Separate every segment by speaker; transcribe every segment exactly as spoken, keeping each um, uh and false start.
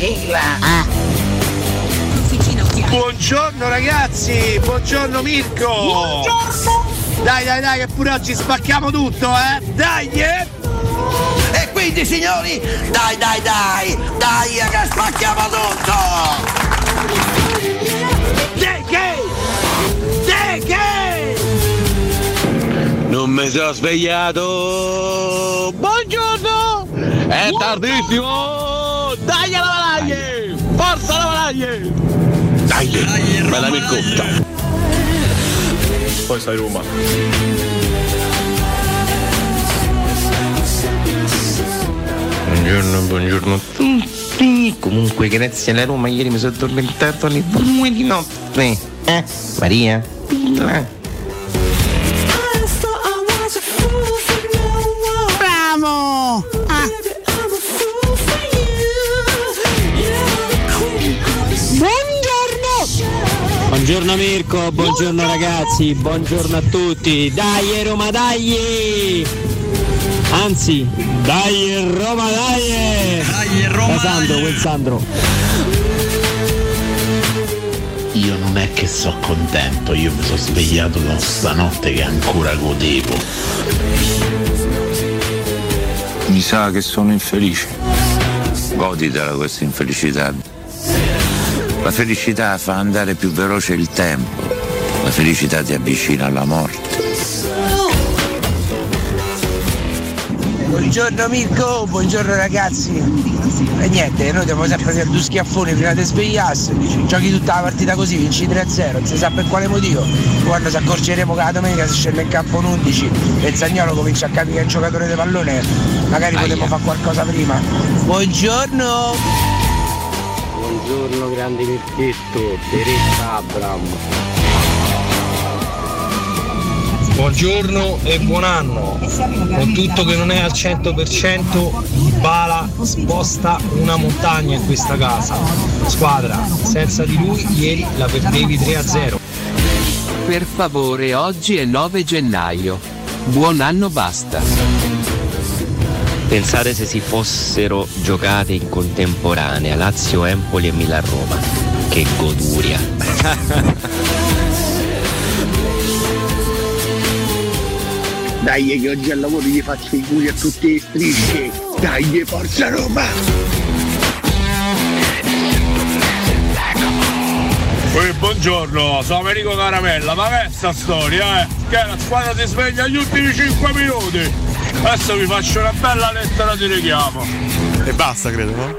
Speaker 1: sigla.
Speaker 2: Ah.
Speaker 3: Buongiorno ragazzi, buongiorno Mirko.
Speaker 1: Buongiorno.
Speaker 3: Dai dai dai che pure oggi spacchiamo tutto, eh. Dai, eh.
Speaker 1: E quindi signori, dai dai dai, dai che spacchiamo tutto.
Speaker 3: De che? De che?
Speaker 4: Non mi sono svegliato. Buongiorno. È tardissimo. Dai la Valaglie. Forza la Valaglie. Dai, dai bella Mircotta.
Speaker 5: Poi sai Roma.
Speaker 6: Buongiorno, buongiorno a tutti. Comunque grazie alla Roma ieri mi sono addormentato alle due di notte. Eh, Maria? Pilla.
Speaker 2: Bravo! Ah.
Speaker 7: Buongiorno Mirko, buongiorno ragazzi, buongiorno a tutti. Dai Roma, dai! Anzi, dai Roma, dai!
Speaker 1: Dai Roma!
Speaker 7: Da Sandro, quel Sandro.
Speaker 8: Io non è che so contento, io mi sono svegliato da stanotte che ancora godevo.
Speaker 9: Mi sa che sono infelice. Goditela questa infelicità. La felicità fa andare più veloce il tempo. La felicità ti avvicina alla morte.
Speaker 3: Buongiorno Mirko, buongiorno ragazzi. E niente, noi dobbiamo sempre fare due schiaffoni prima di svegliarsi. Giochi tutta la partita così, vinci tre a zero, non si sa per quale motivo. Quando ci accorgeremo che la domenica si scende in campo un undici e il Zaniolo comincia a capire che è un giocatore di pallone, magari potremmo fare qualcosa prima. Buongiorno!
Speaker 7: Buongiorno grande Mirchetto, Teresa Abram.
Speaker 10: Buongiorno e buon anno. Con tutto che non è al cento per cento, Bala sposta una montagna in questa casa. Squadra, senza di lui ieri la perdevi tre a zero.
Speaker 11: Per favore, oggi è nove gennaio. Buon anno, basta.
Speaker 12: Pensate se si fossero giocate in contemporanea Lazio, Empoli e Milan Roma. Che goduria.
Speaker 3: Dai che oggi al lavoro gli faccio i culi a tutte le strisce. Dai, forza Roma!
Speaker 13: Poi buongiorno, sono Americo Caramella, ma che è sta storia, eh? Che la squadra si sveglia agli ultimi cinque minuti. Adesso vi faccio una bella lettera di richiamo.
Speaker 5: E basta, credo, no?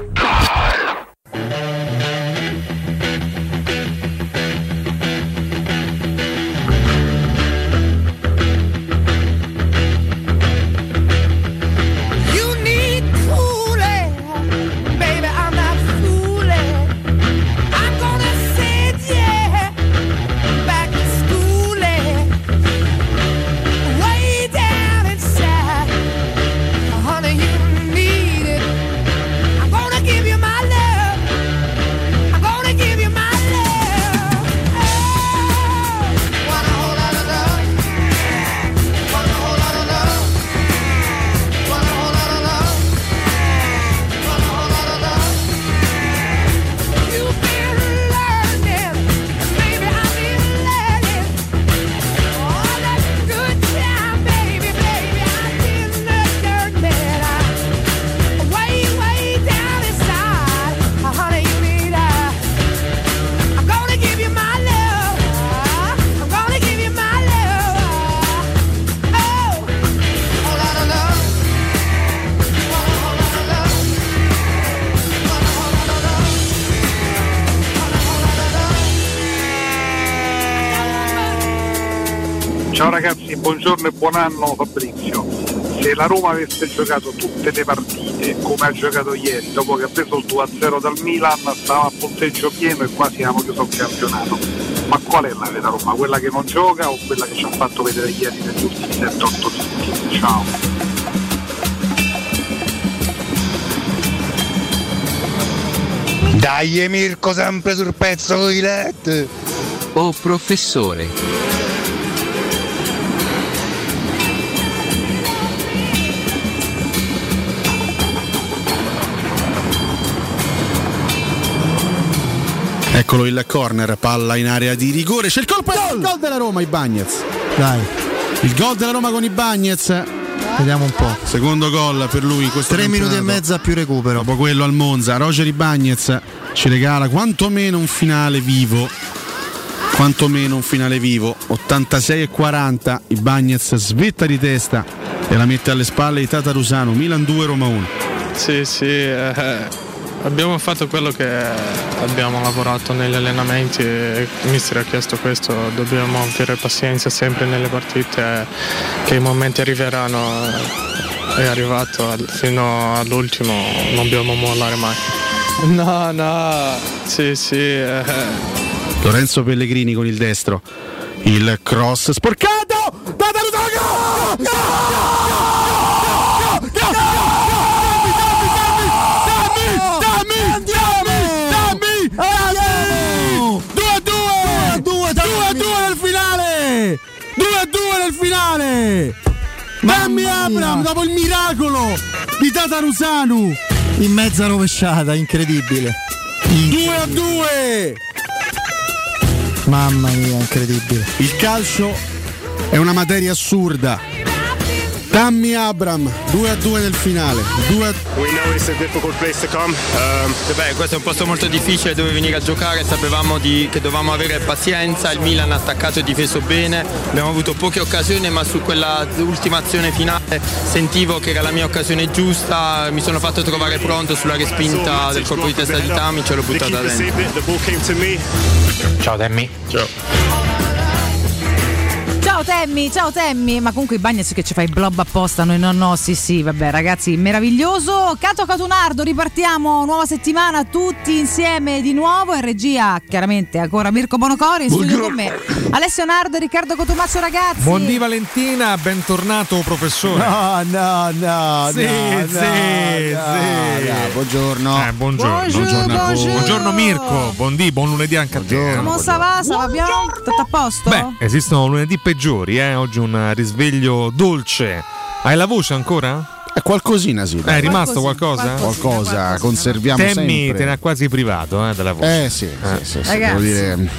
Speaker 14: Ciao ragazzi, buongiorno e buon anno Fabrizio. Se la Roma avesse giocato tutte le partite come ha giocato ieri, dopo che ha preso il due a zero dal Milan, stava a punteggio pieno e quasi abbiamo chiuso il campionato. Ma qual è la vera Roma? Quella che non gioca o quella che ci ha fatto vedere ieri negli ultimi sette otto minuti? Ciao.
Speaker 3: Dai Mirko, sempre sul pezzo con i L E D.
Speaker 11: Oh professore.
Speaker 15: Eccolo il corner, palla in area di rigore, c'è il colpo, il gol della Roma, Ibañez.
Speaker 16: Dai.
Speaker 15: Il gol della Roma con Ibañez.
Speaker 16: Vediamo un po'.
Speaker 15: Secondo gol per lui in questo
Speaker 16: Tre minuti e mezza più recupero.
Speaker 15: Dopo quello al Monza, Roger Ibañez ci regala quantomeno un finale vivo. Quantomeno un finale vivo. ottantasei e quaranta, Ibañez svetta di testa e la mette alle spalle di Tatarusanu. Milan due, Roma uno.
Speaker 17: Sì, sì, eh. Abbiamo fatto quello che abbiamo lavorato negli allenamenti e il mister ha chiesto questo, dobbiamo avere pazienza sempre nelle partite, che i momenti arriveranno, è arrivato fino all'ultimo, non dobbiamo mollare mai. No, no, sì, sì. Eh.
Speaker 15: Lorenzo Pellegrini con il destro, il cross sporcato, Tatarusanu!
Speaker 16: due a due nel finale. Tammy Abraham dopo il miracolo di Tatarusanu in mezza rovesciata, incredibile.
Speaker 15: due a due.
Speaker 16: Mamma mia, incredibile.
Speaker 15: Il calcio è una materia assurda. Tammy Abraham due a due nel finale. due a...
Speaker 18: We know it's a difficult place to come. Um...
Speaker 19: Beh, questo è un posto molto difficile dove venire a giocare, sapevamo di, che dovevamo avere pazienza, il Milan ha attaccato e difeso bene, abbiamo avuto poche occasioni, ma su quella ultima azione finale sentivo che era la mia occasione giusta, mi sono fatto trovare pronto sulla respinta del colpo di testa di Tammy, ce l'ho buttata dentro.
Speaker 20: Ciao Tammy.
Speaker 18: Ciao.
Speaker 21: Ciao Tammy, ciao Tammy, ma comunque Ibañez che ci fai blob apposta, noi no no, sì sì, vabbè ragazzi, meraviglioso. Cato Catunardo, ripartiamo, nuova settimana tutti insieme di nuovo, in regia chiaramente ancora Mirko Bonocori, in studio con me Alessio Nardo e Riccardo Cotumaccio, ragazzi.
Speaker 22: Buondì Valentina, bentornato professore.
Speaker 16: No, no, no,
Speaker 22: sì,
Speaker 16: no,
Speaker 22: sì,
Speaker 16: no,
Speaker 22: sì.
Speaker 16: No, no, buongiorno.
Speaker 22: Eh, buongiorno.
Speaker 21: Buongiorno,
Speaker 22: buongiorno,
Speaker 21: buongiorno.
Speaker 22: buongiorno Mirko, buondì, buon lunedì anche a te.
Speaker 21: Come sta va? Sta va bien? Tutto a posto?
Speaker 22: Beh, esistono lunedì peggiori, eh? Oggi un risveglio dolce. Hai la voce ancora?
Speaker 15: È qualcosina, sì.
Speaker 22: È rimasto qualcosa?
Speaker 15: Qualcosa, qualcosa conserviamo
Speaker 22: Tammy
Speaker 15: sempre.
Speaker 22: te ne ha quasi privato eh, della voce.
Speaker 15: Eh sì,
Speaker 22: eh.
Speaker 15: sì, sì,
Speaker 21: Ragazzi.
Speaker 15: devo dire.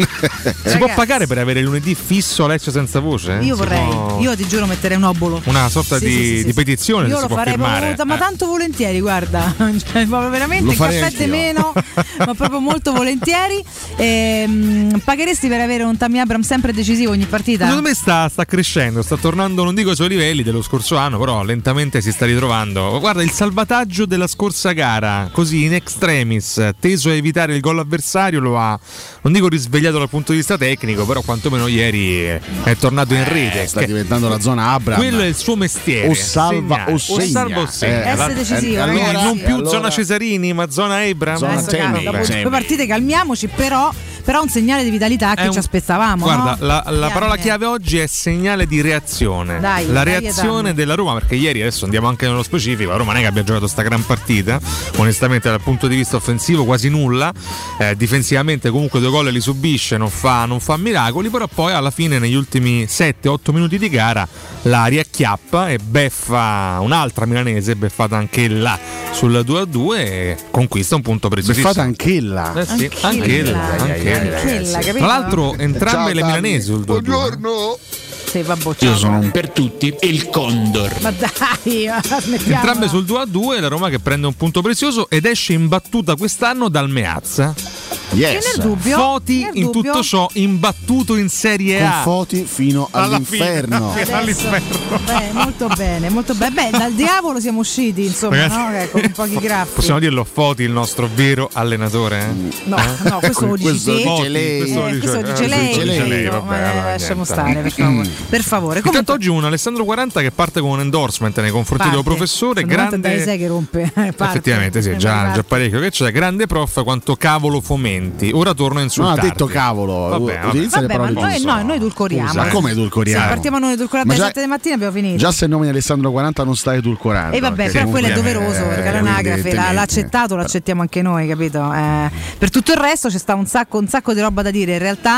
Speaker 22: Si può pagare per avere lunedì fisso Alessio senza voce?
Speaker 21: Io
Speaker 22: Si
Speaker 21: vorrei,
Speaker 22: può...
Speaker 21: io ti giuro metterei un obolo.
Speaker 22: Una sorta
Speaker 21: Sì,
Speaker 22: di,
Speaker 21: sì, sì,
Speaker 22: di
Speaker 21: sì.
Speaker 22: petizione
Speaker 21: Io
Speaker 22: se
Speaker 21: lo
Speaker 22: si può
Speaker 21: farei
Speaker 22: firmare.
Speaker 21: proprio, ma
Speaker 22: Eh.
Speaker 21: tanto volentieri, guarda. Cioè, proprio veramente
Speaker 15: Lo
Speaker 21: il
Speaker 15: farei
Speaker 21: caffè di
Speaker 15: anch'io.
Speaker 21: meno, ma proprio molto volentieri. Ehm, pagheresti per avere un Tammy Abraham sempre decisivo ogni partita?
Speaker 22: Secondo me sta, sta crescendo, sta tornando, non dico ai suoi livelli dello scorso anno, però lentamente si sta ritrovando. Guarda, il salvataggio della scorsa gara, così in extremis, teso a evitare il gol avversario, lo ha, non dico risvegliato dal punto di vista tecnico, però quantomeno ieri è tornato in rete.
Speaker 15: Eh, sta diventando la zona Abraham.
Speaker 22: Quello è il suo mestiere.
Speaker 15: O salva
Speaker 22: segnare.
Speaker 15: o segna.
Speaker 22: salva o segna.
Speaker 15: Eh,
Speaker 21: Essere decisivo,
Speaker 22: Quindi
Speaker 21: ragazzi.
Speaker 22: non più
Speaker 15: allora-
Speaker 22: zona Cesarini, ma zona Abraham.
Speaker 15: Zona
Speaker 21: Adesso,
Speaker 15: Tammy,
Speaker 21: calma, dopo
Speaker 15: Tammy.
Speaker 21: due partite calmiamoci, però, però un segnale di vitalità che
Speaker 22: È un-
Speaker 21: ci aspettavamo.
Speaker 22: Guarda,
Speaker 21: no?
Speaker 22: la, la
Speaker 21: Diamine.
Speaker 22: parola chiave oggi è segnale di reazione.
Speaker 21: Dai,
Speaker 22: la
Speaker 21: dai,
Speaker 22: reazione
Speaker 21: Tammy.
Speaker 22: della Roma, perché ieri, adesso andiamo anche nello specifico, la Roma non è che abbia giocato sta gran partita, onestamente dal punto di vista offensivo quasi nulla, eh, difensivamente comunque due gol li subisce, non fa, non fa miracoli, però poi alla fine negli ultimi sette otto minuti di gara la riacchiappa e beffa un'altra milanese, beffata anche là sul due a due e conquista un punto precisissimo.
Speaker 15: Beffata anch'ella.
Speaker 22: Eh sì,
Speaker 21: Anch'ella.
Speaker 22: anch'ella, anch'ella.
Speaker 21: Anch'ella, capito?
Speaker 22: Tra l'altro entrambe
Speaker 15: Ciao,
Speaker 22: le
Speaker 15: Tammy.
Speaker 22: milanesi sul due a due.
Speaker 15: Buongiorno.
Speaker 21: Sì, vabbè,
Speaker 15: Io
Speaker 21: ciao.
Speaker 15: sono un
Speaker 8: Per tutti il Condor.
Speaker 21: Ma dai, smettiamo.
Speaker 22: Entrambe sul due a due, la Roma che prende un punto prezioso ed esce imbattuta quest'anno dal Meazza.
Speaker 15: Yes.
Speaker 21: Che nel dubbio?
Speaker 22: Foti
Speaker 21: Nel
Speaker 22: in
Speaker 21: dubbio?
Speaker 22: tutto ciò imbattuto in Serie
Speaker 15: Con
Speaker 22: A.
Speaker 15: Foti fino
Speaker 22: Alla
Speaker 15: all'inferno.
Speaker 22: fine. All'inferno.
Speaker 21: Beh, molto bene, molto bene. Beh, dal diavolo siamo usciti, insomma,
Speaker 22: Ragazzi,
Speaker 21: no? Eh, con pochi graffi.
Speaker 22: Possiamo dirlo, Foti, il nostro vero allenatore? eh?
Speaker 21: No, no, questo lo dici
Speaker 15: Questo
Speaker 21: te.
Speaker 15: dice lei.
Speaker 21: Eh,
Speaker 22: Questo lo
Speaker 21: questo lo
Speaker 22: dice-
Speaker 21: dice
Speaker 22: eh,
Speaker 21: lei,
Speaker 22: questo lo dice lei,
Speaker 21: capito?
Speaker 22: vabbè,
Speaker 21: Ma, eh,
Speaker 22: allora,
Speaker 21: lasciamo
Speaker 22: niente.
Speaker 21: stare, per favore. Per favore.
Speaker 22: Intanto
Speaker 21: Comunque,
Speaker 22: oggi un Alessandro quaranta che parte con un endorsement nei confronti
Speaker 21: parte.
Speaker 22: del professore,
Speaker 21: Sono
Speaker 22: grande.
Speaker 21: dai sei che rompe. Parte.
Speaker 22: Effettivamente sì,
Speaker 21: Eh,
Speaker 22: già,
Speaker 21: parte.
Speaker 22: già parecchio che c'è, grande prof quanto cavolo fomenti. Ora torno a
Speaker 15: Non
Speaker 22: insultarti.
Speaker 15: ha detto cavolo.
Speaker 22: Vabbè, vabbè.
Speaker 15: Utilizza le
Speaker 21: Vabbè, ma
Speaker 15: parole
Speaker 21: noi,
Speaker 15: giuste.
Speaker 21: no, noi edulcoriamo.
Speaker 15: Ma come
Speaker 21: Se
Speaker 15: edulcoriamo?
Speaker 21: partiamo noi edulcorati
Speaker 15: Ma
Speaker 21: alle
Speaker 15: già-
Speaker 21: sette di mattina abbiamo finito.
Speaker 15: Già se nomini Alessandro quaranta non stai edulcorando.
Speaker 21: E vabbè,
Speaker 15: perché
Speaker 21: però quello è
Speaker 15: comunque-
Speaker 21: doveroso, perché
Speaker 15: eh,
Speaker 21: l'anagrafe l'ha,
Speaker 15: evidentemente.
Speaker 21: l'ha accettato, l'accettiamo anche noi, capito? Eh, per tutto il resto c'è sta un sacco, un sacco di roba da dire. In realtà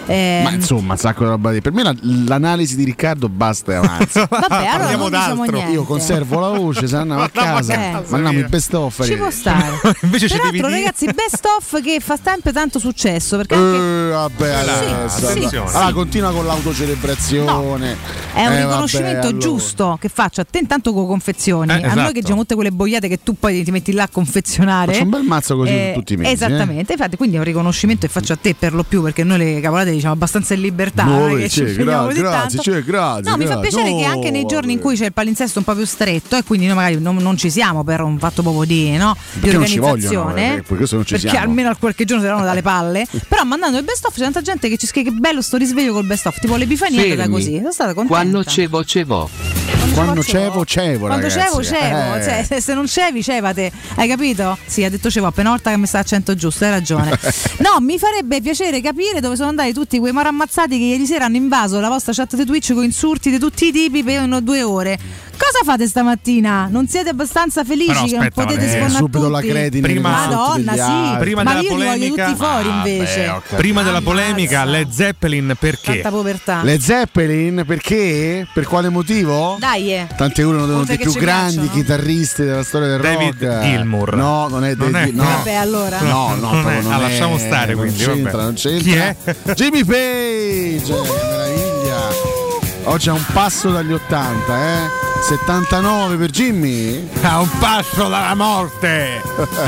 Speaker 21: Eh,
Speaker 15: Ma insomma, un sacco di roba di. Per me la, l'analisi di Riccardo basta e avanza.
Speaker 21: Vabbè, allora non diciamo niente.
Speaker 15: Io conservo la voce, se andiamo a casa,
Speaker 21: Eh.
Speaker 15: ma andiamo in best of.
Speaker 21: Ci può stare.
Speaker 22: Invece ci
Speaker 21: Peraltro,
Speaker 22: devi dire-
Speaker 21: ragazzi, best of che fa sempre tanto successo perché anche
Speaker 15: Eh, vabbè, adesso,
Speaker 21: sì,
Speaker 15: allora,
Speaker 21: sì.
Speaker 15: allora, continua con l'autocelebrazione.
Speaker 21: è un
Speaker 15: Eh,
Speaker 21: riconoscimento
Speaker 15: vabbè, allora.
Speaker 21: giusto che faccio a te intanto con confezioni.
Speaker 15: Eh,
Speaker 21: A
Speaker 15: esatto.
Speaker 21: noi che diciamo tutte quelle boiate che tu poi ti metti là a confezionare.
Speaker 15: Faccio un bel mazzo così su tutti i mesi,
Speaker 21: Esattamente, infatti, quindi è un riconoscimento che faccio a te per lo più perché noi le cavolate diciamo abbastanza in libertà.
Speaker 15: Noi,
Speaker 21: non è che
Speaker 15: sì,
Speaker 21: ci finiamo
Speaker 15: gra-
Speaker 21: così
Speaker 15: grazie,
Speaker 21: tanto.
Speaker 15: sì, grazie,
Speaker 21: No, mi fa
Speaker 15: grazie.
Speaker 21: piacere che
Speaker 15: Oh,
Speaker 21: anche nei giorni in
Speaker 15: vabbè.
Speaker 21: cui c'è il palinsesto un po' più stretto e quindi noi magari non, non ci siamo per un fatto proprio di, no, di
Speaker 15: Perché non ci
Speaker 21: organizzazione.
Speaker 15: vogliono, eh, per questo non ci
Speaker 21: perché
Speaker 15: siamo.
Speaker 21: almeno qualche giorno si davano dalle palle. Però mandando il best of c'è tanta gente che ci scrive che bello sto risveglio col best of, tipo l'Epifania è andata
Speaker 11: Fermi.
Speaker 21: così. Sono stata contenta.
Speaker 11: Quando cevo cevo.
Speaker 15: Quando cevo, cevo,
Speaker 21: Quando
Speaker 15: ragazzi.
Speaker 21: cevo, cevo,
Speaker 15: Eh.
Speaker 21: cioè, se- se non cevi, cevate, hai capito? Sì, ha detto cevo appena volta che mi sta accento giusto, hai ragione. No, mi farebbe piacere capire dove sono andati tutti quei marammazzati che ieri sera hanno invaso la vostra chat di Twitch con insulti di tutti i tipi per una- due ore. Cosa fate stamattina? Non siete abbastanza felici
Speaker 22: Però
Speaker 21: che non
Speaker 22: aspetta,
Speaker 21: potete
Speaker 22: eh,
Speaker 21: sfondare
Speaker 15: subito
Speaker 21: tutti?
Speaker 15: la credi nelle
Speaker 22: Prima-
Speaker 15: insulti
Speaker 21: Madonna,
Speaker 15: degli
Speaker 21: sì.
Speaker 15: altri.
Speaker 22: Prima
Speaker 21: Ma
Speaker 22: della
Speaker 21: io li voglio
Speaker 22: polemica-
Speaker 21: tutti fuori invece.
Speaker 15: Vabbè, ho capito.
Speaker 22: Prima della
Speaker 21: Ammazza.
Speaker 22: polemica, Led Zeppelin perché?
Speaker 21: Tanta povertà.
Speaker 15: Le Zeppelin perché? Per quale motivo?
Speaker 21: Dai, eh.
Speaker 15: Tanti uno uno
Speaker 21: Oltre
Speaker 15: dei
Speaker 21: che
Speaker 15: più
Speaker 21: ci
Speaker 15: grandi
Speaker 21: piacciono.
Speaker 15: chitarristi della storia del
Speaker 22: David
Speaker 15: rock.
Speaker 22: Gilmour.
Speaker 15: No, non è
Speaker 22: Non
Speaker 15: David
Speaker 22: è-
Speaker 15: no.
Speaker 21: Vabbè, allora.
Speaker 15: No, no,
Speaker 22: Non
Speaker 15: proprio
Speaker 22: è.
Speaker 15: non
Speaker 22: Ah,
Speaker 15: è.
Speaker 22: lasciamo stare,
Speaker 15: non
Speaker 22: quindi,
Speaker 15: c'entra,
Speaker 22: vabbè.
Speaker 15: non c'entra.
Speaker 22: Chi è?
Speaker 15: Jimmy Page, meraviglia. Oggi è un passo dagli ottanta, eh? settantanove per Jimmy?
Speaker 22: A un passo dalla morte.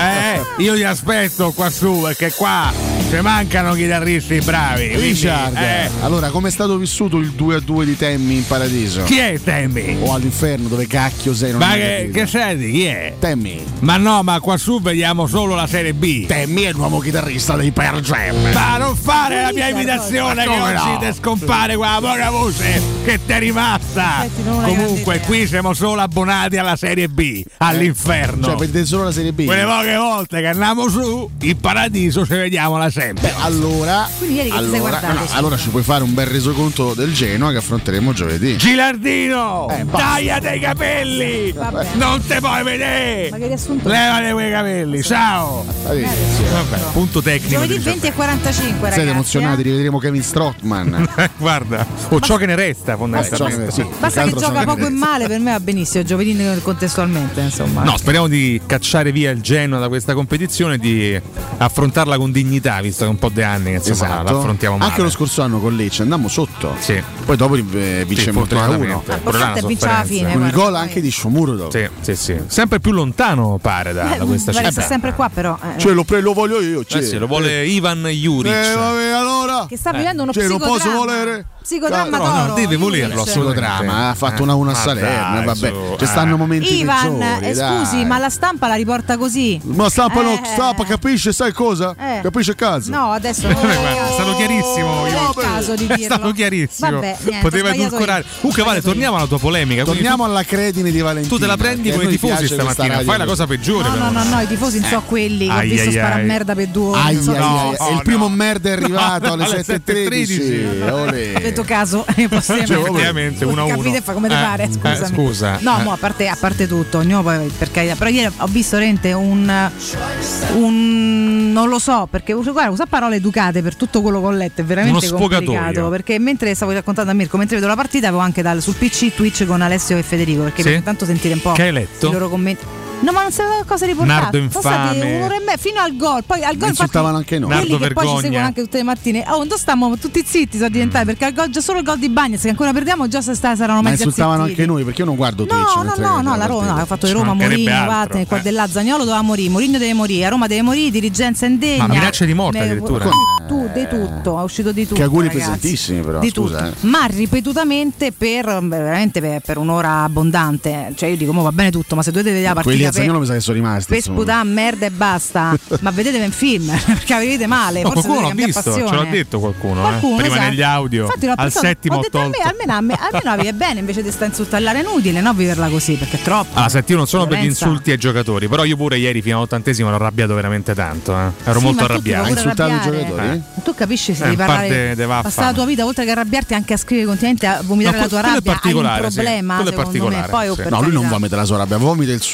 Speaker 22: Eh, io ti aspetto qua su perché qua ci mancano chitarristi bravi. quindi,
Speaker 15: Richard,
Speaker 22: eh,
Speaker 15: allora come è stato vissuto il due a due di Temmi in paradiso?
Speaker 22: chi è Temmi?
Speaker 15: O all'inferno, dove cacchio sei? Non
Speaker 22: Ma
Speaker 15: ho
Speaker 22: che,
Speaker 15: capito.
Speaker 22: che senti? Chi è?
Speaker 15: Temmi.
Speaker 22: Ma no, ma qua su vediamo solo la serie B.
Speaker 15: Temmi è il nuovo chitarrista dei Pearl Jam.
Speaker 22: Ma non fare la mia imitazione
Speaker 15: Ma
Speaker 22: che
Speaker 15: come
Speaker 22: oggi
Speaker 15: no?
Speaker 22: te scompare quella poca voce che ti è rimasta.
Speaker 21: Senti, non ho una grande
Speaker 22: Comunque
Speaker 21: idea.
Speaker 22: qui siamo solo abbonati alla serie B, all'inferno.
Speaker 15: Cioè, vedete solo la serie B.
Speaker 22: Quelle poche volte che andiamo su, in paradiso ci vediamola sempre.
Speaker 15: Beh, allora,
Speaker 21: Quindi ieri che ti sei
Speaker 15: allora,
Speaker 21: guardato,
Speaker 15: no, no,
Speaker 21: scusa?
Speaker 15: allora ci puoi fare un bel resoconto del Genoa che affronteremo giovedì.
Speaker 22: Gilardino,
Speaker 15: Eh, basta.
Speaker 22: tagliate i capelli,
Speaker 21: Vabbè.
Speaker 22: non te puoi vedere.
Speaker 21: Ma che riassunto?
Speaker 22: Levate quei capelli, ciao. Vabbè, punto tecnico.
Speaker 21: Giovedì
Speaker 22: di
Speaker 21: venti e quarantacinque, ragazzi.
Speaker 15: Siete emozionati,
Speaker 21: eh?
Speaker 15: rivedremo Kevin Strootman.
Speaker 22: Guarda, o ciò che ne resta
Speaker 15: Eh,
Speaker 22: fondamentalmente.
Speaker 15: sì,
Speaker 21: Basta
Speaker 15: più
Speaker 21: che
Speaker 15: altro
Speaker 21: gioca
Speaker 15: sono-
Speaker 21: poco e male, per me va benissimo. Giovedì contestualmente, insomma.
Speaker 22: No, speriamo di cacciare via il Genoa da questa competizione e di affrontarla con dignità, visto che un po' di anni che, insomma,
Speaker 15: Esatto.
Speaker 22: l'affrontiamo male.
Speaker 15: Anche lo scorso anno con Lecce andammo sotto.
Speaker 22: Sì.
Speaker 15: Poi dopo eh, vincemmo
Speaker 22: Sì,
Speaker 15: tre a uno.
Speaker 22: fortunatamente.
Speaker 21: L'importante è
Speaker 22: Pure là
Speaker 21: vincere alla
Speaker 22: una
Speaker 21: fine.
Speaker 15: Con il
Speaker 21: guarda,
Speaker 15: gol
Speaker 21: poi-
Speaker 15: anche di Sciomuro.
Speaker 22: Sì, sì, sì. Sempre più lontano pare da, da questa
Speaker 21: Pare
Speaker 22: città.
Speaker 21: sta sempre qua, però. eh.
Speaker 15: Cioè, lo, pre- lo voglio io.
Speaker 22: Eh
Speaker 15: Cioè.
Speaker 22: sì, lo vuole Ivan Juric.
Speaker 15: Eh, vabbè, allora.
Speaker 21: Che sta vivendo uno
Speaker 15: Cioè, non
Speaker 21: psicodramma.
Speaker 15: posso volere.
Speaker 21: Psicodramma
Speaker 22: No, no,
Speaker 21: Toro.
Speaker 22: deve volerlo,
Speaker 21: Juric.
Speaker 15: Psicodramma, ha fatto una uno a
Speaker 22: Ma
Speaker 15: Salerno.
Speaker 22: dai,
Speaker 15: Vabbè,
Speaker 22: su,
Speaker 15: ci
Speaker 22: eh.
Speaker 15: stanno momenti
Speaker 21: Ivan,
Speaker 15: peggiori,
Speaker 21: eh,
Speaker 15: dai.
Speaker 21: scusi, ma la stampa la riporta così.
Speaker 15: Ma stampa no,
Speaker 21: Eh.
Speaker 15: stampa, capisce, sai cosa?
Speaker 21: Eh.
Speaker 15: Capisce cazzo?
Speaker 21: No, adesso non
Speaker 22: Guarda, è stato chiarissimo.
Speaker 21: Non è il
Speaker 22: Vabbè.
Speaker 21: caso di
Speaker 22: È
Speaker 21: dirlo.
Speaker 22: stato chiarissimo.
Speaker 21: Vabbè, niente,
Speaker 22: Poteva
Speaker 21: ho sbagliato
Speaker 22: edulcorare.
Speaker 21: io.
Speaker 22: Comunque, Vale, torniamo alla tua polemica. quindi
Speaker 15: Torniamo alla credine di Valentina.
Speaker 22: tu, tu te la prendi
Speaker 15: che a
Speaker 22: con i
Speaker 15: noi
Speaker 22: tifosi
Speaker 15: piace questa
Speaker 22: stamattina.
Speaker 15: radio
Speaker 22: Fai la cosa peggiore.
Speaker 21: No,
Speaker 22: però.
Speaker 21: no, no, no, i tifosi non so quelli che ho
Speaker 22: Ai,
Speaker 21: visto
Speaker 22: ai,
Speaker 21: sparare
Speaker 22: ai.
Speaker 21: merda per due ore.
Speaker 15: Ai,
Speaker 21: non so
Speaker 15: ai,
Speaker 21: chi.
Speaker 15: ai,
Speaker 22: no,
Speaker 15: e il
Speaker 22: no.
Speaker 15: primo merda è arrivato
Speaker 22: No,
Speaker 15: alle
Speaker 22: alle
Speaker 15: sette e tredici.
Speaker 22: sette e
Speaker 15: Olè.
Speaker 21: Ho detto caso, possiamo
Speaker 22: Cioè, effettivamente uno a uno.
Speaker 21: capite fa come te
Speaker 22: Eh,
Speaker 21: pare,
Speaker 22: eh,
Speaker 21: scusami.
Speaker 22: scusa.
Speaker 21: No,
Speaker 22: Eh.
Speaker 21: mo, a parte, a parte tutto, ognuno poi per carità, però ieri ho visto veramente un un non lo so, perché guarda, usa parole educate per tutto quello che ho letto, è veramente
Speaker 22: Uno sfogatoio.
Speaker 21: complicato, perché mentre stavo raccontando a Mirko, mentre vedo la partita avevo anche dal, sul P C Twitch con Alessio e Federico, perché
Speaker 22: Sì?
Speaker 21: per tanto sentire un po'
Speaker 22: Che hai letto?
Speaker 21: i loro commenti. No, ma non sapeva cosa riportare.
Speaker 22: Nardo
Speaker 21: Sono stati
Speaker 22: infame.
Speaker 21: un'ora e mezza fino al gol. Poi al gol
Speaker 15: insultavano
Speaker 21: infatti,
Speaker 15: anche noi.
Speaker 21: quelli
Speaker 22: Nardo
Speaker 21: che poi ci
Speaker 22: vergogna.
Speaker 21: seguono anche tutte le mattine. Oh, dove stiamo tutti zitti sono diventati perché al gol, già solo il gol di Bagnez che ancora perdiamo già se sta, saranno
Speaker 15: Ma
Speaker 21: mezzi
Speaker 15: insultavano
Speaker 21: azzittiti.
Speaker 15: anche noi perché io non guardo Twitch.
Speaker 21: No, no,
Speaker 15: mentre
Speaker 21: no,
Speaker 15: vedo
Speaker 21: no, la Roma, no,
Speaker 15: partita.
Speaker 21: ha fatto di
Speaker 22: Ci
Speaker 21: Roma,
Speaker 22: mancherebbe
Speaker 21: Mourinho,
Speaker 22: altro,
Speaker 21: vattene, qua
Speaker 22: eh.
Speaker 21: dell'Azzaniolo doveva morire, Mourinho deve morire, a Roma deve morire, dirigenza indegna.
Speaker 22: Ma minacce di morte
Speaker 21: Me-
Speaker 22: addirittura.
Speaker 21: Tu, tu, di tutto, è uscito di tutto.
Speaker 15: Che auguri
Speaker 21: ragazzi.
Speaker 15: pesantissimi però,
Speaker 21: Di
Speaker 15: scusa,
Speaker 21: tutto.
Speaker 15: eh.
Speaker 21: Ma ripetutamente per veramente per, per un'ora abbondante. Cioè io dico, mo va bene tutto, ma se dovete vedere la
Speaker 15: Quelli
Speaker 21: partita
Speaker 15: a Zagnolo
Speaker 21: per,
Speaker 15: mi sa che sono rimasti.
Speaker 21: per
Speaker 15: insomma.
Speaker 21: sputare merda e basta. Ma vedetevi un film, perché avete male,
Speaker 22: No,
Speaker 21: forse
Speaker 22: qualcuno l'ha
Speaker 21: dovete
Speaker 22: visto,
Speaker 21: cambiare
Speaker 22: ce l'ha
Speaker 21: passione.
Speaker 22: detto qualcuno.
Speaker 21: Qualcuno,
Speaker 22: eh. Prima
Speaker 21: esatto.
Speaker 22: negli audio.
Speaker 21: Infatti l'ho
Speaker 22: Al
Speaker 21: pensato,
Speaker 22: settimo
Speaker 21: ho detto
Speaker 22: ho
Speaker 21: a me,
Speaker 22: tolto.
Speaker 21: almeno a me, almeno la vive bene invece di sta insultare è inutile, no viverla così perché è troppo.
Speaker 22: Allora, senti, io non sono per gli
Speaker 21: Violenza.
Speaker 22: insulti ai giocatori, però io pure ieri fino all'ottantesimo ero arrabbiato veramente tanto. Eh. Ero
Speaker 21: Sì,
Speaker 22: molto
Speaker 21: ma tu ti
Speaker 22: arrabbiato.
Speaker 21: puoi pure
Speaker 15: insultato i
Speaker 21: arrabbiare.
Speaker 15: giocatori?
Speaker 21: Tu capisci se
Speaker 22: Eh,
Speaker 21: devi
Speaker 22: in
Speaker 21: parlare
Speaker 22: parte te va a
Speaker 21: passare la
Speaker 22: fame.
Speaker 21: tua vita oltre che arrabbiarti anche a scrivere continuamente a vomitare
Speaker 22: No,
Speaker 21: la tua
Speaker 22: quello è
Speaker 21: rabbia hai un
Speaker 22: particolare, sì.
Speaker 21: problema
Speaker 22: Quello è
Speaker 21: secondo me
Speaker 22: particolare,
Speaker 21: poi o
Speaker 22: sì.
Speaker 21: per
Speaker 15: No, lui non
Speaker 21: carità.
Speaker 15: vomita la sua rabbia, vomita il suo
Speaker 21: No,
Speaker 15: sarcasmo.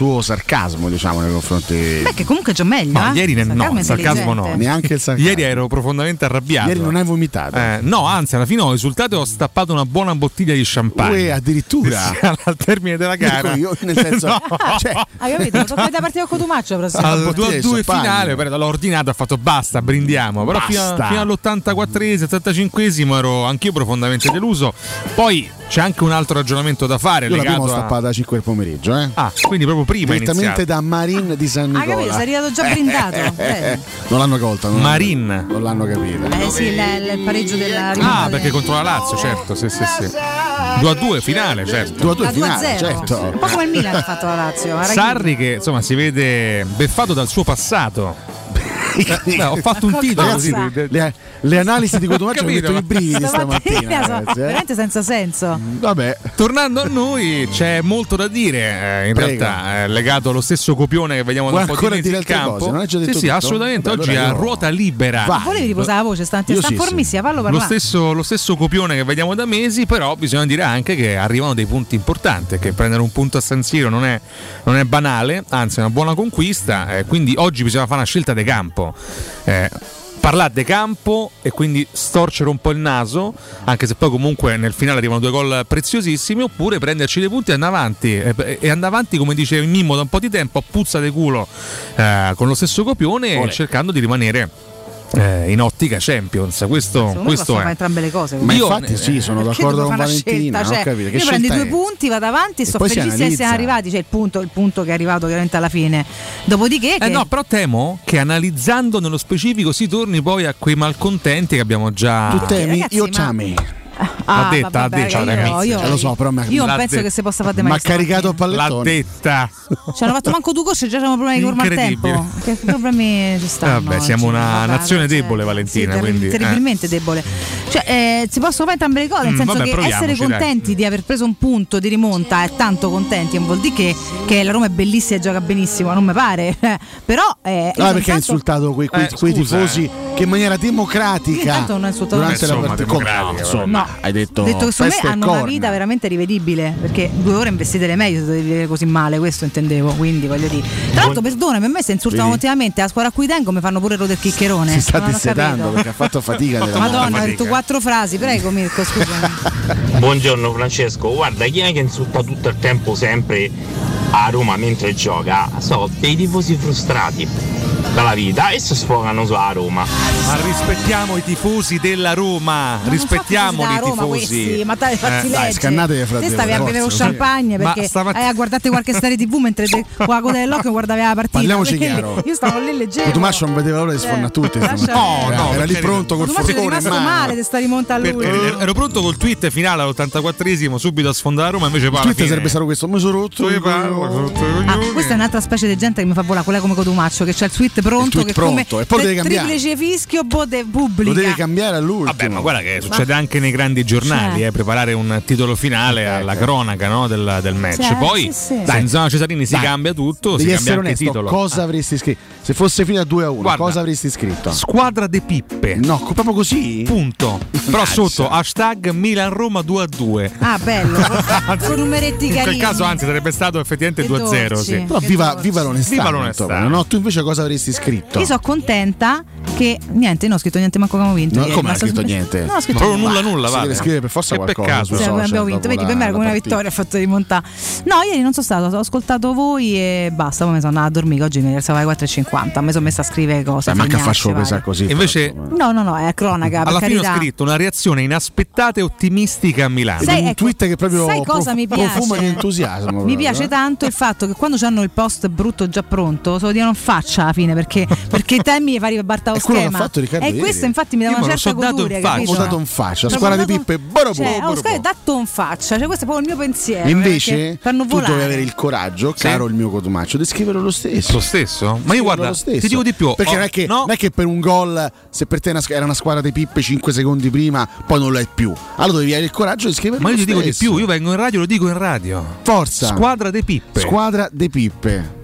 Speaker 15: sarcasmo, diciamo, nei confronti.
Speaker 21: Beh, che comunque è già meglio.
Speaker 22: No,
Speaker 21: eh?
Speaker 22: ieri ne- no, sarcasmo no.
Speaker 15: Neanche il sarcasmo.
Speaker 22: Ieri ero profondamente arrabbiato.
Speaker 15: Ieri non hai vomitato.
Speaker 22: Eh, no, anzi, alla fine ho risultato e ho stappato una buona bottiglia di champagne.
Speaker 15: Uè, addirittura.
Speaker 22: Al termine della gara.
Speaker 15: Io, nel senso,
Speaker 22: no.
Speaker 15: cioè,
Speaker 21: Hai capito? Tocca da partire con Cotumaccio la prossima.
Speaker 22: Al due a due finale, però l'ho ordinato, ha fatto basta, brindiamo. Però fino,
Speaker 15: Basta.
Speaker 22: fino all'ottantaquattresimo, ottantacinquesimo ero anch'io profondamente deluso. Poi c'è anche un altro ragionamento da fare.
Speaker 15: io la
Speaker 22: legato
Speaker 15: prima ho
Speaker 22: a...
Speaker 15: stappata alle cinque del pomeriggio, eh?
Speaker 22: Ah, quindi proprio prima è
Speaker 15: direttamente
Speaker 22: iniziato.
Speaker 15: da Marin di San Nicola.
Speaker 21: Ah, capito? Sei arrivato già brindato. Eh.
Speaker 15: Non l'hanno colta. Non
Speaker 22: Marin.
Speaker 15: L'hanno, non l'hanno capito.
Speaker 21: Eh sì, il, il pareggio della
Speaker 22: Ah, perché contro la Lazio, certo, sì, sì, sì. due a due finale, certo.
Speaker 15: due a due
Speaker 21: Da due a
Speaker 15: finale,
Speaker 21: zero.
Speaker 15: certo.
Speaker 21: Un po' come il Milan ha fatto la Lazio. Arachidi.
Speaker 22: Sarri che insomma si vede beffato dal suo passato. Eh, no, ho fatto un
Speaker 21: Ma
Speaker 22: titolo
Speaker 21: cosa?
Speaker 22: così.
Speaker 15: Le, le analisi di Cotumaccio mi
Speaker 22: Capito,
Speaker 15: mettono i brividi
Speaker 21: Stamattina
Speaker 15: stamattina.
Speaker 21: sono
Speaker 15: ragazzi, eh.
Speaker 21: veramente senza senso.
Speaker 15: Vabbè.
Speaker 22: Tornando a noi, c'è molto da dire, eh, in
Speaker 15: Prego.
Speaker 22: realtà, eh, legato allo stesso copione che vediamo da
Speaker 15: Vuoi
Speaker 22: un po' di
Speaker 15: ancora
Speaker 22: mesi
Speaker 15: dire
Speaker 22: in
Speaker 15: altre
Speaker 22: campo.
Speaker 15: cose? Non hai già detto
Speaker 22: sì, sì,
Speaker 15: tutto?
Speaker 22: assolutamente.
Speaker 15: Vabbè,
Speaker 22: Oggi
Speaker 15: allora
Speaker 22: a
Speaker 15: io-
Speaker 22: ruota libera.
Speaker 15: Vai.
Speaker 21: Volevi riposare la voce stamattina?
Speaker 15: Io
Speaker 21: Sta
Speaker 15: sì,
Speaker 21: formissima, fallo
Speaker 22: Lo
Speaker 21: parlare.
Speaker 22: stesso, lo stesso copione che vediamo da mesi, però bisogna dire anche che arrivano dei punti importanti, che prendere un punto a San Siro non è, non è banale, anzi è una buona conquista, eh, quindi oggi bisogna fare una scelta di campo. Eh, parlare di campo e quindi storcere un po' il naso, anche se poi comunque nel finale arrivano due gol preziosissimi, oppure prenderci dei punti e andare avanti, e, e andare avanti, come dice Mimmo da un po' di tempo, a puzza di culo, eh, con lo stesso copione,
Speaker 15: Olè.
Speaker 22: cercando di rimanere eh, in ottica Champions. Questo,
Speaker 21: Secondo me
Speaker 22: questo
Speaker 21: possono
Speaker 22: è.
Speaker 21: fare entrambe le cose.
Speaker 15: Ma
Speaker 22: Io-
Speaker 15: infatti sì, sono
Speaker 21: Perché
Speaker 15: d'accordo
Speaker 21: devo
Speaker 15: con
Speaker 21: fare una
Speaker 15: Valentina.
Speaker 21: scelta?
Speaker 15: Non
Speaker 21: Cioè,
Speaker 15: capito. Che
Speaker 21: io prendo i
Speaker 15: scelta
Speaker 21: due
Speaker 15: è?
Speaker 21: punti, vado avanti e
Speaker 15: E
Speaker 21: sto
Speaker 15: poi si
Speaker 21: felicissima di essere
Speaker 15: analizza.
Speaker 21: arrivati. C'è il punto, il punto che è arrivato chiaramente alla fine. Dopodiché,
Speaker 22: Eh
Speaker 21: che...
Speaker 22: no, però temo che analizzando nello specifico si torni poi a quei malcontenti che abbiamo già.
Speaker 15: Tu temi,
Speaker 21: ragazzi,
Speaker 15: io
Speaker 21: ma-
Speaker 15: t'ami.
Speaker 21: Ah,
Speaker 22: ha detta,
Speaker 21: vabbè,
Speaker 22: ha detto,
Speaker 21: io-
Speaker 22: ragazzi.
Speaker 21: io,
Speaker 15: Eh, lo so, però mi-
Speaker 21: io non
Speaker 22: l'ha
Speaker 21: penso
Speaker 15: de-
Speaker 21: che si possa fare
Speaker 15: Ma
Speaker 21: mai
Speaker 15: ha caricato a
Speaker 22: L'ha
Speaker 15: pallettone.
Speaker 22: detta.
Speaker 21: ci hanno fatto manco due cose, già abbiamo problemi con il
Speaker 22: Incredibile.
Speaker 21: tempo. Che problemi ci stanno?
Speaker 22: Vabbè, siamo
Speaker 21: oggi?
Speaker 22: una
Speaker 21: Vabbè,
Speaker 22: nazione
Speaker 21: cioè,
Speaker 22: debole, Valentina,
Speaker 21: sì, terri-
Speaker 22: quindi, eh.
Speaker 21: terribilmente debole. Cioè, eh, si possono fare entrambe le cose, nel
Speaker 22: Mm,
Speaker 21: senso
Speaker 22: vabbè,
Speaker 21: che
Speaker 22: proviamoci,
Speaker 21: essere
Speaker 22: dai.
Speaker 21: contenti di aver preso un punto di rimonta e tanto contenti non vuol dire che, che la Roma è bellissima e gioca benissimo, non mi pare. Però eh, io
Speaker 15: Ah, perché hai
Speaker 21: intanto-
Speaker 15: insultato quei, quei,
Speaker 22: Eh,
Speaker 15: quei
Speaker 22: scusa,
Speaker 15: tifosi che in maniera democratica
Speaker 21: Io intanto non ho insultato
Speaker 15: durante la
Speaker 22: nessuno.
Speaker 15: partita.
Speaker 22: Insomma,
Speaker 15: Come no,
Speaker 22: democratica,
Speaker 15: insomma,
Speaker 21: No,
Speaker 15: hai detto,
Speaker 21: ho detto che secondo
Speaker 15: festa
Speaker 21: me
Speaker 15: e
Speaker 21: hanno una
Speaker 15: corna.
Speaker 21: vita veramente rivedibile, perché due ore investitele meglio se devi vedere così male, questo intendevo, quindi voglio dire. Tra l'altro perdonami, a me se insultano
Speaker 15: Vedi?
Speaker 21: continuamente la squadra a cui tengo mi fanno pure rodere il chiccherone.
Speaker 15: Si sta
Speaker 21: Non ho
Speaker 15: dissetando
Speaker 21: capito.
Speaker 15: perché ha fatto fatica nella
Speaker 21: Madonna, ho
Speaker 22: fatica.
Speaker 21: detto quattro frasi, prego Mirko, scusami.
Speaker 7: Buongiorno Francesco, guarda chi è che insulta tutto il tempo sempre a Roma mentre gioca? So, dei tifosi frustrati dalla vita e si sfogano sulla Roma.
Speaker 22: Ma rispettiamo i tifosi della Roma,
Speaker 21: Ma
Speaker 22: rispettiamo
Speaker 21: non so
Speaker 22: i
Speaker 21: da Roma
Speaker 22: tifosi.
Speaker 21: questi, ma dai, fatti
Speaker 22: Eh,
Speaker 15: dai,
Speaker 21: leggere.
Speaker 15: scannatevi fra
Speaker 21: Te
Speaker 15: Dio,
Speaker 21: stavi a
Speaker 15: forza,
Speaker 21: bere lo
Speaker 15: sì.
Speaker 21: champagne
Speaker 22: Ma
Speaker 21: perché
Speaker 22: stamat-
Speaker 21: eh, a guardate qualche serie tivù mentre te, con la coda dell'occhio guardavi la partita.
Speaker 15: Parliamoci
Speaker 21: quindi
Speaker 15: chiaro.
Speaker 21: Io stavo lì leggevo.
Speaker 15: Cotumaccio non vedeva l'ora di sfornare tutti
Speaker 21: lascia-
Speaker 15: stamattina.
Speaker 22: No, no,
Speaker 15: era lì
Speaker 22: perché-
Speaker 15: pronto col
Speaker 21: Cotumaccio è
Speaker 15: forcone in
Speaker 21: rimasto
Speaker 15: mano.
Speaker 21: male di sta rimonta a lui.
Speaker 22: Perché ero pronto col tweet finale all'ottantaquattresimo subito a sfondare Roma, invece poi
Speaker 15: Il
Speaker 22: alla
Speaker 15: tweet
Speaker 22: fine-
Speaker 15: sarebbe stato questo, mi sono rotto
Speaker 22: Dove
Speaker 15: i
Speaker 22: parlo?
Speaker 15: coglioni.
Speaker 22: Sotto i
Speaker 21: Ah,
Speaker 22: coglioni.
Speaker 21: questa è un'altra specie di gente che mi fa volare, quella come Cotumaccio, che c'ha il tweet pronto,
Speaker 15: Il tweet
Speaker 21: che
Speaker 15: pronto,
Speaker 21: come
Speaker 15: e poi lo deve
Speaker 21: tri-
Speaker 15: cambiare.
Speaker 21: triplice fischio, boh, de- pubblica.
Speaker 15: Lo devi cambiare all'ultimo.
Speaker 22: Vabbè, ma guarda che succede anche nei grandi giornali,
Speaker 21: Cioè.
Speaker 22: eh, preparare un titolo finale alla cronaca, no, del, del match.
Speaker 21: Cioè,
Speaker 22: Poi
Speaker 21: sì, sì.
Speaker 22: se in zona Cesarini si
Speaker 15: Dai.
Speaker 22: cambia tutto,
Speaker 15: Devi
Speaker 22: si cambia
Speaker 15: essere
Speaker 22: anche il
Speaker 15: onesto,
Speaker 22: titolo.
Speaker 15: cosa avresti scritto? Se fosse finita due a uno,
Speaker 22: Guarda.
Speaker 15: cosa avresti scritto?
Speaker 22: Squadra de pippe.
Speaker 15: No, proprio così?
Speaker 22: Punto. Però
Speaker 15: Mannaggia.
Speaker 22: sotto hashtag Milan Roma due a due.
Speaker 21: Ah, bello, con numeretti
Speaker 22: In quel
Speaker 21: carini.
Speaker 22: caso anzi sarebbe stato effettivamente
Speaker 21: Che
Speaker 22: due a zero,
Speaker 21: dolci.
Speaker 22: sì.
Speaker 15: Però
Speaker 21: Che
Speaker 15: viva,
Speaker 21: dolci.
Speaker 15: viva l'onestà.
Speaker 22: Viva l'onestà.
Speaker 15: Antonio, no? Tu invece cosa avresti scritto?
Speaker 21: Io sono contenta che niente, non ho scritto niente, manco che abbiamo vinto.
Speaker 15: No,
Speaker 21: ieri,
Speaker 15: come
Speaker 21: basta
Speaker 15: hai scritto
Speaker 21: semplicemente-
Speaker 15: niente?
Speaker 21: Non ho scritto
Speaker 22: Proprio
Speaker 21: niente.
Speaker 22: nulla nulla,
Speaker 15: Si
Speaker 22: vale.
Speaker 15: deve scrivere per forza
Speaker 22: Che
Speaker 15: qualcosa.
Speaker 22: peccato.
Speaker 15: sui
Speaker 21: Sì,
Speaker 15: social
Speaker 21: abbiamo vinto,
Speaker 15: dopo
Speaker 21: vedi,
Speaker 15: la-
Speaker 21: per me era come
Speaker 15: la
Speaker 21: una
Speaker 15: partita.
Speaker 21: vittoria, ho fatto rimontare. No, ieri non sono stato, ho ascoltato voi e basta, poi mi sono andata a dormire, oggi mi versavo alle quattro e cinquanta, mi sono messa a scrivere cose.
Speaker 15: Dai, manca
Speaker 21: fregnacce,
Speaker 15: faccio
Speaker 21: varie.
Speaker 15: pesare così.
Speaker 22: E invece
Speaker 21: No, no, no, è cronaca, per
Speaker 22: alla fine ho
Speaker 21: carità.
Speaker 22: scritto una reazione inaspettata e ottimistica a Milano.
Speaker 21: Sai,
Speaker 15: un
Speaker 21: ecco,
Speaker 15: tweet che proprio
Speaker 21: sai cosa
Speaker 15: prof-
Speaker 21: mi piace?
Speaker 15: profuma di entusiasmo.
Speaker 21: Mi
Speaker 15: proprio,
Speaker 21: piace
Speaker 15: eh?
Speaker 21: tanto il fatto che quando hanno il post brutto già pronto, solo dire non faccia alla fine perché, perché i temi mi fa ribaltare
Speaker 15: È
Speaker 21: lo
Speaker 15: quello che
Speaker 21: schema.
Speaker 15: ha fatto Riccardo
Speaker 21: e
Speaker 15: ieri.
Speaker 21: questo infatti mi dà
Speaker 22: Io
Speaker 21: una
Speaker 22: me lo
Speaker 21: certa
Speaker 22: so dato in
Speaker 21: goduria,
Speaker 22: faccia.
Speaker 21: capito?
Speaker 15: Ho dato in faccia,
Speaker 21: Proprio
Speaker 15: squadra di
Speaker 21: dato-
Speaker 15: pippe, borobo,
Speaker 21: cioè, ho
Speaker 15: borobo.
Speaker 21: scritto dato in faccia, cioè questo è proprio il mio pensiero.
Speaker 15: E invece
Speaker 21: perché fanno
Speaker 15: tu
Speaker 21: volare.
Speaker 15: devi avere il coraggio,
Speaker 22: Sì.
Speaker 15: caro il mio Cotumaccio, di scriverlo lo stesso.
Speaker 22: Lo stesso? Ma io
Speaker 15: Scriverlo
Speaker 22: guarda,
Speaker 15: lo stesso.
Speaker 22: ti dico di più.
Speaker 15: Perché
Speaker 22: Oh,
Speaker 15: non, è che,
Speaker 22: no.
Speaker 15: non è che per un gol, se per te era una- era una squadra di pippe cinque secondi prima, poi non lo è più. Allora devi avere il coraggio di scriverlo
Speaker 22: Ma io
Speaker 15: lo
Speaker 22: ti dico di
Speaker 15: stesso.
Speaker 22: più, io vengo in radio e lo dico in radio.
Speaker 15: Forza.
Speaker 22: Squadra de pippe.
Speaker 15: Squadra de pippe.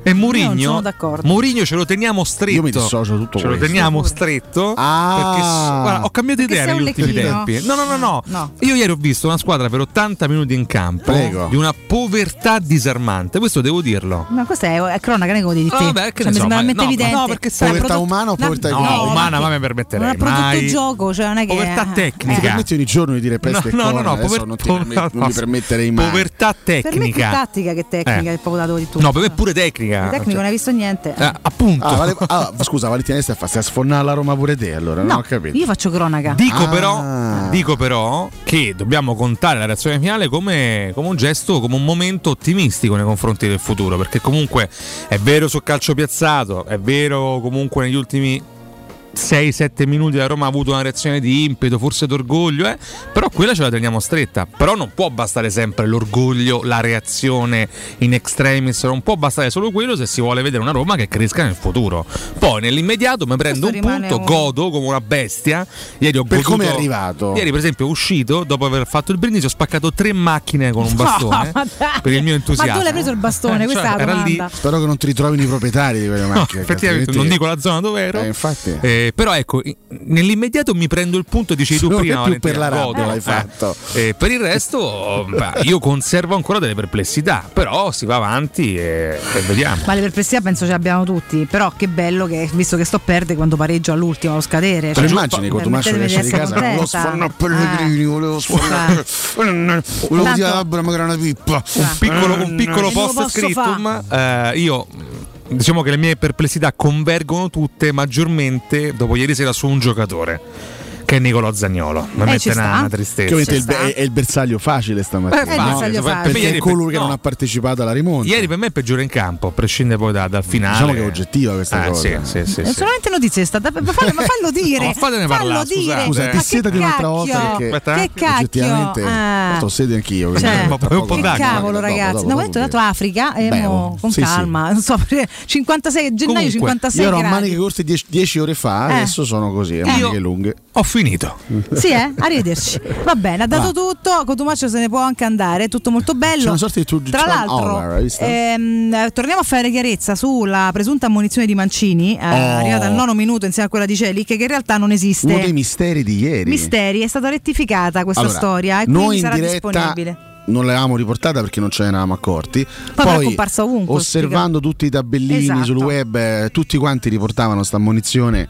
Speaker 22: E Mourinho,
Speaker 21: non sono d'accordo.
Speaker 22: Mourinho ce lo teniamo stretto.
Speaker 15: Io mi dissocio tutto
Speaker 22: Ce
Speaker 15: questo.
Speaker 22: lo teniamo stretto.
Speaker 15: Ah.
Speaker 22: Perché guarda, ho cambiato
Speaker 21: Perché
Speaker 22: idea
Speaker 21: sei
Speaker 22: negli
Speaker 21: un
Speaker 22: ultimi
Speaker 21: lecchino?
Speaker 22: tempi. No, no, no, no,
Speaker 21: No.
Speaker 22: Io ieri ho visto una squadra per ottanta minuti in campo
Speaker 15: Prego.
Speaker 22: di una povertà disarmante. Questo devo dirlo.
Speaker 21: Ma questa è, è cronaca, non è come di te.
Speaker 22: Ah, vabbè, che
Speaker 21: Cioè,
Speaker 22: ne
Speaker 21: mi
Speaker 22: so,
Speaker 21: sembra
Speaker 22: ma-
Speaker 21: talmente
Speaker 22: no, ma-
Speaker 21: evidente.
Speaker 22: no, perché sai-
Speaker 21: Cioè,
Speaker 15: Povertà
Speaker 21: prodotto-
Speaker 15: umana o
Speaker 21: una-
Speaker 15: povertà
Speaker 22: No,
Speaker 15: economica?
Speaker 22: umana, ma mi
Speaker 21: Non ha
Speaker 22: permetterei
Speaker 21: prodotto
Speaker 22: mai.
Speaker 21: gioco, cioè non è che
Speaker 22: Povertà
Speaker 21: eh,
Speaker 22: tecnica.
Speaker 15: Mi
Speaker 21: eh.
Speaker 15: permetti ogni giorno di dire peste e
Speaker 22: No, no, no,
Speaker 15: corna,
Speaker 22: no,
Speaker 15: adesso
Speaker 22: pover-
Speaker 15: non, ti permet-
Speaker 22: no,
Speaker 15: non mi permetterei mai.
Speaker 22: Povertà
Speaker 21: Per me è più
Speaker 22: tecnica.
Speaker 21: tattica che tecnica,
Speaker 22: Eh.
Speaker 21: è proprio dato di tutto.
Speaker 22: No, per me è pure tecnica.
Speaker 21: Il tecnico non hai visto niente.
Speaker 22: Eh, appunto.
Speaker 15: Ah, vale- ah, scusa, Valentina Steffa, stai a sfonnare la Roma pure te allora? Non
Speaker 21: No,
Speaker 15: ho capito.
Speaker 21: io faccio cronaca.
Speaker 22: Dico,
Speaker 15: Ah.
Speaker 22: però, dico però che dobbiamo contare la reazione finale come, come un gesto, come un momento ottimistico nei confronti del futuro, perché comunque è vero sul calcio piazzato, è vero comunque negli ultimi sei sette minuti la Roma ha avuto una reazione di impeto, forse d'orgoglio, eh? Però quella ce la teniamo stretta. Però non può bastare sempre l'orgoglio, la reazione in extremis, non può bastare solo quello se si vuole vedere una Roma che cresca nel futuro. Poi nell'immediato mi prendo un
Speaker 21: Questo rimane
Speaker 22: punto,
Speaker 21: un-
Speaker 22: godo come una bestia. Ieri ho
Speaker 15: Per
Speaker 22: goduto-
Speaker 15: come è arrivato.
Speaker 22: Ieri per esempio uscito, dopo aver fatto il brindisi, ho spaccato tre macchine con un bastone
Speaker 21: ma dai.
Speaker 22: per il mio entusiasmo.
Speaker 21: Ma tu l'hai preso il bastone?
Speaker 22: Eh,
Speaker 21: Questa
Speaker 22: cioè,
Speaker 21: è la
Speaker 22: era lì.
Speaker 21: domanda.
Speaker 15: Spero che non ti ritrovino i proprietari di quelle
Speaker 22: No,
Speaker 15: macchine. che
Speaker 22: effettivamente
Speaker 15: altrimenti-
Speaker 22: non dico la zona dove ero.
Speaker 15: Eh, infatti.
Speaker 22: Eh, però ecco, i- nell'immediato mi prendo il punto, dicevi tu
Speaker 15: Solo
Speaker 22: prima,
Speaker 15: che più per
Speaker 22: Valentina,
Speaker 15: la rabbia
Speaker 22: godo.
Speaker 15: l'hai
Speaker 22: Eh,
Speaker 15: fatto.
Speaker 22: eh, per il resto beh, io conservo ancora delle perplessità, però si va avanti e, e vediamo.
Speaker 21: Ma le perplessità penso ce le abbiamo tutti. Però che bello che, visto che sto a perdere, quando pareggio all'ultimo allo scadere.
Speaker 15: Te lo
Speaker 21: Cioè,
Speaker 15: immagini con Tommaso che
Speaker 21: permettetemi
Speaker 15: esce di
Speaker 21: essere
Speaker 15: casa? Volevo
Speaker 21: contenta.
Speaker 15: sfonnare Pellegrini, volevo sfonnare. Volevo
Speaker 21: Tanto-
Speaker 15: dire Abram che era una pippa.
Speaker 22: Un piccolo, un piccolo
Speaker 21: E non lo
Speaker 22: post
Speaker 21: posso
Speaker 22: scriptum, eh, io diciamo che le mie perplessità convergono tutte maggiormente dopo ieri sera su un giocatore, che è Nicolò Zaniolo. Mi
Speaker 21: Eh,
Speaker 22: mette
Speaker 21: ci
Speaker 22: una,
Speaker 21: sta.
Speaker 22: una tristezza.
Speaker 15: Che ovviamente è il,
Speaker 21: sta.
Speaker 15: be- è il bersaglio facile stamattina.
Speaker 22: Eh,
Speaker 21: È il
Speaker 15: no?
Speaker 21: bersaglio
Speaker 22: per-
Speaker 21: facile.
Speaker 22: per
Speaker 15: Perché
Speaker 22: ieri
Speaker 15: è colui
Speaker 22: per-
Speaker 15: che non
Speaker 22: no.
Speaker 15: ha partecipato alla rimonta.
Speaker 22: Ieri per me è peggiore in campo, a prescindere poi da- dal finale.
Speaker 15: Diciamo che è oggettiva questa
Speaker 22: Eh,
Speaker 15: cosa.
Speaker 22: sì, sì, sì,
Speaker 21: È
Speaker 22: sì.
Speaker 21: solamente notizie, è stata- ma fallo, ma fallo dire.
Speaker 22: No, fatene
Speaker 21: fallo
Speaker 22: parlare,
Speaker 21: dire.
Speaker 22: scusate.
Speaker 15: Scusa,
Speaker 22: Eh.
Speaker 15: ti
Speaker 21: Ma che
Speaker 15: siedati un'altra volta
Speaker 21: cacchio?
Speaker 15: perché
Speaker 22: Aspetta,
Speaker 21: Che cacchio?
Speaker 15: oggettivamente
Speaker 21: Ah.
Speaker 15: sto sedi anch'io. quindi
Speaker 21: Cioè,
Speaker 15: tra
Speaker 22: un po'
Speaker 15: poco-
Speaker 22: d'acqua.
Speaker 21: Che
Speaker 22: D'accordo,
Speaker 21: cavolo,
Speaker 15: dopo,
Speaker 21: ragazzi.
Speaker 15: dopo,
Speaker 21: No,
Speaker 15: dopo,
Speaker 21: questo è
Speaker 15: dopo.
Speaker 21: dato Africa e
Speaker 15: Beh,
Speaker 21: mo,
Speaker 15: oh,
Speaker 21: con
Speaker 15: sì, sì.
Speaker 21: calma. Non so, cinquantasei gennaio,
Speaker 22: Comunque,
Speaker 21: cinquantasei
Speaker 15: Io ero a
Speaker 21: gradi.
Speaker 15: maniche corte dieci ore fa,
Speaker 21: Eh.
Speaker 15: adesso sono così, a maniche lunghe.
Speaker 22: Ho finito.
Speaker 21: Sì, eh? Arrivederci. Va bene, ha dato tutto. Cotumaccio se ne può anche andare. Tutto molto bello.
Speaker 15: C'è una sorta di tu-
Speaker 21: Tra
Speaker 15: John
Speaker 21: l'altro,
Speaker 15: Oliver, hai visto?
Speaker 21: ehm, torniamo a fare chiarezza sulla presunta ammonizione di Mancini, eh,
Speaker 15: Oh.
Speaker 21: arrivata al nono minuto insieme a quella di Celic, che in realtà non esiste.
Speaker 15: Uno dei misteri di ieri.
Speaker 21: Misteri, è stata rettificata questa
Speaker 15: Allora,
Speaker 21: storia e
Speaker 15: noi
Speaker 21: quindi
Speaker 15: in
Speaker 21: sarà
Speaker 15: diretta
Speaker 21: disponibile.
Speaker 15: non l'avevamo riportata perché non ce ne eravamo accorti.
Speaker 21: però è
Speaker 15: Poi,
Speaker 21: comparsa ovunque,
Speaker 15: osservando tutti i tabellini
Speaker 21: Esatto.
Speaker 15: sul web, eh, tutti quanti riportavano sta ammonizione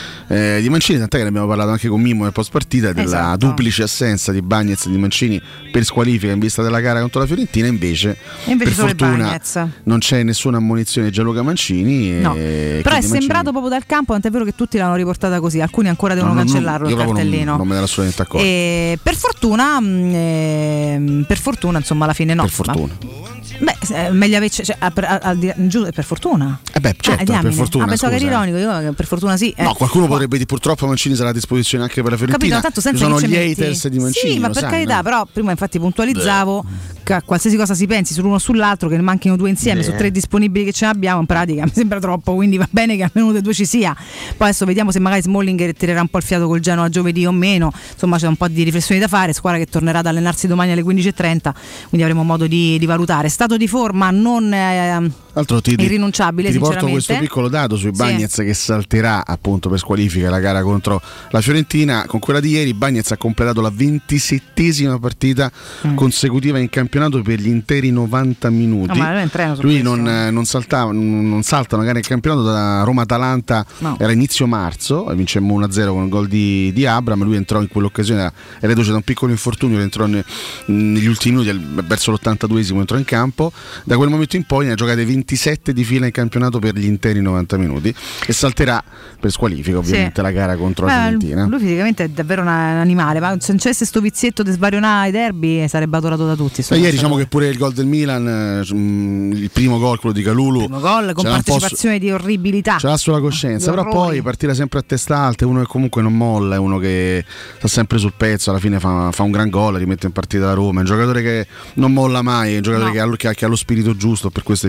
Speaker 15: eh, di Mancini, tant'è che ne abbiamo parlato anche con Mimmo nel post partita della
Speaker 21: Esatto.
Speaker 15: duplice assenza di Bagnez e di Mancini per squalifica in vista della gara contro la Fiorentina. Invece,
Speaker 21: E invece
Speaker 15: per
Speaker 21: solo
Speaker 15: fortuna
Speaker 21: Bagnez.
Speaker 15: non c'è nessuna ammonizione di Gianluca Mancini.
Speaker 21: No,
Speaker 15: e
Speaker 21: però è
Speaker 15: quindi
Speaker 21: sembrato
Speaker 15: Mancini-
Speaker 21: proprio dal campo, tant'è vero che tutti l'hanno riportata così, alcuni ancora devono
Speaker 15: No, no, no,
Speaker 21: cancellarlo
Speaker 15: io
Speaker 21: il
Speaker 15: proprio non-
Speaker 21: cartellino.
Speaker 15: Non, me ne ero assolutamente accorto.
Speaker 21: E per fortuna, mh, ehm, per fortuna, insomma, alla fine no.
Speaker 15: Per fortuna.
Speaker 21: Ma- beh, eh, meglio averci, cioè, a- a- al di- giù per fortuna.
Speaker 15: Eh beh, certo,
Speaker 21: Ah, diamine.
Speaker 15: per fortuna.
Speaker 21: Ah, pensavo che
Speaker 15: scusa.
Speaker 21: era ironico, io per fortuna sì. eh.
Speaker 15: No, qualcuno potrebbe dire purtroppo Mancini sarà a disposizione anche per la Fiorentina.
Speaker 21: Capito, tanto senza
Speaker 15: Ci sono gli
Speaker 21: linciamenti.
Speaker 15: haters di Mancini.
Speaker 21: Sì, ma
Speaker 15: lo
Speaker 21: per
Speaker 15: sai,
Speaker 21: carità,
Speaker 15: no?
Speaker 21: però prima infatti puntualizzavo che a qualsiasi cosa si pensi sull'uno o sull'altro, che ne manchino due insieme
Speaker 15: Beh.
Speaker 21: su tre disponibili che ce ne abbiamo, in pratica mi sembra troppo, quindi va bene che almeno due due ci sia. Poi adesso vediamo se magari Smalling tirerà un po' il fiato col Genoa giovedì o meno, insomma c'è un po' di riflessioni da fare, squadra che tornerà ad allenarsi domani alle quindici e trenta, quindi avremo modo di, di valutare. Stato di forma non eh,
Speaker 15: Altro ti,
Speaker 21: irrinunciabile,
Speaker 15: ti riporto
Speaker 21: sinceramente.
Speaker 15: questo piccolo dato sui
Speaker 21: Sì.
Speaker 15: Bagnez che salterà appunto per squalifica la gara contro la Fiorentina. Con quella di ieri Bagnez ha completato la ventisettesima partita
Speaker 21: Mm.
Speaker 15: consecutiva in campionato per gli interi novanta minuti.
Speaker 21: No, ma noi entriamo su
Speaker 15: Lui
Speaker 21: questo.
Speaker 15: non, eh, non saltava, non, non salta una gara in campionato da Roma-Atalanta,
Speaker 21: No.
Speaker 15: era inizio marzo, e vincemmo uno a zero con il gol di, di Abram. Lui entrò in quell'occasione, era reduce da un piccolo infortunio, entrò ne- negli ultimi minuti, al- verso l'ottantaduesimo entrò in campo. Da quel momento in poi ne ha giocate ventisette di fila in campionato per gli interi novanta minuti e salterà per squalifica ovviamente
Speaker 21: Sì.
Speaker 15: la gara contro la
Speaker 21: Beh,
Speaker 15: Fiorentina.
Speaker 21: lui fisicamente è davvero una- un animale, ma se non c'è sto vizietto di svarionare i derby sarebbe adorato da tutti.
Speaker 15: E ieri diciamo che pure il gol del Milan, eh, mm, il primo gol, quello di Calulu,
Speaker 21: primo gol con
Speaker 15: ce l'ha un po' su-
Speaker 21: partecipazione di orribilità.
Speaker 15: ce l'ha sulla coscienza,
Speaker 21: Di
Speaker 15: però
Speaker 21: orrori.
Speaker 15: poi partire sempre a testa alta, uno che comunque non molla, è uno che sta sempre sul pezzo, alla fine fa, fa un gran gol, rimette in partita la Roma, è un giocatore che non molla mai, è un giocatore
Speaker 21: No.
Speaker 15: che, ha, che ha- che ha lo spirito giusto, per questo gli piace a Mourinho.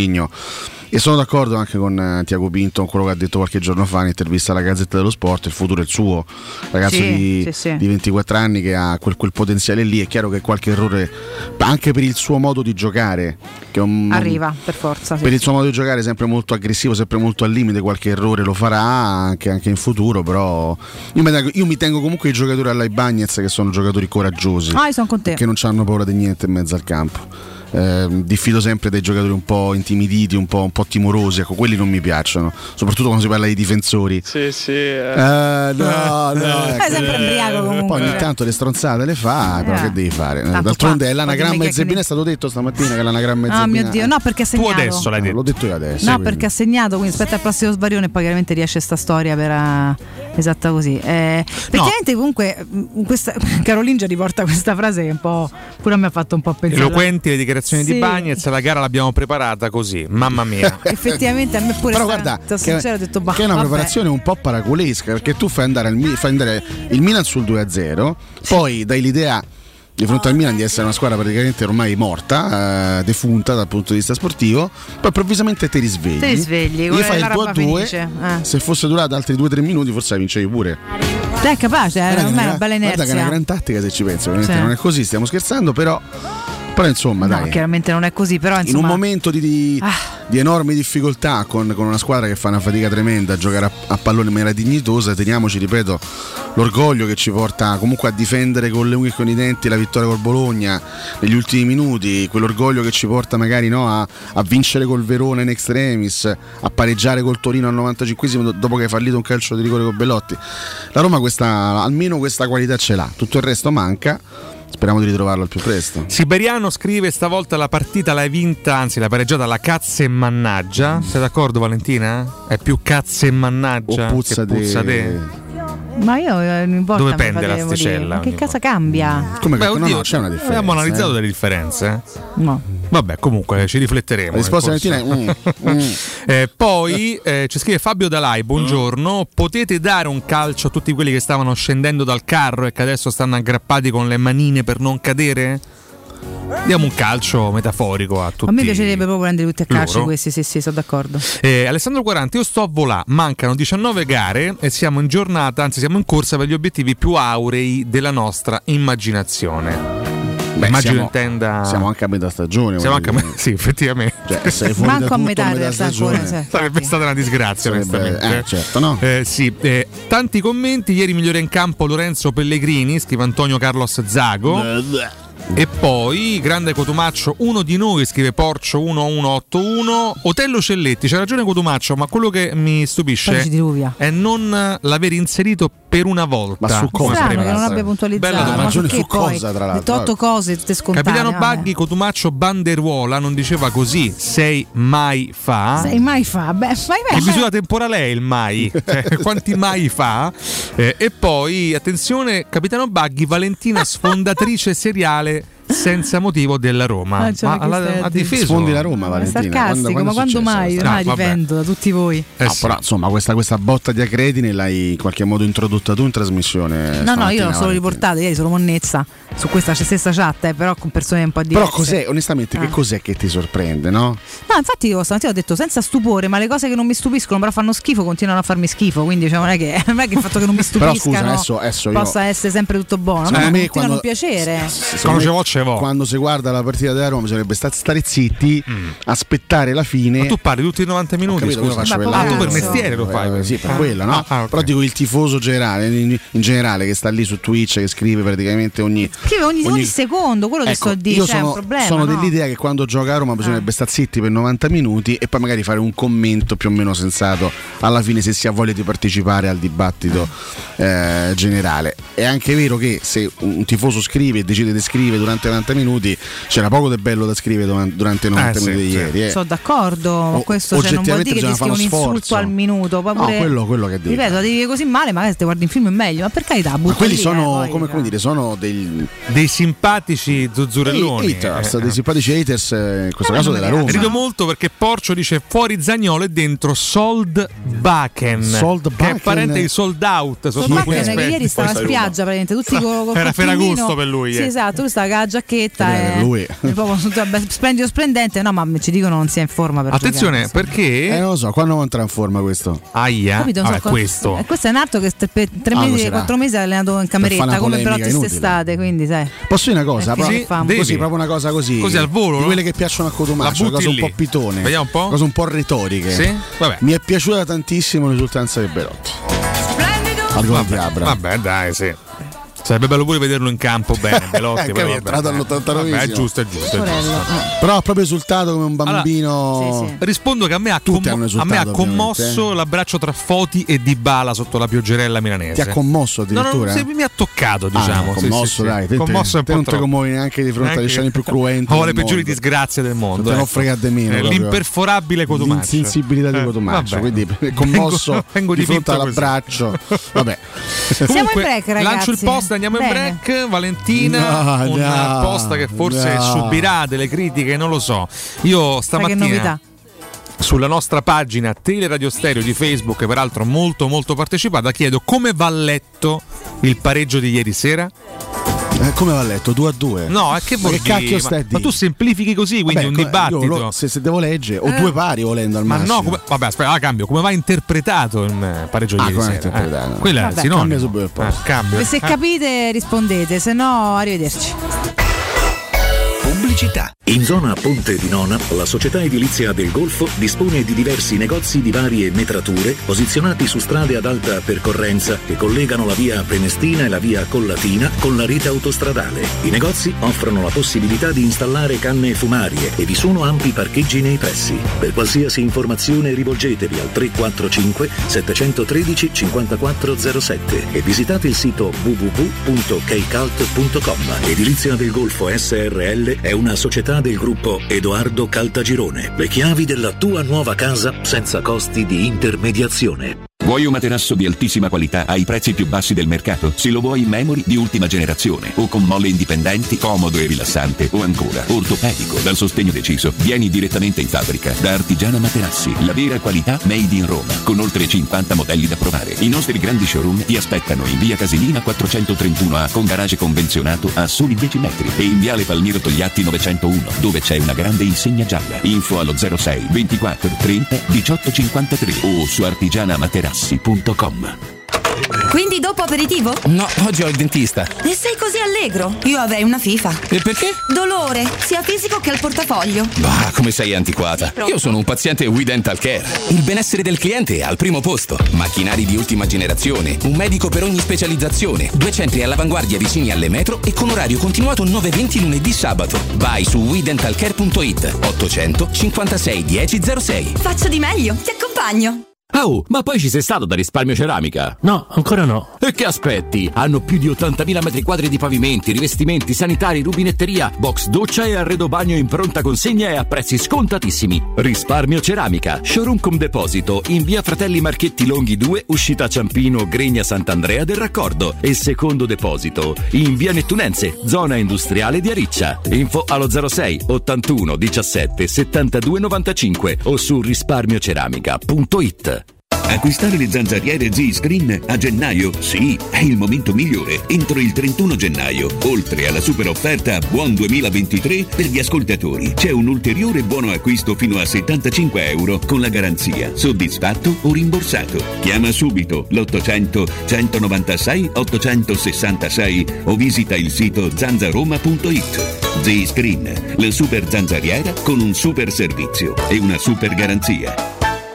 Speaker 15: Murigno. E sono d'accordo anche con eh, Tiago Pinto, con quello che ha detto qualche giorno fa in intervista alla Gazzetta dello Sport. Il futuro è il suo, ragazzo
Speaker 21: Sì,
Speaker 15: di,
Speaker 21: sì, sì.
Speaker 15: di ventiquattro anni che ha quel, quel potenziale lì. È chiaro che qualche errore, anche per il suo modo di giocare, che è un,
Speaker 21: Arriva per forza. Sì.
Speaker 15: per il suo modo di giocare sempre molto aggressivo, sempre molto al limite, qualche errore lo farà anche, anche in futuro. Però io mi, tengo, io mi tengo comunque i giocatori alla Ibañez, che sono giocatori coraggiosi,
Speaker 21: Ah, io sono con te.
Speaker 15: che non hanno paura di niente in mezzo al campo. Eh, diffido sempre dei giocatori un po' intimiditi, un po', un po' timorosi, ecco, quelli non mi piacciono, soprattutto quando si parla di difensori.
Speaker 17: Sì, sì. Eh.
Speaker 15: Eh, no, no,
Speaker 21: È sempre embriaco comunque.
Speaker 15: poi ogni tanto le stronzate le fa, però
Speaker 21: Eh.
Speaker 15: che devi fare?
Speaker 21: Tanto
Speaker 15: D'altronde
Speaker 21: qua,
Speaker 15: è l'anagramma
Speaker 21: dimmi
Speaker 15: e
Speaker 21: che-
Speaker 15: Zebbina, è stato detto stamattina che l'anagramma e
Speaker 21: Ah
Speaker 15: Zebbina.
Speaker 21: mio Dio, no, perché ha segnato.
Speaker 22: Tu adesso l'hai detto.
Speaker 15: L'ho detto io adesso.
Speaker 21: No,
Speaker 15: quindi.
Speaker 21: perché ha segnato, quindi aspetta il prossimo sbarione e poi chiaramente riesce sta storia per uh, esatta così. Eh, effettivamente comunque mh, questa, Caroline già riporta questa frase che un po' pure a me ha fatto un po' pensare.
Speaker 22: Eloquenti le dichiarazioni
Speaker 21: Sì.
Speaker 22: di Bagnez, la gara l'abbiamo preparata così, mamma mia.
Speaker 21: Effettivamente a me pure
Speaker 15: Però
Speaker 21: sta-
Speaker 15: guarda,
Speaker 21: sto
Speaker 15: che,
Speaker 21: sincero, ho detto bah,
Speaker 15: che è una
Speaker 21: vabbè.
Speaker 15: preparazione un po' paraculesca, perché tu fai andare, al, Mi- fai andare il Milan sul due a zero, poi dai l'idea di fronte al Milan di essere una squadra praticamente ormai morta, eh, defunta dal punto di vista sportivo, poi improvvisamente te risvegli.
Speaker 21: Te risvegli,
Speaker 15: gli
Speaker 21: quella
Speaker 15: fai
Speaker 21: è la
Speaker 15: il due a
Speaker 21: roba
Speaker 15: due,
Speaker 21: felice. Eh.
Speaker 15: se fosse durato altri due tre minuti forse la vincevi pure.
Speaker 21: Dai, è capace, eh,
Speaker 15: Guarda che
Speaker 21: ormai è
Speaker 15: una-
Speaker 21: una bella
Speaker 15: guarda che è una
Speaker 21: inerzia.
Speaker 15: gran tattica se ci pensi, ovviamente
Speaker 21: Sì.
Speaker 15: non è così, stiamo scherzando, però, però insomma
Speaker 21: No,
Speaker 15: dai.
Speaker 21: chiaramente non è così, però
Speaker 15: In
Speaker 21: insomma.
Speaker 15: un momento di, di, di enormi difficoltà, con, con una squadra che fa una fatica tremenda a giocare a, a pallone in maniera dignitosa, teniamoci, ripeto, l'orgoglio che ci porta comunque a difendere con le unghie e con i denti la vittoria col Bologna negli ultimi minuti, quell'orgoglio che ci porta magari no, a, a vincere col Verona in extremis, a pareggiare col Torino al novantacinquesimo do- dopo che hai fallito un calcio di rigore con Bellotti. La Roma questa, almeno questa qualità ce l'ha, tutto il resto manca. Speriamo di ritrovarlo al più presto.
Speaker 22: Siberiano scrive: stavolta la partita l'hai vinta, anzi l'hai pareggiata la cazzo e mannaggia. Sei d'accordo, Valentina? È più cazzo e mannaggia
Speaker 15: O puzza
Speaker 22: che puzza
Speaker 15: de-
Speaker 22: te.
Speaker 21: Ma io eh, ogni volta
Speaker 22: Dove
Speaker 21: mi
Speaker 22: pende
Speaker 21: fate
Speaker 22: la
Speaker 21: morire.
Speaker 22: sticella
Speaker 21: Ma che
Speaker 22: ogni
Speaker 21: cosa cambia?
Speaker 15: Come
Speaker 22: Beh,
Speaker 15: che- no,
Speaker 22: oddio,
Speaker 15: no, c'è una differenza.
Speaker 22: Abbiamo analizzato
Speaker 15: eh.
Speaker 22: delle differenze. eh.
Speaker 21: No.
Speaker 22: Vabbè, comunque ci rifletteremo.
Speaker 15: La risposta
Speaker 22: nel
Speaker 15: Valentina
Speaker 22: corso.
Speaker 15: è mm, mm.
Speaker 22: Eh, poi eh, ci scrive Fabio Dalai: buongiorno, potete dare un calcio a tutti quelli che stavano scendendo dal carro e che adesso stanno aggrappati con le manine per non cadere? Diamo un calcio metaforico a tutti.
Speaker 21: A me piacerebbe proprio prendere tutti a calcio
Speaker 22: loro.
Speaker 21: questi, sì, sì, sono d'accordo.
Speaker 22: Eh, Alessandro quaranta, io sto a volà, mancano diciannove gare e siamo in giornata, anzi siamo in corsa per gli obiettivi più aurei della nostra immaginazione.
Speaker 15: Beh,
Speaker 22: Immagino
Speaker 15: siamo,
Speaker 22: intenda.
Speaker 15: siamo anche a metà stagione.
Speaker 22: Siamo
Speaker 15: voglio
Speaker 22: anche a
Speaker 15: dire.
Speaker 22: me- sì, effettivamente.
Speaker 15: Cioè, sei fuori
Speaker 21: Manco
Speaker 15: da
Speaker 21: a
Speaker 15: tutto
Speaker 21: metà in realtà
Speaker 15: stagione.
Speaker 21: ancora, sì.
Speaker 22: Sarebbe stata una disgrazia,
Speaker 15: Sarebbe-
Speaker 22: onestamente.
Speaker 15: eh, certo, no?
Speaker 22: Eh, sì, eh, tanti commenti. Ieri migliore in campo Lorenzo Pellegrini, scrive Antonio Carlos Zago. E poi grande Cotumaccio, uno di noi, scrive Porcio uno uno otto uno. Otello Celletti, c'ha ragione Cotumaccio, ma quello che mi
Speaker 21: Poi
Speaker 22: stupisce
Speaker 21: ci diluvia.
Speaker 22: è non l'aver inserito per una volta.
Speaker 15: Ma su cosa?
Speaker 22: come
Speaker 21: Strano che
Speaker 22: premessa.
Speaker 21: non abbia puntualizzato.
Speaker 22: Bella
Speaker 21: Ma
Speaker 22: domanda.
Speaker 15: ragione
Speaker 21: perché
Speaker 15: su
Speaker 21: poi?
Speaker 15: cosa, tra l'altro?
Speaker 21: Detto otto cose, tutte scontate.
Speaker 22: Capitano
Speaker 21: vabbè.
Speaker 22: Baghi, Cotumaccio Banderuola non diceva così sei mai fa.
Speaker 21: Sei mai fa? Beh, mai
Speaker 22: Che
Speaker 21: mai.
Speaker 22: misura temporale è il mai? Cioè, quanti mai fa? Eh, e poi, attenzione, Capitano Baghi, Valentina sfondatrice seriale senza motivo della Roma.
Speaker 21: Ah, cioè,
Speaker 22: Ma
Speaker 21: che
Speaker 22: alla-
Speaker 21: stai a
Speaker 22: ha
Speaker 21: dire?
Speaker 22: difeso.
Speaker 15: Sfondi la Roma,
Speaker 21: È
Speaker 15: Valentina.
Speaker 21: sarcastico,
Speaker 15: Quando-
Speaker 21: ma
Speaker 15: quando è
Speaker 21: quando
Speaker 15: successo
Speaker 21: mai?
Speaker 15: questa-
Speaker 21: Ormai
Speaker 22: No, vabbè.
Speaker 21: difendo da tutti voi.
Speaker 22: Eh
Speaker 15: No,
Speaker 22: sì.
Speaker 15: però insomma questa, questa botta di acredine l'hai in qualche modo introdotta tu in trasmissione.
Speaker 21: No, no, io
Speaker 15: stamattina,
Speaker 21: l'ho solo
Speaker 15: Valentina.
Speaker 21: riportato ieri, solo monnezza su questa stessa chat, eh, però con persone un po' diverse.
Speaker 15: Però cos'è, onestamente, che
Speaker 21: Ah.
Speaker 15: cos'è che ti sorprende, no?
Speaker 21: No, infatti io stamattina ho detto senza stupore, ma le cose che non mi stupiscono però fanno schifo continuano a farmi schifo, quindi cioè, non, è che, non è che il fatto che non mi
Speaker 15: Però
Speaker 21: stupiscano
Speaker 15: scusa, adesso, adesso io.
Speaker 21: possa essere sempre tutto buono,
Speaker 15: Secondo
Speaker 21: ma
Speaker 15: me
Speaker 21: continua a
Speaker 15: quando-
Speaker 21: non piacere.
Speaker 15: Secondo
Speaker 22: Quando
Speaker 15: me,
Speaker 22: ce vo, ce vo.
Speaker 15: quando si guarda la partita della Roma bisognerebbe sta- stare zitti, aspettare la fine.
Speaker 22: Ma tu parli tutti i novanta minuti,
Speaker 15: Capito, io
Speaker 22: scusa.
Speaker 15: faccio
Speaker 21: Vabbè,
Speaker 15: quella
Speaker 21: ah, tu
Speaker 15: cosa.
Speaker 21: per
Speaker 22: mestiere lo fai,
Speaker 15: Eh, sì, per
Speaker 22: ah.
Speaker 15: quella, no?
Speaker 22: Ah, ah, ok.
Speaker 15: Però dico il tifoso generale, in, in generale, che sta lì su Twitch, che scrive praticamente ogni.
Speaker 21: Scrive ogni, ogni secondo, quello che
Speaker 15: Ecco,
Speaker 21: sto a dire,
Speaker 15: io
Speaker 21: cioè, è
Speaker 15: sono,
Speaker 21: un problema.
Speaker 15: sono
Speaker 21: no?
Speaker 15: dell'idea che quando gioca a Roma bisognerebbe
Speaker 21: Ah.
Speaker 15: stare zitti per novanta minuti e poi magari fare un commento più o meno sensato alla fine, se si ha voglia di partecipare al dibattito eh, generale. È anche vero che se un tifoso scrive e decide di scrivere durante novanta minuti, c'era poco di bello da scrivere durante- durante i novanta
Speaker 22: Eh, sì,
Speaker 15: minuti di
Speaker 22: sì.
Speaker 15: ieri. eh.
Speaker 21: Sono d'accordo, ma
Speaker 15: O-
Speaker 21: questo cioè, non vuol
Speaker 15: oggettivamente
Speaker 21: dire che ti scrivi un
Speaker 15: bisogna fare uno
Speaker 21: insulto
Speaker 15: sforzo.
Speaker 21: al minuto. Poi
Speaker 15: No,
Speaker 21: pure-
Speaker 15: quello- quello che dico.
Speaker 21: Ripeto, la devi dire così male, magari se ti guardi in film è meglio, ma per carità,
Speaker 15: Ma
Speaker 21: butta
Speaker 15: quelli
Speaker 21: lì,
Speaker 15: sono,
Speaker 21: eh, poi,
Speaker 15: come,
Speaker 21: cioè.
Speaker 15: come dire, sono degli
Speaker 22: Dei simpatici zuzzurelloni.
Speaker 15: haters,
Speaker 22: Eh,
Speaker 15: dei
Speaker 22: eh.
Speaker 15: simpatici haters, eh, in questo
Speaker 21: Eh,
Speaker 15: caso
Speaker 21: non mi
Speaker 15: della Roma.
Speaker 21: piace.
Speaker 22: Rido molto perché Porcio dice fuori Zagnolo e dentro Sold Baken,
Speaker 15: Sold
Speaker 22: che è
Speaker 15: Baken.
Speaker 22: parente di Sold Out.
Speaker 21: Sul
Speaker 22: sotto
Speaker 21: Bakken
Speaker 22: alcuni
Speaker 21: che ieri
Speaker 22: aspetti.
Speaker 21: stava in spiaggia praticamente tutti con, col
Speaker 22: Era
Speaker 21: cappellino.
Speaker 22: Ferragosto per lui,
Speaker 21: Sì,
Speaker 22: eh.
Speaker 21: esatto, lui stava con la giacchetta
Speaker 15: Eh,
Speaker 21: e
Speaker 15: lui.
Speaker 21: e proprio tutto beh, splendido splendente. No, ma ci dicono non sia in forma per
Speaker 22: Attenzione,
Speaker 21: giocare,
Speaker 22: perché
Speaker 15: Eh, non lo so, quando entra in forma questo?
Speaker 22: Aia,
Speaker 21: Capito? Non so
Speaker 22: vabbè,
Speaker 21: cosa-
Speaker 22: questo.
Speaker 21: eh, questo è un altro che st- per tre
Speaker 15: Ah,
Speaker 21: mesi,
Speaker 15: cos'era?
Speaker 21: quattro mesi ha allenato in
Speaker 15: fare
Speaker 21: cameretta
Speaker 15: una
Speaker 21: come per
Speaker 15: polemica
Speaker 21: otto
Speaker 15: inutile.
Speaker 21: quest'estate, quindi sai.
Speaker 15: Posso dire una cosa?
Speaker 21: Eh,
Speaker 15: Proprio-
Speaker 21: che famo?
Speaker 15: così,
Speaker 22: Devi.
Speaker 15: proprio una cosa così.
Speaker 22: Così al volo,
Speaker 15: Di
Speaker 22: no?
Speaker 15: quelle che piacciono a Cotumaccio,
Speaker 22: La
Speaker 15: una cosa un
Speaker 22: butti
Speaker 15: po'
Speaker 22: lì.
Speaker 15: pitone.
Speaker 22: Vediamo un po'.
Speaker 15: Cose un po' retoriche.
Speaker 22: Sì? Vabbè.
Speaker 15: Mi è piaciuta tantissimo l'esultanza di Belotti. Al gol di Abra.
Speaker 22: Vabbè, dai, sì. Sarebbe bello pure vederlo in campo bene, Belotti.
Speaker 15: Eh,
Speaker 22: però
Speaker 15: che è
Speaker 22: vabbè.
Speaker 15: entrato all'ottantanovesimo.
Speaker 22: Vabbè, è giusto, è giusto. È giusto.
Speaker 15: Però ha proprio esultato come un bambino.
Speaker 21: Allora, sì, sì.
Speaker 22: Rispondo che a me ha,
Speaker 15: Tutti
Speaker 22: commo-
Speaker 15: hanno
Speaker 22: a
Speaker 15: esultato,
Speaker 22: me ha commosso
Speaker 15: ovviamente,
Speaker 22: l'abbraccio tra Foti e Dybala sotto la pioggerella milanese.
Speaker 15: Ti ha commosso
Speaker 22: No,
Speaker 15: addirittura?
Speaker 22: no, se mi ha toccato, diciamo.
Speaker 15: Ah,
Speaker 22: Sì,
Speaker 15: commosso,
Speaker 22: sì, sì.
Speaker 15: dai. Te,
Speaker 22: commosso è un
Speaker 15: te
Speaker 22: po'
Speaker 15: non ti
Speaker 22: troppo.
Speaker 15: commuovi neanche di fronte alle
Speaker 22: Neanche-
Speaker 15: scene più cruenti.
Speaker 22: Ho
Speaker 15: del
Speaker 22: le peggiori
Speaker 15: mondo.
Speaker 22: disgrazie del mondo.
Speaker 15: Non te ne
Speaker 22: ecco.
Speaker 15: frega di meno.
Speaker 22: Eh,
Speaker 15: proprio.
Speaker 22: L'imperforabile Cotumaccio.
Speaker 15: L'insensibilità di
Speaker 22: Eh,
Speaker 15: Cotumaccio.
Speaker 22: vabbè.
Speaker 15: Quindi commosso
Speaker 22: Vengo- vengo
Speaker 15: di fronte
Speaker 22: dipinto così.
Speaker 15: all'abbraccio. Vabbè.
Speaker 21: Siamo in break, ragazzi.
Speaker 22: Lancio il post, andiamo
Speaker 21: Bene.
Speaker 22: in break. Valentina,
Speaker 15: No,
Speaker 22: un
Speaker 15: no,
Speaker 22: post che forse
Speaker 15: no.
Speaker 21: subirà
Speaker 22: delle critiche, non lo so. Io
Speaker 21: Sai che
Speaker 22: stamattina
Speaker 21: novità?
Speaker 22: sulla nostra pagina Teleradio Stereo di Facebook, peraltro molto molto partecipata, chiedo come va letto il pareggio di ieri sera?
Speaker 15: Eh, come va letto? due a due?
Speaker 22: No, è che
Speaker 15: Ma
Speaker 22: vuol
Speaker 15: che
Speaker 22: dire?
Speaker 15: cacchio
Speaker 22: Ma-
Speaker 15: stai a
Speaker 22: ma,
Speaker 15: dire?
Speaker 22: tu semplifichi così, quindi
Speaker 15: Vabbè,
Speaker 22: un
Speaker 15: co-
Speaker 22: dibattito.
Speaker 15: io lo- se, se devo leggere, o
Speaker 22: Eh.
Speaker 15: due pari volendo al
Speaker 22: Ma
Speaker 15: massimo.
Speaker 22: no, come, vabbè, aspetta, ah, cambio. Come va interpretato il eh, pareggio di
Speaker 15: Ah,
Speaker 22: ieri
Speaker 15: come va
Speaker 22: sera?
Speaker 15: interpretato?
Speaker 22: Eh, quella è il
Speaker 21: Vabbè.
Speaker 22: sinonimo.
Speaker 15: Cambia subito il post.
Speaker 22: Eh, cambio.
Speaker 21: Se
Speaker 22: Eh.
Speaker 21: capite rispondete, se no arrivederci.
Speaker 4: Pubblicità. In zona Ponte di Nona, la società edilizia del Golfo dispone di diversi negozi di varie metrature posizionati su strade ad alta percorrenza che collegano la via Prenestina e la via Collatina con la rete autostradale. I negozi offrono la possibilità di installare canne fumarie e vi sono ampi parcheggi nei pressi. Per qualsiasi informazione rivolgetevi al tre quattro cinque sette uno tre cinque quattro zero sette e visitate il sito w w w punto keicalt punto com. Edilizia del Golfo S R L è una società del gruppo Edoardo Caltagirone. Le chiavi della tua nuova casa senza costi di intermediazione.
Speaker 6: Vuoi un materasso di altissima qualità ai prezzi più bassi del mercato? Se lo vuoi in memory di ultima generazione o con molle indipendenti, comodo e rilassante o ancora ortopedico dal sostegno deciso, vieni direttamente in fabbrica da Artigiana Materassi, la vera qualità made in Roma, con oltre cinquanta modelli da provare. I nostri grandi showroom ti aspettano in via Casilina quattrocentotrentuno A con garage convenzionato a soli dieci metri e in viale Palmiro Togliatti novecentouno dove c'è una grande insegna gialla. Info allo zero sei ventiquattro trenta diciotto cinquantatré o su artigiana materassi punto com.
Speaker 23: Quindi dopo aperitivo?
Speaker 24: No, oggi ho il dentista.
Speaker 23: E sei così allegro? Io avrei una FIFA.
Speaker 24: E perché?
Speaker 23: Dolore, sia fisico che al portafoglio.
Speaker 24: Bah, come sei antiquata. Io sono un paziente We Dental Care. Il benessere del cliente è al primo posto. Macchinari di ultima generazione, un medico per ogni specializzazione, due centri all'avanguardia vicini alle metro e con orario continuato nove venti lunedì sabato. Vai su we dental care punto it ottocento cinquantasei dieci zero sei.
Speaker 23: Faccio di meglio, ti accompagno.
Speaker 25: Oh, ma poi ci sei stato da Risparmio Ceramica? No, ancora no. E che aspetti? Hanno più di ottantamila metri quadri di pavimenti, rivestimenti, sanitari, rubinetteria, box doccia e arredo bagno in pronta consegna e a prezzi scontatissimi. Risparmio Ceramica, showroom con deposito in via Fratelli Marchetti Longhi due, uscita Ciampino, Gregna Sant'Andrea del Raccordo e secondo deposito in via Nettunense, zona industriale di Ariccia. Info allo zero sei ottantuno diciassette settantadue novantacinque o su risparmioceramica punto it.
Speaker 6: Acquistare le zanzariere Z-Screen a gennaio, sì, è il momento migliore. Entro il trentuno gennaio, oltre alla super offerta Buon duemilaventitré per gli ascoltatori, c'è un ulteriore buono acquisto fino a settantacinque euro con la garanzia soddisfatto o rimborsato. Chiama subito l'ottocento centonovantasei ottocentosessantasei o visita il sito zanzaroma punto it. Z-Screen, la super zanzariera con un super servizio e una super garanzia.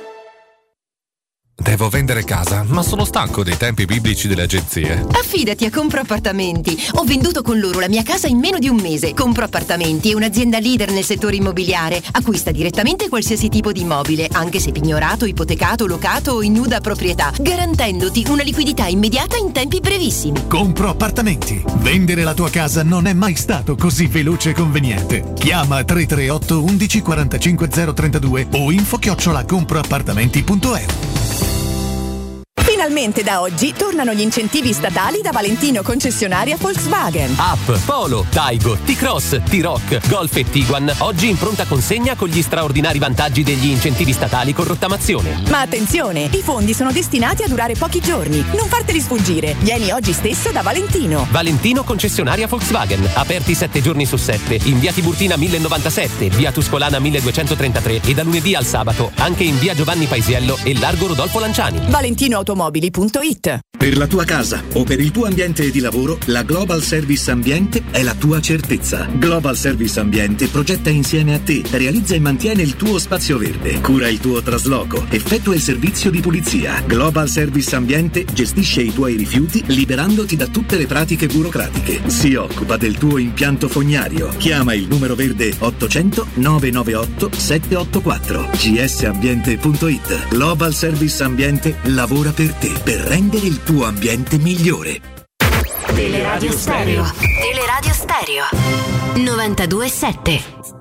Speaker 26: Devo vendere casa, ma sono stanco dei tempi biblici delle agenzie.
Speaker 23: Affidati a Compro Appartamenti. Ho venduto con loro la mia casa in meno di un mese. Compro Appartamenti è un'azienda leader nel settore immobiliare. Acquista direttamente qualsiasi tipo di immobile, anche se pignorato, ipotecato, locato o in nuda proprietà, garantendoti una liquidità immediata in tempi brevissimi.
Speaker 27: Compro Appartamenti. Vendere la tua casa non è mai stato così veloce e conveniente. Chiama tre tre otto undici quarantacinque zero trentadue o info chiocciola compro appartamenti punto e u.
Speaker 1: Finalmente da oggi tornano gli incentivi statali da Valentino concessionaria Volkswagen.
Speaker 2: App, Polo, Taigo, T-Cross, T-Rock, Golf e Tiguan oggi in pronta consegna con gli straordinari vantaggi degli incentivi statali con rottamazione.
Speaker 1: Ma attenzione, i fondi sono destinati a durare pochi giorni. Non farteli sfuggire. Vieni oggi stesso da Valentino.
Speaker 2: Valentino concessionaria Volkswagen. Aperti sette giorni su sette. In via Tiburtina mille novantasette, via Tuscolana milleduecentotrentatré e da lunedì al sabato anche in via Giovanni Paisiello e largo Rodolfo Lanciani.
Speaker 1: valentino automobili punto it.
Speaker 4: Per la tua casa o per il tuo ambiente di lavoro, la Global Service Ambiente è la tua certezza. Global Service Ambiente progetta insieme a te, realizza e mantiene il tuo spazio verde, cura il tuo trasloco, effettua il servizio di pulizia. Global Service Ambiente gestisce i tuoi rifiuti liberandoti da tutte le pratiche burocratiche. Si occupa del tuo impianto fognario. Chiama il numero verde ottocento nove nove otto sette otto quattro. g s ambiente punto it. Global Service Ambiente lavora per te, per rendere il tuo ambiente migliore.
Speaker 5: Teleradio Stereo. Teleradio Stereo novantadue sette.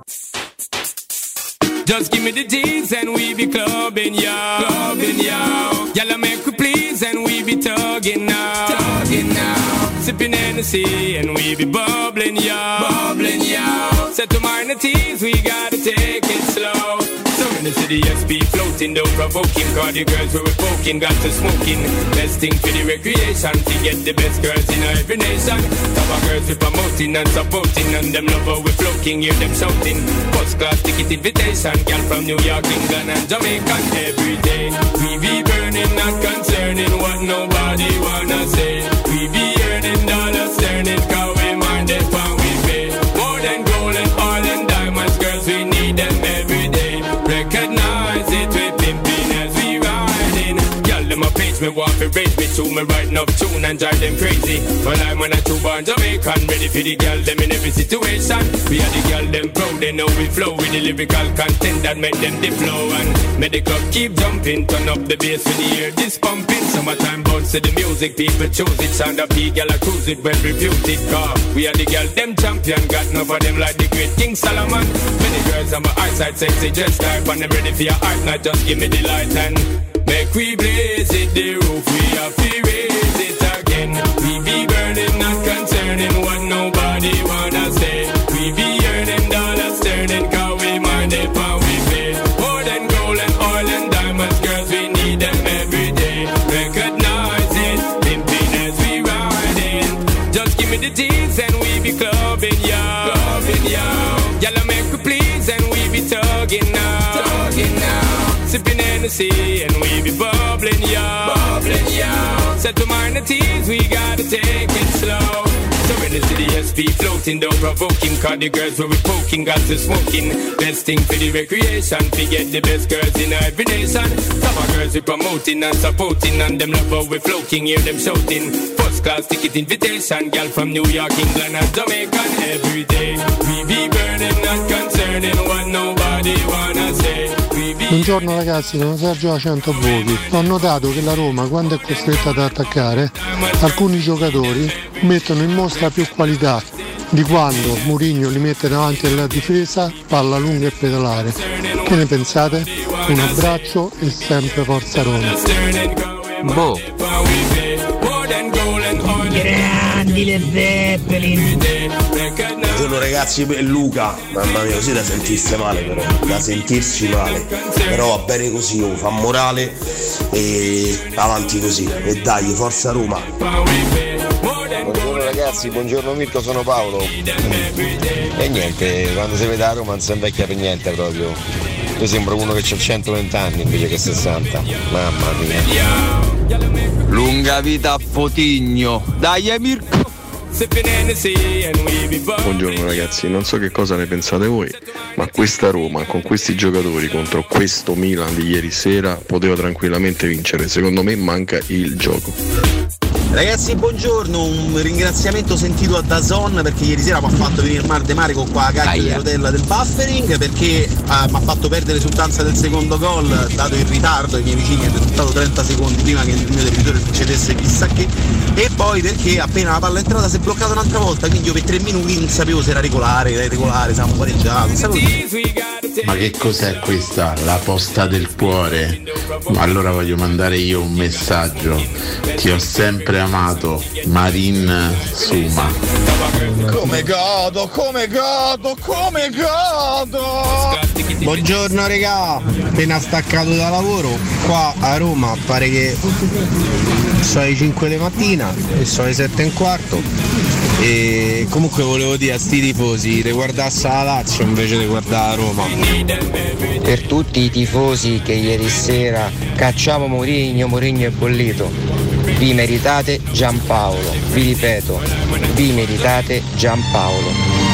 Speaker 9: Just give me the G's and we be clubbing, yo. Clubbing, yo. Y'all make we please and we be tugging now. Tugging now. Sipping Hennessy and we be bubbling, yo. Bubbling, yo. Set to minor teas, we gotta take it slow. So in the city, S P floating, don't provoking. Cause the girls we were poking, got to smoking. Best thing for the recreation, to get the best girls in every nation. Top of girls we promoting and supporting, and them lover we floating, hear them shouting. First class ticket invitation, girl from New York, England and Jamaica. Every day we be burning, not concerning what nobody wanna say. We be earning dollars, turning, cause we mind it when we pay. More than gold and oil and diamonds, girls we need them every day. Recognize it, we pimping as we riding. Girl, them a page me, want to raise me to me, writing up tune and drive them crazy. Well, I'm when I true born Jamaican, ready for the girl, them in every situation. We are the girl, them proud, they know we flow with the lyrical content that make them the flow. And make the club keep jumping, turn up the bass when you hear this pumping. Summertime bounce to the music, people choose it. Sound of P, girl, I cruise it, well reputed. Cause we are the girl, them champion, got enough of them like the great King Solomon. Many girls on my eyesight, sexy, just type, and I'm ready for your art, not just give me the light and make we blaze it, the roof, we have to raise it again. We be burning, not concerning what nobody wanna say. We be earning dollars, turning, cause we mind it when we pay. More than gold and oil and diamonds, girls, we need them every day. Recognize it, pimping as we riding. Just give me the G's and we be clubbing, yo. Clubbing, yo. Y'all make we please and we be tugging now. Tugging now. Sipping Hennessy and we be bubbling, yo. Bubbling, yo. Set to minor teas, we gotta take it slow. So in the city, S P floating, don't provoking. Cause the girls where we poking, got to smoking. Best thing for the recreation, to get the best girls in every nation. Some of girls we promoting and supporting, and them love how we floating, hear them shouting. First class ticket invitation, girl from New York, England and Jamaica. Every day we be burning, not concerning what nobody wanna say.
Speaker 10: Buongiorno ragazzi, sono Sergio da cento Voti. Ho notato che la Roma, quando è costretta ad attaccare, alcuni giocatori mettono in mostra più qualità di quando Mourinho li mette davanti alla difesa, palla lunga e pedalare. Che ne pensate? Un abbraccio e sempre forza Roma.
Speaker 21: Boh.
Speaker 12: Grandi le Zeppelin.
Speaker 13: Buongiorno ragazzi, è Luca. Mamma mia, così da sentirsi male però, da sentirsi male. Però va bene così, oh, fa morale e avanti così. E dai, forza Roma.
Speaker 28: Buongiorno ragazzi, buongiorno Mirko, sono Paolo. E niente, quando si vede a Roma non si invecchia per niente proprio. Io sembro uno che ha centoventi anni invece che sessanta. Mamma mia.
Speaker 21: Lunga vita a Fotigno. Dai Mirko.
Speaker 29: Buongiorno ragazzi, non so che cosa ne pensate voi, ma questa Roma con questi giocatori contro questo Milan di ieri sera poteva tranquillamente vincere. Secondo me manca il gioco.
Speaker 3: Ragazzi, buongiorno, un ringraziamento sentito a DAZN perché ieri sera mi ha fatto venire il mar de mare con qua la cacchia di rotella del buffering, perché ah, mi ha fatto perdere l'esultanza del secondo gol, dato il ritardo, i miei vicini hanno risultato trenta secondi prima che il mio televisore succedesse chissà che, e poi perché appena la palla è entrata si è bloccata un'altra volta, quindi io per tre minuti non sapevo se era regolare, era irregolare, siamo pareggiati, non sapevo.
Speaker 7: Ma che cos'è questa? La posta del cuore? Allora voglio mandare io un messaggio. Ti ho sempre amato, Marin Suma.
Speaker 3: Come godo, come godo, come godo!
Speaker 8: Buongiorno regà, appena staccato da lavoro, qua a Roma pare che sono le cinque di mattina e sono le sette e un quarto. E comunque volevo dire a sti tifosi di guardarsi la Lazio invece di guardare la Roma.
Speaker 11: Per tutti i tifosi che ieri sera cacciamo Mourinho, Mourinho è bollito, vi meritate Giampaolo, vi ripeto, vi meritate Giampaolo.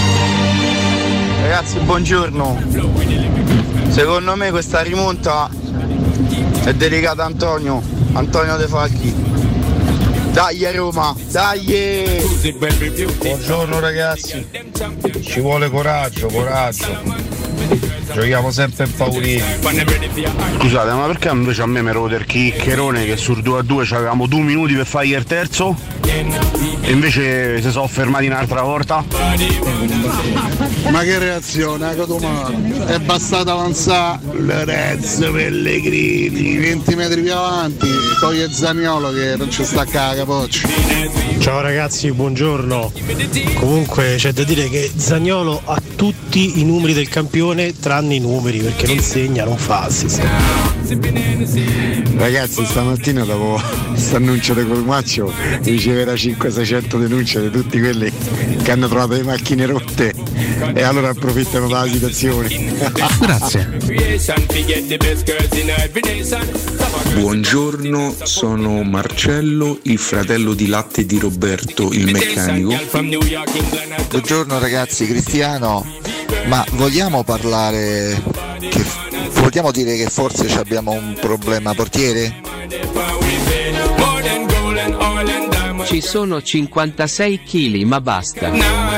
Speaker 8: Ragazzi, buongiorno. Secondo me questa rimonta è dedicata a Antonio, Antonio De Falchi. Dai Roma, dai!
Speaker 7: Buongiorno ragazzi, ci vuole coraggio, coraggio. Giochiamo sempre impauriti.
Speaker 14: Scusate, ma perché invece a me mi rode il chiccherone che sul due a due avevamo due minuti per fare il terzo? E invece si sono fermati un'altra volta?
Speaker 10: Ma che reazione, è bastato avanzare Lorenzo Pellegrini venti metri più avanti, toglie Zaniolo che non ci sta a capoccia.
Speaker 8: Ciao ragazzi, buongiorno. Comunque c'è da dire che Zaniolo ha tutti i numeri del campione tranne i numeri, perché non segna, non fa assist.
Speaker 7: Ragazzi, stamattina dopo questo annuncio di Colmaccio riceverà cinquecento seicento denunce di tutti quelli che hanno trovato le macchine rotte e allora approfittano della situazione.
Speaker 15: Grazie.
Speaker 16: Buongiorno, sono Marcello, il fratello di latte di Roberto, il meccanico.
Speaker 18: Buongiorno ragazzi, Cristiano, ma vogliamo parlare che vogliamo dire che forse abbiamo un problema portiere?
Speaker 19: Ci sono cinquantasei chili, ma basta.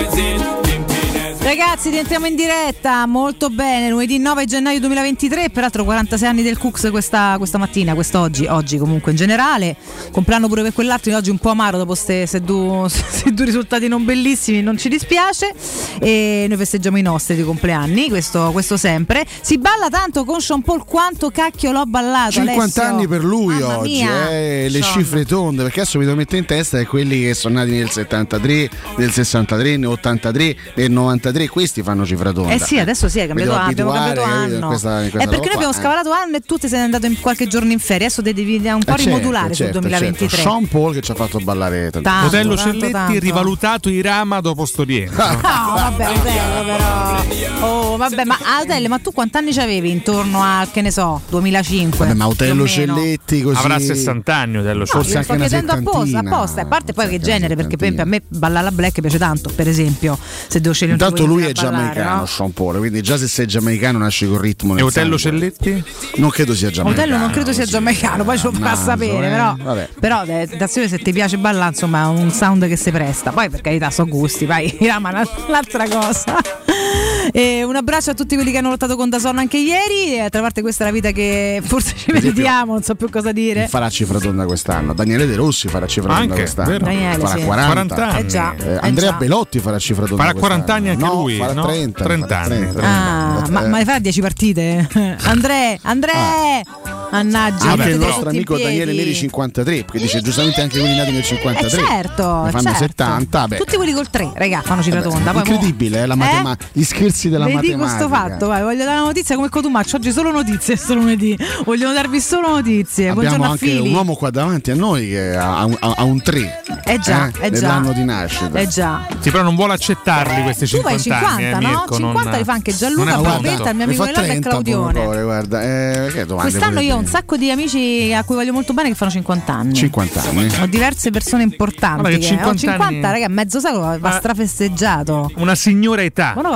Speaker 21: Ragazzi, rientriamo in diretta, molto bene, lunedì nove gennaio duemilaventitré, peraltro quarantasei anni del Cooks questa, questa mattina, quest'oggi, oggi comunque in generale, compleanno pure per quell'altro, di oggi un po' amaro dopo questi due risultati non bellissimi, non ci dispiace, e noi festeggiamo i nostri di compleanni, questo, questo sempre. Si balla tanto con Sean Paul, quanto cacchio l'ho ballato,
Speaker 15: cinquanta
Speaker 21: Alessio.
Speaker 15: Anni per lui.
Speaker 21: Mamma
Speaker 15: oggi,
Speaker 21: mia.
Speaker 15: eh, le
Speaker 21: Sean.
Speaker 15: cifre tonde, perché adesso mi devo mettere in testa che quelli che sono nati nel settantatré, nel sessantatré, nell'ottantatré, nel novantatré, questi fanno cifra tonda.
Speaker 21: Eh sì, adesso sì, è cambiato anno, abbiamo cambiato anno.
Speaker 15: In questa, in questa
Speaker 21: è perché noi abbiamo
Speaker 15: qua,
Speaker 21: scavalato eh. anno e tu ti sei andato in qualche giorno in ferie, adesso devi un po'
Speaker 15: eh certo,
Speaker 21: rimodulare
Speaker 15: certo,
Speaker 21: sul duemilaventitré.
Speaker 15: Certo. Sean Paul che ci ha fatto ballare tanto.
Speaker 21: Tanto,
Speaker 22: Modello
Speaker 21: tanto,
Speaker 22: Celletti
Speaker 21: tanto.
Speaker 22: rivalutato Irama dopo sto rientro.
Speaker 21: No, vabbè, bello però. Oh, vabbè, ma Adele, ma tu quanti anni c'avevi intorno al, che ne so, duemilacinque?
Speaker 15: Vabbè, ma Otello Celletti così
Speaker 22: avrà sessanta anni Otello
Speaker 21: No,
Speaker 22: Celletti.
Speaker 21: sto
Speaker 15: anche una
Speaker 21: chiedendo apposta,
Speaker 15: settantina.
Speaker 21: apposta, a parte poi che genere, perché per esempio a me ballare la black piace tanto, per esempio, se devo scegliere un
Speaker 15: Intanto
Speaker 21: tipo di
Speaker 15: lui è
Speaker 21: musica da ballare,
Speaker 15: giamaicano,
Speaker 21: no?
Speaker 15: Sean Paul, quindi già se sei giamaicano nasci col ritmo.
Speaker 22: E
Speaker 15: nel
Speaker 22: Otello
Speaker 15: sangue.
Speaker 22: Celletti?
Speaker 15: Non credo sia giamaicano.
Speaker 21: Otello non credo sia giamaicano, poi ce lo fa
Speaker 15: Mannaggia,
Speaker 21: sapere,
Speaker 15: eh.
Speaker 21: però,
Speaker 15: Vabbè.
Speaker 21: però attenzione, se ti piace ballare, insomma, è un sound che si presta. Poi per carità, so gusti, vai, ma un'altra cosa. E un abbraccio a tutti quelli che hanno lottato con DAZN anche ieri. E d'altra parte questa è la vita che forse ci meritiamo, non so più cosa dire.
Speaker 15: Farà cifra tonda quest'anno. Daniele De Rossi farà cifra tonda
Speaker 22: Anche,
Speaker 15: quest'anno.
Speaker 22: vero.
Speaker 21: Daniele,
Speaker 15: farà
Speaker 21: sì.
Speaker 15: quaranta.
Speaker 22: quaranta anni.
Speaker 21: Eh già,
Speaker 15: Eh,
Speaker 21: eh
Speaker 15: Andrea
Speaker 21: già.
Speaker 15: Belotti farà cifra tonda
Speaker 22: Farà quaranta
Speaker 15: quest'anno.
Speaker 22: anni anche
Speaker 15: no,
Speaker 22: lui,
Speaker 15: farà
Speaker 22: no?
Speaker 15: trenta,
Speaker 22: trenta
Speaker 15: farà
Speaker 22: anni.
Speaker 15: trenta,
Speaker 21: Ah,
Speaker 15: trenta.
Speaker 21: ma,
Speaker 15: Eh,
Speaker 21: ma le farà dieci partite? Andrea, Andrea! Mannaggia,
Speaker 15: anche il
Speaker 21: mettete
Speaker 15: nostro
Speaker 21: tutti in
Speaker 15: amico
Speaker 21: piedi.
Speaker 15: Daniele Neri cinquantatré, perché dice giustamente anche quelli nati nel cinquantatré.
Speaker 21: Eh certo,
Speaker 15: ne fanno
Speaker 21: certo.
Speaker 15: settanta. Beh.
Speaker 21: Tutti quelli col tre, raga, fanno cifra
Speaker 15: Vabbè,
Speaker 21: tonda. Poi
Speaker 15: incredibile, eh, la matema- gli scherzi della
Speaker 21: Vedi
Speaker 15: matematica.
Speaker 21: questo fatto, vai, voglio dare una notizia come Cotumaccio. Oggi solo notizie, solo lunedì. Vogliono darvi solo notizie.
Speaker 15: Abbiamo
Speaker 21: Buongiorno a
Speaker 15: anche
Speaker 21: Fili.
Speaker 15: un uomo qua davanti a noi che ha, ha- ha un tre.
Speaker 21: Eh già,
Speaker 15: eh,
Speaker 21: eh già.
Speaker 15: nell'anno di nascita.
Speaker 21: Eh già.
Speaker 22: Sì, però non vuole accettarli questi
Speaker 21: Tu vai
Speaker 22: cinquanta anni,
Speaker 21: cinquanta,
Speaker 22: eh,
Speaker 21: no?
Speaker 22: Mirko,
Speaker 21: cinquanta
Speaker 22: non-
Speaker 21: li fa anche
Speaker 22: non
Speaker 21: Gianluca,
Speaker 22: è pronto.
Speaker 21: Barbetta, il mio
Speaker 15: Mi
Speaker 21: amico
Speaker 15: fa
Speaker 21: di là è
Speaker 15: trenta,
Speaker 21: Claudione.
Speaker 15: Pure, guarda. Eh, che domande
Speaker 21: Quest'anno
Speaker 15: pure
Speaker 21: io ho
Speaker 15: te?
Speaker 21: un sacco di amici a cui voglio molto bene che fanno cinquanta anni.
Speaker 15: cinquanta anni.
Speaker 21: Ho diverse persone importanti.
Speaker 22: Guarda che
Speaker 21: che
Speaker 22: cinquanta
Speaker 21: ho cinquanta,
Speaker 22: anni-
Speaker 21: raga, mezzo secolo va
Speaker 22: Ma-
Speaker 21: strafesteggiato.
Speaker 22: Una signora età.
Speaker 21: Ma no, ma
Speaker 22: carissimo
Speaker 21: faccia il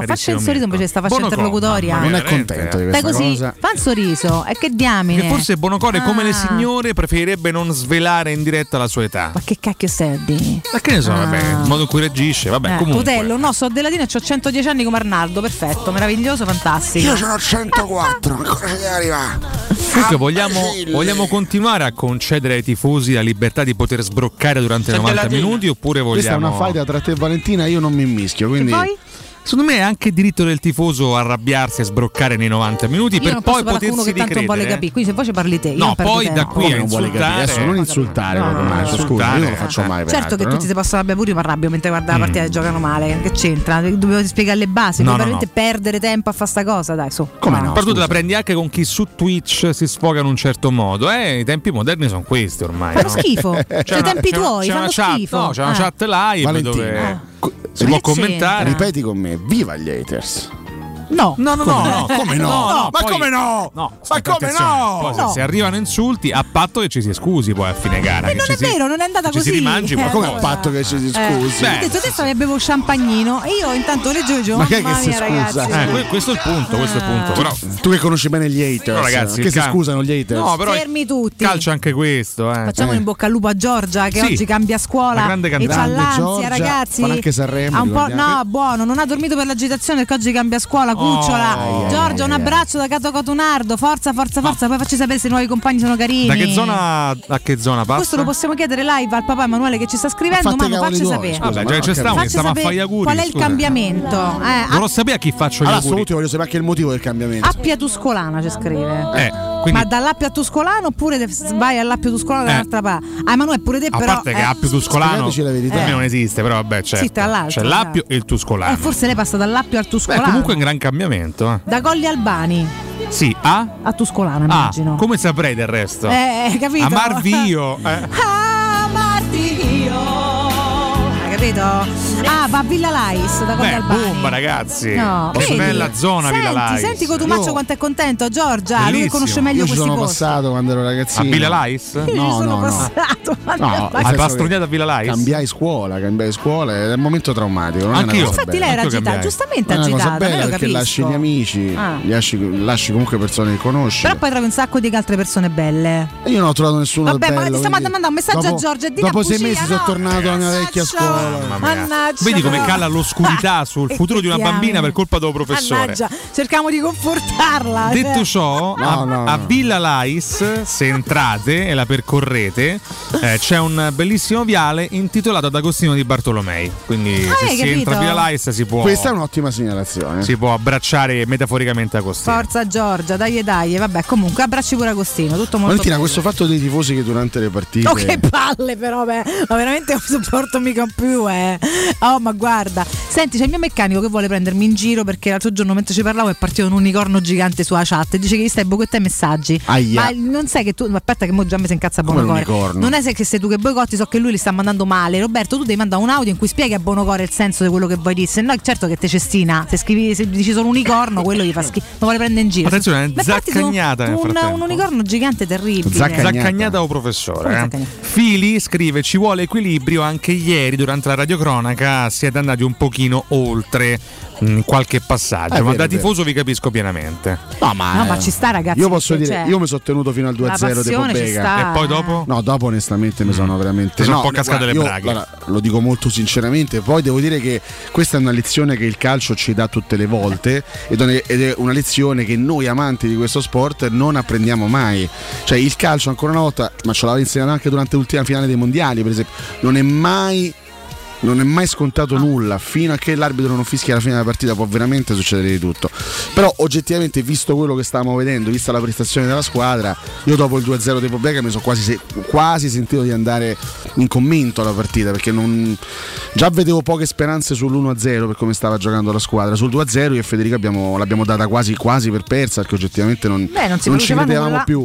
Speaker 21: sorriso invece sta facendo interlocutoria.
Speaker 15: Non è contento di
Speaker 21: Dai
Speaker 15: questa
Speaker 21: così,
Speaker 15: cosa.
Speaker 21: fa un sorriso. E che diamine.
Speaker 22: Che forse Bonocore, come le
Speaker 21: Ah.
Speaker 22: signore, preferirebbe non svelare in diretta la sua età.
Speaker 21: Ma che cacchio stai a dire?
Speaker 22: Ma che ne so,
Speaker 21: Ah.
Speaker 22: vabbè, il modo in cui reagisce, vabbè,
Speaker 21: Eh,
Speaker 22: comunque.
Speaker 21: Putello, no, so della Tina e ho centodieci anni come Arnaldo, perfetto, meraviglioso, fantastico.
Speaker 15: Io sono centoquattro, ancora ci arriva.
Speaker 22: Comunque vogliamo, vogliamo continuare a concedere ai tifosi la libertà di poter sbroccare durante i novanta minuti oppure vogliamo...
Speaker 15: Questa è una faida tra te e Valentina, io non mi immischio, quindi...
Speaker 22: Secondo me è anche diritto del tifoso arrabbiarsi e sbroccare nei novanta minuti
Speaker 21: Io
Speaker 22: per
Speaker 21: non posso
Speaker 22: poi
Speaker 21: parlare con uno
Speaker 22: potersi
Speaker 21: che tanto non vuole
Speaker 22: ricredere.
Speaker 21: capire, quindi se voi ci parli te, io
Speaker 22: No,
Speaker 21: non perdo
Speaker 22: poi da
Speaker 21: tempo.
Speaker 22: qui a
Speaker 15: non vuole capire?
Speaker 22: insultare.
Speaker 15: Adesso non insultare, proprio, Marco, scusa, io non lo faccio mai.
Speaker 21: Certo
Speaker 15: peraltro,
Speaker 21: che
Speaker 15: no?
Speaker 21: tutti si possono arrabbiare, pure io mi arrabbio mentre guarda la
Speaker 22: Mm.
Speaker 21: partita e giocano male. Che c'entra? Dovevo spiegare le basi,
Speaker 22: No,
Speaker 21: no,
Speaker 22: no,
Speaker 21: veramente perdere tempo a fare sta cosa, dai, su.
Speaker 22: Come no? Però tu te la prendi anche con chi su Twitch si sfoga in un certo modo. Eh, i tempi moderni sono questi ormai.
Speaker 21: Fanno
Speaker 22: no?
Speaker 21: schifo.
Speaker 22: C'è
Speaker 21: Cioè, i
Speaker 22: una-
Speaker 21: tempi
Speaker 22: c'è una-
Speaker 21: tuoi
Speaker 22: c'è
Speaker 21: fanno
Speaker 22: una chat,
Speaker 21: schifo.
Speaker 22: no, c'è una
Speaker 21: Ah.
Speaker 22: chat live
Speaker 15: Valentina,
Speaker 22: dove
Speaker 15: co-
Speaker 22: si può
Speaker 21: che
Speaker 22: commentare.
Speaker 15: Ripeti con me, viva gli haters.
Speaker 21: No,
Speaker 22: no, no,
Speaker 15: Come
Speaker 22: no,
Speaker 15: no? Come no?
Speaker 22: no,
Speaker 15: Ma
Speaker 22: poi-
Speaker 15: come no?
Speaker 22: No,
Speaker 15: Ma
Speaker 22: aspetta,
Speaker 15: come
Speaker 22: attenzione.
Speaker 15: no?
Speaker 22: Poi se,
Speaker 15: No.
Speaker 22: se arrivano insulti, a patto che ci si scusi poi a fine gara.
Speaker 21: E
Speaker 22: che
Speaker 21: non
Speaker 22: ci
Speaker 21: è
Speaker 22: si-
Speaker 21: vero, non è andata
Speaker 22: ci
Speaker 21: così.
Speaker 22: si rimangi, ma
Speaker 21: Eh,
Speaker 15: come a
Speaker 21: allora.
Speaker 15: patto che ci si
Speaker 21: Eh,
Speaker 15: scusi?
Speaker 21: ho detto adesso mi bevo champagnino e io intanto leggevo e dicevo,
Speaker 15: Ma chi è che
Speaker 21: mamma
Speaker 15: si
Speaker 21: mia
Speaker 15: scusa?
Speaker 21: ragazzi.
Speaker 22: Eh, que- questo è il punto, questo è il punto. Però,
Speaker 15: Tu che conosci bene gli haters,
Speaker 22: però, ragazzi,
Speaker 15: che
Speaker 22: il
Speaker 15: si
Speaker 22: cal-
Speaker 15: scusano gli haters?
Speaker 22: No, però
Speaker 21: Fermi tutti.
Speaker 22: calcio anche questo. Eh.
Speaker 21: Facciamo
Speaker 22: Eh.
Speaker 21: in bocca al lupo a Giorgia che
Speaker 22: Sì.
Speaker 21: oggi cambia scuola
Speaker 22: La grande
Speaker 21: e
Speaker 22: candidata.
Speaker 21: c'ha
Speaker 22: Grande
Speaker 21: l'ansia,
Speaker 15: Giorgia,
Speaker 21: ragazzi.
Speaker 15: farà anche Sanremo,
Speaker 21: Ha un po',
Speaker 15: ricordiamo.
Speaker 21: no, buono, non ha dormito per l'agitazione perché oggi cambia scuola, cucciola.
Speaker 22: Oh.
Speaker 21: Giorgia, un abbraccio da Cato Cotunardo, forza, forza, forza, poi facci sapere se i nuovi compagni sono carini.
Speaker 22: Da che zona a che zona passa?
Speaker 21: Questo lo possiamo chiedere live al papà Emanuele che ci sta scrivendo,
Speaker 15: Ma fate
Speaker 21: ma
Speaker 15: i cavoli
Speaker 21: facci
Speaker 15: tuoi,
Speaker 21: sapere.
Speaker 15: scusa,
Speaker 22: Vabbè,
Speaker 15: ma
Speaker 22: già
Speaker 15: non
Speaker 22: c'è
Speaker 15: ho
Speaker 22: stiamo che
Speaker 21: Facci
Speaker 22: stiamo a
Speaker 21: sapere
Speaker 22: fare gli auguri.
Speaker 21: qual è il
Speaker 22: scusa.
Speaker 21: cambiamento? Eh,
Speaker 22: Vorrò sapere a chi faccio gli
Speaker 15: Allora,
Speaker 22: auguri.
Speaker 15: assoluto, voglio sapere anche il motivo del cambiamento.
Speaker 21: Appia Tuscolana ci scrive.
Speaker 22: Eh, quindi
Speaker 21: Ma dall'Appio a Tuscolano oppure de- vai all'Appio Tuscolano da
Speaker 22: Eh.
Speaker 21: un'altra parte? Ah, Emanuele, pure te
Speaker 22: a
Speaker 21: però.
Speaker 22: parte che
Speaker 21: eh,
Speaker 22: Appio Tuscolano
Speaker 15: Spiegateci la verità.
Speaker 22: per me non esiste, però vabbè, certo.
Speaker 21: Sì, tra l'altro,
Speaker 22: c'è l'Appio
Speaker 21: esatto.
Speaker 22: e il Tuscolano.
Speaker 21: eh, forse lei passa dall'Appio al
Speaker 22: Beh,
Speaker 21: Tuscolano.
Speaker 22: comunque è un gran cambiamento. Eh.
Speaker 21: Da Colli Albani
Speaker 22: Sì, a
Speaker 21: a Tuscolana,
Speaker 22: ah,
Speaker 21: immagino.
Speaker 22: come saprei del resto?
Speaker 21: Eh, capito?
Speaker 22: Amarvi io. Eh.
Speaker 21: Amarti io. Hai capito? Ah, va a Villa Lais da Colli
Speaker 22: Beh,
Speaker 21: Albani.
Speaker 22: bomba ragazzi.
Speaker 21: No,
Speaker 22: Che
Speaker 21: vedi?
Speaker 22: bella zona
Speaker 21: senti,
Speaker 22: Villa Lais.
Speaker 21: Senti Cotumaccio
Speaker 15: Io-
Speaker 21: quanto è contento, Giorgia, lui che
Speaker 22: Bellissimo.
Speaker 21: conosce meglio
Speaker 15: Io ci
Speaker 21: questi
Speaker 15: sono
Speaker 21: posti.
Speaker 15: passato quando ero
Speaker 22: A
Speaker 15: ragazzino.
Speaker 22: Villa Lais?
Speaker 21: Io ci
Speaker 15: No,
Speaker 21: sono
Speaker 15: no, no.
Speaker 21: passato. ma
Speaker 15: No,
Speaker 21: ne
Speaker 15: nel
Speaker 22: Hai
Speaker 15: senso
Speaker 22: pastrugnato a Villa
Speaker 15: che
Speaker 22: Lais?
Speaker 15: Cambiai scuola, cambiai scuola, è un momento traumatico. Non è una
Speaker 22: Anch'io.
Speaker 15: cosa
Speaker 21: Infatti
Speaker 15: bella.
Speaker 21: lei era
Speaker 22: Anch'io
Speaker 21: agitata,
Speaker 22: cambiai.
Speaker 21: giustamente
Speaker 15: È una cosa
Speaker 21: agitata, ma
Speaker 15: bella
Speaker 21: io
Speaker 15: perché
Speaker 21: capisco.
Speaker 15: lasci gli amici,
Speaker 21: Ah.
Speaker 15: li lasci, lasci comunque persone che conosci.
Speaker 21: Però poi trovi un sacco di altre persone belle.
Speaker 15: E io non ho trovato nessuno
Speaker 21: Vabbè,
Speaker 15: bello.
Speaker 21: ma ti stiamo
Speaker 15: quindi
Speaker 21: mandando un messaggio
Speaker 15: dopo,
Speaker 21: a Giorgia e di una
Speaker 15: dopo sei
Speaker 21: bugia,
Speaker 15: mesi sono
Speaker 21: no?
Speaker 15: tornato alla mia vecchia scuola.
Speaker 22: Mamma mia.
Speaker 21: Mannaggia.
Speaker 22: Vedi come cala l'oscurità sul futuro di una bambina per colpa del professore.
Speaker 21: Mannaggia, cerchiamo di confortarla.
Speaker 22: Detto ciò,
Speaker 15: No,
Speaker 22: a,
Speaker 15: no,
Speaker 22: a
Speaker 15: no.
Speaker 22: Villa Lais, se entrate e la percorrete, eh, c'è un bellissimo viale intitolato ad Agostino di Bartolomei. Quindi,
Speaker 21: Ah,
Speaker 22: se
Speaker 21: hai
Speaker 22: si
Speaker 21: capito?
Speaker 22: entra a Villa Lais, si può,
Speaker 15: Questa è un'ottima segnalazione.
Speaker 22: si può abbracciare metaforicamente Agostino.
Speaker 21: Forza Giorgia, dai dai, vabbè, comunque abbracci pure Agostino, tutto molto
Speaker 15: Valentina,
Speaker 21: bello.
Speaker 15: questo fatto dei tifosi che durante le partite
Speaker 21: Oh, che palle però, beh, ma veramente non sopporto mica più, eh. Oh, ma guarda, senti, c'è il mio meccanico che vuole prendermi in giro perché l'altro giorno mentre ci parlavo è partito un unicorno gigante sulla chat e dice che gli stai boicottando i messaggi.
Speaker 15: Aia.
Speaker 21: Ma non sai che tu, ma aspetta che mo già mi si incazza
Speaker 15: Come
Speaker 21: Bonocore.
Speaker 15: l'unicorno?
Speaker 21: Non è se che sei tu che boicotti, so che lui li sta mandando male. Roberto, tu devi mandare un audio in cui spieghi a Bonocore il senso di quello che vuoi dire. Se no, certo che te cestina. Se scrivi, se dici solo unicorno, quello gli fa schifo. Lo vuole prendere in giro.
Speaker 22: Attenzione, è
Speaker 21: Ma infatti sono
Speaker 22: zaccagnata nel
Speaker 21: un,
Speaker 22: frattempo.
Speaker 21: un unicorno gigante terribile.
Speaker 15: Zaccagnata.
Speaker 22: Zaccagnata o professore?
Speaker 21: Come
Speaker 22: Eh?
Speaker 21: zaccagnata?
Speaker 22: Fili scrive: ci vuole equilibrio. Anche ieri durante la radiocronaca siete andati un pochino oltre in qualche passaggio,
Speaker 15: È
Speaker 22: ma
Speaker 15: vero,
Speaker 22: da
Speaker 15: è vero.
Speaker 22: tifoso vi capisco pienamente.
Speaker 15: No, ma,
Speaker 21: No, ma ci sta, ragazzi.
Speaker 15: io posso
Speaker 21: perché,
Speaker 15: dire,
Speaker 21: cioè,
Speaker 15: io mi sono tenuto fino al due a zero
Speaker 21: la
Speaker 15: di
Speaker 21: passione ci
Speaker 15: Pobega.
Speaker 21: sta,
Speaker 22: E poi
Speaker 21: eh.
Speaker 22: dopo?
Speaker 15: No, dopo onestamente mi sono veramente
Speaker 22: Ti sono
Speaker 15: no,
Speaker 22: un po' cascate
Speaker 15: guarda,
Speaker 22: le
Speaker 15: io,
Speaker 22: braghe.
Speaker 15: guarda, lo dico molto sinceramente. Poi devo dire che questa è una lezione che il calcio ci dà tutte le volte ed è una lezione che noi amanti di questo sport non apprendiamo mai. Cioè il calcio ancora una volta, ma ce l'aveva insegnato anche durante l'ultima finale dei mondiali per esempio, non è mai non è mai scontato nulla. Fino a che l'arbitro non fischia la fine della partita può veramente succedere di tutto. Però oggettivamente, visto quello che stavamo vedendo, vista la prestazione della squadra, io dopo il due a zero di Pobega mi sono quasi, se- quasi sentito di andare in commento alla partita, perché non, già vedevo poche speranze sull'uno a zero per come stava giocando la squadra. Sul due a zero io e Federica abbiamo, l'abbiamo data quasi, quasi per persa, perché oggettivamente non,
Speaker 21: Beh, non si
Speaker 15: non ci
Speaker 21: produceva
Speaker 15: credevamo
Speaker 21: nulla.
Speaker 15: più.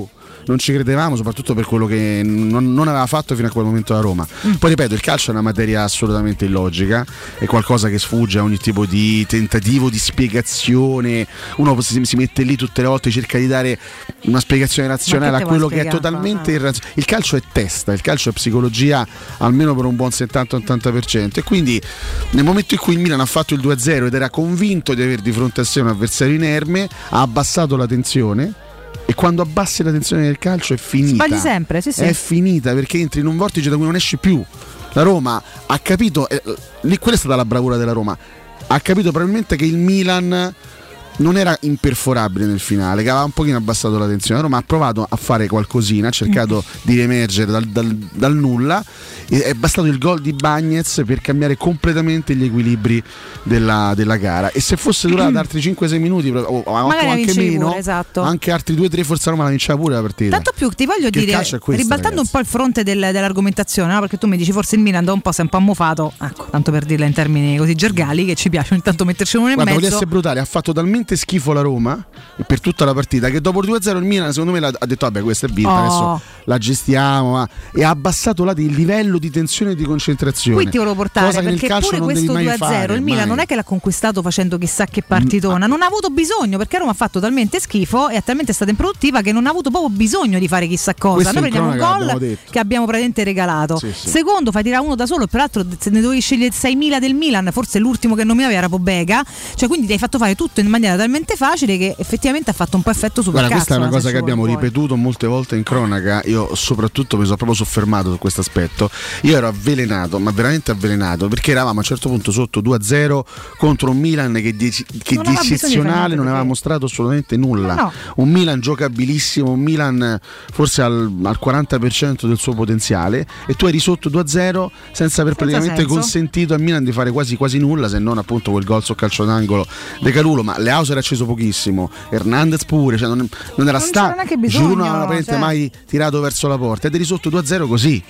Speaker 15: non ci credevamo, soprattutto per quello che non, non aveva fatto fino a quel momento la Roma. Mm. Poi ripeto, il calcio è una materia assolutamente illogica, è qualcosa che sfugge a ogni tipo di tentativo di spiegazione. Uno si, si mette lì tutte le volte, cerca di dare una spiegazione razionale a quello che è totalmente ah. irrazionale. Il calcio è testa, il calcio è psicologia, almeno per un buon settanta ottanta per cento, e quindi nel momento in cui il Milan ha fatto il due a zero ed era convinto di avere di fronte a sé un avversario inerme, ha abbassato la tensione, e quando abbassi la tensione del calcio è finita.
Speaker 21: Sbagli sempre, sì, sì.
Speaker 15: È finita, perché entri in un vortice da cui non esci più. La Roma ha capito, eh, lì quella è stata la bravura della Roma, ha capito probabilmente che il Milan non era imperforabile nel finale, che aveva un pochino abbassato la tensione. La Roma ha provato a fare qualcosina, ha cercato mm. di riemergere dal, dal, dal nulla, e è bastato il gol di Bagnez per cambiare completamente gli equilibri della, della gara, e se fosse durata altri cinque sei minuti o, o anche meno
Speaker 21: pure, esatto.
Speaker 15: anche altri due tre, forse Roma la vinceva pure la partita.
Speaker 21: Tanto più ti voglio
Speaker 15: che
Speaker 21: dire,
Speaker 15: questo,
Speaker 21: ribaltando
Speaker 15: ragazzi.
Speaker 21: un po' il fronte del, dell'argomentazione, no? Perché tu mi dici forse il Milan da un po' si è un po' ammufato, ecco, tanto per dirla in termini così gergali, che ci piace ogni tanto metterci uno in
Speaker 15: Guarda,
Speaker 21: mezzo.
Speaker 15: Voglio essere brutale, ha fatto talmente schifo la Roma per tutta la partita che dopo il due a zero il Milan secondo me ha detto vabbè, questa è vinta,
Speaker 21: oh.
Speaker 15: adesso la gestiamo, ma... e ha abbassato là il livello di tensione e di concentrazione.
Speaker 21: Qui ti volevo portare,
Speaker 15: cosa
Speaker 21: perché pure questo due a zero il Milan
Speaker 15: mai.
Speaker 21: non è che l'ha conquistato facendo chissà che partitona, non ha avuto bisogno, perché Roma ha fatto talmente schifo e è talmente stata improduttiva che non ha avuto proprio bisogno di fare chissà cosa.
Speaker 15: Questo
Speaker 21: Noi prendiamo un gol
Speaker 15: abbiamo
Speaker 21: che abbiamo praticamente regalato,
Speaker 15: sì, sì.
Speaker 21: Secondo fai tirare uno da solo, e peraltro se ne dovevi scegliere seimila del Milan, forse l'ultimo che nominavi era Pobega, cioè quindi ti hai fatto fare tutto in maniera talmente facile che effettivamente ha fatto un po' effetto super.
Speaker 15: Guarda, questa è una cosa che abbiamo
Speaker 21: poi.
Speaker 15: ripetuto molte volte in cronaca. Io soprattutto mi sono proprio soffermato su questo aspetto. Io ero avvelenato, ma veramente avvelenato, perché eravamo a un certo punto sotto due a zero contro un Milan che di, che di eccezionale non aveva mostrato assolutamente nulla.
Speaker 21: No.
Speaker 15: Un Milan giocabilissimo, un Milan forse al, al quaranta per cento del suo potenziale, e tu eri sotto due a zero senza aver senza praticamente senso. consentito al Milan di fare quasi quasi nulla, se non appunto quel gol su calcio d'angolo De Calulo. Ma Leao si era acceso pochissimo, Hernandez pure, cioè non, non era stato, Giroud non aveva cioè. mai tirato verso la porta, ed eri sotto due a zero così.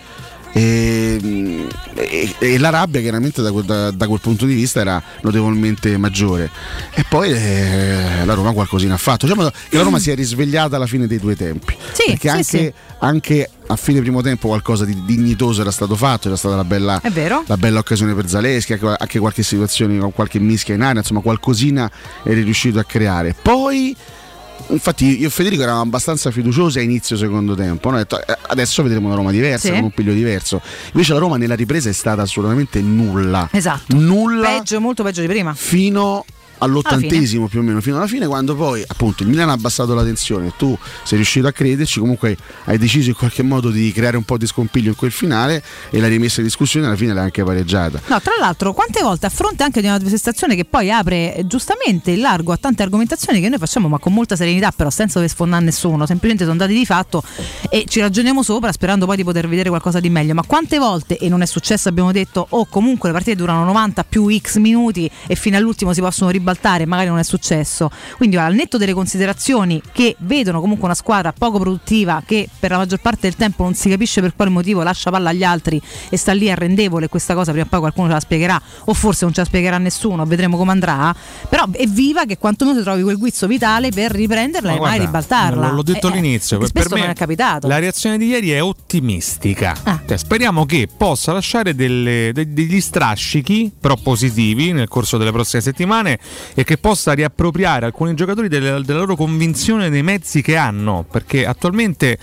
Speaker 15: E, e, e la rabbia chiaramente da, da, da quel punto di vista era notevolmente maggiore, e poi eh, la Roma qualcosina ha fatto, diciamo che la Roma si è risvegliata alla fine dei due tempi,
Speaker 21: sì,
Speaker 15: perché
Speaker 21: sì,
Speaker 15: anche,
Speaker 21: sì.
Speaker 15: anche a fine primo tempo qualcosa di dignitoso era stato fatto, era stata la bella,
Speaker 21: è vero.
Speaker 15: la bella occasione per Zaleschi, anche, anche qualche situazione con qualche mischia in aria, insomma qualcosina eri riuscito a creare. Poi infatti io e Federico eravamo abbastanza fiduciosi a inizio secondo tempo, no? Detto, eh, adesso vedremo una Roma diversa, sì. con un piglio diverso. Invece la Roma nella ripresa è stata assolutamente nulla,
Speaker 21: esatto,
Speaker 15: nulla,
Speaker 21: peggio, molto peggio di prima,
Speaker 15: fino all'ottantesimo più o meno, fino alla fine, quando poi appunto il Milan ha abbassato la tensione, tu sei riuscito a crederci, comunque hai deciso in qualche modo di creare un po' di scompiglio in quel finale, e la rimessa in discussione alla fine l'hai anche pareggiata.
Speaker 21: No, tra l'altro quante volte a fronte anche di una prestazione che poi apre giustamente il largo a tante argomentazioni che noi facciamo ma con molta serenità, però senza dover sfondare nessuno, semplicemente sono dati di fatto e ci ragioniamo sopra sperando poi di poter vedere qualcosa di meglio. Ma quante volte, e non è successo, abbiamo detto o oh, comunque le partite durano novanta più X minuti e fino all'ultimo si possono ribaltare, magari non è successo. Quindi al netto delle considerazioni che vedono comunque una squadra poco produttiva, che per la maggior parte del tempo non si capisce per quale motivo lascia palla agli altri e sta lì arrendevole, questa cosa prima o poi qualcuno ce la spiegherà, o forse non ce la spiegherà nessuno, vedremo come andrà, però evviva che quantomeno ti trovi quel guizzo vitale per riprenderla
Speaker 22: ma
Speaker 21: e
Speaker 22: guarda,
Speaker 21: mai ribaltarla.
Speaker 22: L'ho detto
Speaker 21: eh,
Speaker 22: all'inizio,
Speaker 21: eh,
Speaker 22: per me
Speaker 21: non è capitato.
Speaker 22: La reazione di ieri è ottimistica, ah. cioè, speriamo che possa lasciare delle, de, degli strascichi però positivi nel corso delle prossime settimane, e che possa riappropriare alcuni giocatori delle, della loro convinzione dei mezzi che hanno, perché attualmente,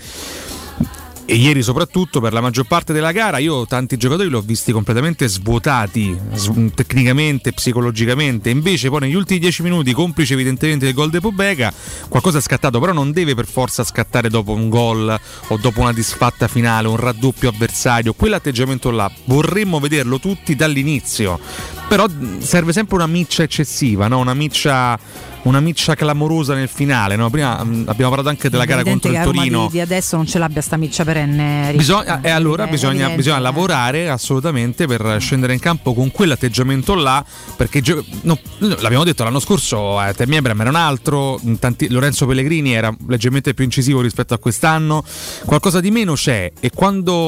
Speaker 22: e ieri soprattutto per la maggior parte della gara, io tanti giocatori li ho visti completamente svuotati sv- tecnicamente, psicologicamente. Invece poi negli ultimi dieci minuti, complice evidentemente del gol di Pobega, qualcosa è scattato, però non deve per forza scattare dopo un gol o dopo una disfatta finale, un raddoppio avversario. Quell'atteggiamento là vorremmo vederlo tutti dall'inizio, però serve sempre una miccia eccessiva, no? una miccia una miccia clamorosa nel finale, no? Prima mh, abbiamo parlato anche della gara contro il Torino.
Speaker 21: Di, di adesso non ce l'abbia sta miccia perenne.
Speaker 22: Bisogna, e allora bisogna, bisogna lavorare assolutamente per scendere in campo con quell'atteggiamento là, perché gio- no, l'abbiamo detto l'anno scorso, eh, Tammy Abraham era un altro, tanti, Lorenzo Pellegrini era leggermente più incisivo rispetto a quest'anno, qualcosa di meno c'è, e quando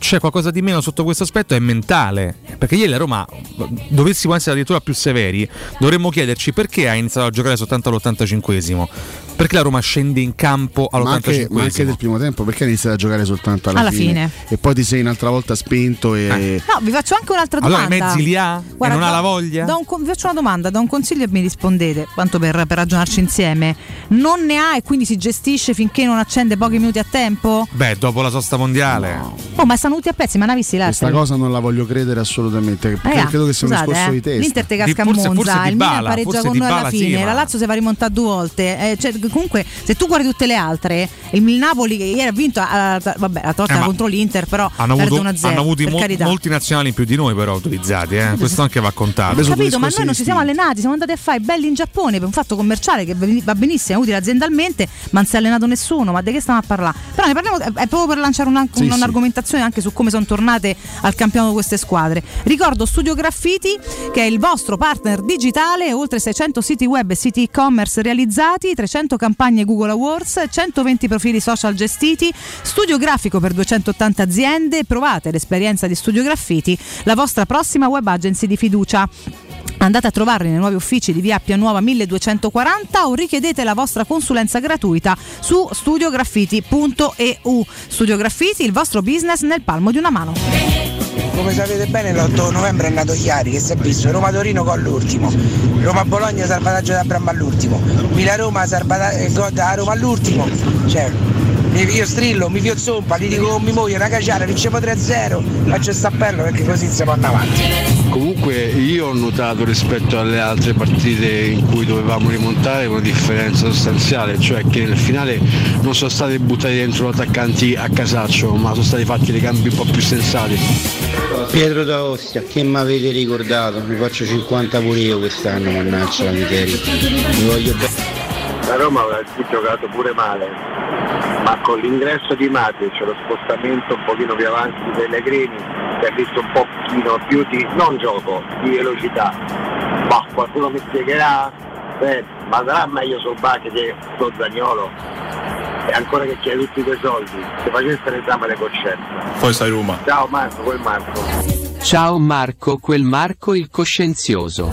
Speaker 22: c'è qualcosa di meno sotto questo aspetto, è mentale, perché ieri la Roma, dovessimo essere addirittura più severi, dovremmo chiederci perché ha iniziato a giocare soltanto all'ottantacinquesimo, perché la Roma scende in campo all'ottantacinquesimo,
Speaker 15: ma anche, ma anche del primo tempo, perché ha iniziato a giocare soltanto alla,
Speaker 21: alla
Speaker 15: fine,
Speaker 21: fine
Speaker 15: e poi ti sei un'altra volta spento e...
Speaker 21: Eh. No, vi faccio anche un'altra domanda.
Speaker 22: Allora i mezzi li ha?
Speaker 21: Guarda,
Speaker 22: e non
Speaker 21: do,
Speaker 22: ha la voglia?
Speaker 21: Do un, vi faccio una domanda, do un consiglio e mi rispondete, quanto per, per ragionarci insieme. Non ne ha e quindi si gestisce finché non accende pochi minuti a tempo?
Speaker 22: Beh, dopo la sosta mondiale.
Speaker 21: No. Oh, ma stanno tutti a pezzi, ma ne ha visti l'altro?
Speaker 15: Questa cosa non la voglio credere assolutamente, perché
Speaker 21: eh,
Speaker 15: credo che sia
Speaker 21: scusate,
Speaker 15: un discorso
Speaker 21: eh.
Speaker 15: di testa.
Speaker 21: L'Inter te casca a
Speaker 22: forse,
Speaker 21: Monza,
Speaker 22: forse
Speaker 21: il Milan pareggia con noi alla fine,
Speaker 22: sì,
Speaker 21: la Lazio si va rimontare due volte. Eh, cioè, comunque, se tu guardi tutte le altre, il Napoli che ieri ha vinto, a, a, vabbè, la torta
Speaker 22: eh,
Speaker 21: contro l'Inter, però
Speaker 22: hanno
Speaker 21: perde
Speaker 22: avuto,
Speaker 21: uno a zero,
Speaker 22: hanno avuto
Speaker 21: per
Speaker 22: mo-
Speaker 21: carità.
Speaker 22: molti nazionali in più di noi, però utilizzati, eh. Questo anche va contato.
Speaker 21: Ho capito, ma noi non ci siamo allenati, siamo andati a fare i belli in Giappone per un fatto commerciale che va benissimo, è utile aziendalmente, ma non si è allenato nessuno, ma di che stiamo a parlare? Però ne parliamo, è proprio per lanciare una, sì, un'argomentazione sì. anche su come sono tornate al campionato queste squadre. Ricordo Studio Graffiti, che è il vostro partner digitale, oltre seicento siti web e siti e-commerce realizzati, trecento campagne Google Awards, centoventi profili social gestiti, studio grafico per duecentottanta aziende. Provate l'esperienza di Studio Graffiti, la vostra prossima web agency di fiducia. Andate a trovarli nei nuovi uffici di via Appia Nuova milleduecentoquaranta o richiedete la vostra consulenza gratuita su studiograffiti punto e u. Studio Graffiti, il vostro business nel palmo di una mano.
Speaker 2: Come sapete bene, l'otto novembre è nato Chiari, che si è visto Roma-Torino gol all'ultimo, Roma-Bologna salvataggio da Bramma all'ultimo, Milan-Roma gol da Roma all'ultimo. Cioè, io strillo, mi fio zompa, gli dico mi muoio una caciara, vinciamo tre a zero, faccio il stappello perché così si vanno avanti.
Speaker 14: Comunque io ho notato rispetto alle altre partite in cui dovevamo rimontare una differenza sostanziale, cioè che nel finale non sono stati buttati dentro attaccanti a casaccio, ma sono stati fatti dei cambi un po' più sensati.
Speaker 8: Pietro da Ostia, che mi avete ricordato? Mi faccio cinquanta pure io quest'anno, mannaggia la miseria. Mi voglio bene.
Speaker 6: La Roma aveva giocato pure male, ma con l'ingresso di Matic, lo spostamento un pochino più avanti di Pellegrini, si è visto un pochino più di, non gioco, di velocità. Ma qualcuno mi spiegherà? Beh, ma sarà meglio Solbakken che sto Zaniolo? E ancora che chiede tutti quei soldi, se facesse l'esame le coscienze.
Speaker 17: Poi sai Roma.
Speaker 6: Ciao Marco, quel Marco.
Speaker 19: Ciao Marco, quel Marco il coscienzioso.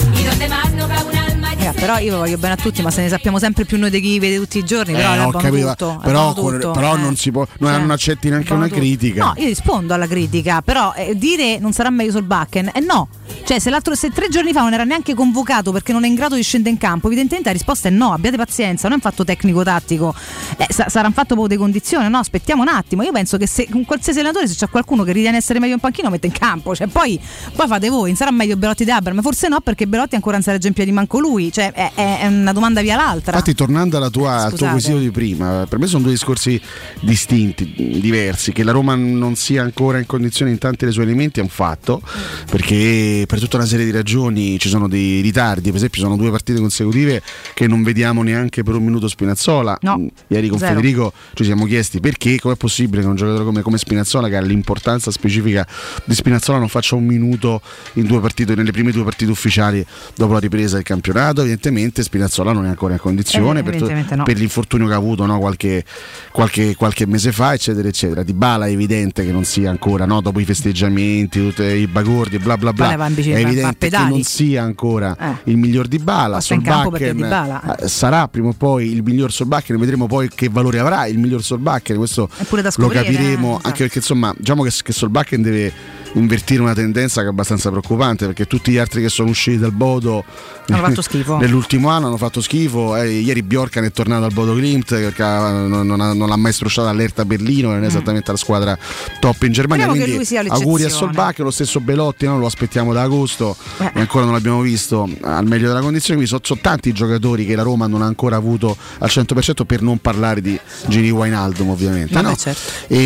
Speaker 21: Eh, però io voglio bene a tutti, ma se ne sappiamo sempre più noi di chi vede tutti i giorni. Però,
Speaker 15: eh, ho capito,
Speaker 21: tutto,
Speaker 15: però,
Speaker 21: tutto,
Speaker 15: però
Speaker 21: eh.
Speaker 15: non si può, non,
Speaker 21: cioè,
Speaker 15: non accetti neanche una
Speaker 21: tutto.
Speaker 15: critica.
Speaker 21: No, io rispondo alla critica, però eh, dire non sarà meglio Solbakken, eh no. Cioè, se, l'altro, se tre giorni fa non era neanche convocato perché non è in grado di scendere in campo, evidentemente la risposta è no, abbiate pazienza, non è un fatto tecnico-tattico, eh, sa- sarà un fatto proprio di condizione, no? Aspettiamo un attimo. Io penso che se con qualsiasi allenatore, se c'è qualcuno che ritiene essere meglio in panchino, mette in campo, cioè poi, poi fate voi, non sarà meglio Belotti di Abraham, forse no, perché Belotti ancora non si regge in piedi manco lui, cioè è, è una domanda via l'altra.
Speaker 15: Infatti, tornando alla tua, al tuo quesito di prima, per me sono due discorsi distinti, diversi. Che la Roma non sia ancora in condizione in tanti dei suoi elementi è un fatto, perché per tutta una serie di ragioni ci sono dei ritardi. Per esempio, sono due partite consecutive che non vediamo neanche per un minuto Spinazzola.
Speaker 21: No,
Speaker 15: ieri con
Speaker 21: zero.
Speaker 15: Federico ci siamo chiesti perché, com'è possibile che un giocatore come, come Spinazzola, che ha l'importanza specifica di Spinazzola, non faccia un minuto in due partite, nelle prime due partite ufficiali dopo la ripresa del campionato. Evidentemente Spinazzola non è ancora in condizione
Speaker 21: eh,
Speaker 15: per,
Speaker 21: no.
Speaker 15: per l'infortunio che ha avuto, no, qualche, qualche, qualche mese fa, eccetera eccetera. Dybala è evidente che non sia ancora, no, dopo i festeggiamenti, tutti i bagordi, bla bla bla, è evidente che non sia ancora eh. il miglior Dybala. Solbakken
Speaker 21: Dybala, eh.
Speaker 15: sarà prima o poi il miglior Solbakken, vedremo poi che valore avrà il miglior Solbakken, questo lo capiremo, eh, anche perché insomma diciamo che, che Solbakken deve invertire una tendenza che è abbastanza preoccupante, perché tutti gli altri che sono usciti dal Bodo
Speaker 21: hanno fatto schifo
Speaker 15: nell'ultimo anno hanno fatto schifo. Eh, ieri Bjorkan è tornato al Bodo Glimt perché non, non, ha, non l'ha mai strusciato all'Hertha Berlino, non è mm. esattamente la squadra top in Germania.
Speaker 21: Speriamo
Speaker 15: quindi auguri a Solbakken, lo stesso Belotti, no? Lo aspettiamo da agosto eh. e ancora non l'abbiamo visto al meglio della condizione. Quindi sono, sono tanti giocatori che la Roma non ha ancora avuto al cento per cento, per non parlare di Gini Wijnaldum ovviamente.
Speaker 21: Vabbè,
Speaker 15: no?
Speaker 21: certo.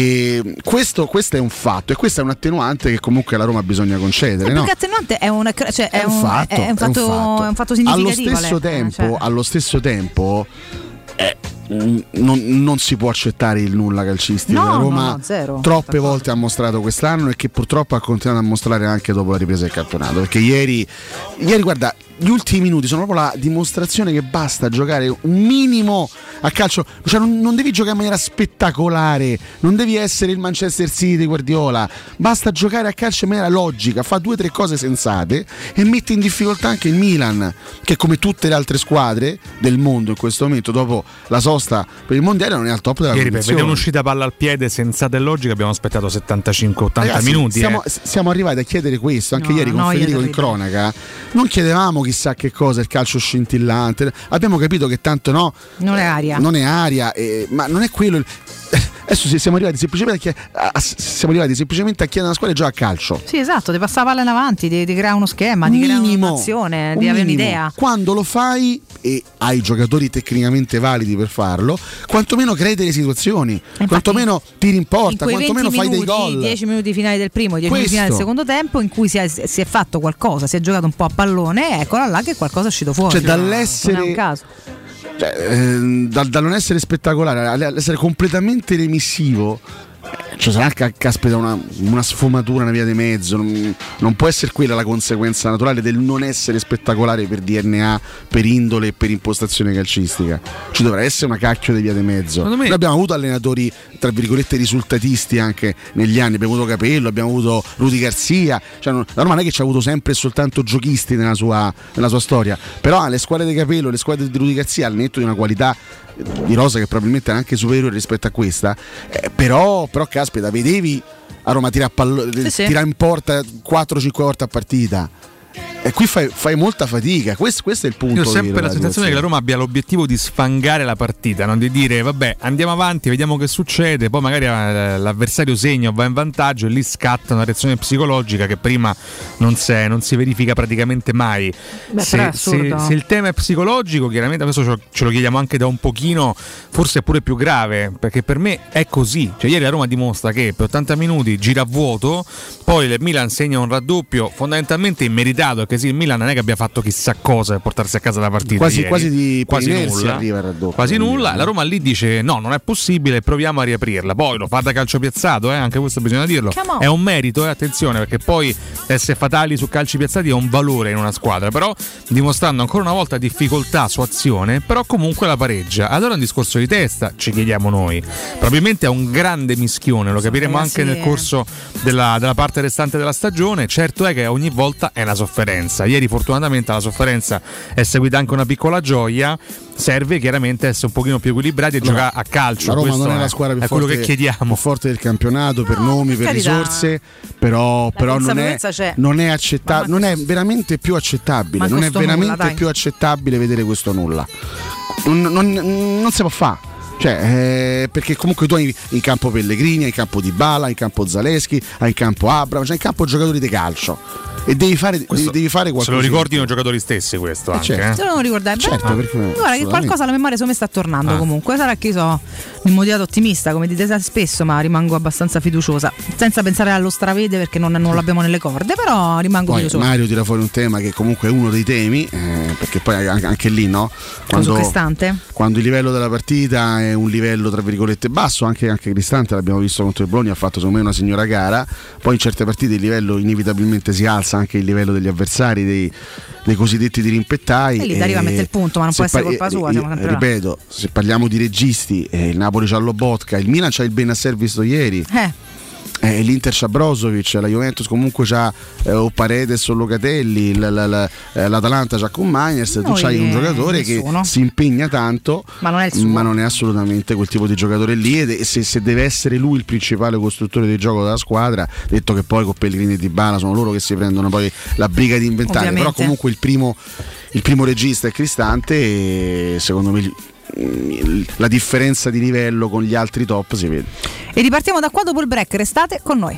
Speaker 15: E questo, questo è un fatto, e questa è un attenuante che comunque la Roma bisogna concedere.
Speaker 21: No,
Speaker 15: no?
Speaker 21: perché attenuante è, una, cioè è,
Speaker 15: è, un
Speaker 21: un,
Speaker 15: fatto,
Speaker 21: è, un fatto,
Speaker 15: è un fatto,
Speaker 21: è un fatto significativo.
Speaker 15: Allo stesso tempo,
Speaker 21: cioè.
Speaker 15: allo stesso tempo eh, non, non si può accettare il nulla calcistico.
Speaker 21: No,
Speaker 15: la Roma
Speaker 21: no, no, zero,
Speaker 15: troppe
Speaker 21: d'accordo.
Speaker 15: volte ha mostrato quest'anno e che purtroppo ha continuato a mostrare anche dopo la ripresa del campionato. Perché ieri, ieri guarda, gli ultimi minuti sono proprio la dimostrazione che basta giocare un minimo a calcio, cioè non, non devi giocare in maniera spettacolare, non devi essere il Manchester City di Guardiola, basta giocare a calcio in maniera logica, fa due o tre cose sensate e mette in difficoltà anche il Milan, che come tutte le altre squadre del mondo in questo momento dopo la sosta per il mondiale non è al top della
Speaker 22: Ieri per
Speaker 15: competizione.
Speaker 22: vedere un'uscita palla al piede sensata e logica abbiamo aspettato settantacinque ottanta
Speaker 15: Ragazzi,
Speaker 22: minuti.
Speaker 15: Siamo,
Speaker 22: eh.
Speaker 15: siamo arrivati a chiedere questo anche
Speaker 21: No,
Speaker 15: ieri con
Speaker 21: no,
Speaker 15: Federico
Speaker 21: io
Speaker 15: in cronaca. Non chiedevamo chissà che cosa, il calcio scintillante. Abbiamo capito che tanto no,
Speaker 21: non è aria.
Speaker 15: Non è aria, eh, ma non è quello. Il... Adesso siamo arrivati semplicemente a, chied- a, siamo arrivati semplicemente a chiedere a una squadra gioca a calcio.
Speaker 21: Sì, esatto, ti passa la palla in avanti, ti, ti crea uno schema, ti crea un'azione, ti avere un'idea.
Speaker 15: Quando lo fai e hai giocatori tecnicamente validi per farlo, quantomeno crei delle situazioni, infatti, quantomeno tiri in porta,
Speaker 21: in
Speaker 15: quantomeno fai
Speaker 21: minuti,
Speaker 15: dei gol.
Speaker 21: dieci minuti finali del primo, dieci minuti finali del secondo tempo in cui si è, si è fatto qualcosa, si è giocato un po' a pallone, eccola là che qualcosa è uscito fuori.
Speaker 15: Cioè dall'essere
Speaker 21: non è un caso.
Speaker 15: Cioè, eh, da, da non essere spettacolare all'essere completamente remissivo, ci sarà ca- caspita una, una sfumatura, una via di mezzo. Non, non può essere quella la conseguenza naturale del non essere spettacolare per D N A, per indole e per impostazione calcistica. Ci dovrà essere una cacchio di via di mezzo. Me... Noi abbiamo avuto allenatori tra virgolette risultatisti anche negli anni, abbiamo avuto Capello, abbiamo avuto Rudy Garzia, cioè, non, la Roma non è che ci ha avuto sempre e soltanto giochisti nella sua, nella sua storia, però le squadre di Capello, le squadre di Rudy Garzia, al netto di una qualità di rosa che probabilmente è anche superiore rispetto a questa, eh, però, però caspita, vedevi a Roma tirare pallo-
Speaker 21: sì, sì.
Speaker 15: tira in porta quattro cinque volte a partita. E qui fai, fai molta fatica, questo, questo è il punto.
Speaker 22: Io ho sempre la sensazione che la Roma abbia l'obiettivo di sfangare la partita, non di dire vabbè andiamo avanti, vediamo che succede, poi magari l'avversario segna o va in vantaggio e lì scatta una reazione psicologica che prima non, se, non si verifica praticamente mai.
Speaker 21: Beh,
Speaker 22: se, se, se il tema è psicologico, chiaramente questo ce lo, ce lo chiediamo anche da un pochino, forse è pure più grave, perché per me è così. Cioè ieri la Roma dimostra che per ottanta minuti gira a vuoto, poi il Milan segna un raddoppio fondamentalmente immeritato, perché sì, il Milan non è che abbia fatto chissà cosa per portarsi a casa la partita
Speaker 15: quasi,
Speaker 22: ieri.
Speaker 15: quasi di
Speaker 22: quasi nulla,
Speaker 15: arriva il raddoppio,
Speaker 22: quasi nulla. La Roma lì dice no, non è possibile, proviamo a riaprirla. Poi lo fa da calcio piazzato, eh? Anche questo bisogna dirlo, è un merito, eh? Attenzione, perché poi essere fatali su calci piazzati è un valore in una squadra, però dimostrando ancora una volta difficoltà su azione, però comunque la pareggia. Allora è un discorso di testa, ci chiediamo noi. Probabilmente è un grande mischione, lo capiremo anche nel corso della, della parte restante della stagione. Certo è che ogni volta è una sofferenza. Ieri fortunatamente alla sofferenza è seguita anche una piccola gioia. Serve chiaramente essere un pochino più equilibrati e no, giocare a calcio.
Speaker 15: La Roma
Speaker 22: questo
Speaker 15: non è
Speaker 22: è
Speaker 15: la squadra più
Speaker 22: è
Speaker 15: forte,
Speaker 22: quello che chiediamo,
Speaker 15: più forte del campionato per nomi, per
Speaker 21: carità.
Speaker 15: risorse, però, però non, è, non è accettabile, non è veramente più accettabile, non è veramente
Speaker 21: nulla,
Speaker 15: più accettabile vedere questo nulla. Non, non, non si può fare. Cioè, eh, perché comunque tu hai in campo Pellegrini, hai in campo Dybala, hai in campo Zaleschi, hai in campo Abramo, c'hai in campo giocatori di calcio e devi fare, devi, devi fare qualcosa.
Speaker 22: Se lo ricordino i giocatori stessi questo
Speaker 15: eh
Speaker 22: anche
Speaker 15: certo.
Speaker 22: eh?
Speaker 21: Se non lo ricordare,
Speaker 15: certo,
Speaker 21: beh,
Speaker 15: perché,
Speaker 21: guarda che qualcosa alla memoria secondo me sta tornando ah. comunque. Sarà che io sono immotivato ottimista, come dite spesso, ma rimango abbastanza fiduciosa, senza pensare allo stravede perché non, non l'abbiamo nelle corde, però rimango
Speaker 15: poi
Speaker 21: fiduciosa.
Speaker 15: Mario tira fuori un tema che comunque è uno dei temi, eh, perché poi anche, anche lì no? Quando, quando il livello della partita è un livello tra virgolette basso, anche, anche Cristante l'abbiamo visto contro il Bologna, ha fatto secondo me una signora gara, poi in certe partite il livello inevitabilmente si alza, anche il livello degli avversari, dei, dei cosiddetti dirimpettai,
Speaker 21: e lì arriva a mettere il punto, ma non può essere
Speaker 15: par-
Speaker 21: colpa sua,
Speaker 15: eh,
Speaker 21: siamo sempre
Speaker 15: ripeto, là. Se parliamo di registi, eh, il Napoli c'ha Lobotka, il Milan c'ha il Benasser visto ieri,
Speaker 21: eh.
Speaker 15: Eh, l'Inter c'ha Brozovic, la Juventus comunque c'ha eh, o Paredes o Locatelli, la, la, la, eh, l'Atalanta c'ha con Magners, tu c'hai un giocatore
Speaker 21: nessuno.
Speaker 15: che si impegna tanto,
Speaker 21: ma non è il suo.
Speaker 15: Ma non è assolutamente quel tipo di giocatore lì, e se, se deve essere lui il principale costruttore del gioco della squadra, detto che poi con Pellegrini e Dybala sono loro che si prendono poi la briga di inventare,
Speaker 21: ovviamente.
Speaker 15: Però comunque il primo, il primo regista è Cristante e secondo me la differenza di livello con gli altri top si vede.
Speaker 21: E ripartiamo da qua dopo il break, restate con noi.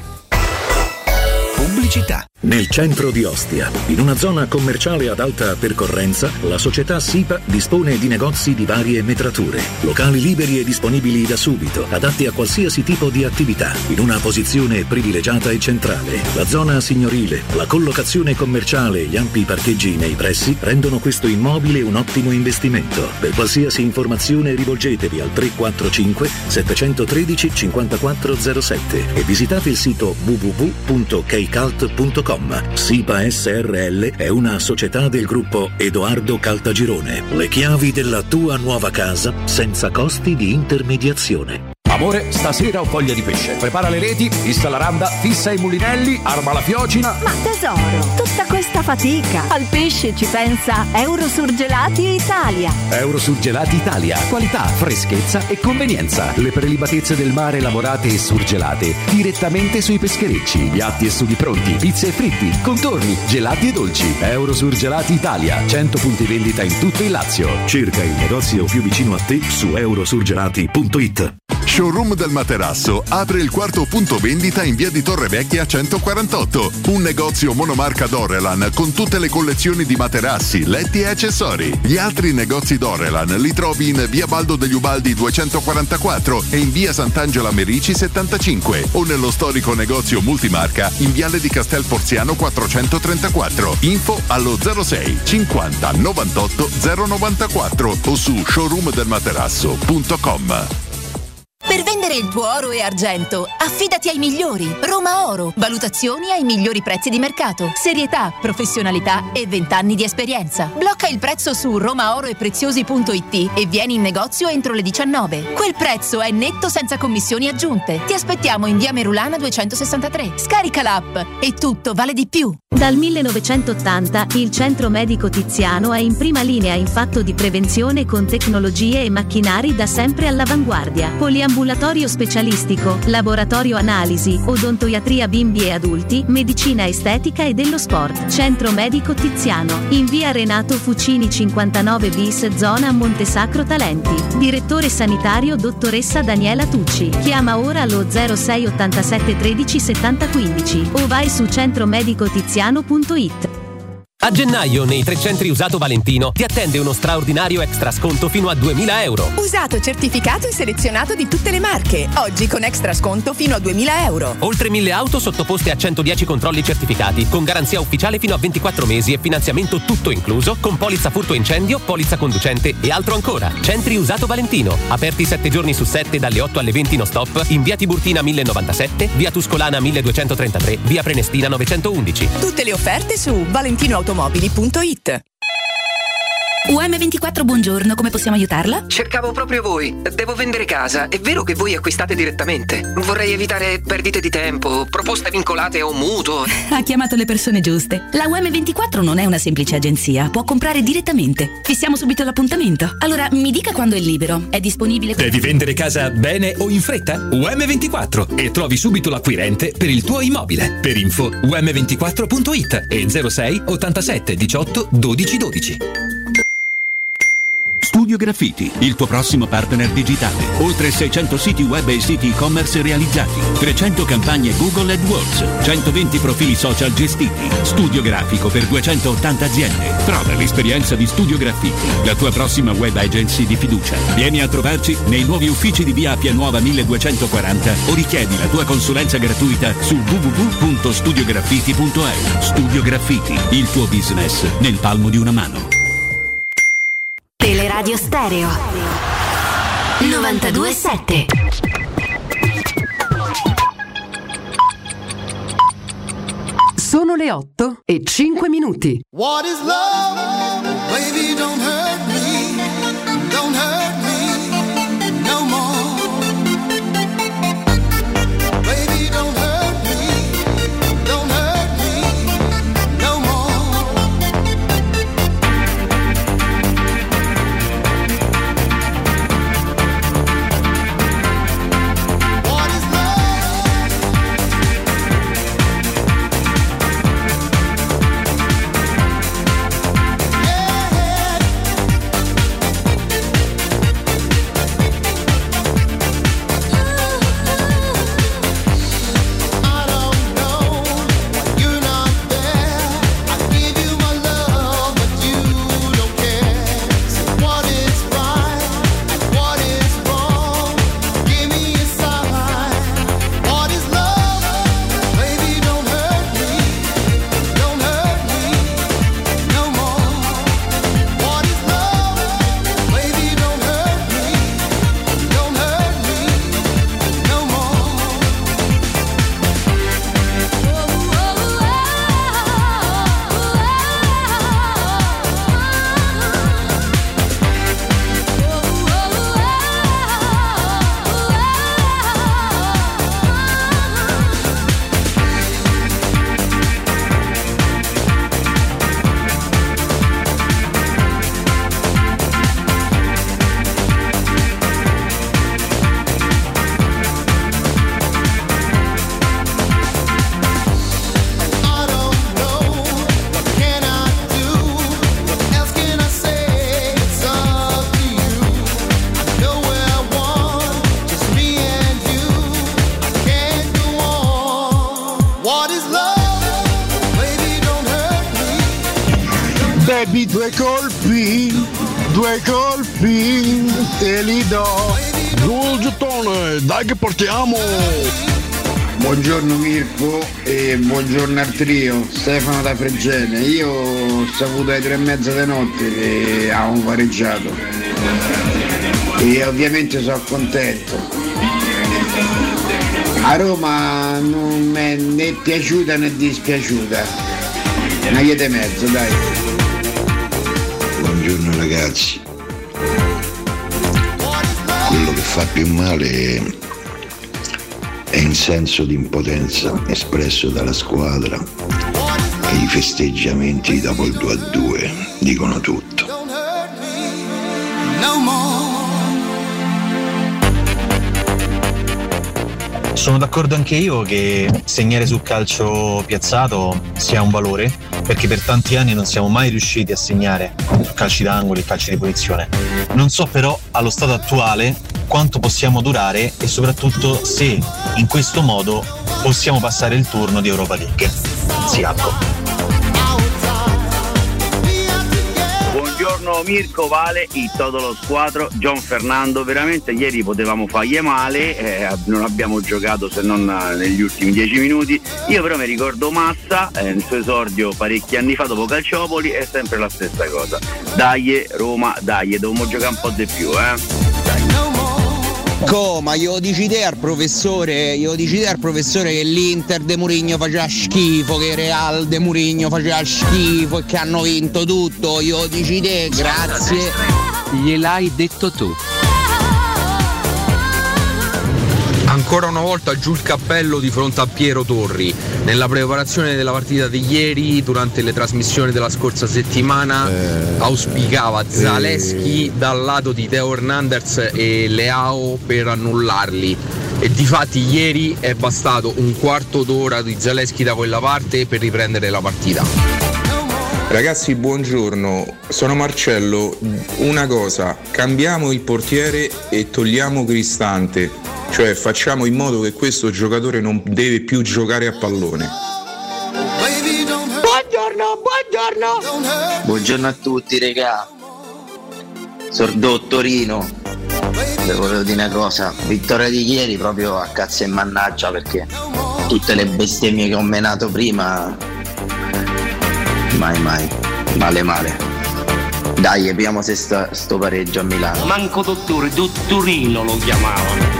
Speaker 1: Pubblicità. Nel centro di Ostia, in una zona commerciale ad alta percorrenza, la società SIPA dispone di negozi di varie metrature, locali liberi e disponibili da subito, adatti a qualsiasi tipo di attività, in una posizione privilegiata e centrale. La zona signorile, la collocazione commerciale e gli ampi parcheggi nei pressi rendono questo immobile un ottimo investimento. Per qualsiasi informazione rivolgetevi al tre quattro cinque sette uno tre cinquantaquattro zero sette e visitate il sito w w w punto k sipacalt punto com. SIPA S R L è una società del gruppo Edoardo Caltagirone. Le chiavi della tua nuova casa senza costi di intermediazione.
Speaker 4: Amore, stasera ho voglia di pesce. Prepara le reti, fissa la randa, fissa i mulinelli, arma la fiocina.
Speaker 5: Ma tesoro, tutta questa fatica. Al pesce ci pensa Eurosurgelati Italia.
Speaker 4: Eurosurgelati Italia. Qualità, freschezza e convenienza. Le prelibatezze del mare lavorate e surgelate direttamente sui pescherecci. Piatti e sughi pronti, pizze e fritti, contorni, gelati e dolci. Eurosurgelati Italia. cento punti vendita in tutto il Lazio.
Speaker 1: Cerca il negozio più vicino a te su eurosurgelati punto it.
Speaker 17: Showroom del Materasso apre il quarto punto vendita in via di Torrevecchia centoquarantotto. Un negozio monomarca Dorelan con tutte le collezioni di materassi, letti e accessori. Gli altri negozi Dorelan li trovi in via Baldo degli Ubaldi duecentoquarantaquattro e in via Sant'Angela Merici settantacinque o nello storico negozio multimarca in viale di Castel Porziano quattrocentotrentaquattro. Info allo zero sei cinquanta novantotto zero novantaquattro o su showroom del materasso punto com.
Speaker 20: Per vendere il tuo oro e argento, affidati ai migliori. Roma Oro. Valutazioni ai migliori prezzi di mercato. Serietà, professionalità e vent'anni di esperienza. Blocca il prezzo su romaoroepreziosi punto it e vieni in negozio entro le diciannove. Quel prezzo è netto senza commissioni aggiunte. Ti aspettiamo in via Merulana duecentosessantatré. Scarica l'app e tutto vale di più.
Speaker 23: Dal millenovecentottanta il Centro Medico Tiziano è in prima linea in fatto di prevenzione con tecnologie e macchinari da sempre all'avanguardia. Poliambulatorio specialistico, laboratorio analisi, odontoiatria bimbi e adulti, medicina estetica e dello sport. Centro Medico Tiziano, in via Renato Fucini cinquantanove bis, zona Montesacro Talenti. Direttore sanitario dottoressa Daniela Tucci. Chiama ora allo zero sei ottantasette tredici settanta quindici o vai su centromedicotiziano punto it.
Speaker 24: A gennaio nei tre centri Usato Valentino ti attende uno straordinario extra sconto fino a duemila euro.
Speaker 25: Usato certificato e selezionato di tutte le marche. Oggi con extra sconto fino a duemila euro.
Speaker 24: Oltre mille auto sottoposte a centodieci controlli certificati, con garanzia ufficiale fino a ventiquattro mesi e finanziamento tutto incluso, con polizza furto incendio, polizza conducente e altro ancora. Centri Usato Valentino, aperti sette giorni su sette dalle otto alle venti non stop, in via Tiburtina mille novantasette, via Tuscolana milleduecentotrentatré, via Prenestina novecentoundici.
Speaker 25: Tutte le offerte su valentinoautomobili punto it.
Speaker 26: U M ventiquattro, buongiorno, come possiamo aiutarla?
Speaker 27: Cercavo proprio voi. Devo vendere casa. È vero che voi acquistate direttamente? Vorrei evitare perdite di tempo, proposte vincolate a un mutuo.
Speaker 26: Ha chiamato le persone giuste. La U M ventiquattro non è una semplice agenzia, può comprare direttamente. Fissiamo subito l'appuntamento. Allora, mi dica quando è libero. È disponibile?
Speaker 30: Devi vendere casa bene o in fretta? U M ventiquattro e trovi subito l'acquirente per il tuo immobile. Per info u m ventiquattro punto it e zero sei ottantasette diciotto dodici dodici.
Speaker 31: Studio Graffiti, il tuo prossimo partner digitale. Oltre seicento siti web e siti e-commerce realizzati, trecento campagne Google AdWords, centoventi profili social gestiti. Studio grafico per duecentottanta aziende. Prova l'esperienza di Studio Graffiti, la tua prossima web agency di fiducia. Vieni a trovarci nei nuovi uffici di via Appia Nuova milleduecentoquaranta o richiedi la tua consulenza gratuita su w w w punto studio graffiti punto e u. Studio Graffiti, il tuo business nel palmo di una mano.
Speaker 32: Teleradio Stereo novantadue sette.
Speaker 33: Sono le otto e cinque minuti.
Speaker 34: What is love? Baby, don't hurt me. Don't hurt me no more. Baby, don't hurt me. Don't hurt me no more. What is love?
Speaker 8: Baby, due colpi, due colpi, te li do.
Speaker 2: Giù il gettone, dai che partiamo!
Speaker 3: Buongiorno Mirko e buongiorno al trio, Stefano da Fregene. Io ho saputo alle tre e mezza di notte che avevamo pareggiato e ovviamente sono contento. A Roma non mi è né piaciuta né dispiaciuta, una via e mezzo, dai.
Speaker 7: Buongiorno ragazzi, quello che fa più male è il senso di impotenza espresso dalla squadra e i festeggiamenti dopo il due a due dicono tutto.
Speaker 9: Sono d'accordo anche io che segnare sul calcio piazzato sia un valore, perché per tanti anni non siamo mai riusciti a segnare calci d'angolo e calci di punizione. Non so però allo stato attuale quanto possiamo durare e soprattutto se in questo modo possiamo passare il turno di Europa League. Siacco.
Speaker 10: Buongiorno Mirko, Vale, il Toto lo squadro, Gian Fernando. Veramente ieri potevamo fargli male, eh, non abbiamo giocato se non negli ultimi dieci minuti. Io però mi ricordo Massa, eh, nel suo esordio parecchi anni fa dopo Calciopoli, è sempre la stessa cosa. Dai Roma, dai, dobbiamo giocare un po' di più, eh.
Speaker 8: Co, ma io dici te al professore, io dici te al professore che l'Inter de Mourinho faceva schifo, che il Real de Mourinho faceva schifo e che hanno vinto tutto, io dici te, grazie.
Speaker 19: Gliel'hai detto tu.
Speaker 11: Ancora una volta giù il cappello di fronte a Piero Torri. Nella preparazione della partita di ieri, durante le trasmissioni della scorsa settimana, eh, auspicava Zaleschi eh. dal lato di Teo Hernandez e Leao per annullarli. E difatti ieri è bastato un quarto d'ora di Zaleschi da quella parte per riprendere la partita.
Speaker 12: Ragazzi, buongiorno, sono Marcello. Una cosa, cambiamo il portiere e togliamo Cristante. Cioè facciamo in modo che questo giocatore non deve più giocare a pallone.
Speaker 8: Buongiorno, buongiorno.
Speaker 13: Buongiorno a tutti regà. Sordo Torino. Vi volevo dire una cosa, vittoria di ieri proprio a cazzo e mannaggia, perché tutte le bestemmie che ho menato prima mai mai, male male. Dai, abbiamo se sta, sto pareggio a Milano.
Speaker 14: Manco dottore, dottorino lo chiamavano.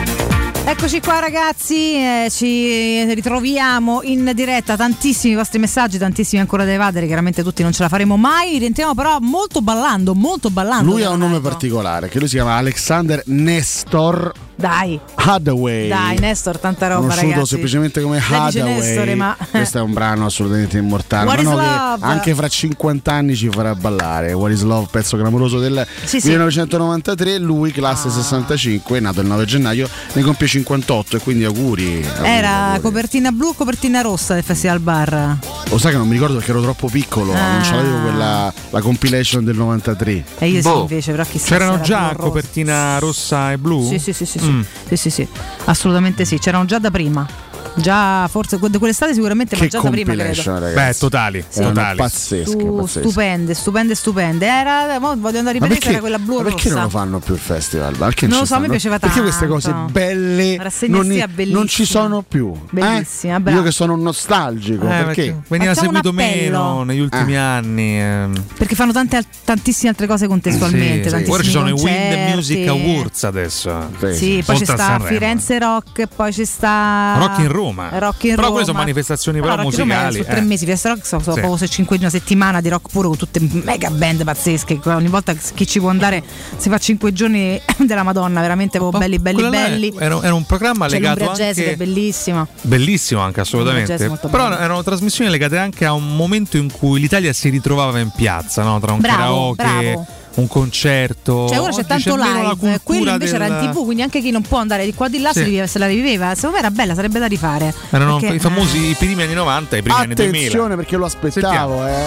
Speaker 21: Eccoci qua ragazzi, eh, ci ritroviamo in diretta, tantissimi vostri messaggi, tantissimi ancora da evadere, chiaramente tutti non ce la faremo mai, rientriamo però molto ballando, molto ballando.
Speaker 15: Lui ha un nome particolare, che lui si chiama Alexander Nestor
Speaker 21: Dai
Speaker 15: Hathaway.
Speaker 21: Dai Nestor, tanta roba
Speaker 15: conosciuto
Speaker 21: ragazzi.
Speaker 15: semplicemente come Hathaway.
Speaker 21: Nestore, ma...
Speaker 15: Questo è un brano assolutamente immortale,
Speaker 21: What
Speaker 15: un brano
Speaker 21: is
Speaker 15: che
Speaker 21: love?
Speaker 15: anche fra cinquanta anni ci farà ballare. What is Love, pezzo clamoroso del
Speaker 21: sì,
Speaker 15: millenovecentonovantatré. Lui classe ah. sessantacinque, nato il nove gennaio, ne compie cinquantotto e quindi auguri.
Speaker 21: Era
Speaker 15: auguri.
Speaker 21: Copertina blu o copertina rossa del Festival Bar?
Speaker 15: Lo sai che non mi ricordo perché ero troppo piccolo, ah. non c'avevo quella la compilation del novantatré.
Speaker 21: E io
Speaker 22: boh.
Speaker 21: sì invece, però chissà.
Speaker 22: C'erano già copertina rossa e blu?
Speaker 21: Sì, sì, sì, sì,
Speaker 22: mm.
Speaker 21: sì, sì, sì, assolutamente sì, c'erano già da prima. Già forse quell'estate sicuramente,
Speaker 15: che
Speaker 21: ma già da prima credo.
Speaker 15: Ragazzi.
Speaker 22: Beh, totali,
Speaker 21: sì.
Speaker 22: totali.
Speaker 15: Pazzesche,
Speaker 21: Stu,
Speaker 15: pazzesche.
Speaker 21: Stupende, stupende, stupende. Era, mo voglio andare a rivedere,
Speaker 15: perché,
Speaker 21: era quella blu
Speaker 15: ma
Speaker 21: rossa.
Speaker 15: Perché non lo fanno più il festival? Perché
Speaker 21: non
Speaker 15: non
Speaker 21: lo so, a me piaceva tanto.
Speaker 15: Perché queste cose belle non, non ci sono più.
Speaker 21: Bellissima,
Speaker 15: eh? Io che sono un nostalgico.
Speaker 22: Eh,
Speaker 15: perché?
Speaker 22: Veniva
Speaker 21: Facciamo
Speaker 22: seguito meno negli ultimi
Speaker 15: ah.
Speaker 22: anni. Eh.
Speaker 21: Perché fanno tante, tantissime altre cose contestualmente.
Speaker 22: Sì, sì. Ora ci sono i Wind Music
Speaker 21: concerti.
Speaker 22: Awards adesso.
Speaker 21: Sì, sì. Poi c'è sta Firenze Rock, poi c'è sta
Speaker 22: Rock in Roma.
Speaker 21: Rock in
Speaker 22: però
Speaker 21: Roma.
Speaker 22: quelle sono manifestazioni però, però musicali.
Speaker 21: Su tre
Speaker 22: eh.
Speaker 21: mesi Firenze Rock sono, sono
Speaker 22: sì.
Speaker 21: proprio cinque una settimana di rock puro con tutte mega band pazzesche. Ogni volta chi ci può andare si fa cinque giorni della Madonna, veramente proprio belli belli
Speaker 22: Quella
Speaker 21: belli.
Speaker 22: Era, era un programma
Speaker 21: c'è
Speaker 22: legato anche
Speaker 21: Jazz che è bellissimo.
Speaker 22: Bellissimo anche assolutamente. Però bello. Erano trasmissioni legate anche a un momento in cui l'Italia si ritrovava in piazza, no? Tra un
Speaker 21: bravo,
Speaker 22: karaoke,
Speaker 21: bravo.
Speaker 22: un concerto.
Speaker 21: Cioè ora c'è tanto
Speaker 22: c'è
Speaker 21: live, quello invece
Speaker 22: del...
Speaker 21: era in tivù, quindi anche chi non può andare di qua di là sì. se la riviveva. Secondo me era bella, sarebbe da rifare.
Speaker 22: Erano
Speaker 21: perché,
Speaker 22: i famosi eh... primi anni novanta e i primi
Speaker 15: Attenzione,
Speaker 22: anni duemila.
Speaker 15: Attenzione perché lo aspettavo, eh.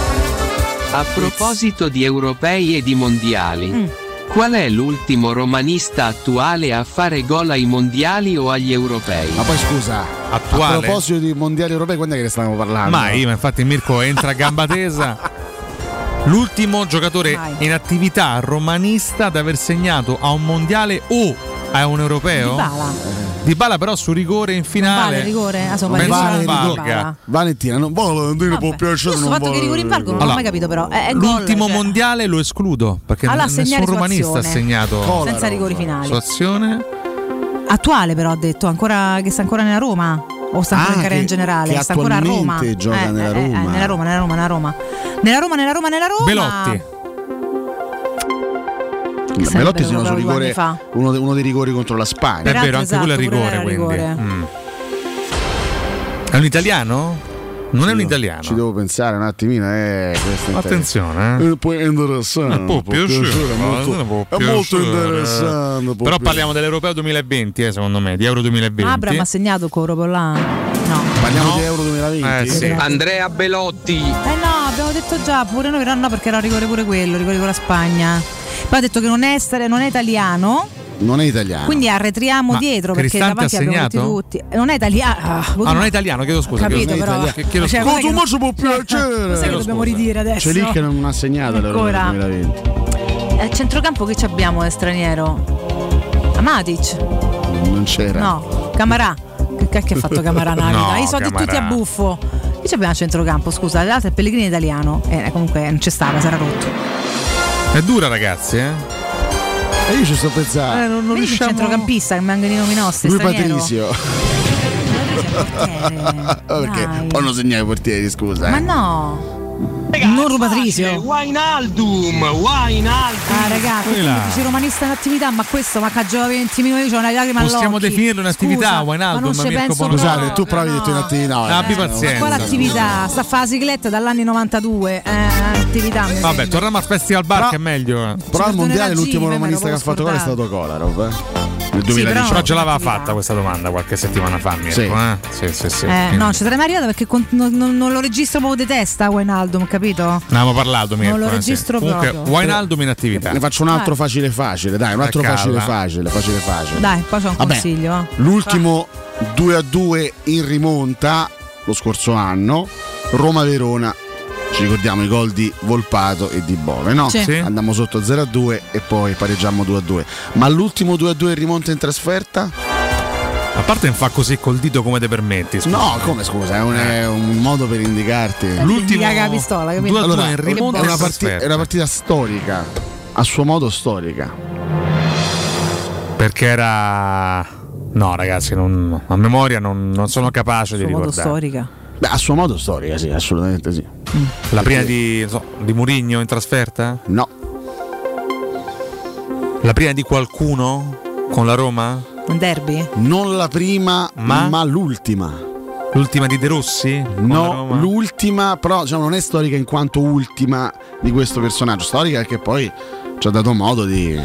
Speaker 19: A proposito di europei e di mondiali. Mm. Qual è l'ultimo romanista attuale a fare gol ai mondiali o agli europei?
Speaker 15: Ma poi scusa,
Speaker 22: attuale?
Speaker 15: A proposito di mondiali europei, quando è che ne stavamo parlando?
Speaker 22: Mai, ma infatti Mirko entra a gamba tesa. L'ultimo giocatore Vai. in attività romanista ad aver segnato a un mondiale o a un europeo?
Speaker 21: Dybala.
Speaker 22: Dybala però su rigore in finale.
Speaker 21: Vale rigore? Ah,
Speaker 22: vale vale valga.
Speaker 15: Valentina, non Valentino può piacere.
Speaker 21: Questo fatto che i rigori in valgono non allora, l'ho mai capito però. È, è
Speaker 22: l'ultimo
Speaker 21: gol, cioè.
Speaker 22: mondiale lo escludo perché
Speaker 21: allora,
Speaker 22: n- nessun romanista ha segnato
Speaker 21: Cola, senza rigori finali.
Speaker 22: Su azione.
Speaker 21: Attuale però ha detto ancora che sta ancora nella Roma. O sta ancora ah, in carriera in generale,
Speaker 15: che
Speaker 21: sta ancora a Roma.
Speaker 15: Gioca
Speaker 21: eh,
Speaker 15: nella,
Speaker 21: eh,
Speaker 15: Roma.
Speaker 21: Eh, nella Roma, nella Roma, nella Roma. Nella Roma, nella Roma, nella Roma.
Speaker 22: Belotti.
Speaker 15: Belotti si uno, rigore, uno, de, uno dei rigori contro la Spagna.
Speaker 22: È vero, anche
Speaker 21: esatto,
Speaker 22: quello è rigore, quindi.
Speaker 21: rigore.
Speaker 22: Mm. È un italiano? Non
Speaker 15: ci
Speaker 22: è un
Speaker 15: devo,
Speaker 22: italiano.
Speaker 15: Ci devo pensare un attimino. Eh,
Speaker 22: Attenzione, eh.
Speaker 15: È interessante.
Speaker 22: Un po' piacere,
Speaker 15: è molto, è molto interessante.
Speaker 22: Però piacere. Parliamo dell'Europeo duemilaventi, eh, secondo me, di Euro duemilaventi.
Speaker 21: Abram ha segnato con Europeo là. No.
Speaker 15: Parliamo
Speaker 22: no.
Speaker 15: di Euro duemilaventi.
Speaker 22: Eh, sì.
Speaker 11: Andrea Belotti.
Speaker 21: Eh no, abbiamo detto già, pure noi no, perché era rigore pure quello, rigore con la Spagna. Poi ha detto che non è, non è italiano.
Speaker 15: Non è italiano.
Speaker 21: Quindi arretriamo
Speaker 22: Ma
Speaker 21: dietro perché
Speaker 22: Cristante
Speaker 21: davanti abbiamo tutti tutti. Non è italiano. Ah,
Speaker 22: ah non è italiano, chiedo scusa.
Speaker 21: Capito,
Speaker 22: chiedo
Speaker 21: però.
Speaker 22: Chiedo
Speaker 21: cioè,
Speaker 15: scusa. Cioè, ci può piacere.
Speaker 21: Cos'è che dobbiamo ridire adesso?
Speaker 15: C'è lì che non ha segnato l'Europeo duemilaventi.
Speaker 21: Al centrocampo che ci abbiamo del straniero? Amatic?
Speaker 15: Non c'era.
Speaker 21: No, Camarà. Che cacchio ha fatto Camarà nella vita?
Speaker 22: No,
Speaker 21: I soldi
Speaker 22: Camarà.
Speaker 21: tutti a buffo. Chi ci abbiamo al centrocampo? Scusa, l'altro è Pellegrini italiano. Eh, comunque non c'è stava, sarà rotto.
Speaker 22: È dura, ragazzi, eh?
Speaker 15: E io ci sto pensando.
Speaker 21: Eh, non, non riusciamo... il centrocampista che manca i nomi nostri.
Speaker 15: Lui
Speaker 21: straniero.
Speaker 15: Patrizio. Perché poi non segnava i portieri, scusa.
Speaker 21: Ma
Speaker 15: eh.
Speaker 21: no. Non Rubapatrizio.
Speaker 14: Wijnaldum, Wijnaldum.
Speaker 21: Ah ragazzi, sei romanista in attività, ma questo ma giova venti minuti, c'ho una lacrima all'occhio.
Speaker 22: Possiamo definirlo in attività, Wijnaldum,
Speaker 21: ma non ci penso.
Speaker 15: Scusate, tu provi detto in attività. No,
Speaker 22: abbi pazienza.
Speaker 21: Quale attività? Sta a fare la sigletta dall'anni novantadue. Eh, attività.
Speaker 22: Vabbè, torniamo al Festival Bar
Speaker 15: però,
Speaker 22: che è meglio. Eh.
Speaker 15: Però al mondiale l'ultimo romanista che ha fatto gol è stato Kolarov, eh. Nel duemiladiciotto.
Speaker 22: Sì, però già l'aveva fatta questa domanda qualche settimana fa, Mirko,
Speaker 15: sì.
Speaker 22: eh? Sì, sì, sì.
Speaker 21: Eh, no, ci sarei mai arrivato perché con, non, non lo registro proprio di testa Wijnaldum, capito?
Speaker 22: Ne avevamo parlato, Mirko.
Speaker 21: Non lo registro
Speaker 22: sì.
Speaker 21: proprio.
Speaker 22: Comunque, Wijnaldum in attività.
Speaker 15: Ne faccio un altro dai. facile facile, dai, un altro facile facile, facile facile.
Speaker 21: Dai, poi c'ho un
Speaker 15: Vabbè,
Speaker 21: consiglio.
Speaker 15: L'ultimo due a due in rimonta lo scorso anno, Roma-Verona. Ci ricordiamo i gol di Volpato e di Bove, no?
Speaker 21: Sì.
Speaker 15: Andiamo sotto zero a due e poi pareggiamo due a due. Ma l'ultimo due a due in rimonta in trasferta?
Speaker 22: A parte non fa così col dito come te permetti. Scusa.
Speaker 15: No, come scusa, è un, è un modo per indicarti.
Speaker 21: L'ultimo la pistola, capito?
Speaker 22: due a due
Speaker 15: allora,
Speaker 22: in rimonta
Speaker 15: è una, partita, è una partita storica, a suo modo storica.
Speaker 22: Perché era... No ragazzi, non, a memoria non, non sono capace di ricordare.
Speaker 21: A suo modo storica?
Speaker 15: Beh, a suo modo storica, sì, assolutamente sì.
Speaker 21: Mm.
Speaker 22: La prima di, so, di Mourinho in trasferta?
Speaker 15: No.
Speaker 22: La prima di qualcuno con la Roma?
Speaker 21: Un derby?
Speaker 15: Non la prima, ma, ma l'ultima.
Speaker 22: L'ultima di De Rossi?
Speaker 15: No, l'ultima, però diciamo, non è storica in quanto ultima di questo personaggio. Storica perché poi ci ha dato modo di...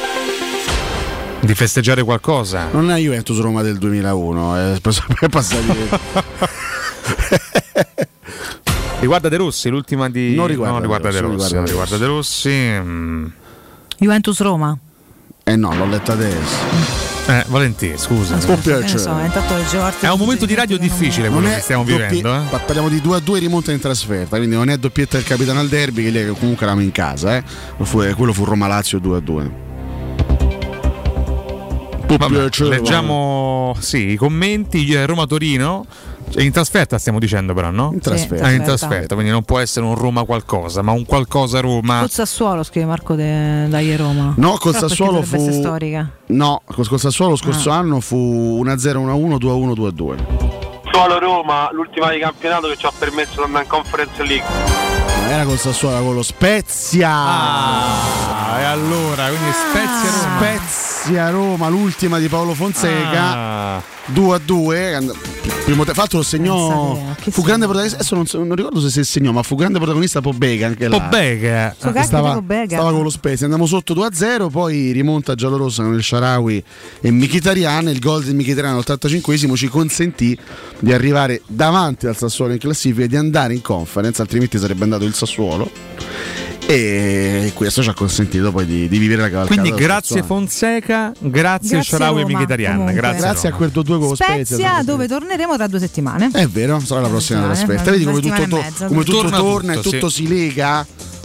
Speaker 22: Di festeggiare qualcosa?
Speaker 15: Non è Juventus Roma del duemilauno, è passati...
Speaker 22: Riguarda De Rossi, l'ultima di...
Speaker 15: Non riguarda,
Speaker 22: no, riguarda De Rossi,
Speaker 15: Rossi,
Speaker 22: non riguarda De Rossi. Mm.
Speaker 21: Juventus Roma?
Speaker 15: Eh no, l'ho letta adesso.
Speaker 22: Eh, Valentì, scusa.
Speaker 15: Può piacere.
Speaker 21: So,
Speaker 22: è un momento di radio difficile quello che stiamo
Speaker 15: doppie,
Speaker 22: vivendo. Eh?
Speaker 15: Parliamo di due a due rimonta in trasferta, quindi non è doppietta del capitano al derby, che lì comunque eravamo in casa. Eh? Quello fu Roma Lazio due a due.
Speaker 22: Vabbè, leggiamo sì, i commenti. Roma Torino. In trasferta stiamo dicendo però, no?
Speaker 15: In trasferta.
Speaker 22: Ah, in trasferta, quindi non può essere un Roma qualcosa, ma un qualcosa Roma.
Speaker 21: Col Sassuolo scrive Marco de... dai Roma.
Speaker 15: No, col Sassuolo fu
Speaker 21: storica.
Speaker 15: No, col Sassuolo lo scorso ah. anno fu uno a zero, uno a uno, due a uno, due a due.
Speaker 1: Solo Roma, l'ultima di campionato che ci ha permesso di andare in Conference League.
Speaker 15: Ma era col Sassuolo, con lo Spezia.
Speaker 22: Ah, e allora, quindi Spezia Roma.
Speaker 15: Spezia Roma, l'ultima di Paolo Fonseca. Ah. due a due. Primo te- fatto lo segnò. Fu grande protagonista. Adesso non, so, non ricordo se si segnò, ma fu grande protagonista Pobega anche là.
Speaker 22: Pobega.
Speaker 15: Ah, stava, stava con lo Spezia. Andiamo sotto due a zero, poi rimonta giallorossa con il Shaarawy e Mkhitaryan. Il gol di Mkhitaryan all'ottantacinquesimo ci consentì di arrivare davanti al Sassuolo in classifica e di andare in Conference, altrimenti sarebbe andato il Sassuolo. E questo ci ha consentito poi di, di vivere la cavalcata.
Speaker 22: Quindi grazie Fonseca, grazie Shaarawy e Mkhitaryan. Grazie,
Speaker 15: grazie a quel due con lo Spezia,
Speaker 21: Spezia dove torneremo tra due settimane.
Speaker 15: È vero, sarà la prossima trasferta. Vedi come tutto, to- come tutto torna, torna e tutto sì. si lega.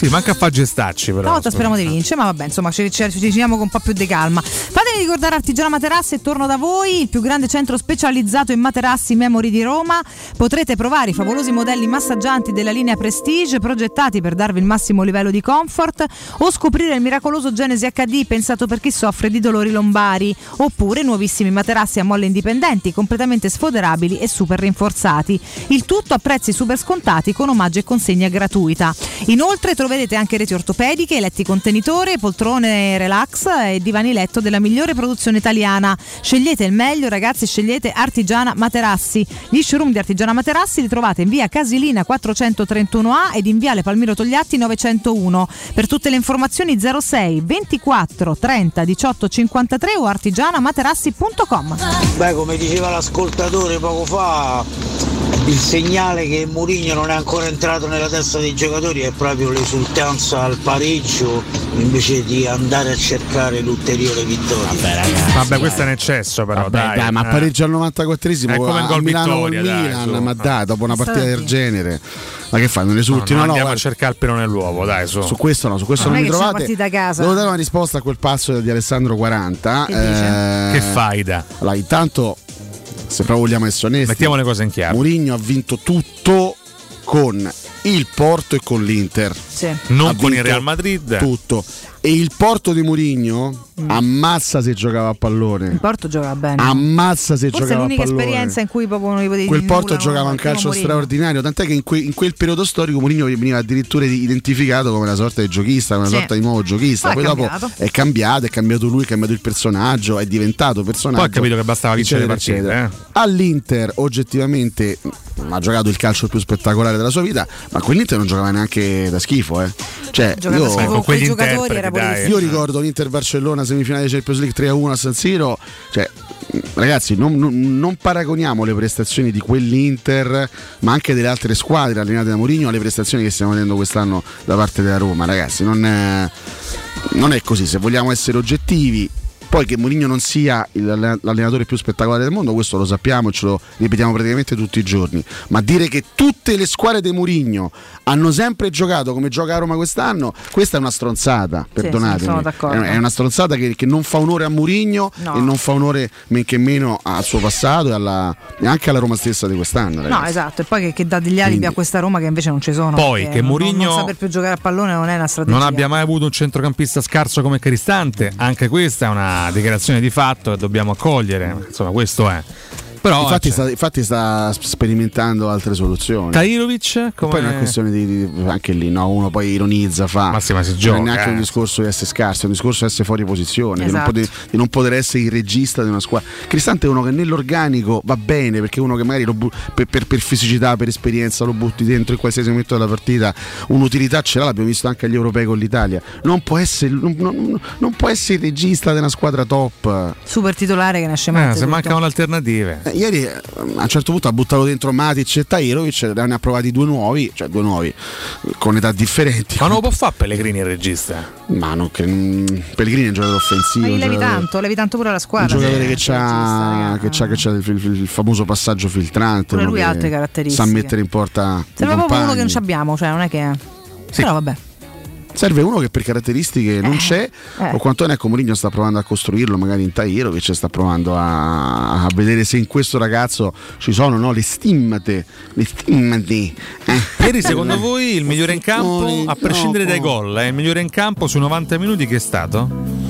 Speaker 22: Sì, manca a fare gestacci però.
Speaker 21: Stavolta speriamo di vincere, ma vabbè, insomma ci, ci, ci avviciniamo con un po' più di calma. Fatemi ricordare Artigiana Materassi e torno da voi, il più grande centro specializzato in materassi Memory di Roma. Potrete provare i favolosi modelli massaggianti della linea Prestige, progettati per darvi il massimo livello di comfort, o scoprire il miracoloso Genesi acca di pensato per chi soffre di dolori lombari, oppure nuovissimi materassi a molle indipendenti, completamente sfoderabili e super rinforzati. Il tutto a prezzi super scontati con omaggio e consegna gratuita. Inoltre troverete anche reti ortopediche, letti contenitore, poltrone relax e divani letto della migliore produzione italiana. Scegliete il meglio, ragazzi, scegliete Artigiana Materassi. Gli showroom di Artigiana Materassi li trovate in via Casilina quattrocentotrentuno A ed in viale Palmiro Togliatti novecentouno. Per tutte le informazioni zero sei ventiquattro trenta diciotto cinquantatré o artigianamaterassi punto com.
Speaker 4: Beh, come diceva l'ascoltatore poco fa, il segnale che Mourinho non è ancora entrato nella testa dei giocatori è proprio l'esultanza al pareggio invece di andare a cercare l'ulteriore vittoria.
Speaker 22: Vabbè, ragazzi, Vabbè questo è un eccesso però.
Speaker 15: Vabbè,
Speaker 22: dai,
Speaker 15: dai, ma
Speaker 22: eh.
Speaker 15: pareggia al novantaquattresimo
Speaker 22: È come il
Speaker 15: a
Speaker 22: gol
Speaker 15: Milano
Speaker 22: vittoria,
Speaker 15: col
Speaker 22: dai,
Speaker 15: Milan,
Speaker 22: su.
Speaker 15: ma dai, dopo una partita
Speaker 22: Sì.
Speaker 15: del genere, ma che fai? Non esulti?
Speaker 22: No,
Speaker 15: No,
Speaker 22: no,
Speaker 15: no,
Speaker 22: andiamo
Speaker 15: guarda,
Speaker 22: a cercare il pelo nell'uovo, dai, su.
Speaker 15: su questo no, su questo
Speaker 21: Non
Speaker 15: non,
Speaker 21: è
Speaker 15: mi
Speaker 21: che sono
Speaker 15: trovate.
Speaker 21: partita a casa.
Speaker 15: Devo dare una risposta a quel passo di Alessandro quaranta.
Speaker 21: Che dice?
Speaker 22: Che faida.
Speaker 15: Allora, intanto, se proprio vogliamo essere onesti,
Speaker 22: Mettiamo le cose in chiaro.
Speaker 15: Mourinho ha vinto tutto con il Porto e con l'Inter.
Speaker 21: Sì.
Speaker 22: Non
Speaker 15: Ha
Speaker 22: con il
Speaker 15: vinto
Speaker 22: Real Madrid.
Speaker 15: tutto. E il Porto di Mourinho
Speaker 21: Mm.
Speaker 15: ammazza se giocava a pallone.
Speaker 21: Il Porto giocava bene.
Speaker 15: Ammazza se
Speaker 21: Forse è
Speaker 15: giocava a
Speaker 21: l'unica
Speaker 15: pallone.
Speaker 21: esperienza in cui proprio non li potevi
Speaker 15: Quel Porto
Speaker 21: nulla,
Speaker 15: giocava un
Speaker 21: primo
Speaker 15: calcio
Speaker 21: Mourinho.
Speaker 15: straordinario, tant'è che in, que- in quel periodo storico Mourinho veniva addirittura identificato come una sorta di giochista, come una
Speaker 21: Sì.
Speaker 15: sorta di nuovo giochista.
Speaker 21: Poi
Speaker 15: Poi
Speaker 21: è
Speaker 15: dopo
Speaker 21: cambiato.
Speaker 15: è cambiato, è cambiato lui, è cambiato il personaggio, è diventato personaggio.
Speaker 22: Poi ha capito che bastava vincere le
Speaker 15: eccetera,
Speaker 22: partite,
Speaker 15: eccetera. All'Inter oggettivamente mh, ha giocato il calcio più spettacolare della sua vita, ma quell'Inter non giocava neanche da schifo, eh. Cioè,
Speaker 21: Giocava
Speaker 15: io,
Speaker 21: da schifo con quei giocatori era pure difficile.
Speaker 15: io ricordo l'Inter Barcellona semifinale di Champions League tre a uno a San Siro, cioè ragazzi non, non, non paragoniamo le prestazioni di quell'Inter ma anche delle altre squadre allenate da Mourinho alle prestazioni che stiamo vedendo quest'anno da parte della Roma, ragazzi, non è, non è così, se vogliamo essere oggettivi. Poi che Mourinho non sia il- l'allenatore più spettacolare del mondo, questo lo sappiamo e ce lo ripetiamo praticamente tutti i giorni. Ma dire che tutte le squadre di Mourinho hanno sempre giocato come gioca a Roma quest'anno, questa è una stronzata,
Speaker 21: Sì,
Speaker 15: perdonatemi.
Speaker 21: sì, sono d'accordo.
Speaker 15: È una stronzata che, che non fa onore a Mourinho
Speaker 21: No.
Speaker 15: e non fa onore men che meno al suo passato e, alla, e anche alla Roma stessa di quest'anno.
Speaker 21: No,
Speaker 15: ragazzi.
Speaker 21: esatto, e poi che, che dà degli alibi
Speaker 15: Quindi-
Speaker 21: a questa Roma che invece non ci sono.
Speaker 22: Poi
Speaker 21: perché
Speaker 22: che
Speaker 21: non-
Speaker 22: Mourinho
Speaker 21: non saper più giocare a pallone non è una strategia.
Speaker 22: Non abbia mai avuto un centrocampista scarso come Cristante, anche questa è una dichiarazione di fatto che dobbiamo accogliere. Insomma, questo è. Però
Speaker 15: infatti,
Speaker 22: cioè,
Speaker 15: sta, infatti sta sperimentando altre soluzioni.
Speaker 22: Tahirovic
Speaker 15: E
Speaker 22: come
Speaker 15: poi è una questione di, di- anche lì, no? Uno poi ironizza, fa.
Speaker 22: Ma sì, ma si
Speaker 15: non
Speaker 22: gioca,
Speaker 15: è neanche
Speaker 22: eh.
Speaker 15: un discorso di essere scarso, è un discorso di essere fuori posizione, di, non
Speaker 21: Esatto.
Speaker 15: poter, di non poter essere il regista di una squadra. Cristante è uno che nell'organico va bene, perché è uno che magari lo bu- per, per- per fisicità, per esperienza lo butti dentro in qualsiasi momento della partita, un'utilità ce l'ha, l'abbiamo visto anche agli europei con l'Italia. Non può essere, non, non- non può essere il regista di una squadra top.
Speaker 21: Super titolare che nasce
Speaker 22: eh,
Speaker 21: male.
Speaker 22: se mancano le alternative.
Speaker 15: Eh, ieri eh, a un certo punto ha buttato dentro Matic e Tahirovic, ne ha provati due nuovi, cioè due nuovi con età differenti.
Speaker 22: Ma non lo può fare Pellegrini il regista?
Speaker 15: Ma non cre- mm, Pellegrini è un giocatore offensivo.
Speaker 21: Ma gli
Speaker 15: un
Speaker 21: levi
Speaker 15: giocatore-
Speaker 21: tanto, levi tanto pure la
Speaker 15: un
Speaker 21: squadra.
Speaker 15: giocatore
Speaker 21: sì,
Speaker 15: che, c'ha,
Speaker 21: regista,
Speaker 15: che, c'ha, che c'ha il, il- il famoso passaggio filtrante.
Speaker 21: Pure
Speaker 15: uno
Speaker 21: lui ha
Speaker 15: che
Speaker 21: altre caratteristiche.
Speaker 15: sa mettere in porta i
Speaker 21: Sembra proprio uno
Speaker 15: compagni.
Speaker 21: che non ci abbiamo, cioè non è che. Però vabbè.
Speaker 15: Serve uno che per caratteristiche non c'è,
Speaker 21: eh.
Speaker 15: o quanto ecco Mourinho sta provando a costruirlo magari in Tahirovic, sta provando a, a vedere se in questo ragazzo ci sono, no, le stimmate, le stimmate. Eh.
Speaker 22: Ieri secondo voi il migliore in campo,
Speaker 15: No,
Speaker 22: a prescindere
Speaker 15: no.
Speaker 22: dai gol, eh, il migliore in campo sui novanta minuti che è stato?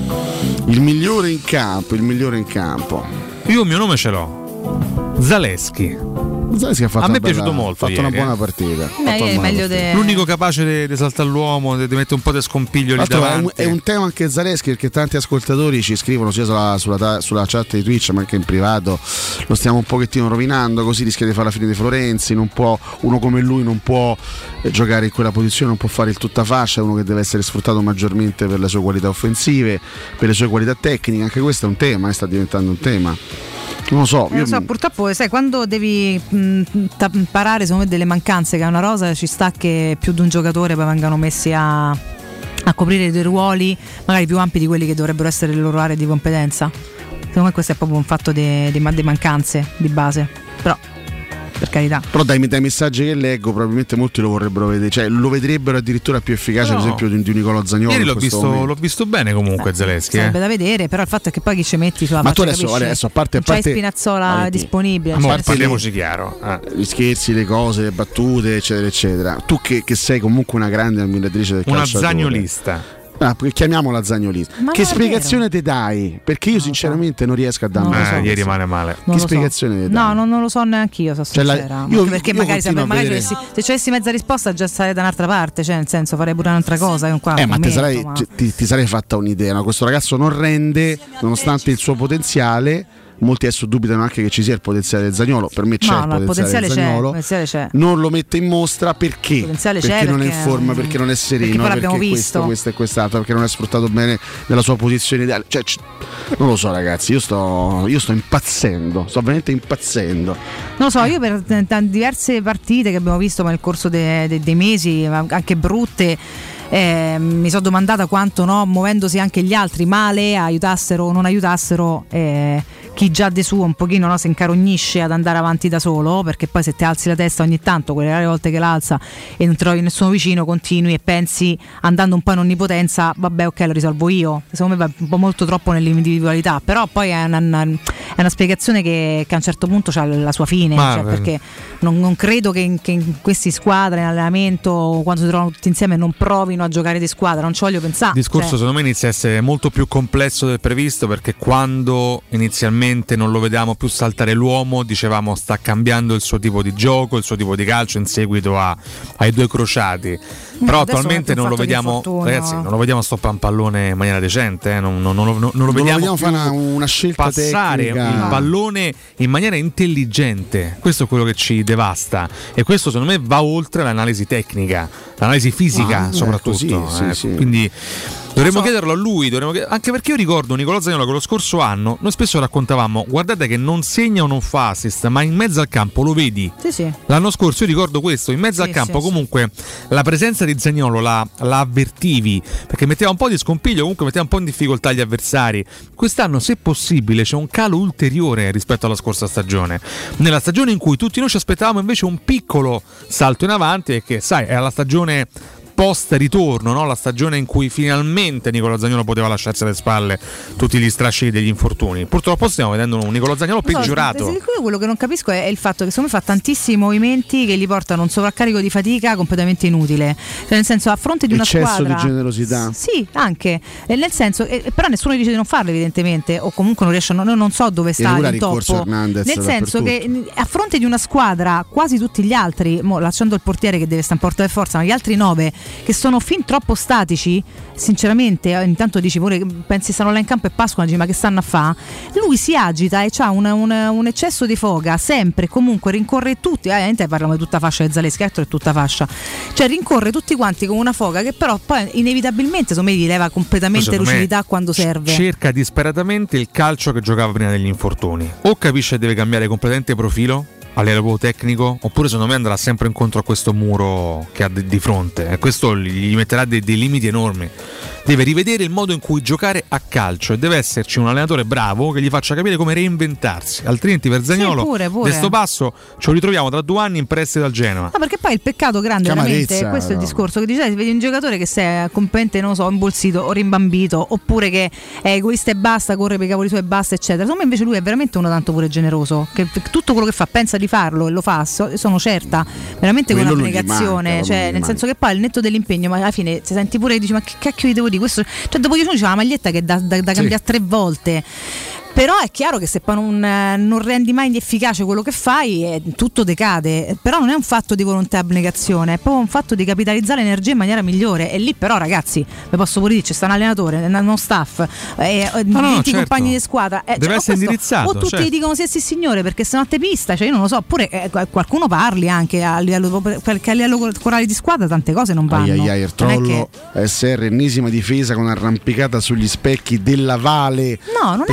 Speaker 15: Il migliore in campo, il migliore in campo.
Speaker 22: Io il mio nome ce l'ho. Zaleschi.
Speaker 15: Zaleschi ha fatto
Speaker 22: A me
Speaker 15: una
Speaker 22: è piaciuto
Speaker 15: bella-
Speaker 22: molto
Speaker 15: ha fatto
Speaker 22: ieri,
Speaker 15: una buona
Speaker 22: eh.
Speaker 15: partita. Ha
Speaker 21: Eh,
Speaker 15: fatto una
Speaker 21: è
Speaker 15: buona
Speaker 21: meglio
Speaker 15: partita.
Speaker 21: de-
Speaker 22: L'unico capace di, di esaltare l'uomo, di, di mettere un po' di scompiglio lì
Speaker 15: Tra l'altro è un,
Speaker 22: davanti.
Speaker 15: è un tema anche Zaleschi, perché tanti ascoltatori ci scrivono sia sulla, sulla, ta- sulla chat di Twitch ma anche in privato, lo stiamo un pochettino rovinando, così rischia di fare la fine di Florenzi, non può, uno come lui non può eh, giocare in quella posizione, non può fare il tutta fascia, è uno che deve essere sfruttato maggiormente per le sue qualità offensive, per le sue qualità tecniche, anche questo è un tema, eh, sta diventando un tema. Non lo so,
Speaker 21: Non
Speaker 15: io
Speaker 21: lo so, purtroppo sai, quando devi mh, ta- parare secondo me delle mancanze che ha una rosa, ci sta che più di un giocatore poi vengano messi a, a coprire dei ruoli magari più ampi di quelli che dovrebbero essere le loro aree di competenza. Secondo me questo è proprio un fatto di mancanze di base. Però per carità.
Speaker 15: Però dai, dai messaggi che leggo probabilmente molti lo vorrebbero vedere, cioè lo vedrebbero addirittura più efficace no. ad esempio di, di Nicolò Zaniolo.
Speaker 22: Ieri l'ho visto, l'ho visto bene comunque eh, Zaleschi.
Speaker 21: Sarebbe
Speaker 22: eh.
Speaker 21: da vedere, però il fatto è che poi chi ci metti sulla
Speaker 15: ma
Speaker 21: faccia,
Speaker 15: tu adesso,
Speaker 21: capisci?
Speaker 15: adesso a parte, a
Speaker 21: non
Speaker 15: parte
Speaker 21: c'hai Spinazzola
Speaker 15: Valenti,
Speaker 21: disponibile.
Speaker 22: Cioè,
Speaker 21: cioè,
Speaker 22: parliamoci chiaro. Eh.
Speaker 15: Gli scherzi, le cose, le battute, eccetera, eccetera. Tu che, che sei comunque una grande ammiratrice del calcio.
Speaker 22: Una zagnolista.
Speaker 15: Ah, chiamiamola zagnolista.
Speaker 21: Ma
Speaker 15: che spiegazione te dai? Perché io sinceramente non riesco a darmi.
Speaker 22: Eh, so, ieri male male.
Speaker 15: Che spiegazione
Speaker 21: so.
Speaker 15: te dai?
Speaker 21: No, non, non lo so neanche io, so
Speaker 15: cioè,
Speaker 21: sincera.
Speaker 15: Io,
Speaker 21: perché
Speaker 15: io
Speaker 21: magari, se, magari
Speaker 15: vedere...
Speaker 21: se, se avessi mezza risposta già sarei da un'altra parte, cioè nel senso farei pure un'altra cosa. Che qua
Speaker 15: eh, ma,
Speaker 21: metto,
Speaker 15: sarei,
Speaker 21: ma...
Speaker 15: Ti, ti sarei fatta un'idea. No? Questo ragazzo non rende, nonostante il suo potenziale. Molti adesso dubitano anche che ci sia il potenziale del Zaniolo. Per me c'è
Speaker 21: no,
Speaker 15: il
Speaker 21: no,
Speaker 15: potenziale,
Speaker 21: potenziale
Speaker 15: del Zaniolo.
Speaker 21: C'è, potenziale c'è.
Speaker 15: Non lo mette in mostra perché?
Speaker 21: Potenziale
Speaker 15: perché
Speaker 21: c'è
Speaker 15: non è in
Speaker 21: perché,
Speaker 15: forma, perché non è sereno,
Speaker 21: perché,
Speaker 15: perché
Speaker 21: visto.
Speaker 15: questo, questo e quest'altro, perché non è sfruttato bene nella sua posizione ideale. Cioè, c- non lo so, ragazzi. Io sto, io sto impazzendo, sto veramente impazzendo.
Speaker 21: Non lo so, io per t- t- diverse partite che abbiamo visto nel corso de- de- dei mesi, anche brutte. Eh, mi sono domandata quanto no, muovendosi anche gli altri male aiutassero o non aiutassero eh, chi già de suo un pochino no, si incarognisce ad andare avanti da solo, perché poi se ti alzi la testa ogni tanto, quelle rare volte che l'alza e non trovi nessuno vicino, continui e pensi andando un po' in onnipotenza, vabbè ok lo risolvo io, secondo me va un po' molto troppo nell'individualità, però poi è una, una, è una spiegazione che, che a un certo punto ha la sua fine, cioè, perché non, non credo che in, che in queste squadre in allenamento quando si trovano tutti insieme non provino a giocare di squadra, non ci voglio pensare.
Speaker 22: Il discorso
Speaker 21: cioè.
Speaker 22: secondo me inizia a essere molto più complesso del previsto, perché quando inizialmente non lo vedevamo più saltare l'uomo dicevamo sta cambiando il suo tipo di gioco, il suo tipo di calcio in seguito a, ai due crociati.
Speaker 21: No,
Speaker 22: però attualmente non lo vediamo, ragazzi, non lo vediamo stoppare un pallone in maniera decente, eh? non, non, non, non, non lo
Speaker 15: non
Speaker 22: vediamo,
Speaker 15: lo vediamo fare una, una scelta
Speaker 22: passare
Speaker 15: tecnica.
Speaker 22: il pallone in maniera intelligente. Questo è quello che ci devasta e questo secondo me va oltre l'analisi tecnica, l'analisi fisica ah, soprattutto.
Speaker 15: Ecco, sì,
Speaker 22: eh,
Speaker 15: sì, sì.
Speaker 22: Quindi dovremmo
Speaker 21: so.
Speaker 22: chiederlo a lui, dovremmo chied- anche perché io ricordo Nicolò Zaniolo che lo scorso anno noi spesso raccontavamo guardate che non segna o non fa assist, ma in mezzo al campo lo vedi.
Speaker 21: Sì, sì.
Speaker 22: L'anno scorso io ricordo questo, in mezzo
Speaker 21: sì,
Speaker 22: al campo
Speaker 21: sì,
Speaker 22: comunque sì. La presenza di Zaniolo la, la avvertivi, perché metteva un po' di scompiglio, comunque metteva un po' in difficoltà gli avversari. Quest'anno se possibile c'è un calo ulteriore rispetto alla scorsa stagione, nella stagione in cui tutti noi ci aspettavamo invece un piccolo salto in avanti, e che sai è la stagione post ritorno, no? La stagione in cui finalmente Nicolò Zaniolo poteva lasciarsi alle spalle tutti gli strascichi degli infortuni. Purtroppo stiamo vedendo un Nicolò Zaniolo so, peggiorato.
Speaker 21: Io quello che non capisco è il fatto che secondo me fa tantissimi movimenti che gli portano un sovraccarico di fatica completamente inutile, cioè nel senso a fronte di una
Speaker 15: eccesso
Speaker 21: squadra
Speaker 15: di generosità.
Speaker 21: Sì, anche e nel senso eh, però nessuno dice di non farlo evidentemente, o comunque non riesce a, non, non so dove sta il toppo, nel senso che a fronte di una squadra quasi tutti gli altri, mo, lasciando il portiere che deve stare in porta per forza, ma gli altri nove che sono fin troppo statici, sinceramente, intanto dici pure, pensi stanno là in campo e Pasqua, dici ma che stanno a fa? Lui si agita e ha un, un, un eccesso di foga, sempre, comunque rincorre tutti, ovviamente parliamo di tutta fascia di Zaleschi, è tutta fascia, cioè rincorre tutti quanti con una foga che però poi inevitabilmente secondo me gli leva completamente lucidità quando serve.
Speaker 22: Cerca disperatamente il calcio che giocava prima degli infortuni, o capisce che deve cambiare completamente profilo a livello tecnico, oppure secondo me andrà sempre incontro a questo muro che ha di fronte e questo gli metterà dei, dei limiti enormi. Deve rivedere il modo in cui giocare a calcio e deve esserci un allenatore bravo che gli faccia capire come reinventarsi, altrimenti per Zaniolo
Speaker 21: sì, pure, pure.
Speaker 22: questo passo ce lo ritroviamo tra due anni in prestito al Genoa.
Speaker 21: No, perché poi il peccato grande veramente è questo, no. È il discorso che dicevi, vedi un giocatore che si è completamente, non so, imbolsito o rimbambito, oppure che è egoista e basta, corre per i cavoli suoi e basta eccetera. Secondo me invece lui è veramente uno tanto pure generoso, che tutto quello che fa pensa di farlo e lo fa, sono certa, veramente con un'abnegazione, cioè nel senso che poi al netto dell'impegno, ma alla fine si senti pure e dici ma che cacchio gli devo dire questo, cioè dopo dieci minuti c'è la maglietta che è da, da, da cambiare sì. tre volte. Però è chiaro che se poi non, non rendi mai efficace quello che fai, eh, tutto decade. Però non è un fatto di volontà e abnegazione, è proprio un fatto di capitalizzare l'energia in maniera migliore. E lì però ragazzi, vi posso pure dire, c'è sta un allenatore, uno staff, eh,
Speaker 22: no, no,
Speaker 21: venti
Speaker 22: certo.
Speaker 21: compagni di squadra, eh,
Speaker 22: deve
Speaker 21: cioè,
Speaker 22: essere
Speaker 21: questo,
Speaker 22: indirizzato,
Speaker 21: o tutti
Speaker 22: certo.
Speaker 21: gli dicono sì sì signore, perché se no te pista, cioè io non lo so, oppure eh, qualcuno parli anche a livello, perché a livello corale di squadra tante cose non vanno.
Speaker 15: Ai ai ai, il trollo che... S R, ennesima difesa con arrampicata sugli specchi della Vale.
Speaker 21: No, non è una difesa,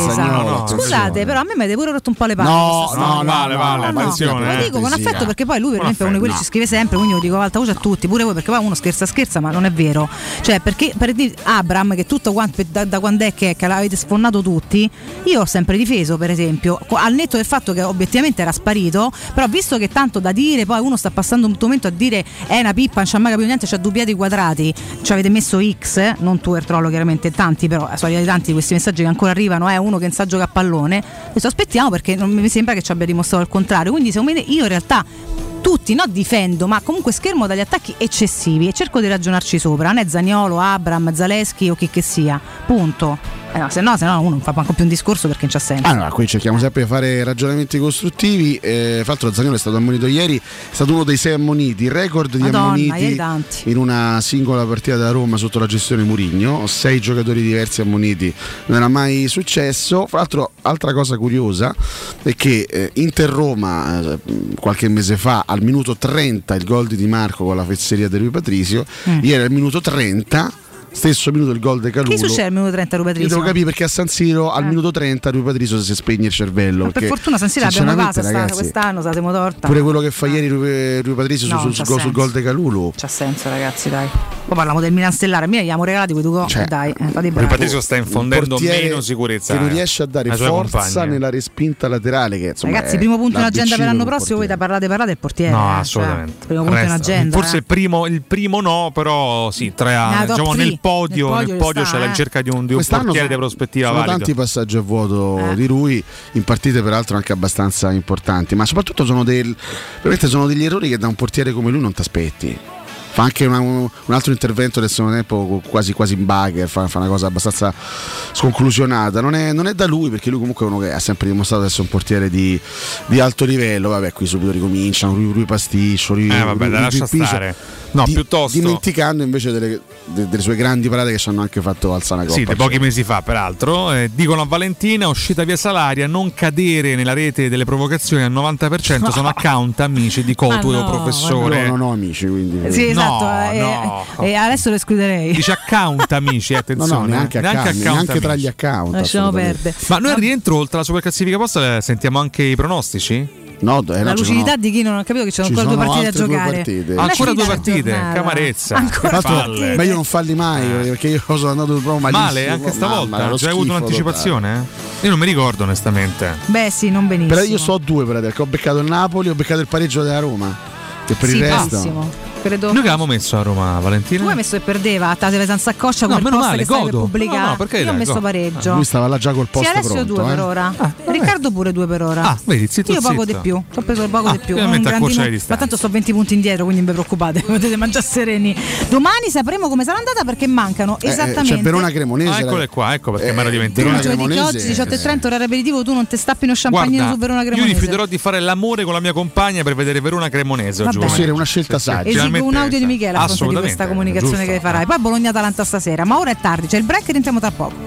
Speaker 15: Zaniolo,
Speaker 21: Scusate, però a me mi avete pure rotto un po' le palle.
Speaker 15: No, no, no,
Speaker 22: vale, vale,
Speaker 21: no, no,
Speaker 22: attenzione.
Speaker 21: lo dico con affetto perché poi lui per esempio è uno di quelli che ci scrive sempre, quindi lo dico a alta voce a tutti, pure voi, perché poi uno scherza scherza, ma non è vero. Cioè, perché per dire Abram, che tutto quanto, da, da quando è che, che l'avete sfonnato tutti, io ho sempre difeso, per esempio, al netto del fatto che obiettivamente era sparito, però visto che tanto da dire, poi uno sta passando un momento a dire è una pippa, non c'ha mai capito niente, c'ha due piedi quadrati, ci avete messo X, non tu Ertrollo chiaramente, tanti, però sono arrivati tanti questi messaggi che ancora arrivano, è uno che non sa giocare a pallone, adesso aspettiamo perché non mi sembra che ci abbia dimostrato il contrario, quindi secondo me io in realtà tutti, no difendo, ma comunque schermo dagli attacchi eccessivi e cerco di ragionarci sopra, non è Zaniolo, Abram, Zaleschi o chi che sia, punto. Eh no, se no, se no uno non fa manco più un discorso perché non c'ha senso.
Speaker 15: Allora, qui cerchiamo sempre di fare ragionamenti costruttivi. Eh, fra l'altro Zaniolo è stato ammonito ieri, è stato uno dei sei ammoniti, il record di
Speaker 21: Madonna,
Speaker 15: ammoniti in una singola partita da Roma sotto la gestione Mourinho, sei giocatori diversi ammoniti, non era mai successo. Fra l'altro, altra cosa curiosa è che eh, Inter-Roma eh, qualche mese fa al minuto trenta il gol di Di Marco con la fesseria di Rui Patricio, mm. ieri al minuto trenta stesso minuto il gol di Calulu.
Speaker 21: Che succede al minuto trenta Rui Patricio?
Speaker 15: Io devo capire perché a San Siro al eh. minuto trenta Rui Patricio si spegne il cervello.
Speaker 21: Ma per fortuna San Siro abbiamo casa ragazzi, quest'anno, se la siamo torta.
Speaker 15: Pure quello che fa ieri Rui, Rui Patricio no, sul, sul, sul gol di Calulu.
Speaker 21: C'ha senso ragazzi, dai. Poi parliamo del Milan Stellare, a me gli abbiamo regalati quei due gol, cioè, dai, eh, fate
Speaker 22: Rui Patricio sta infondendo meno sicurezza.
Speaker 15: Che non riesce a dare forza
Speaker 22: compagne.
Speaker 15: nella respinta laterale che, insomma,
Speaker 21: ragazzi, primo punto in agenda per l'anno prossimo, voi da parlate parlate il portiere.
Speaker 22: No,
Speaker 21: eh,
Speaker 22: assolutamente.
Speaker 21: Cioè, primo punto in agenda.
Speaker 22: Forse
Speaker 21: eh.
Speaker 22: il primo il primo no, però sì, tra, diciamo nel podio, nel podio, nel podio c'è la ricerca di un, di un portiere di prospettiva valida.
Speaker 15: Sono tanti passaggi a vuoto
Speaker 21: eh.
Speaker 15: di Rui in partite peraltro anche abbastanza importanti, ma soprattutto sono, del, veramente sono degli errori che da un portiere come lui non ti aspetti. Fa anche una, un, un altro intervento del secondo tempo quasi, quasi in bugger, fa, fa una cosa abbastanza sconclusionata. Non è, non è da lui, perché lui comunque è uno che ha sempre dimostrato di essere un portiere di, di alto livello. Vabbè, qui subito ricominciano, lui, lui pasticcio, lui,
Speaker 22: eh, vabbè,
Speaker 15: lui,
Speaker 22: lascia
Speaker 15: lui
Speaker 22: stare. No,
Speaker 15: di,
Speaker 22: piuttosto
Speaker 15: dimenticando invece delle, de, delle sue grandi parate che ci hanno anche fatto alzare una coppa.
Speaker 22: Sì, di pochi mesi fa peraltro. Eh, dicono a Valentina, uscita via Salaria, non cadere nella rete delle provocazioni al novanta per cento. No. Sono account amici di Cotulo,
Speaker 21: no,
Speaker 22: professore.
Speaker 15: Io non ho amici, quindi.
Speaker 21: Sì, esatto.
Speaker 22: No,
Speaker 21: e,
Speaker 22: no.
Speaker 21: e adesso lo escluderei.
Speaker 22: Dice account amici, attenzione.
Speaker 15: No, no, neanche,
Speaker 22: neanche,
Speaker 15: account,
Speaker 22: account
Speaker 15: neanche tra gli account.
Speaker 21: Lasciamo perdere.
Speaker 22: Ma noi al rientro, oltre alla superclassifica posta, sentiamo anche i pronostici?
Speaker 15: No, eh,
Speaker 21: la
Speaker 15: no,
Speaker 21: lucidità
Speaker 15: sono,
Speaker 21: di chi non ha capito che ci sono
Speaker 15: ci
Speaker 21: ancora
Speaker 15: sono
Speaker 21: due partite a giocare.
Speaker 15: Due partite.
Speaker 22: Ancora due partite, camarezza.
Speaker 21: Ancora
Speaker 15: falle. Ma io non falli mai perché io sono andato proprio malissimo.
Speaker 22: Male anche stavolta. Hai già avuto un'anticipazione? Eh? Io non mi ricordo onestamente.
Speaker 21: Beh, sì, non benissimo.
Speaker 15: Però io so due per adesso. Ho beccato il Napoli, ho beccato il pareggio della Roma. Che per
Speaker 21: sì,
Speaker 15: il resto.
Speaker 21: Massimo. Credo.
Speaker 22: Noi che avevamo messo a Roma, Valentina?
Speaker 21: Tu hai messo e perdeva, te senza saccoccia
Speaker 22: no,
Speaker 21: come il post
Speaker 22: male,
Speaker 21: che stai
Speaker 22: godo.
Speaker 21: per pubblicare.
Speaker 22: No, no, perché
Speaker 21: io
Speaker 22: dai,
Speaker 21: ho messo
Speaker 22: go.
Speaker 21: pareggio.
Speaker 15: Ah, lui stava là già col posto
Speaker 21: sì, Alessio
Speaker 15: pronto,
Speaker 21: due
Speaker 15: eh?
Speaker 21: per ora.
Speaker 22: Ah,
Speaker 21: Riccardo pure due per ora.
Speaker 22: Ah, vedi, zitto,
Speaker 21: io poco
Speaker 22: zitto.
Speaker 21: di più. Ho preso poco
Speaker 22: ah,
Speaker 21: di più.
Speaker 22: Un grandino,
Speaker 21: ma tanto sto venti punti indietro, quindi non vi preoccupate, potete mangiare sereni. Domani sapremo come sarà andata perché mancano
Speaker 15: eh,
Speaker 21: esattamente.
Speaker 15: C'è Verona Cremonese.
Speaker 22: Ah, eccole qua, ecco perché
Speaker 15: eh,
Speaker 22: mi ero dimenticato.
Speaker 21: Il giovedì che oggi diciotto e trenta orario aperitivo, tu non te stappi uno champagnino
Speaker 22: Guarda,
Speaker 21: su Verona Cremonese.
Speaker 22: Io rifiuterò di fare l'amore con la mia compagna per vedere Verona Cremonese oggi.
Speaker 15: Posso dire una scelta saggia.
Speaker 21: Esigo un audio di Michele a fronte di questa comunicazione giusto. Che farai. Poi Bologna-Atalanta stasera, ma ora è tardi, c'è il break e rientriamo tra poco.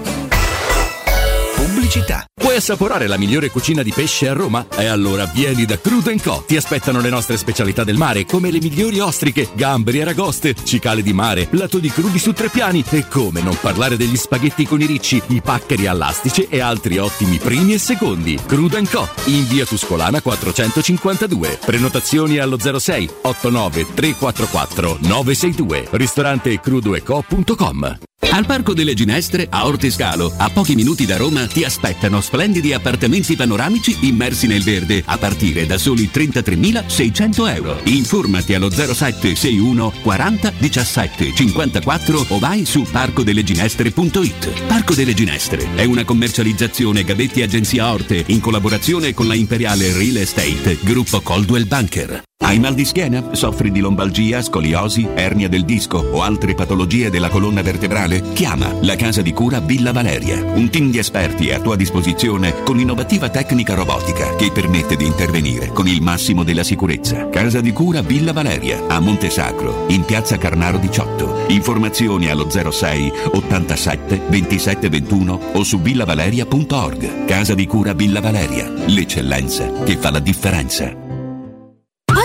Speaker 31: Pubblicità. Vuoi assaporare la migliore cucina di pesce a Roma? E allora vieni da Crudo and Co. Ti aspettano le nostre specialità del mare, come le migliori ostriche, gamberi e aragoste, cicale di mare, latoni crudi su tre piani e come non parlare degli spaghetti con i ricci, i paccheri all'astice e altri ottimi primi e secondi. Crudo and Co. in via Tuscolana quattrocentocinquantadue. Prenotazioni allo zero sei otto nove tre quattro quattro nove sei due. Ristorante crudoeco punto com. Al Parco delle Ginestre, a Ortiscalo, a pochi minuti da Roma, ti aspettano splendidi appartamenti panoramici immersi nel verde a partire da soli trentatremilaseicento euro. Informati allo zero sette sei uno quaranta diciassette cinquantaquattro o vai su parco delle ginestre punto it. Parco delle Ginestre è una commercializzazione Gavetti Agenzia Orte in collaborazione con la Imperiale Real Estate, gruppo Coldwell Banker. Hai mal di schiena? Soffri di lombalgia, scoliosi, ernia del disco o altre patologie della colonna vertebrale? Chiama la Casa di Cura Villa Valeria. Un team di esperti è a tua disposizione con innovativa tecnica robotica che permette di intervenire con il massimo della sicurezza. Casa di Cura Villa Valeria a Montesacro, in piazza Carnaro diciotto. Informazioni allo zero sei ottantasette ventisette ventuno o su villavaleria punto org. Casa di Cura Villa Valeria, l'eccellenza che fa la differenza.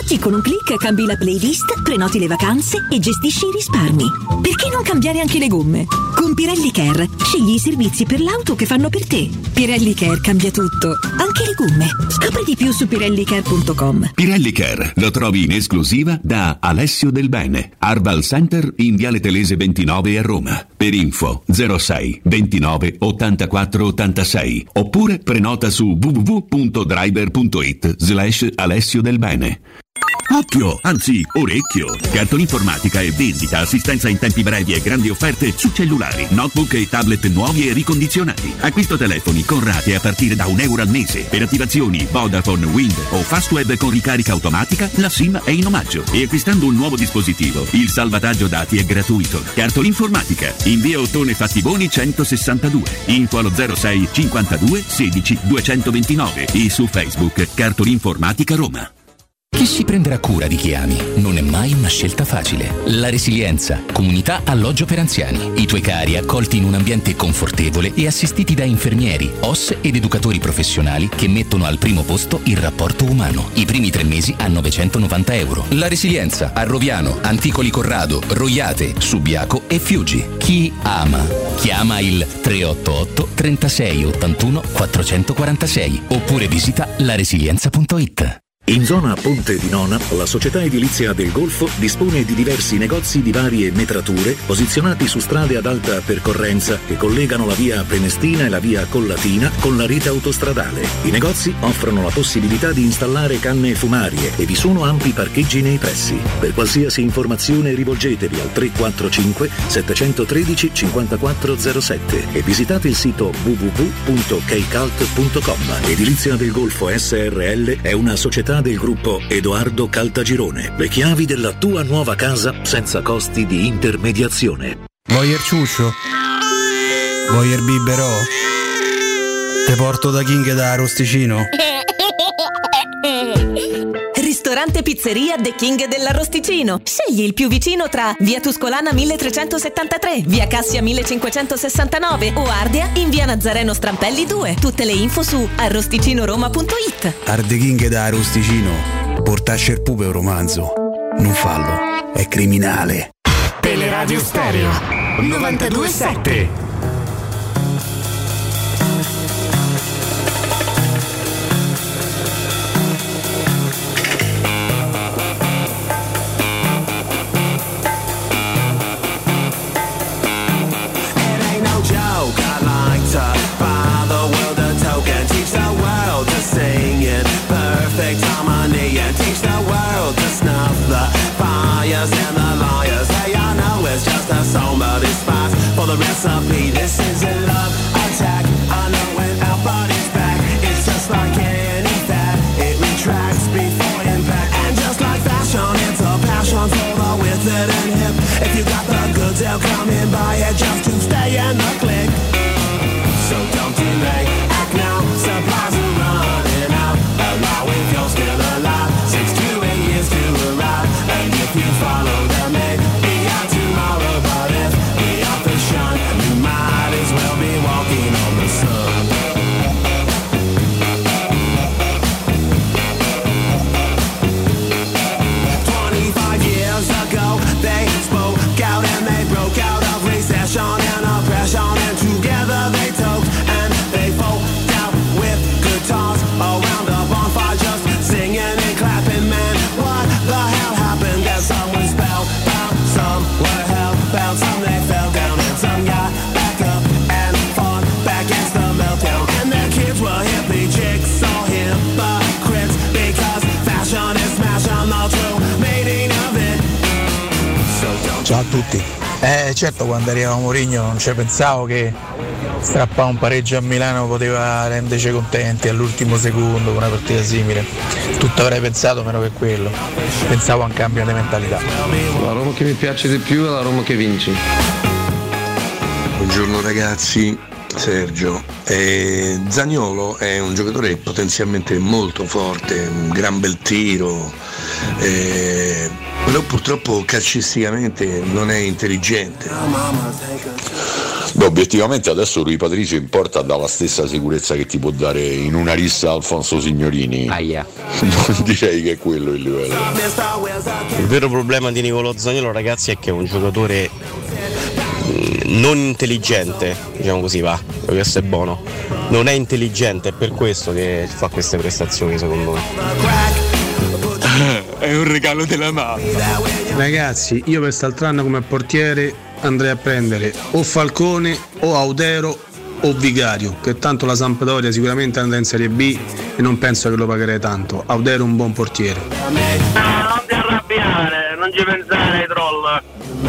Speaker 5: Oggi con un click cambi la playlist, prenoti le vacanze e gestisci i risparmi. Perché non cambiare anche le gomme? Con Pirelli Care scegli i servizi per l'auto che fanno per te. Pirelli Care cambia tutto, anche le gomme. Scopri di più su pirelli care punto com.
Speaker 31: Pirelli Care lo trovi in esclusiva da Alessio Del Bene, Arval Center in Viale Telese ventinove a Roma. Per info zero sei ventinove ottantaquattro ottantasei oppure prenota su w w w punto driver punto it slash Alessio Del Bene. Occhio, anzi orecchio! Cartolinformatica e vendita, assistenza in tempi brevi e grandi offerte su cellulari, notebook e tablet nuovi e ricondizionati. Acquisto telefoni con rate a partire da un euro al mese. Per attivazioni Vodafone, Wind o Fastweb con ricarica automatica, la SIM è in omaggio. E acquistando un nuovo dispositivo, il salvataggio dati è gratuito. Cartolinformatica, in via Ottone Fattiboni centosessantadue. Info allo zero sei cinquantadue sedici duecentoventinove e su Facebook Cartolinformatica Roma.
Speaker 6: Chi si prenderà cura di chi ami non è mai una scelta facile. La Resilienza, comunità alloggio per anziani. I tuoi cari accolti in un ambiente confortevole e assistiti da infermieri, O S ed educatori professionali che mettono al primo posto il rapporto umano. I primi tre mesi a novecentonovanta euro. La Resilienza a Roviano, Anticoli Corrado, Roiate, Subiaco e Fiuggi. Chi ama? Chiama il tre otto otto trentasei ottantuno quattrocentoquarantasei oppure visita la resilienza punto it.
Speaker 16: In zona Ponte di Nona, la società edilizia del Golfo dispone di diversi negozi di varie metrature posizionati su strade ad alta percorrenza che collegano la via Prenestina e la via Collatina con la rete autostradale. I negozi offrono la possibilità di installare canne fumarie e vi sono ampi parcheggi nei pressi. Per qualsiasi informazione rivolgetevi al tre quattro cinque sette uno tre cinque zero sette e visitate il sito w w w punto keicalt punto com. Edilizia del Golfo S R L è una società del gruppo Edoardo Caltagirone. Le chiavi della tua nuova casa senza costi di intermediazione.
Speaker 8: Vuoi il ciuscio? Vuoi il biberò? Te porto da King da Arrosticino?
Speaker 5: Ristorante Pizzeria The King dell'Arrosticino. Scegli il più vicino tra via Tuscolana milletrecentosettantatré, via Cassia millecinquecentosessantanove o Ardea in via Nazareno Strampelli due. Tutte le info su arrosticinoroma punto it.
Speaker 8: Arde King da Arrosticino. Portasce il pupe un romanzo. Non fallo, è criminale.
Speaker 17: Teleradio Stereo novantadue sette.
Speaker 18: And the lawyers, hey, I know it's just a song, but it's fast for the recipe. This is a love attack. I know when our body's back, it's just like any fat. It retracts before impact, and just like fashion, it's a passion for the withered and hip. If you got the goods, they'll come and buy it just to stay in the clique. So don't delay, act now. Supplies are running out. Allow if you're still alive. Six to eight years to arrive. And if you follow them, it be out tomorrow. But if the authors shine, you might as well be walking on the sun. Twenty-five years ago, they spoke out and they broke out of recession and oppression, and together they took and they folk out with guitars around a bonfire, just singing and clapping. Man, what the hell happened? That some were spellbound, some were hellbound, some they fell down, and some got back up and fought back against the meltdown. And their kids were hippie chicks, all hypocrites, because fashion is smashing the true meaning of it. So don't.
Speaker 8: Ciao a tutti. Eh certo, quando arrivava Mourinho non ci pensavo che strappare un pareggio a Milano poteva renderci contenti all'ultimo secondo con una partita simile. Tutto avrei pensato meno che quello. Pensavo a un cambio di mentalità.
Speaker 20: La Roma che mi piace di più è la Roma che vince.
Speaker 7: Buongiorno ragazzi, Sergio. Eh, Zaniolo è un giocatore potenzialmente molto forte, un gran bel tiro, eh, però purtroppo calcisticamente non è intelligente.
Speaker 2: Beh, obiettivamente adesso Rui Patricio in porta dà la stessa sicurezza che ti può dare in una rissa Alfonso Signorini.
Speaker 3: Aia.
Speaker 2: Non direi che è quello il livello.
Speaker 3: Il vero problema di Nicolò Zaniolo, ragazzi, è che è un giocatore mh, non intelligente, diciamo così, va, questo è buono. Non è intelligente, è per questo che fa queste prestazioni, secondo me.
Speaker 9: È un regalo della mamma.
Speaker 8: Ragazzi, io per quest'altro come portiere andrei a prendere o Falcone o Audero o Vicario, che tanto la Sampdoria sicuramente andrà in Serie B e non penso che lo pagherei tanto. Audero è un buon portiere.
Speaker 1: No, non ti arrabbiare, non ci pensare ai troll.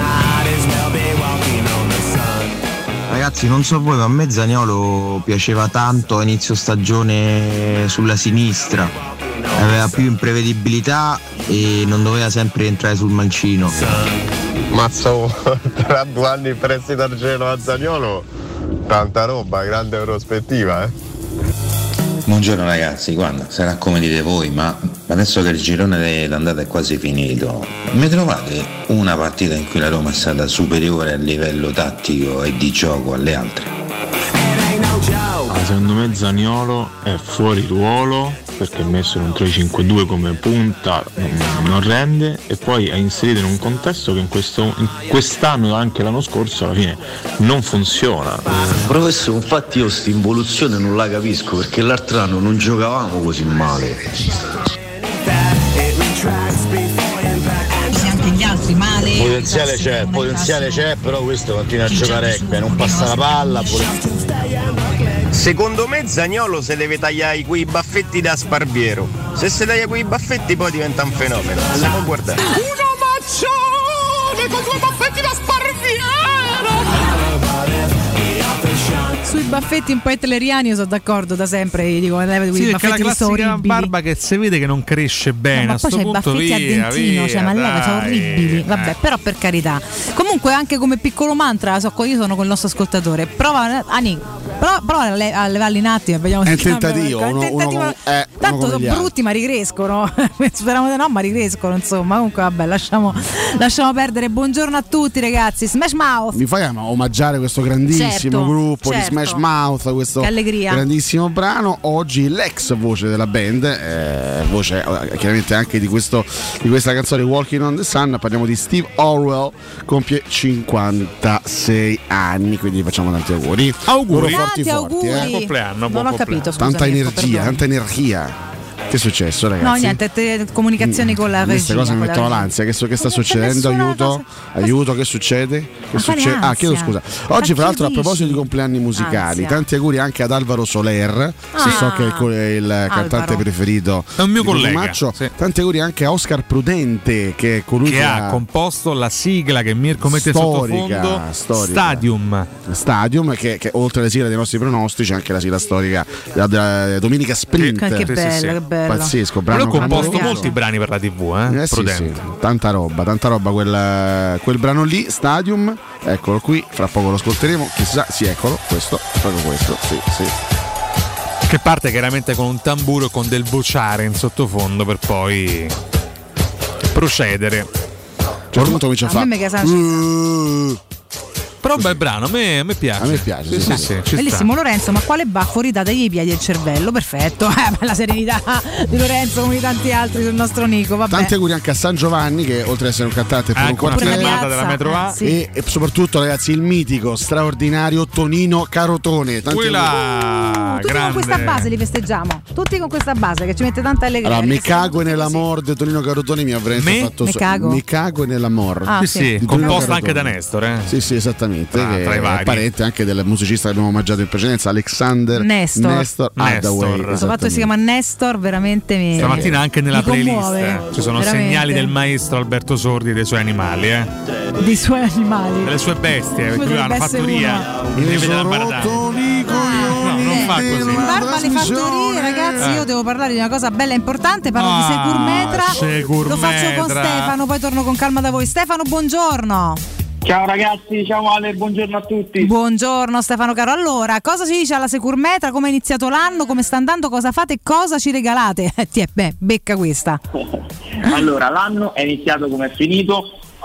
Speaker 23: Ragazzi, non so voi, ma a me Zaniolo piaceva tanto a inizio stagione sulla sinistra. Aveva più imprevedibilità e non doveva sempre entrare sul mancino.
Speaker 24: Mazza, tra due anni in prestito al Genoa a Zaniolo, tanta roba, grande prospettiva, eh.
Speaker 13: Buongiorno ragazzi, guarda, sarà come dite voi, ma adesso che il girone d'andata è quasi finito, mi trovate una partita in cui la Roma è stata superiore a livello tattico e di gioco alle altre?
Speaker 25: Ah, secondo me Zaniolo è fuori ruolo perché messo in un tre cinque due come punta non rende, e poi è inserito in un contesto che in, questo, in quest'anno e anche l'anno scorso alla fine non funziona.
Speaker 26: Professore, infatti io sta involuzione non la capisco, perché l'altro anno non giocavamo così male.
Speaker 21: Anche gli altri male.
Speaker 4: Potenziale c'è, potenziale c'è, però questo continua a giocare rugby, non passa la palla.
Speaker 3: Secondo me Zaniolo se deve tagliare quei baffetti da Sparviero. Se si taglia quei baffetti poi diventa un fenomeno. Andiamo a guardare.
Speaker 18: Una maccione con due baffetti da Sparviero!
Speaker 21: Sui baffetti un po' hitleriani io sono d'accordo da sempre, dico, quei
Speaker 22: sì,
Speaker 21: baffetti
Speaker 22: la classica
Speaker 21: orribili.
Speaker 22: barba che si vede che non cresce bene,
Speaker 21: No, ma
Speaker 22: a
Speaker 21: poi
Speaker 22: sto
Speaker 21: c'è i
Speaker 22: punto
Speaker 21: baffetti
Speaker 22: via,
Speaker 21: a dentino,
Speaker 22: via,
Speaker 21: cioè, ma allora
Speaker 22: dai,
Speaker 21: sono orribili. Vabbè,
Speaker 22: eh.
Speaker 21: però per carità. Comunque anche come piccolo mantra, so, io sono con il nostro ascoltatore. Prova, Ani, prova, prova a, le, a levarli un attimo e vediamo
Speaker 15: È
Speaker 21: se
Speaker 15: un tentativo,
Speaker 21: cambia.
Speaker 15: uno,
Speaker 21: È un tentativo.
Speaker 15: uno, eh,
Speaker 21: Tanto
Speaker 15: uno
Speaker 21: sono
Speaker 15: come gli altri.
Speaker 21: brutti ma ricrescono. Speriamo di no, ma ricrescono, insomma. Comunque vabbè, lasciamo, lasciamo perdere. Buongiorno a tutti ragazzi. Smash Mouth.
Speaker 15: Mi fai omaggiare questo grandissimo
Speaker 21: Certo,
Speaker 15: gruppo
Speaker 21: certo.
Speaker 15: di Smash Mouth, questo
Speaker 21: Che allegria.
Speaker 15: grandissimo brano. Oggi l'ex voce della band, eh, voce eh, chiaramente anche di, questo, di questa canzone Walking on the Sun. Parliamo di Steve Orwell, compie cinquantasei anni, quindi facciamo tanti auguri.
Speaker 22: Auguri.
Speaker 15: Loro forti
Speaker 21: Tanti
Speaker 15: forti,
Speaker 21: auguri.
Speaker 15: eh.
Speaker 22: Buon compleanno,
Speaker 21: Non
Speaker 22: buon
Speaker 21: ho
Speaker 22: compleanno.
Speaker 21: capito, scusami.
Speaker 15: Tanta energia,
Speaker 21: perdone.
Speaker 15: tanta energia. Che è successo, ragazzi?
Speaker 21: No, niente, te- comunicazioni con la regia.
Speaker 15: Queste cose mi
Speaker 21: con la
Speaker 15: mettono
Speaker 21: regia.
Speaker 15: l'ansia. Che, so, che sta
Speaker 21: Non c'è
Speaker 15: succedendo?
Speaker 21: nessuna
Speaker 15: Aiuto,
Speaker 21: cosa-
Speaker 15: aiuto, che succede? Che
Speaker 21: Ma quale
Speaker 15: succede? Ah, chiedo
Speaker 21: ansia?
Speaker 15: scusa.
Speaker 21: Ma
Speaker 15: Oggi,
Speaker 21: che
Speaker 15: fra l'altro, a
Speaker 21: dici?
Speaker 15: proposito di compleanni musicali,
Speaker 21: Ansia.
Speaker 15: tanti auguri anche ad Alvaro Soler. Se
Speaker 21: Ah.
Speaker 15: so che è il, co- è il cantante
Speaker 21: Alvaro.
Speaker 15: preferito
Speaker 22: È un mio
Speaker 15: di
Speaker 22: collega,
Speaker 15: Cosumaccio.
Speaker 22: sì.
Speaker 15: Tanti auguri anche a Oscar Prudente, che è colui
Speaker 22: Che
Speaker 15: che
Speaker 22: ha composto la sigla che Mirko mette
Speaker 15: Storica,
Speaker 22: sottofondo,
Speaker 15: storica.
Speaker 22: Stadium.
Speaker 15: Stadium, che, che oltre alle sigle dei nostri pronostici, anche la sigla storica della, della Domenica Sprint.
Speaker 21: Che
Speaker 22: Sì, sì,
Speaker 21: bello,
Speaker 22: sì.
Speaker 21: che bello.
Speaker 15: Pazzesco,
Speaker 22: Quello
Speaker 15: brano
Speaker 22: ha composto
Speaker 21: piace.
Speaker 22: molti brani per la tivù, eh?
Speaker 15: Eh sì,
Speaker 22: Prudente.
Speaker 15: sì, tanta roba, tanta roba quel, quel brano lì, Stadium, eccolo qui, fra poco lo ascolteremo, chissà, sì, eccolo, questo, proprio questo, sì, sì.
Speaker 22: Che parte chiaramente con un tamburo e con del vociare in sottofondo per poi procedere.
Speaker 15: A un certo punto comincia a
Speaker 21: A me
Speaker 15: fare.
Speaker 21: mi casa-
Speaker 22: Però bel brano, a me, a me piace.
Speaker 15: A me piace,
Speaker 22: sì,
Speaker 15: sì,
Speaker 22: sì,
Speaker 15: sì.
Speaker 22: sì, ci sta.
Speaker 21: Bellissimo Lorenzo, ma quale baffo ridategli i piedi e il cervello? Perfetto, eh, la serenità di Lorenzo come di tanti altri sul nostro Nico, vabbè.
Speaker 15: Tanti auguri anche a San Giovanni, che oltre ad essere un cantante è pure un
Speaker 22: Anche una
Speaker 15: quartiere.
Speaker 22: fermata della metro A.
Speaker 21: Eh, sì.
Speaker 15: E, e soprattutto, ragazzi, il mitico, straordinario Tonino Carotone. Tanti auguri.
Speaker 22: Quella
Speaker 21: Tutti con questa base li festeggiamo. Tutti con questa base che ci mette tanta allegria.
Speaker 15: Allora, mi
Speaker 21: perché siamo
Speaker 15: cago
Speaker 21: tutti
Speaker 15: nell'amor di Tonino Carotone, mi ha veramente
Speaker 22: Me?
Speaker 15: fatto
Speaker 21: Me cago?
Speaker 15: Mi cago nell'amor.
Speaker 21: Ah,
Speaker 22: sì,
Speaker 21: sì.
Speaker 22: sì,
Speaker 15: Di Tonino
Speaker 22: composta anche da
Speaker 15: Carotone.
Speaker 22: Nestor, eh?
Speaker 15: Sì, sì, esattamente.
Speaker 22: Tra-
Speaker 15: che
Speaker 22: tra i
Speaker 15: è
Speaker 22: vari.
Speaker 15: parente anche del musicista che abbiamo omaggiato in precedenza, Alexander
Speaker 21: Nestor.
Speaker 15: Nestor Hathaway.
Speaker 22: Nestor.
Speaker 21: Questo fatto che si chiama Nestor veramente mi
Speaker 22: Stamattina anche nella
Speaker 21: mi
Speaker 22: playlist
Speaker 21: commuove,
Speaker 22: ci sono
Speaker 21: veramente.
Speaker 22: segnali del maestro Alberto Sordi e dei suoi animali, eh?
Speaker 21: Dei suoi animali.
Speaker 22: Delle sue bestie, perché lui ha una
Speaker 21: Potrebbe essere
Speaker 22: fattoria.
Speaker 21: uno.
Speaker 22: Mi
Speaker 15: Mi
Speaker 22: deve dare
Speaker 15: sono
Speaker 22: la baradana.
Speaker 15: rotto i coglioni
Speaker 22: non fa così.
Speaker 15: della
Speaker 21: Barba alle fattorie, ragazzi,
Speaker 22: Eh.
Speaker 21: io devo parlare di una cosa bella e importante, parlo
Speaker 22: Ah,
Speaker 21: di Securmetra.
Speaker 22: Securmetra.
Speaker 21: Lo faccio con Stefano, poi torno con calma da voi. Stefano, buongiorno.
Speaker 1: Ciao ragazzi, ciao Ale, buongiorno a tutti.
Speaker 21: Buongiorno Stefano caro. Allora, cosa ci dice alla Securmetra? Come è iniziato l'anno? Come sta andando? Cosa fate? Cosa ci regalate? Eh, ti è, beh, becca questa.
Speaker 1: Allora, l'anno è iniziato come è finito.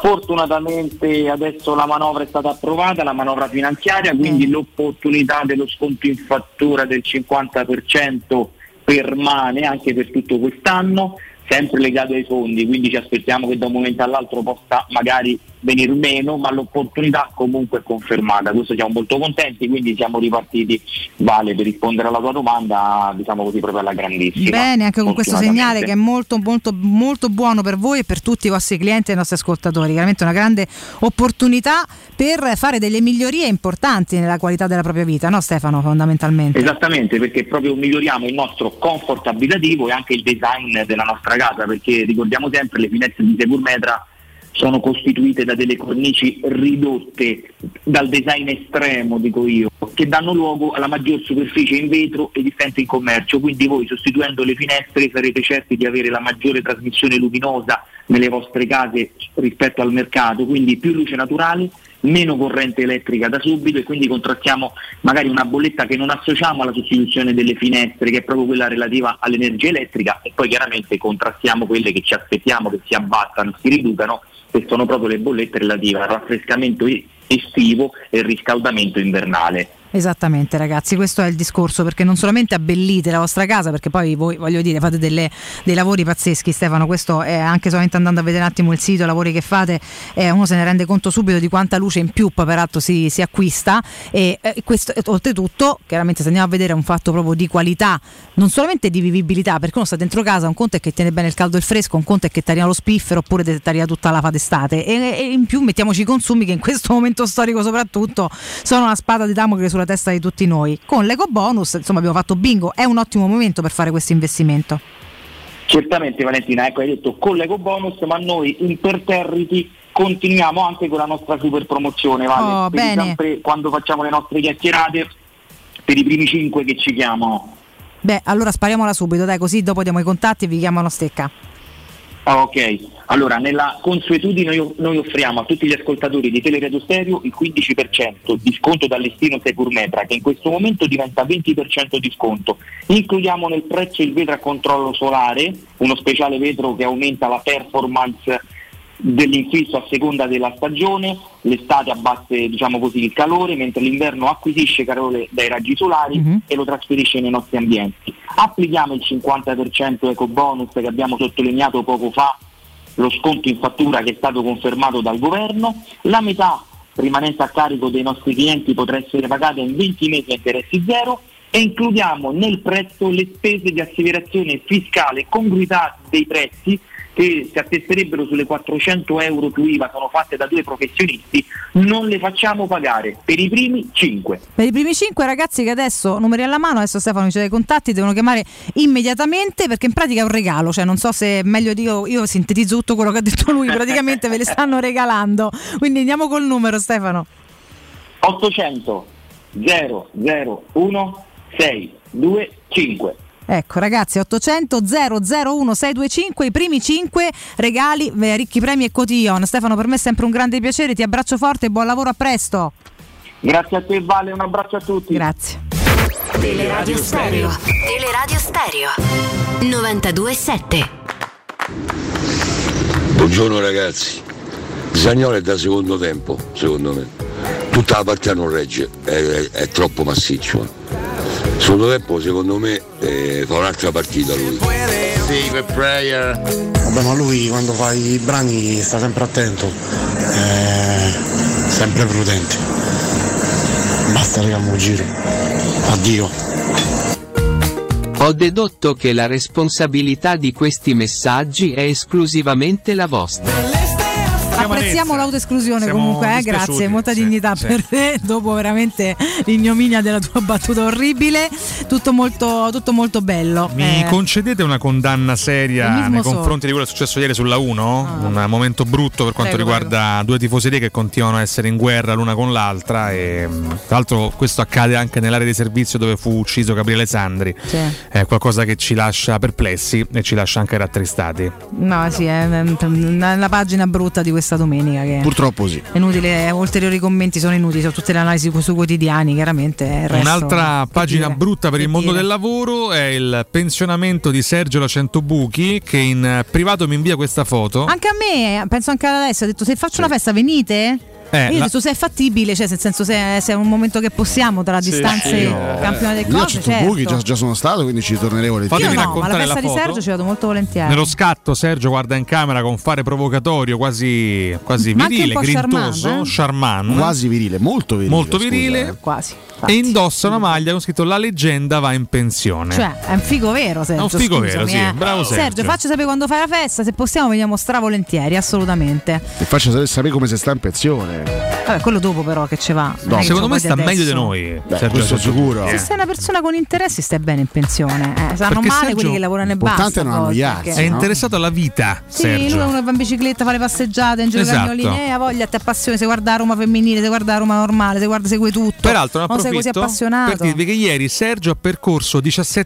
Speaker 6: Fortunatamente adesso la manovra è stata approvata, la manovra finanziaria, quindi l'opportunità dello sconto in fattura del cinquanta per cento permane anche per tutto quest'anno, sempre legato ai fondi, quindi ci aspettiamo che da un momento all'altro possa magari venir meno, ma l'opportunità comunque è confermata. Questo siamo molto contenti, quindi siamo ripartiti, Vale, per rispondere alla tua domanda, diciamo così, proprio alla grandissima.
Speaker 21: Bene, anche con questo segnale che è molto molto molto buono per voi e per tutti i vostri clienti e i nostri ascoltatori, veramente una grande opportunità per fare delle migliorie importanti nella qualità della propria vita, no Stefano, fondamentalmente?
Speaker 6: Esattamente, perché proprio miglioriamo il nostro comfort abitativo e anche il design della nostra casa, perché ricordiamo sempre le finestre di Securmetra sono costituite da delle cornici ridotte, dal design estremo, dico io, che danno luogo alla maggior superficie in vetro esistente in commercio, quindi voi sostituendo le finestre sarete certi di avere la maggiore trasmissione luminosa nelle vostre case rispetto al mercato, quindi più luce naturale, meno corrente elettrica da subito, e quindi contrastiamo magari una bolletta che non associamo alla sostituzione delle finestre, che è proprio quella relativa all'energia elettrica, e poi chiaramente contrastiamo quelle che ci aspettiamo che si abbattano, si riducano, che sono proprio le bollette relative al raffrescamento estivo e il riscaldamento invernale.
Speaker 21: Esattamente, ragazzi, questo è il discorso, perché non solamente abbellite la vostra casa, perché poi voi, voglio dire, fate delle, dei lavori pazzeschi, Stefano, questo è anche solamente andando a vedere un attimo il sito, i lavori che fate, eh, uno se ne rende conto subito di quanta luce in più peraltro si, si acquista, e eh, questo oltretutto, chiaramente se andiamo a vedere, è un fatto proprio di qualità, non solamente di vivibilità, perché uno sta dentro casa, un conto è che tiene bene il caldo e il fresco, un conto è che taria lo spiffero oppure taria tutta la d'estate, e, e in più mettiamoci i consumi, che in questo momento storico soprattutto sono una spada di Damocle sulla testa di tutti noi. Con l'eco bonus, insomma, abbiamo fatto bingo, è un ottimo momento per fare questo investimento.
Speaker 6: Certamente, Valentina, ecco, hai detto con l'eco bonus, ma noi imperterriti continuiamo anche con la nostra super promozione, vale?
Speaker 21: Oh, bene.
Speaker 6: Sempre quando facciamo le nostre chiacchierate, per i primi cinque che ci chiamano.
Speaker 21: Beh, allora spariamola subito, dai, così dopo diamo i contatti e vi chiamano stecca.
Speaker 6: Ah, ok, allora nella consuetudine noi, noi offriamo a tutti gli ascoltatori di Teleradio Stereo il quindici per cento di sconto dal listino Securmetra, che in questo momento diventa venti per cento di sconto. Includiamo nel prezzo il vetro a controllo solare, uno speciale vetro che aumenta la performance dell'infisso a seconda della stagione, l'estate abbatte, diciamo così, il calore, mentre l'inverno acquisisce calore dai raggi solari mm-hmm. e lo trasferisce nei nostri ambienti. Applichiamo il cinquanta per cento eco bonus che abbiamo sottolineato poco fa, lo sconto in fattura che è stato confermato dal governo, la metà rimanente a carico dei nostri clienti potrà essere pagata in venti mesi a interessi zero, e includiamo nel prezzo le spese di asseverazione fiscale e congruità dei prezzi, che si attesterebbero sulle quattrocento euro più I V A, sono fatte da due professionisti, non le facciamo pagare per i primi cinque.
Speaker 21: Per i primi cinque, ragazzi, che adesso numeri alla mano, adesso Stefano dice dei contatti, devono chiamare immediatamente, perché in pratica è un regalo, cioè non so se è meglio di io, io sintetizzo tutto quello che ha detto lui, praticamente ve le stanno regalando, quindi andiamo col numero, Stefano.
Speaker 6: ottocento zero zero uno sei due cinque.
Speaker 21: Ecco, ragazzi, ottocento zero zero uno sei due cinque, i primi cinque regali, ricchi premi e cotillon. Stefano, per me è sempre un grande piacere, ti abbraccio forte e buon lavoro, a presto.
Speaker 6: Grazie a te, Vale, un abbraccio a tutti.
Speaker 21: Grazie.
Speaker 17: Teleradio Stereo.
Speaker 5: Teleradio Stereo novantadue sette.
Speaker 2: Buongiorno ragazzi, Zaniolo è da secondo tempo, secondo me. Tutta la partita non regge, è, è, è troppo massiccio. Secondo tempo, secondo me, eh, fa un'altra partita lui.
Speaker 4: Save a prayer. Vabbè, ma lui quando fa i brani sta sempre attento, è sempre prudente. Basta, raga, mo giro. Addio.
Speaker 10: Ho dedotto che la responsabilità di questi messaggi è esclusivamente la vostra.
Speaker 21: Apprezziamo l'autoesclusione comunque, eh? Grazie, molta sì, dignità sì. per te, dopo veramente l'ignominia della tua battuta orribile, tutto molto, tutto molto bello.
Speaker 22: Mi
Speaker 21: eh.
Speaker 22: concedete una condanna seria nei confronti so. di quello che è successo ieri sulla uno? Ah. Un momento brutto per quanto prego, riguarda prego. due tifoserie che continuano a essere in guerra l'una con l'altra, e tra l'altro questo accade anche nell'area di servizio dove fu ucciso Gabriele Sandri, sì. È qualcosa che ci lascia perplessi e ci lascia anche rattristati.
Speaker 21: No, sì, è una pagina brutta di questo questa domenica. Che
Speaker 15: purtroppo sì.
Speaker 21: È inutile, ulteriori commenti sono inutili, sono tutte le analisi su quotidiani, chiaramente. Il resto,
Speaker 22: un'altra pagina
Speaker 21: dire,
Speaker 22: brutta per il mondo
Speaker 21: dire.
Speaker 22: del lavoro è il pensionamento di Sergio La Centobuchi, che in privato mi invia questa foto.
Speaker 21: Anche a me, penso anche ad adesso, ha detto se faccio una festa venite?
Speaker 22: Eh,
Speaker 21: io ho
Speaker 22: la...
Speaker 21: detto se è fattibile, cioè nel senso se, se è un momento che possiamo tra
Speaker 15: sì,
Speaker 21: distanze
Speaker 15: sì,
Speaker 21: no. campionate e
Speaker 15: io
Speaker 21: cose,
Speaker 15: a
Speaker 21: certo.
Speaker 15: Buchi già, già sono stato, quindi ci tornerei volentieri.
Speaker 21: Io no, ma la festa
Speaker 22: la
Speaker 21: di Sergio ci vado molto volentieri.
Speaker 22: Nello scatto Sergio guarda in camera con fare provocatorio quasi, quasi
Speaker 21: ma
Speaker 22: virile, grintoso,
Speaker 21: eh?
Speaker 22: charmant,
Speaker 15: quasi virile, molto virile.
Speaker 22: Molto virile.
Speaker 15: Scusa, eh.
Speaker 21: Quasi.
Speaker 22: E indossa una maglia con scritto "La leggenda va in pensione".
Speaker 21: Cioè, è un figo vero, Sergio.
Speaker 22: È un figo
Speaker 21: scusami,
Speaker 22: vero, sì.
Speaker 21: Eh.
Speaker 22: Bravo Sergio.
Speaker 21: Sergio, facci sapere quando fai la festa, se possiamo veniamo stravolentieri, assolutamente.
Speaker 15: E faccia sapere, sapere come si sta in pensione.
Speaker 21: Vabbè, quello dopo però che ci va.
Speaker 22: No, secondo me sta
Speaker 21: adesso.
Speaker 22: meglio di noi.
Speaker 15: Beh,
Speaker 22: Sergio,
Speaker 15: questo sicuro.
Speaker 21: Se sei una persona con interessi stai bene in pensione. Eh, sanno
Speaker 22: Perché
Speaker 21: male
Speaker 22: Sergio,
Speaker 21: quelli che lavorano e
Speaker 15: l'importante
Speaker 21: basta.
Speaker 15: è non annoiarsi,
Speaker 21: perché...
Speaker 22: È interessato alla vita,
Speaker 21: Sì,
Speaker 22: Sergio.
Speaker 21: lui è uno che va in bicicletta, fa le passeggiate, in giro
Speaker 22: Esatto.
Speaker 21: cagnolini, e ha voglia, ti appassioni, se guarda la Roma femminile, se guarda la Roma normale, se guarda segue tutto.
Speaker 22: Peraltro ne
Speaker 21: non sei così
Speaker 22: approfitto
Speaker 21: appassionato.
Speaker 22: per dirvi che ieri Sergio ha percorso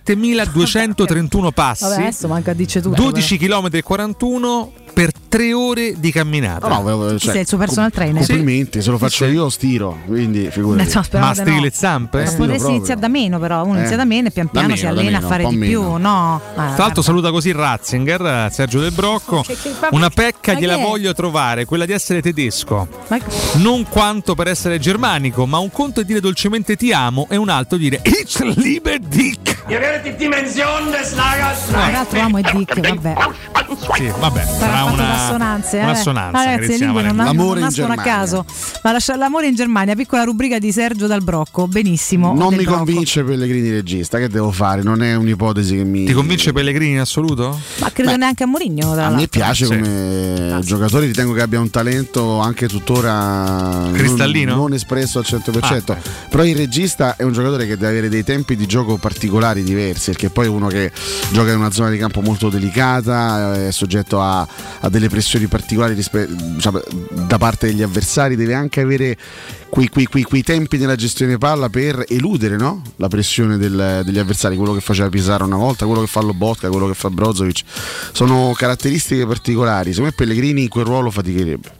Speaker 22: diciassettemiladuecentotrentuno passi,
Speaker 21: Vabbè, adesso manca a dice tutto.
Speaker 22: dodici chilometri e quarantuno per tre ore di camminata.
Speaker 15: No, no, cioè,
Speaker 21: sei il suo personal trainer?
Speaker 15: Complimenti, se lo faccio
Speaker 22: Sì.
Speaker 15: io stiro, quindi figurati.
Speaker 21: No,
Speaker 22: Ma
Speaker 21: no.
Speaker 22: stiri le zampe?
Speaker 21: Ma potresti iniziare da meno, però uno
Speaker 15: Eh.
Speaker 21: inizia da meno e pian
Speaker 15: Da
Speaker 21: piano
Speaker 15: meno,
Speaker 21: si
Speaker 15: da
Speaker 21: allena
Speaker 15: meno,
Speaker 21: a fare
Speaker 15: un po'
Speaker 21: di più.
Speaker 15: meno.
Speaker 21: No,
Speaker 22: Tra l'altro saluta così Ratzinger, Sergio Del Brocco.
Speaker 21: Che- che- ma-
Speaker 22: Una pecca
Speaker 21: ma
Speaker 22: gliela
Speaker 21: che è?
Speaker 22: voglio trovare, quella di essere tedesco.
Speaker 21: Ma...
Speaker 22: Non quanto per essere germanico, ma un conto è dire dolcemente ti amo e un altro dire Ich liebe dich.
Speaker 18: Ihr werdet die Dimension des Lagers
Speaker 21: Tra l'altro amo e Dick, vabbè.
Speaker 22: Sì, vabbè,
Speaker 21: Sarà
Speaker 22: sarà
Speaker 21: fatto
Speaker 22: una
Speaker 21: da assonanze,
Speaker 22: una
Speaker 21: eh.
Speaker 22: assonanza,
Speaker 21: Ma ragazzi, le
Speaker 22: Cristiano
Speaker 21: lingue non,
Speaker 22: Valentino.
Speaker 21: non
Speaker 15: L'amore in
Speaker 21: nascono a
Speaker 15: Germania.
Speaker 21: caso. Ma lascia l'amore in Germania, piccola rubrica di Sergio Dal Brocco. Benissimo.
Speaker 15: Non
Speaker 21: Del
Speaker 15: mi
Speaker 21: Brocco.
Speaker 15: convince Pellegrini regista, che devo fare? Non è un'ipotesi che mi.
Speaker 22: Ti convince Pellegrini in assoluto?
Speaker 21: Ma credo neanche a Mourinho. Tra
Speaker 15: A me
Speaker 21: l'altro.
Speaker 15: piace
Speaker 22: Sì.
Speaker 15: come giocatore, ritengo che abbia un talento anche tuttora
Speaker 22: Cristallino?
Speaker 15: non, non espresso al cento per cento.
Speaker 22: Ah,
Speaker 15: Però il regista è un giocatore che deve avere dei tempi di gioco particolari, diversi, perché poi è uno che gioca in una zona di campo molto delicata, è soggetto a, a delle pressioni particolari rispe- diciamo, da parte degli avversari, deve anche avere quei, quei, quei, quei tempi nella gestione palla per eludere, no? La pressione del, degli avversari, quello che faceva Pizarro una volta, quello che fa Lobotka, quello che fa Brozovic, sono caratteristiche particolari. Secondo me Pellegrini in quel ruolo faticherebbe.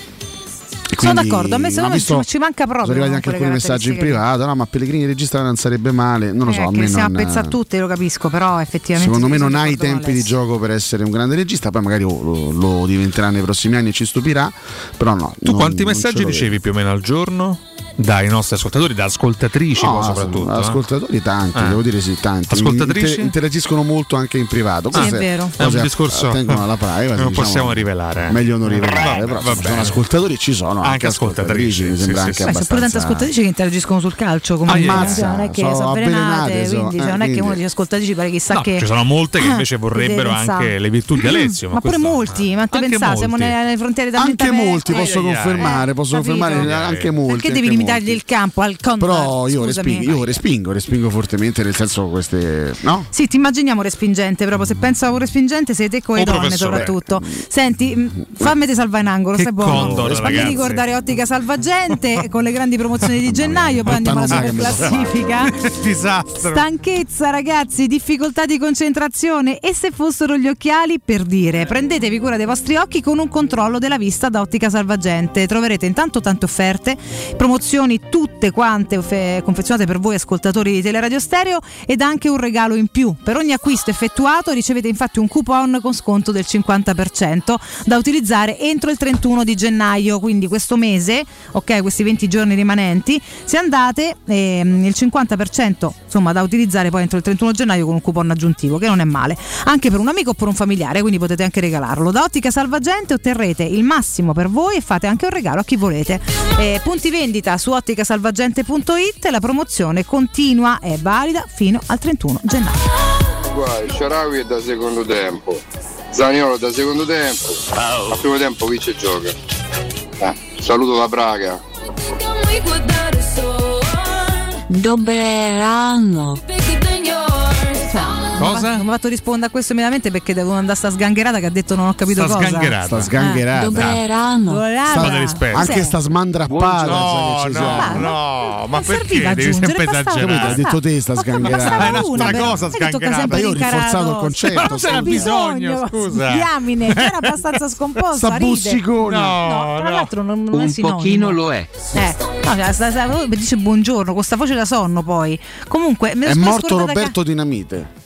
Speaker 15: E
Speaker 21: Sono
Speaker 15: quindi,
Speaker 21: d'accordo, a me secondo
Speaker 15: ma
Speaker 21: me
Speaker 15: visto-
Speaker 21: ci, ci manca proprio.
Speaker 15: sono arrivati anche
Speaker 21: quelle
Speaker 15: alcuni messaggi in
Speaker 21: caratteristiche.
Speaker 15: privato, no, ma Pellegrini regista non sarebbe male, non lo so,
Speaker 21: Eh,
Speaker 15: a
Speaker 21: che
Speaker 15: me
Speaker 21: siamo
Speaker 15: non,
Speaker 21: a pensare a tutte, lo capisco, però effettivamente
Speaker 15: secondo me
Speaker 21: sono
Speaker 15: non ha i
Speaker 21: d'accordo con
Speaker 15: tempi di
Speaker 21: Alessio.
Speaker 15: gioco per essere un grande regista, poi magari oh, lo, lo diventerà nei prossimi anni e ci stupirà, però no.
Speaker 22: Tu
Speaker 15: non-
Speaker 22: quanti
Speaker 15: non
Speaker 22: messaggi
Speaker 15: ce lo
Speaker 22: ricevi
Speaker 15: vedo.
Speaker 22: più o meno al giorno? Dai nostri ascoltatori, da ascoltatrici
Speaker 15: No,
Speaker 22: poi soprattutto. eh?
Speaker 15: ascoltatori tanti,
Speaker 22: Eh.
Speaker 15: devo dire sì, tanti.
Speaker 22: Ascoltatrici?
Speaker 15: Inter- interagiscono molto anche in privato.
Speaker 21: Sì, è
Speaker 15: Queste
Speaker 21: vero.
Speaker 22: È un
Speaker 15: cose
Speaker 22: discorso
Speaker 15: attengono alla privacy,
Speaker 22: non
Speaker 15: diciamo,
Speaker 22: possiamo rivelare.
Speaker 15: Meglio non rivelare,
Speaker 22: Vabbè,
Speaker 15: però
Speaker 22: va
Speaker 15: ci
Speaker 22: bene.
Speaker 15: sono ascoltatori, ci sono anche,
Speaker 22: Anche ascoltatrici,
Speaker 15: mi
Speaker 22: sì,
Speaker 15: sembra
Speaker 22: sì,
Speaker 15: anche
Speaker 21: Beh,
Speaker 22: sì.
Speaker 21: sono pure tante
Speaker 15: abbastanza.
Speaker 21: ascoltatrici che interagiscono sul calcio come
Speaker 22: Ah,
Speaker 21: dire,
Speaker 22: ammazza,
Speaker 21: non è che
Speaker 15: sono
Speaker 21: sono avvelenate,
Speaker 15: avvelenate, so-
Speaker 21: quindi, cioè,
Speaker 15: eh,
Speaker 21: non è che
Speaker 15: quindi-
Speaker 21: uno dice ascoltatrici pare chissà
Speaker 22: No,
Speaker 21: che
Speaker 22: ci sono molte che invece
Speaker 21: Ah,
Speaker 22: vorrebbero
Speaker 21: che deve
Speaker 22: anche
Speaker 21: pensare.
Speaker 22: le virtù di Alessio.
Speaker 21: ma pure
Speaker 22: questo-
Speaker 21: molti, ma te
Speaker 22: Anche
Speaker 21: pensate, siamo
Speaker 22: molti.
Speaker 21: nelle, nelle frontiere talmente
Speaker 15: Anche
Speaker 21: aperte.
Speaker 15: molti, posso
Speaker 22: Ai, ai, ai.
Speaker 15: confermare, posso
Speaker 21: Capito?
Speaker 15: confermare anche molti.
Speaker 21: Perché devi
Speaker 15: anche
Speaker 21: limitargli
Speaker 15: molti.
Speaker 21: il campo al contatto?
Speaker 15: Però io
Speaker 21: Scusami.
Speaker 15: respingo, io respingo, respingo fortemente, nel senso queste. No?
Speaker 21: Sì, ti immaginiamo respingente, proprio se pensa a un respingente sei te con le
Speaker 22: Oh,
Speaker 21: donne
Speaker 22: professore.
Speaker 21: soprattutto. Senti, mh, fammi te salva in angolo,
Speaker 22: Che
Speaker 21: stai buono.
Speaker 22: condolo,
Speaker 21: Fammi
Speaker 22: ragazzi.
Speaker 21: ricordare Ottica Salvagente con le grandi promozioni di gennaio, poi andiamo alla
Speaker 15: Panna
Speaker 21: super
Speaker 15: che mi
Speaker 21: classifica.
Speaker 22: Disastro.
Speaker 21: Stanchezza ragazzi, difficoltà di concentrazione e se fossero gli occhiali, per dire, prendetevi cura dei vostri occhi con un controllo della vista da Ottica Salvagente. Troverete intanto tante offerte, promozioni tutte quante offe- confezionate per voi ascoltatori di Teleradio Stereo ed anche un regalo in più. Per ogni acquisto effettuato ricevete infatti un coupon con sconto del cinquanta per cento da utilizzare entro il trentuno di gennaio, quindi questo mese, ok, questi venti giorni rimanenti, se andate ehm, il cinquanta per cento insomma da utilizzare poi entro il trentuno gennaio con un coupon aggiuntivo che non è male, anche per un amico o per un familiare, quindi potete anche regalarlo. Da Ottica Salvagente otterrete il massimo per voi e fate anche un regalo a chi volete. Eh, punti vendita su otticasalvagente punto it, la promozione continua, è valida fino al trentuno gennaio.
Speaker 24: Guarda, Sharawi è da secondo tempo, Zaniolo da secondo tempo, al primo tempo qui ci gioca. Eh, saluto da Praga.
Speaker 5: Dobré ráno.
Speaker 21: Cioè,
Speaker 22: Cosa?
Speaker 21: Non mi ha fatto rispondere a questo immediatamente perché devo andare a sta sgangherata che ha detto non ho capito
Speaker 22: Sta
Speaker 21: cosa.
Speaker 22: sgangherata.
Speaker 15: Sta sgangherata.
Speaker 21: Eh, dove erano? Dove
Speaker 22: Fate
Speaker 21: erano?
Speaker 22: rispetto.
Speaker 15: Anche sta smandrappata.
Speaker 22: No,
Speaker 15: sai che ci
Speaker 22: no,
Speaker 15: siamo.
Speaker 22: no, ma
Speaker 21: non
Speaker 22: perché
Speaker 21: serviva
Speaker 22: devi
Speaker 21: aggiungere,
Speaker 22: sempre
Speaker 21: bastava-
Speaker 22: esagerare?
Speaker 15: Capito? Ha detto te sta sgangherata.
Speaker 21: bastava
Speaker 22: È una
Speaker 21: una,
Speaker 22: altra
Speaker 21: però.
Speaker 22: cosa
Speaker 21: Vedi, tocca
Speaker 22: sgangherata.
Speaker 21: sempre
Speaker 15: Io ho
Speaker 21: rincarare
Speaker 15: rinforzato il
Speaker 21: addosso.
Speaker 15: concetto.
Speaker 22: Ma non c'era bisogno, scusa.
Speaker 21: Diamine, che era abbastanza scomposto.
Speaker 15: Sta
Speaker 21: ride.
Speaker 15: bussicona.
Speaker 21: No, tra l'altro non, non è
Speaker 10: Un
Speaker 21: sinonimo.
Speaker 10: pochino lo è.
Speaker 21: Eh, no, cioè, sta- sta- dice buongiorno con sta voce da sonno poi. Comunque me lo
Speaker 15: È
Speaker 21: sono
Speaker 15: morto
Speaker 21: scordata che-
Speaker 15: Roberto Dinamite.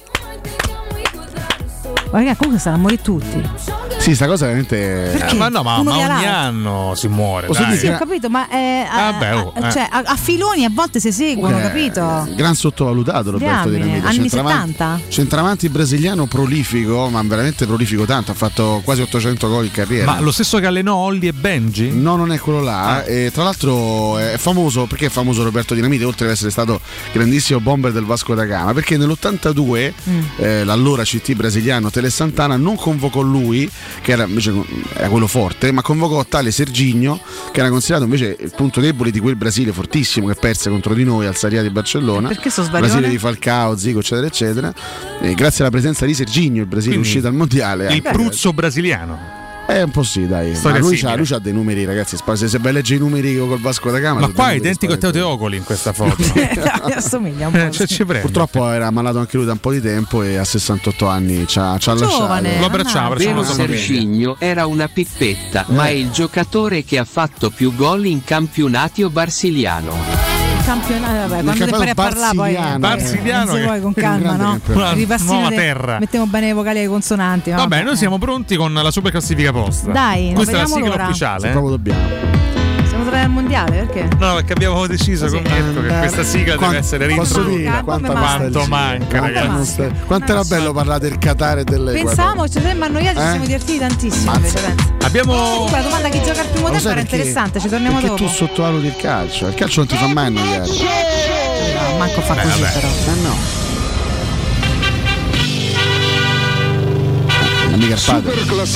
Speaker 21: Ma ragazzi, comunque saranno morire tutti.
Speaker 15: Sì, sta cosa veramente.
Speaker 21: Perché?
Speaker 22: Eh, ma no, ma,
Speaker 21: Uno
Speaker 22: ma
Speaker 21: via
Speaker 22: ogni
Speaker 21: l'altro.
Speaker 22: anno si muore.
Speaker 15: Posso
Speaker 22: dai.
Speaker 15: dire
Speaker 21: Sì, ho capito, ma eh, a,
Speaker 22: Vabbè, oh,
Speaker 21: a-
Speaker 22: eh.
Speaker 21: cioè, a, a filoni a volte si seguono,
Speaker 15: Eh,
Speaker 21: capito?
Speaker 15: Gran sottovalutato Roberto
Speaker 21: Diamine,
Speaker 15: Dinamite.
Speaker 21: anni
Speaker 15: Centravanti-
Speaker 21: settanta?
Speaker 15: Centravanti brasiliano prolifico, ma veramente prolifico tanto. Ha fatto quasi ottocento gol in carriera.
Speaker 22: Ma lo stesso che allenò Olli e Benji?
Speaker 15: No, non è quello là.
Speaker 22: Ah.
Speaker 15: E tra l'altro è famoso, perché è famoso Roberto Dinamite, oltre ad essere stato grandissimo bomber del Vasco da Gama, perché nell'ottantadue
Speaker 21: Mm.
Speaker 15: eh, l'allora C T brasiliano Tele Santana non convocò lui, che era invece era quello forte, ma convocò tale Serginho, che era considerato invece il punto debole di quel Brasile fortissimo che perse contro di noi al Saria di Barcellona.
Speaker 21: Perché sto sbagliando?
Speaker 15: Brasile di Falcao, Zico, eccetera, eccetera. E grazie alla presenza di Serginho il Brasile è
Speaker 22: Quindi
Speaker 15: uscito al mondiale.
Speaker 22: Il
Speaker 15: Eh,
Speaker 22: Pruzzo brasiliano.
Speaker 15: è un po' sì, dai.
Speaker 22: Storia
Speaker 15: Ma lui
Speaker 22: simile.
Speaker 15: c'ha, lui c'ha dei numeri, ragazzi. spa- Se, se vai a leggere i numeri col Vasco da Gama.
Speaker 22: Ma
Speaker 15: sono
Speaker 22: qua è
Speaker 15: numeri
Speaker 22: identico a Teo
Speaker 15: spaventosi.
Speaker 22: Teocoli in questa foto.
Speaker 21: Mi assomiglia un po'.
Speaker 22: Eh, cioè, ci prende.
Speaker 15: Purtroppo era ammalato anche lui da un po' di tempo e a sessantotto anni ci ha, ci ha
Speaker 21: Giovane,
Speaker 15: lasciato.
Speaker 22: Lo abbracciamo, abbracciamo
Speaker 10: Vero
Speaker 22: la sua famiglia.
Speaker 10: Serginho era una pippetta, ma è il giocatore che ha fatto più gol in campionato brasiliano.
Speaker 21: Campionato, vabbè, quando ti
Speaker 15: campionato
Speaker 21: pari a parlare poi
Speaker 15: barsiliano,
Speaker 22: Barsiliano
Speaker 21: non si
Speaker 22: che-
Speaker 21: vuoi con
Speaker 15: che è un
Speaker 21: calma,
Speaker 15: grande
Speaker 21: no?
Speaker 15: campionato.
Speaker 22: Una
Speaker 21: Ripassino
Speaker 22: nuova
Speaker 21: de-
Speaker 22: terra.
Speaker 21: Mettiamo bene i vocali e i consonanti.
Speaker 22: Vabbè,
Speaker 21: vabbè.
Speaker 22: noi siamo pronti con la super classifica posta.
Speaker 21: Dai,
Speaker 22: questa è la
Speaker 21: vediamo
Speaker 22: sigla
Speaker 21: l'ora.
Speaker 22: ufficiale.
Speaker 15: Se
Speaker 22: eh?
Speaker 15: proprio dobbiamo.
Speaker 21: Siamo tornati al mondiale, perché?
Speaker 22: No, perché abbiamo deciso con Mirko che questa sigla
Speaker 15: Quant-
Speaker 22: deve essere
Speaker 15: posso
Speaker 21: manca?
Speaker 15: dire
Speaker 21: Come
Speaker 15: quanta
Speaker 21: manca?
Speaker 22: Quanto
Speaker 15: nostalgia.
Speaker 22: manca,
Speaker 15: Quanta
Speaker 22: ragazzi.
Speaker 15: nostalgia. Quanto era bello parlare del Qatar e dell'Equador.
Speaker 21: Pensavamo, ci siamo annoiati, ci
Speaker 15: Eh?
Speaker 21: siamo divertiti tantissimo.
Speaker 15: Mazza.
Speaker 21: Invece, pensa.
Speaker 22: Abbiamo
Speaker 21: Comunque la domanda chi gioca al primo
Speaker 15: Ma lo
Speaker 21: tempo
Speaker 15: sai
Speaker 21: era
Speaker 15: perché?
Speaker 21: interessante, ci torniamo
Speaker 15: Perché
Speaker 21: dopo.
Speaker 15: tu sottovaluti il calcio. Il calcio non ti fa mai annoiare.
Speaker 21: No, manco fa
Speaker 22: Beh,
Speaker 21: così
Speaker 22: vabbè.
Speaker 21: però.
Speaker 15: Eh no. Eh, mica il padre.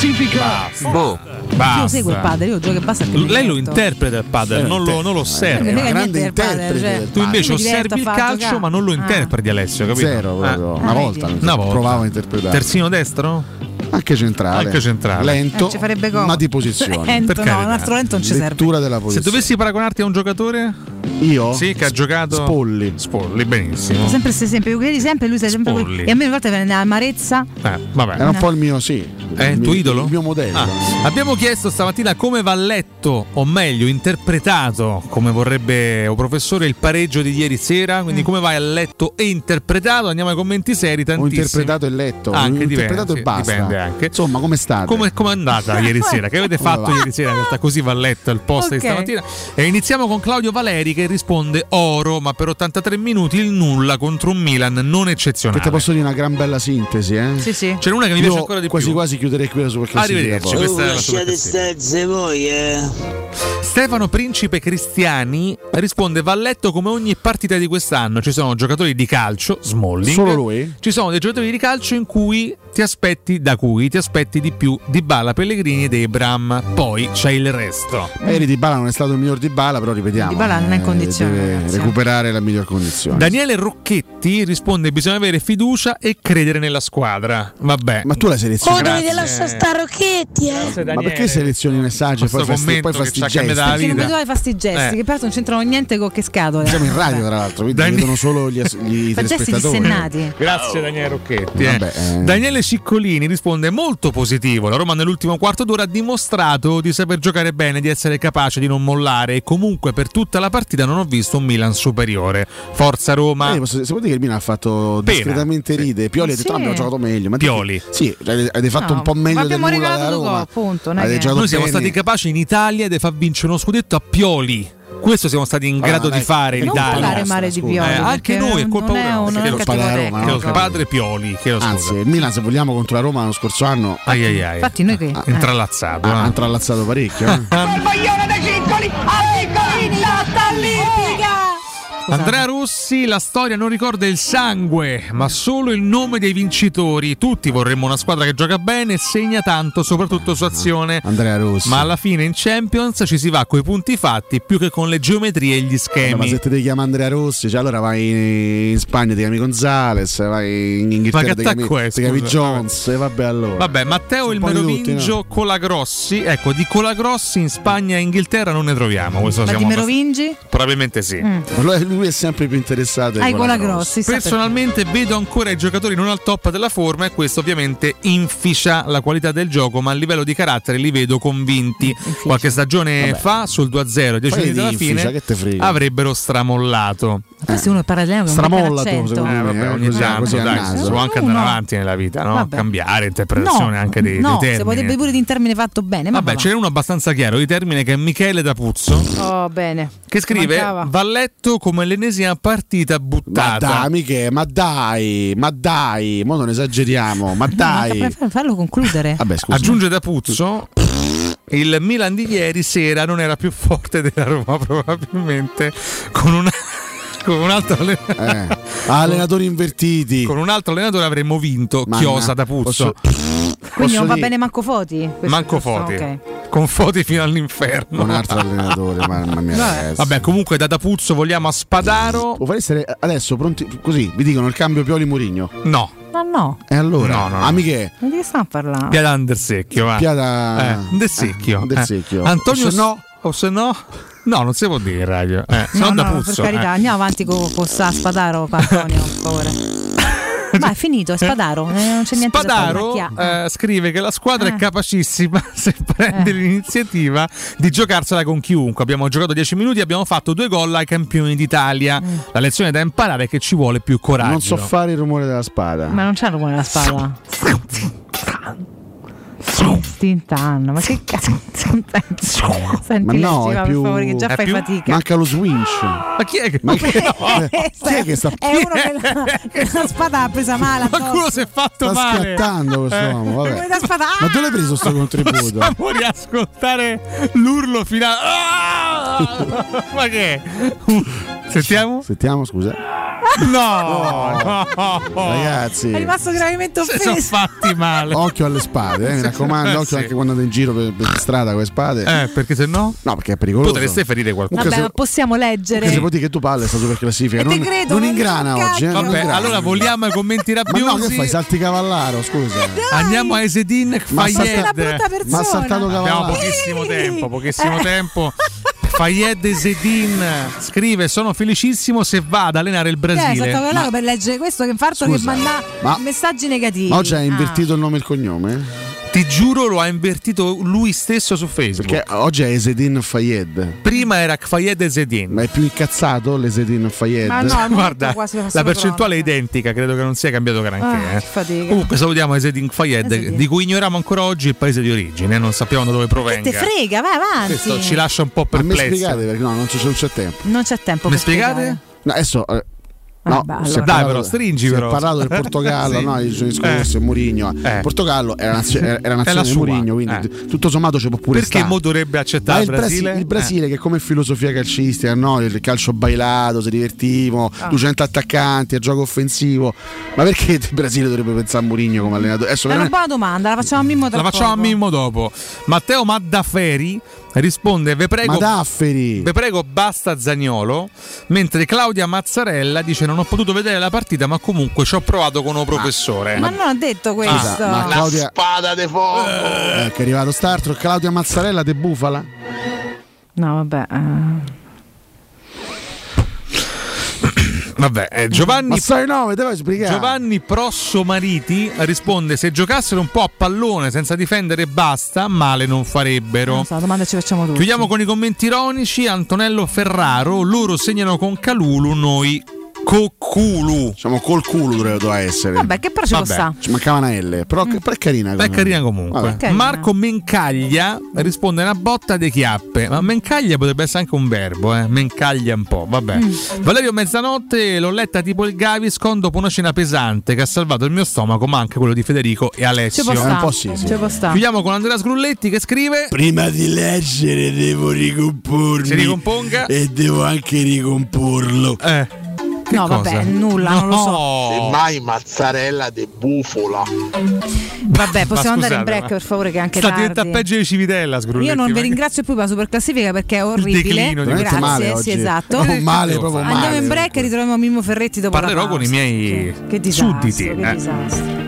Speaker 10: Boh,
Speaker 22: basta.
Speaker 21: Io seguo il padre, io gioco e basta che mi
Speaker 22: Lei lo
Speaker 21: diverto.
Speaker 22: interpreta il padre, non lo, non lo
Speaker 15: È
Speaker 21: Non
Speaker 22: osserva.
Speaker 21: mi
Speaker 15: una
Speaker 21: frega
Speaker 15: grande
Speaker 21: niente del padre,
Speaker 15: interprete
Speaker 21: cioè.
Speaker 15: del
Speaker 22: Tu invece
Speaker 21: Io mi diverto
Speaker 22: osservi il
Speaker 21: a far
Speaker 22: calcio,
Speaker 21: giocare.
Speaker 22: ma non lo
Speaker 21: Ah.
Speaker 22: interpreti, Alessio, capito?
Speaker 15: Zero proprio.
Speaker 22: Eh.
Speaker 15: Una
Speaker 21: Ah,
Speaker 15: volta.
Speaker 21: vedi.
Speaker 22: Una volta.
Speaker 15: Provavo a interpretare.
Speaker 22: Terzino destro?
Speaker 15: Anche centrale.
Speaker 22: Anche centrale.
Speaker 15: Lento.
Speaker 21: Eh, ci farebbe comodo.
Speaker 15: ma di posizione.
Speaker 21: Lento,
Speaker 22: Per
Speaker 21: no,
Speaker 22: carità.
Speaker 21: un altro lento non ci serve.
Speaker 15: Lettura della
Speaker 22: Se
Speaker 15: posizione.
Speaker 22: dovessi paragonarti a un giocatore?
Speaker 15: Io?
Speaker 22: Sì, che ha giocato.
Speaker 15: Spolli.
Speaker 22: Spolli, benissimo.
Speaker 21: Sempre questi esempi, io credi sempre, lui sei sempre
Speaker 22: Spolli.
Speaker 21: quello. E a me una volta viene amarezza.
Speaker 22: Eh, vabbè.
Speaker 15: Era un po' il mio, sì.
Speaker 22: È il tuo
Speaker 15: mio-
Speaker 22: idolo?
Speaker 15: Il mio modello.
Speaker 22: Ah, abbiamo chiesto stamattina come va letto, o meglio, interpretato, come vorrebbe un professore, il pareggio di ieri sera. Quindi,
Speaker 21: Mm.
Speaker 22: come vai a letto e interpretato? Andiamo ai commenti seri.
Speaker 15: Ho
Speaker 22: Tantissimi.
Speaker 15: interpretato e letto.
Speaker 22: Anche
Speaker 15: Ho
Speaker 22: dipende,
Speaker 15: interpretato
Speaker 22: sì,
Speaker 15: e basta.
Speaker 22: dipende anche.
Speaker 15: Insomma, come state?
Speaker 22: Come è andata ieri sera? Che avete
Speaker 15: Come
Speaker 22: fatto
Speaker 15: va?
Speaker 22: ieri sera? In realtà così va letto il post
Speaker 21: Ok.
Speaker 22: di stamattina. E iniziamo con Claudio Valeri che risponde oro, ma per ottantatré minuti il nulla contro un Milan non
Speaker 15: Che
Speaker 22: eccezionale.
Speaker 15: ti posso dire una gran bella sintesi, eh?
Speaker 21: Sì, sì.
Speaker 22: C'è una che mi
Speaker 15: Io
Speaker 22: piace ancora di
Speaker 15: quasi
Speaker 22: più.
Speaker 15: quasi chiuderei qui la super classifica.
Speaker 22: Arrivederci,
Speaker 15: poi.
Speaker 22: questa è la super classifica.
Speaker 4: stezze voi, eh.
Speaker 22: Stefano Principe Cristiani risponde va a letto come ogni partita di quest'anno. Ci sono giocatori di calcio, Smalling.
Speaker 15: Solo lui?
Speaker 22: Ci sono dei giocatori di calcio in cui ti aspetti da cui ti aspetti di più Dybala, Pellegrini ed Ebram. Poi c'è il resto.
Speaker 15: Ieri Dybala non è stato il miglior Dybala, però ripetiamo.
Speaker 21: Dybala non è in
Speaker 15: eh,
Speaker 21: condizione,
Speaker 15: Deve
Speaker 21: ragazzi.
Speaker 15: recuperare la miglior condizione.
Speaker 22: Daniele Rocchetti risponde bisogna avere fiducia e credere nella squadra. Vabbè.
Speaker 15: Ma tu la selezioni.
Speaker 11: Oh, dovete
Speaker 22: Grazie.
Speaker 11: lasciare sta Rocchetti, eh.
Speaker 15: Ma perché selezioni i messaggi e poi,
Speaker 22: Questo
Speaker 15: fasti, poi
Speaker 22: commento che ci ha
Speaker 15: fastigesti?
Speaker 22: cambiato la
Speaker 21: Perché non
Speaker 22: vita.
Speaker 21: vedo i fasti gesti,
Speaker 22: Eh.
Speaker 21: che peraltro non c'entrano niente con che scatole.
Speaker 15: Siamo in radio, tra l'altro, quindi
Speaker 22: Dani-
Speaker 15: vedono solo gli, as- gli
Speaker 21: Fa gesti
Speaker 15: telespettatori.
Speaker 21: dissennati.
Speaker 22: Grazie Daniele Rocchetti. eh.
Speaker 15: Vabbè, eh.
Speaker 22: Daniele Ciccolini risponde molto positivo. La Roma nell'ultimo quarto d'ora ha dimostrato di saper giocare bene, di essere capace di non mollare e comunque per tutta la partita non ho visto un Milan superiore. Forza Roma.
Speaker 15: Eh, posso- se vuol dire che il Milan ha fatto
Speaker 22: Pena.
Speaker 15: discretamente ride. Pioli ha detto:
Speaker 21: Sì.
Speaker 15: no, abbiamo giocato meglio. Ma
Speaker 22: Pioli.
Speaker 15: Sì, avete fatto
Speaker 21: No,
Speaker 15: un po' meglio
Speaker 21: ma
Speaker 15: del
Speaker 21: abbiamo
Speaker 15: nulla
Speaker 21: regalato
Speaker 15: della
Speaker 21: due
Speaker 15: Roma.
Speaker 21: gol, appunto, non è
Speaker 15: Avete
Speaker 21: che-
Speaker 15: giocato
Speaker 22: Noi siamo
Speaker 15: bene.
Speaker 22: stati capaci in Italia di far vincere uno scudetto a Pioli. Questo siamo stati in
Speaker 15: Allora,
Speaker 22: grado
Speaker 15: dai,
Speaker 22: di fare in
Speaker 15: è
Speaker 21: Non
Speaker 15: colpa
Speaker 22: Italia.
Speaker 21: parlare
Speaker 15: nostra,
Speaker 21: male di
Speaker 15: scusa.
Speaker 21: Pioli.
Speaker 22: Eh, anche
Speaker 21: perché
Speaker 22: noi, è colpa
Speaker 21: non è
Speaker 22: nostra,
Speaker 21: un,
Speaker 22: che
Speaker 21: non è
Speaker 22: lo
Speaker 21: un
Speaker 15: padre
Speaker 21: cattivo
Speaker 15: Roma,
Speaker 22: Che
Speaker 15: no?
Speaker 22: lo
Speaker 21: tecnico.
Speaker 22: padre Pioli, chiedo
Speaker 15: Anzi,
Speaker 22: scusa.
Speaker 15: il Milan, se vogliamo, contro la Roma l'anno scorso anno
Speaker 22: Ai ai ai.
Speaker 21: Infatti noi che... eh.
Speaker 22: Intrallazzato.
Speaker 15: ha, ha
Speaker 22: eh.
Speaker 15: intrallazzato parecchio. Eh?
Speaker 21: Piccolini, lotta olimpica!
Speaker 22: Andrea Rossi, la storia non ricorda il sangue, ma solo il nome dei vincitori. Tutti vorremmo una squadra che gioca bene e segna tanto, soprattutto su azione.
Speaker 15: Andrea Rossi.
Speaker 22: Ma alla fine in Champions ci si va coi punti fatti più che con le geometrie e gli schemi.
Speaker 15: Ma se ti devi chiamare Andrea Rossi, cioè allora vai in Spagna ti chiami Gonzales, vai in Inghilterra ti chiami,
Speaker 22: è,
Speaker 15: ti chiami Jones, e vabbè allora.
Speaker 22: Vabbè, Matteo il Merovingio, no? Colagrossi, ecco, di Colagrossi in Spagna e Inghilterra non ne troviamo. Questo
Speaker 21: Ma
Speaker 22: siamo
Speaker 21: di Merovingi?
Speaker 22: Abbast- probabilmente sì.
Speaker 21: Mm.
Speaker 15: Lui è sempre più interessato
Speaker 21: ai Colagrossi.
Speaker 22: Personalmente vedo ancora i giocatori non al top della forma e questo ovviamente inficia la qualità del gioco, ma a livello di carattere li vedo convinti. Inficia. Qualche stagione
Speaker 15: vabbè.
Speaker 22: fa sul due a zero, dieci minuti dalla fine,
Speaker 15: che te frega.
Speaker 22: avrebbero stramollato.
Speaker 21: Questo eh. uno parla di
Speaker 15: stramollato,
Speaker 22: eh, vabbè, eh, ogni
Speaker 15: così,
Speaker 22: tanto
Speaker 15: così
Speaker 22: dai, si può anche andare avanti nella vita, no?
Speaker 21: Vabbè.
Speaker 22: Cambiare interpretazione
Speaker 21: no,
Speaker 22: anche dei,
Speaker 21: no,
Speaker 22: dei termini.
Speaker 21: No, si potrebbe pure di un termine fatto bene. Ma
Speaker 22: vabbè,
Speaker 21: va.
Speaker 22: ce n'è uno abbastanza chiaro di termine che è Michele D'Apuzzo.
Speaker 21: Oh, bene.
Speaker 22: Che scrive:
Speaker 21: Mancava.
Speaker 22: va letto come l'ennesima partita buttata.
Speaker 15: Ma dai, Michele, ma dai, ma dai, mo non esageriamo, ma dai.
Speaker 21: No, fallo concludere.
Speaker 15: Vabbè, scusa.
Speaker 22: Aggiunge D'Apuzzo. Il Milan di ieri sera non era più forte della Roma, probabilmente con una con un altro allenatore.
Speaker 15: Eh, allenatori invertiti.
Speaker 22: Con un altro allenatore avremmo vinto. Manna, Chiosa D'Apuzzo.
Speaker 21: Posso... Quindi non va dire... bene manco Foti?
Speaker 22: Manco Foti. Okay. Con Foti fino all'inferno.
Speaker 15: Un altro allenatore, mamma mia.
Speaker 22: Vabbè. Vabbè, comunque da D'Apuzzo vogliamo a Spadaro.
Speaker 15: Può essere adesso pronti così, vi dicono il cambio Pioli-Mourinho?
Speaker 22: No.
Speaker 21: Ma no.
Speaker 15: E allora?
Speaker 22: No, no, no.
Speaker 15: Amiche.
Speaker 21: Ma di che stiamo parlando?
Speaker 22: Piada Andersecchio, va.
Speaker 15: Piada
Speaker 22: eh, Andersecchio.
Speaker 15: Eh, Andersecchio.
Speaker 22: Eh. Antonio
Speaker 15: o se no
Speaker 22: o se no No, non si può dire in radio. Eh,
Speaker 21: no,
Speaker 22: no,
Speaker 21: no,
Speaker 22: D'Apuzzo,
Speaker 21: per carità,
Speaker 22: eh.
Speaker 21: andiamo avanti con, con Spadaro, con Antonio, per favore. Ma è finito, è Spadaro, non c'è niente
Speaker 22: Spadaro
Speaker 21: da fare.
Speaker 22: Eh, scrive che la squadra
Speaker 21: eh.
Speaker 22: è capacissima se prende
Speaker 21: eh.
Speaker 22: l'iniziativa di giocarsela con chiunque. Abbiamo giocato dieci minuti e abbiamo fatto due gol ai campioni d'Italia. Mm. La lezione da imparare è che ci vuole più coraggio.
Speaker 15: Non so fare il rumore della spada.
Speaker 21: Ma non c'è il rumore della spada. Tintanno, ma che cazzo? Senti,
Speaker 15: ma no,
Speaker 21: leggi,
Speaker 15: è più...
Speaker 21: per favore, che già fai
Speaker 22: più...
Speaker 21: fatica.
Speaker 15: Manca lo swinch.
Speaker 22: Ma chi è che,
Speaker 15: ma che... no. chi è che sta
Speaker 21: È uno che la, che la spada l'ha presa male.
Speaker 22: Qualcuno si è fatto
Speaker 15: sta
Speaker 22: male.
Speaker 15: Sta scattando quest'uomo.
Speaker 21: Eh.
Speaker 15: Vabbè.
Speaker 21: Spada... Ah!
Speaker 15: Ma dove l'hai preso sto contributo?
Speaker 22: Possiamo riascoltare l'urlo finale. Ah! Ma che? Sentiamo?
Speaker 15: Sentiamo, scusa.
Speaker 22: No, no, no.
Speaker 15: Ragazzi,
Speaker 21: è rimasto gravemente offeso.
Speaker 22: Si sono fatti male.
Speaker 15: Occhio alle spade, eh, mi raccomando, occhio sì. anche quando andate in giro per, per strada con le spade.
Speaker 22: Eh, perché se no?
Speaker 15: No, perché è pericoloso.
Speaker 22: Potreste ferire qualcuno.
Speaker 21: Vabbè,
Speaker 15: se,
Speaker 21: ma possiamo leggere.
Speaker 15: Se può dire che tu palle sta super classifica.
Speaker 21: E
Speaker 15: non,
Speaker 21: credo,
Speaker 15: non ingrana oggi. Eh,
Speaker 22: Vabbè,
Speaker 15: non ingrana.
Speaker 22: allora vogliamo i commenti rabbiosi.
Speaker 15: Ma no, che fai? Salti Cavallaro, scusa.
Speaker 22: Andiamo a Esedin Fayed.
Speaker 15: Ma ha saltato Cavallaro.
Speaker 22: Abbiamo pochissimo tempo, pochissimo eh. tempo. Fayed Esedin scrive: sono felicissimo se va ad allenare il Brasile.
Speaker 21: Eh, ma... per leggere questo che infarto che manda
Speaker 15: ma...
Speaker 21: messaggi negativi.
Speaker 15: Oggi hai invertito
Speaker 21: ah.
Speaker 15: il nome e il cognome?
Speaker 22: Ti giuro, lo ha invertito lui stesso su Facebook.
Speaker 15: Perché oggi è Esedin Fayed.
Speaker 22: Prima era Fayed Esedin.
Speaker 15: Ma è più incazzato l'Esedin Fayed?
Speaker 21: Ma no,
Speaker 22: guarda, la percentuale è identica, credo che non sia cambiato granché.
Speaker 21: Ah,
Speaker 22: eh.
Speaker 21: fatica.
Speaker 22: Comunque salutiamo Esedin Fayed, Esedin. Di cui ignoriamo ancora oggi il paese di origine, non sappiamo da dove provenga.
Speaker 21: Che te frega, vai avanti.
Speaker 22: Questo ci lascia un po' perplessi.
Speaker 15: Ma mi spiegate perché no, non c'è, non c'è tempo.
Speaker 21: Non c'è tempo.
Speaker 22: Mi spiegate?
Speaker 15: No, adesso eh, no,
Speaker 21: ah,
Speaker 15: si è
Speaker 22: dai però stringi
Speaker 15: si
Speaker 22: però.
Speaker 15: è parlato del Portogallo, sì. no, i giorni scorsi, eh. Mourinho.
Speaker 22: Eh.
Speaker 15: Il Portogallo era, nazio- era nazione di Mourinho, quindi eh. tutto sommato ci può pure
Speaker 22: perché
Speaker 15: stare.
Speaker 22: Mo dovrebbe accettare il
Speaker 15: Brasile?
Speaker 22: Brasile?
Speaker 15: Il Brasile
Speaker 22: eh.
Speaker 15: che come filosofia calcistica, no, il calcio bailato, si divertivo,
Speaker 21: ah.
Speaker 15: duecento attaccanti, a gioco offensivo. Ma perché il Brasile dovrebbe pensare a Mourinho come allenatore? Adesso
Speaker 21: è una buona domanda, la facciamo a Mimmo dopo.
Speaker 22: La facciamo a Mimmo dopo. Matteo Maddaferi risponde: ve prego,
Speaker 15: Madafferi.
Speaker 22: ve prego basta Zaniolo, mentre Claudia Mazzarella dice: non ho potuto vedere la partita ma comunque ci ho provato con un professore.
Speaker 21: Ma non ha detto questo.
Speaker 15: Ah, ma Claudia...
Speaker 24: La spada de fuoco
Speaker 15: eh, che è arrivato Startro. Claudia Mazzarella de Bufala.
Speaker 21: No vabbè uh...
Speaker 22: Vabbè, eh, Giovanni
Speaker 15: Ma sai no, te vuoi spiegare?
Speaker 22: Giovanni Prosso Mariti risponde: se giocassero un po' a pallone senza difendere e basta, male non farebbero.
Speaker 21: Non so, la domanda ci facciamo tutti.
Speaker 22: Chiudiamo con i commenti ironici. Antonello Ferraro: loro segnano con Calulu, noi Cocculu.
Speaker 15: Diciamo col culo doveva essere.
Speaker 21: Vabbè, che però ci può
Speaker 22: Vabbè.
Speaker 21: sta.
Speaker 15: Ci mancava una L, però,
Speaker 21: Mm.
Speaker 15: però è carina.
Speaker 22: Beh, è carina comunque.
Speaker 15: Vabbè.
Speaker 21: Carina.
Speaker 22: Marco Mencaglia risponde una botta di chiappe. Ma Mencaglia potrebbe essere anche un verbo, eh. Mencaglia un po', vabbè.
Speaker 21: Mm.
Speaker 22: Valerio Mezzanotte l'ho letta tipo il Gaviscon dopo una cena pesante che ha salvato il mio stomaco, ma anche quello di Federico e
Speaker 21: Ci
Speaker 22: Alessio.
Speaker 21: può
Speaker 15: un
Speaker 21: sta.
Speaker 15: po' sì, sì.
Speaker 21: Ci può sta.
Speaker 22: Chiudiamo con Andrea Sgrulletti che scrive:
Speaker 7: Prima di leggere devo ricompormi.
Speaker 22: Si ricomponga.
Speaker 7: E devo anche ricomporlo.
Speaker 22: Eh. Che
Speaker 21: No,
Speaker 22: cosa?
Speaker 21: vabbè, nulla, non lo so.
Speaker 12: Semmai mozzarella de bufola.
Speaker 21: Vabbè, possiamo
Speaker 22: Ma
Speaker 21: andare in
Speaker 22: scusate,
Speaker 21: break
Speaker 22: ma-
Speaker 21: per favore che è anche
Speaker 22: Sta diventa
Speaker 21: tardi.
Speaker 22: peggio di Civitella, Sgrulletti.
Speaker 21: Io non vi
Speaker 22: ma-
Speaker 21: ringrazio più per la super classifica perché è orribile.
Speaker 22: declino di-
Speaker 21: Grazie,
Speaker 15: Veramente male
Speaker 21: sì,
Speaker 15: oggi.
Speaker 21: esatto.
Speaker 15: Proprio male, proprio
Speaker 21: Andiamo
Speaker 15: male.
Speaker 21: in break e ritroviamo Mimmo Ferretti dopo
Speaker 22: Parlerò
Speaker 21: la pausa.
Speaker 22: con i miei
Speaker 21: Che, che disastro,
Speaker 22: sudditi.
Speaker 21: che
Speaker 22: eh.
Speaker 21: disastro.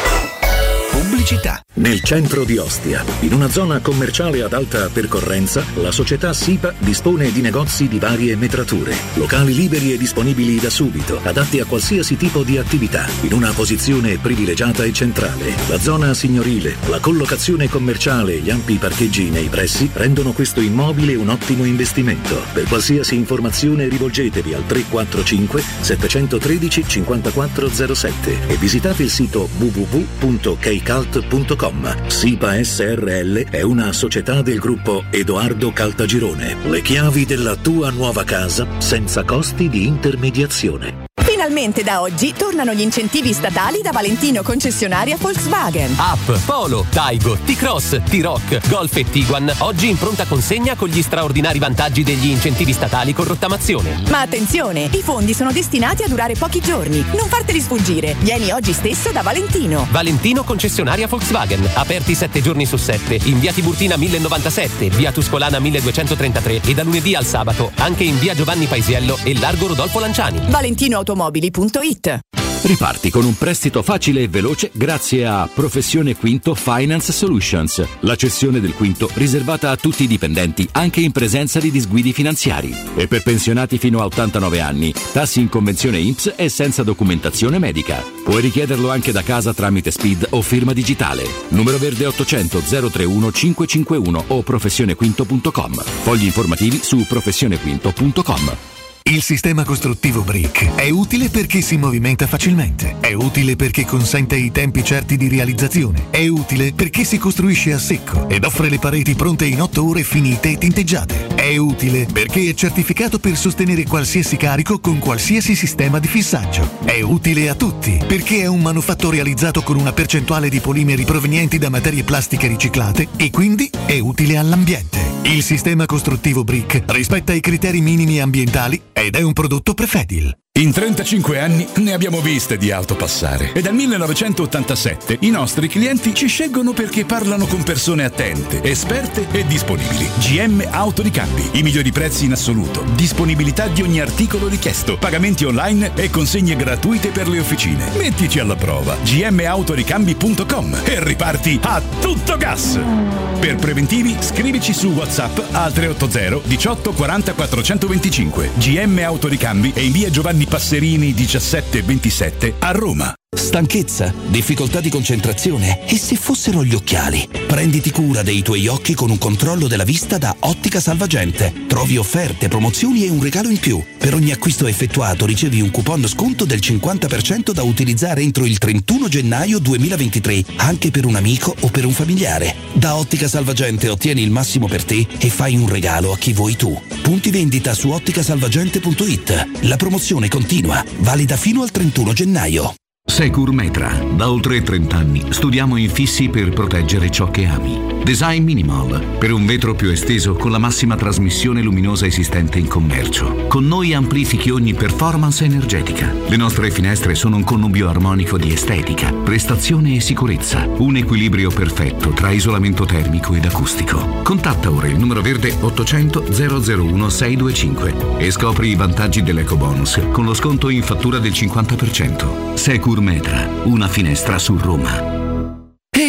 Speaker 14: Pubblicità. Nel centro di Ostia, in una zona commerciale ad alta percorrenza, la società SIPA dispone di negozi di varie metrature, locali liberi e disponibili da subito, adatti a qualsiasi tipo di attività, in una posizione privilegiata e centrale. La zona signorile, la collocazione commerciale e gli ampi parcheggi nei pressi rendono questo immobile un ottimo investimento. Per qualsiasi informazione rivolgetevi al tre quattro cinque sette uno tre cinque quattro zero sette e visitate il sito w w w punto keycult punto com. SIPA S R L è una società del gruppo Edoardo Caltagirone. Le chiavi della tua nuova casa senza costi di intermediazione.
Speaker 16: Finalmente da oggi tornano gli incentivi statali da Valentino concessionaria Volkswagen.
Speaker 19: App, Polo, Taigo, T-Cross, T-Rock, Golf e Tiguan oggi in pronta consegna con gli straordinari vantaggi degli incentivi statali con rottamazione.
Speaker 16: Ma attenzione, i fondi sono destinati a durare pochi giorni. Non farteli sfuggire. Vieni oggi stesso da Valentino.
Speaker 19: Valentino concessionaria Volkswagen, aperti sette giorni su sette, in via Tiburtina mille novantasette, via Tuscolana milleduecentotrentatré e da lunedì al sabato anche in via Giovanni Paisiello e largo Rodolfo Lanciani.
Speaker 16: valentino automobili punto it.
Speaker 20: Riparti con un prestito facile e veloce grazie a Professione Quinto Finance Solutions, la cessione del quinto riservata a tutti i dipendenti anche in presenza di disguidi finanziari. E per pensionati fino a ottantanove anni, tassi in convenzione I N P S e senza documentazione medica. Puoi richiederlo anche da casa tramite S P I D o firma digitale. Numero verde ottocento zero trentuno cinquecentocinquantuno o professionequinto punto com. Fogli informativi su professionequinto punto com.
Speaker 27: Il sistema costruttivo Brick è utile perché si movimenta facilmente, è utile perché consente i tempi certi di realizzazione, è utile perché si costruisce a secco ed offre le pareti pronte in otto ore finite e tinteggiate, è utile perché è certificato per sostenere qualsiasi carico con qualsiasi sistema di fissaggio, è utile a tutti perché è un manufatto realizzato con una percentuale di polimeri provenienti da materie plastiche riciclate e quindi è utile all'ambiente. Il sistema costruttivo Brick rispetta i criteri minimi ambientali ed è un prodotto Prefedil.
Speaker 28: In trentacinque anni ne abbiamo viste di auto passare e dal millenovecentottantasette i nostri clienti ci scelgono perché parlano con persone attente, esperte e disponibili. G M Autoricambi, i migliori prezzi in assoluto, disponibilità di ogni articolo richiesto, pagamenti online e consegne gratuite per le officine. Mettici alla prova g m autoricambi punto com e riparti a tutto gas. Per preventivi scrivici su WhatsApp al tre otto zero diciotto quaranta quattrocentoventicinque. G M Autoricambi e in via Giovanni Passerini diciassette ventisette a Roma.
Speaker 29: Stanchezza, difficoltà di concentrazione e se fossero gli occhiali? Prenditi cura dei tuoi occhi con un controllo della vista da Ottica Salvagente. Trovi offerte, promozioni e un regalo in più. Per ogni acquisto effettuato ricevi un coupon sconto del cinquanta per cento da utilizzare entro il trentuno gennaio duemilaventitré, anche per un amico o per un familiare. Da Ottica Salvagente ottieni il massimo per te e fai un regalo a chi vuoi tu. Punti vendita su ottica salvagente punto it. La promozione continua, valida fino al trentuno gennaio.
Speaker 30: Secur Metra. Da oltre trenta anni studiamo infissi per proteggere ciò che ami. Design Minimal, per un vetro più esteso con la massima trasmissione luminosa esistente in commercio. Con noi amplifichi ogni performance energetica. Le nostre finestre sono un connubio armonico di estetica, prestazione e sicurezza. Un equilibrio perfetto tra isolamento termico ed acustico. Contatta ora il numero verde ottocento zero zero uno sei due cinque e scopri i vantaggi dell'ecobonus con lo sconto in fattura del cinquanta per cento. Secur Metra, una finestra su Roma.
Speaker 28: Ehi, hai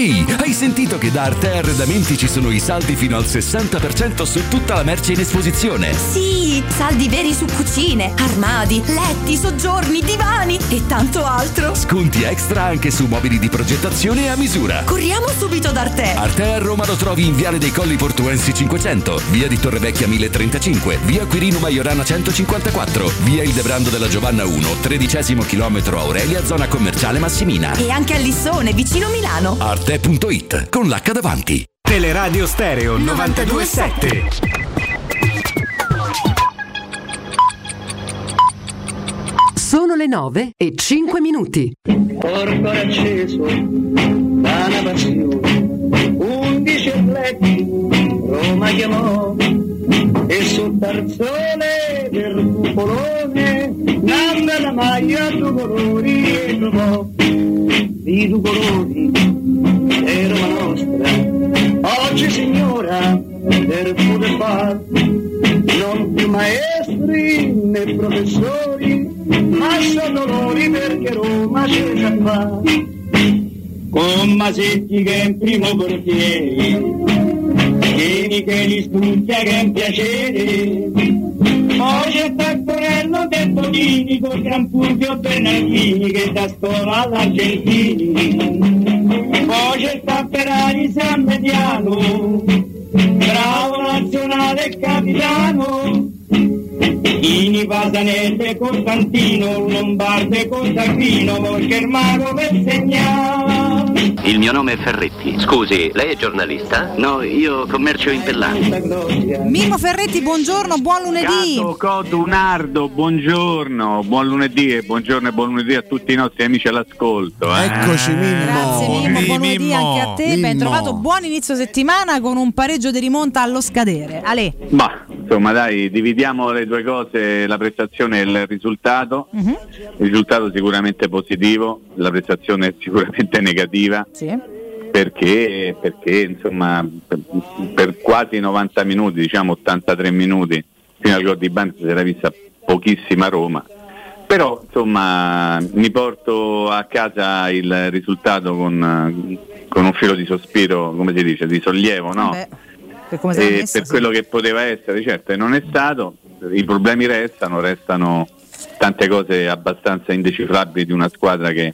Speaker 30: mai sentito che da Arte Arredamenti ci sono i saldi fino al sessanta per cento su tutta la merce in esposizione?
Speaker 1: Sì, saldi veri su cucine, armadi, letti, soggiorni, divani e tanto altro.
Speaker 30: Sconti extra anche su mobili di progettazione a misura.
Speaker 1: Corriamo subito da Arte.
Speaker 30: Arte a Roma lo trovi in Viale dei Colli Portuensi cinquecento, via di Torrevecchia mille trentacinque, via Quirino Maiorana centocinquantaquattro, via Il Debrando della Giovanna uno, tredicesimo chilometro Aurelia, zona commerciale Massimina.
Speaker 1: E anche a Lissone, vicino Milano.
Speaker 30: Arte punto it, con l'H davanti.
Speaker 3: Teleradio Stereo novantadue sette.
Speaker 6: Sono le nove e cinque minuti.
Speaker 8: Corpo acceso da una passione, undici atleti Roma chiamò e sul tarzone del cupolone nanda la maglia due colori e trovò di due colori e Roma nostra oggi signora per poter far non più maestri né professori ma sono dolori perché Roma c'è già fa con Masetti che è in primo portiere Vieni che li studia che è un piacere poi c'è Taccorello del Bonini con Gran Fulvio Bernardini che da scuola all'Argentini poi c'è Tapperari San Mediano bravo nazionale capitano Ini Pasanese Costantino Lombarde Costantino Volchermano per segnare.
Speaker 9: Il mio nome è Ferretti. Scusi, lei è giornalista? No, io commercio in Pellani.
Speaker 21: Mimmo Ferretti, buongiorno, buon lunedì.
Speaker 13: Cato Codunardo, buongiorno, buon lunedì e buongiorno e buon lunedì a tutti i nostri amici all'ascolto. Eh.
Speaker 15: Eccoci Mimmo.
Speaker 21: Grazie Mimmo, buon lunedì
Speaker 15: Mimmo.
Speaker 21: anche a te.
Speaker 15: Mimmo.
Speaker 21: Ben trovato, buon inizio settimana con un pareggio di rimonta allo scadere. Ale.
Speaker 13: Ma insomma dai, dividiamo le due cose, la prestazione e il risultato. Uh-huh. Il risultato sicuramente positivo, la prestazione sicuramente negativa.
Speaker 21: Sì.
Speaker 13: Perché, perché insomma per, per quasi novanta minuti, diciamo ottantatré minuti, fino al gol di Bandi si era vista pochissima Roma. Però insomma mi porto a casa il risultato con, con un filo di sospiro, come si dice, di sollievo, no?
Speaker 21: Beh, per, come
Speaker 13: e
Speaker 21: messo,
Speaker 13: per
Speaker 21: sì.
Speaker 13: quello che poteva essere, certo, e non è stato, i problemi restano, restano tante cose abbastanza indecifrabili di una squadra che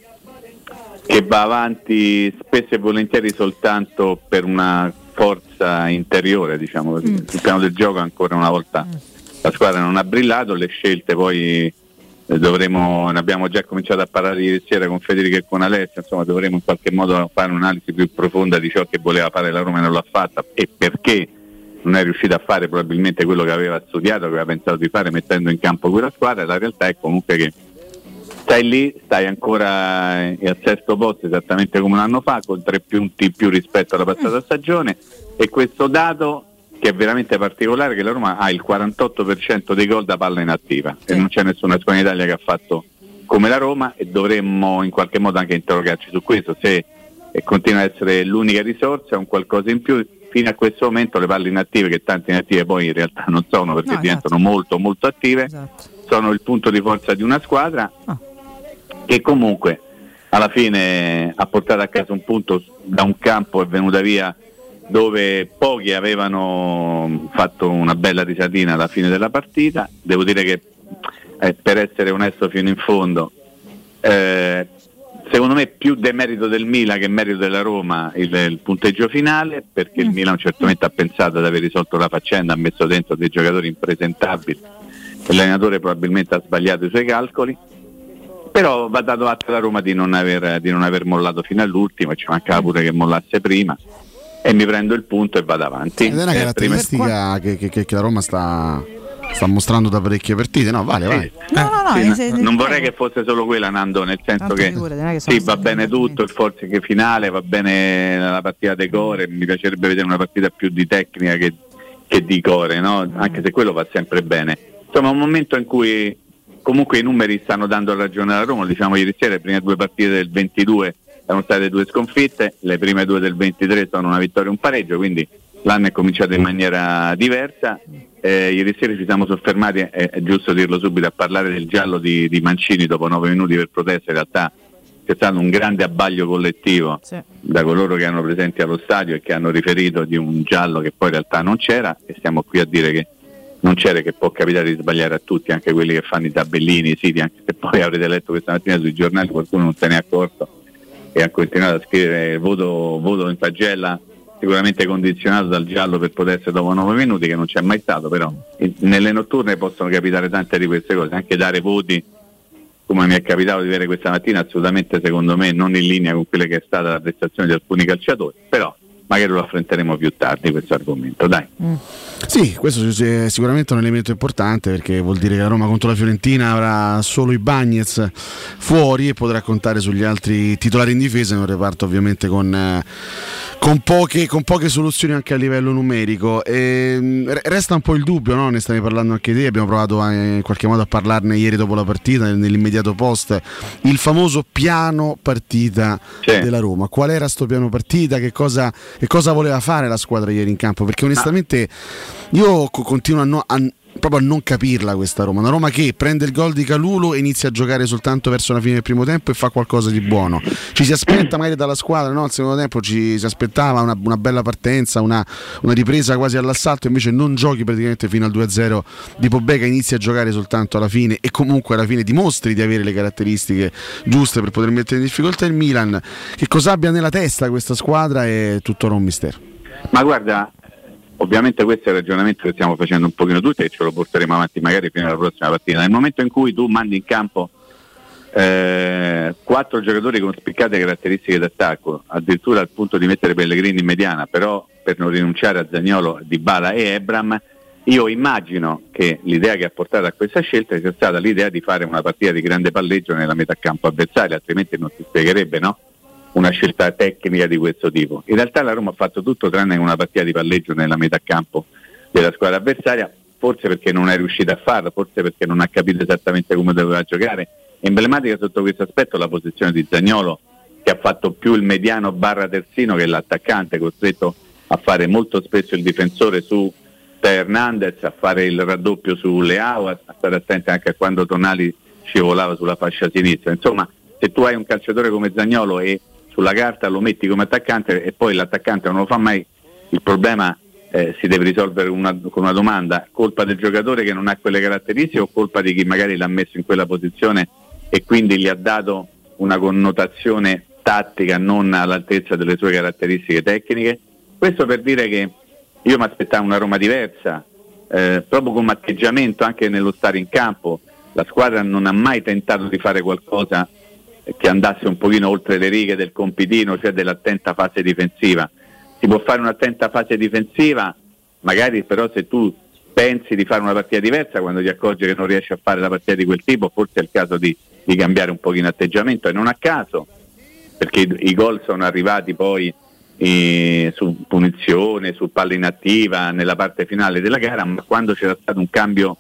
Speaker 13: che va avanti spesso e volentieri soltanto per una forza interiore, diciamo così. Mm. Sul piano del gioco ancora una volta mm. la squadra non ha brillato, le scelte poi eh, dovremo, ne abbiamo già cominciato a parlare ieri sera con Federico e con Alessia, insomma dovremo in qualche modo fare un'analisi più profonda di ciò che voleva fare la Roma e non l'ha fatta e perché non è riuscita a fare probabilmente quello che aveva studiato, che aveva pensato di fare mettendo in campo quella squadra. La realtà è comunque che stai lì, stai ancora al sesto posto esattamente come un anno fa, con tre punti in più rispetto alla passata stagione, e questo dato che è veramente particolare, che la Roma ha il quarantotto per cento dei gol da palla inattiva, sì. E non c'è nessuna squadra in Italia che ha fatto come la Roma, e dovremmo in qualche modo anche interrogarci su questo, se continua a essere l'unica risorsa, un qualcosa in più. Fino a questo momento le palle inattive, che tante inattive poi in realtà non sono, perché no, diventano esatto. molto molto attive, esatto. sono il punto di forza di una squadra oh. che comunque alla fine ha portato a casa un punto da un campo e venuta via dove pochi avevano fatto una bella risatina alla fine della partita. Devo dire che eh, per essere onesto fino in fondo, eh, secondo me più demerito del Milan che merito della Roma il, il punteggio finale, perché il Milan certamente ha pensato di aver risolto la faccenda, ha messo dentro dei giocatori impresentabili, l'allenatore probabilmente ha sbagliato i suoi calcoli, però va dato atto alla Roma di non aver, di non aver mollato fino all'ultimo, e ci mancava pure che mollasse prima, e mi prendo il punto e vado avanti.
Speaker 15: Ed è una eh, caratteristica che, che, che la Roma sta, sta mostrando da parecchie partite, no? Vale, vai.
Speaker 21: No, no, no,
Speaker 13: sì,
Speaker 21: no,
Speaker 13: se, non vorrei che fosse solo quella, Nando, nel senso che, che sì, va bene tutto, il forse che finale, va bene la partita de core, mi piacerebbe vedere una partita più di tecnica che, che di core, no? Anche se quello va sempre bene. Insomma, un momento in cui comunque i numeri stanno dando ragione alla Roma, diciamo ieri sera le prime due partite del ventidue sono state due sconfitte, le prime due del ventitré sono una vittoria e un pareggio, quindi l'anno è cominciato in maniera diversa. Eh, ieri sera ci siamo soffermati, è, è giusto dirlo subito, a parlare del giallo di, di Mancini dopo nove minuti per protesta. In realtà c'è stato un grande abbaglio collettivo
Speaker 21: sì.
Speaker 13: da coloro che erano presenti allo stadio e che hanno riferito di un giallo che poi in realtà non c'era, e stiamo qui a dire che non c'era, che può capitare di sbagliare a tutti, anche quelli che fanno i tabellini, i siti, anche se poi avrete letto questa mattina sui giornali qualcuno non se ne è accorto e ha continuato a scrivere voto, voto in pagella sicuramente condizionato dal giallo per potersi dopo nove minuti, che non c'è mai stato, però nelle notturne possono capitare tante di queste cose, anche dare voti come mi è capitato di vedere questa mattina, assolutamente secondo me non in linea con quella che è stata la prestazione di alcuni calciatori, però magari lo affronteremo più tardi questo argomento, dai.
Speaker 15: Mm. Sì, questo è sicuramente un elemento importante, perché vuol dire che la Roma contro la Fiorentina avrà solo i Bagnez fuori e potrà contare sugli altri titolari in difesa in un reparto ovviamente con, eh, con, poche, con poche soluzioni anche a livello numerico. E, resta un po' il dubbio, no? Ne stavi parlando anche te, abbiamo provato a, in qualche modo a parlarne ieri dopo la partita, nell'immediato post, il famoso piano partita sì. della Roma. Qual era sto piano partita? Che cosa, che cosa voleva fare la squadra ieri in campo? Perché onestamente io continuo a, no, a proprio a non capirla questa Roma, una Roma che prende il gol di Kalulu e inizia a giocare soltanto verso la fine del primo tempo e fa qualcosa di buono. Ci si aspetta magari dalla squadra, no? Al secondo tempo ci si aspettava una, una bella partenza, una, una ripresa quasi all'assalto, invece non giochi praticamente fino al due a zero di Pobega, inizi a giocare soltanto alla fine e comunque alla fine dimostri di avere le caratteristiche giuste per poter mettere in difficoltà il Milan. Che cosa abbia nella testa questa squadra è tuttora un mistero.
Speaker 13: Ma guarda, ovviamente questo è il ragionamento che stiamo facendo un pochino tutti e ce lo porteremo avanti magari fino alla prossima partita. Nel momento in cui tu mandi in campo eh, quattro giocatori con spiccate caratteristiche d'attacco, addirittura al punto di mettere Pellegrini in mediana, però per non rinunciare a Zaniolo, Dybala e Ebram, io immagino che l'idea che ha portato a questa scelta sia stata l'idea di fare una partita di grande palleggio nella metà campo avversaria, altrimenti non si spiegherebbe, no? Una scelta tecnica di questo tipo. In realtà la Roma ha fatto tutto tranne una partita di palleggio nella metà campo della squadra avversaria, forse perché non è riuscita a farlo, forse perché non ha capito esattamente come doveva giocare. Emblematica sotto questo aspetto la posizione di Zaniolo, che ha fatto più il mediano barra terzino che l'attaccante, costretto a fare molto spesso il difensore su Hernandez, a fare il raddoppio su Leao, a stare attenti anche a quando Tonali scivolava sulla fascia sinistra. Insomma, se tu hai un calciatore come Zaniolo e sulla carta lo metti come attaccante e poi l'attaccante non lo fa mai, il problema eh, si deve risolvere una, con una domanda: colpa del giocatore che non ha quelle caratteristiche o colpa di chi magari l'ha messo in quella posizione e quindi gli ha dato una connotazione tattica non all'altezza delle sue caratteristiche tecniche? Questo per dire che io mi aspettavo una Roma diversa, eh, proprio come atteggiamento anche nello stare in campo. La squadra non ha mai tentato di fare qualcosa che andasse un pochino oltre le righe del compitino, cioè dell'attenta fase difensiva. Si può fare un'attenta fase difensiva, magari però se tu pensi di fare una partita diversa, quando ti accorgi che non riesci a fare la partita di quel tipo, forse è il caso di, di cambiare un pochino atteggiamento, e non a caso, perché i, i gol sono arrivati poi eh, su punizione, su palla inattiva nella parte finale della gara, ma quando c'era stato un cambio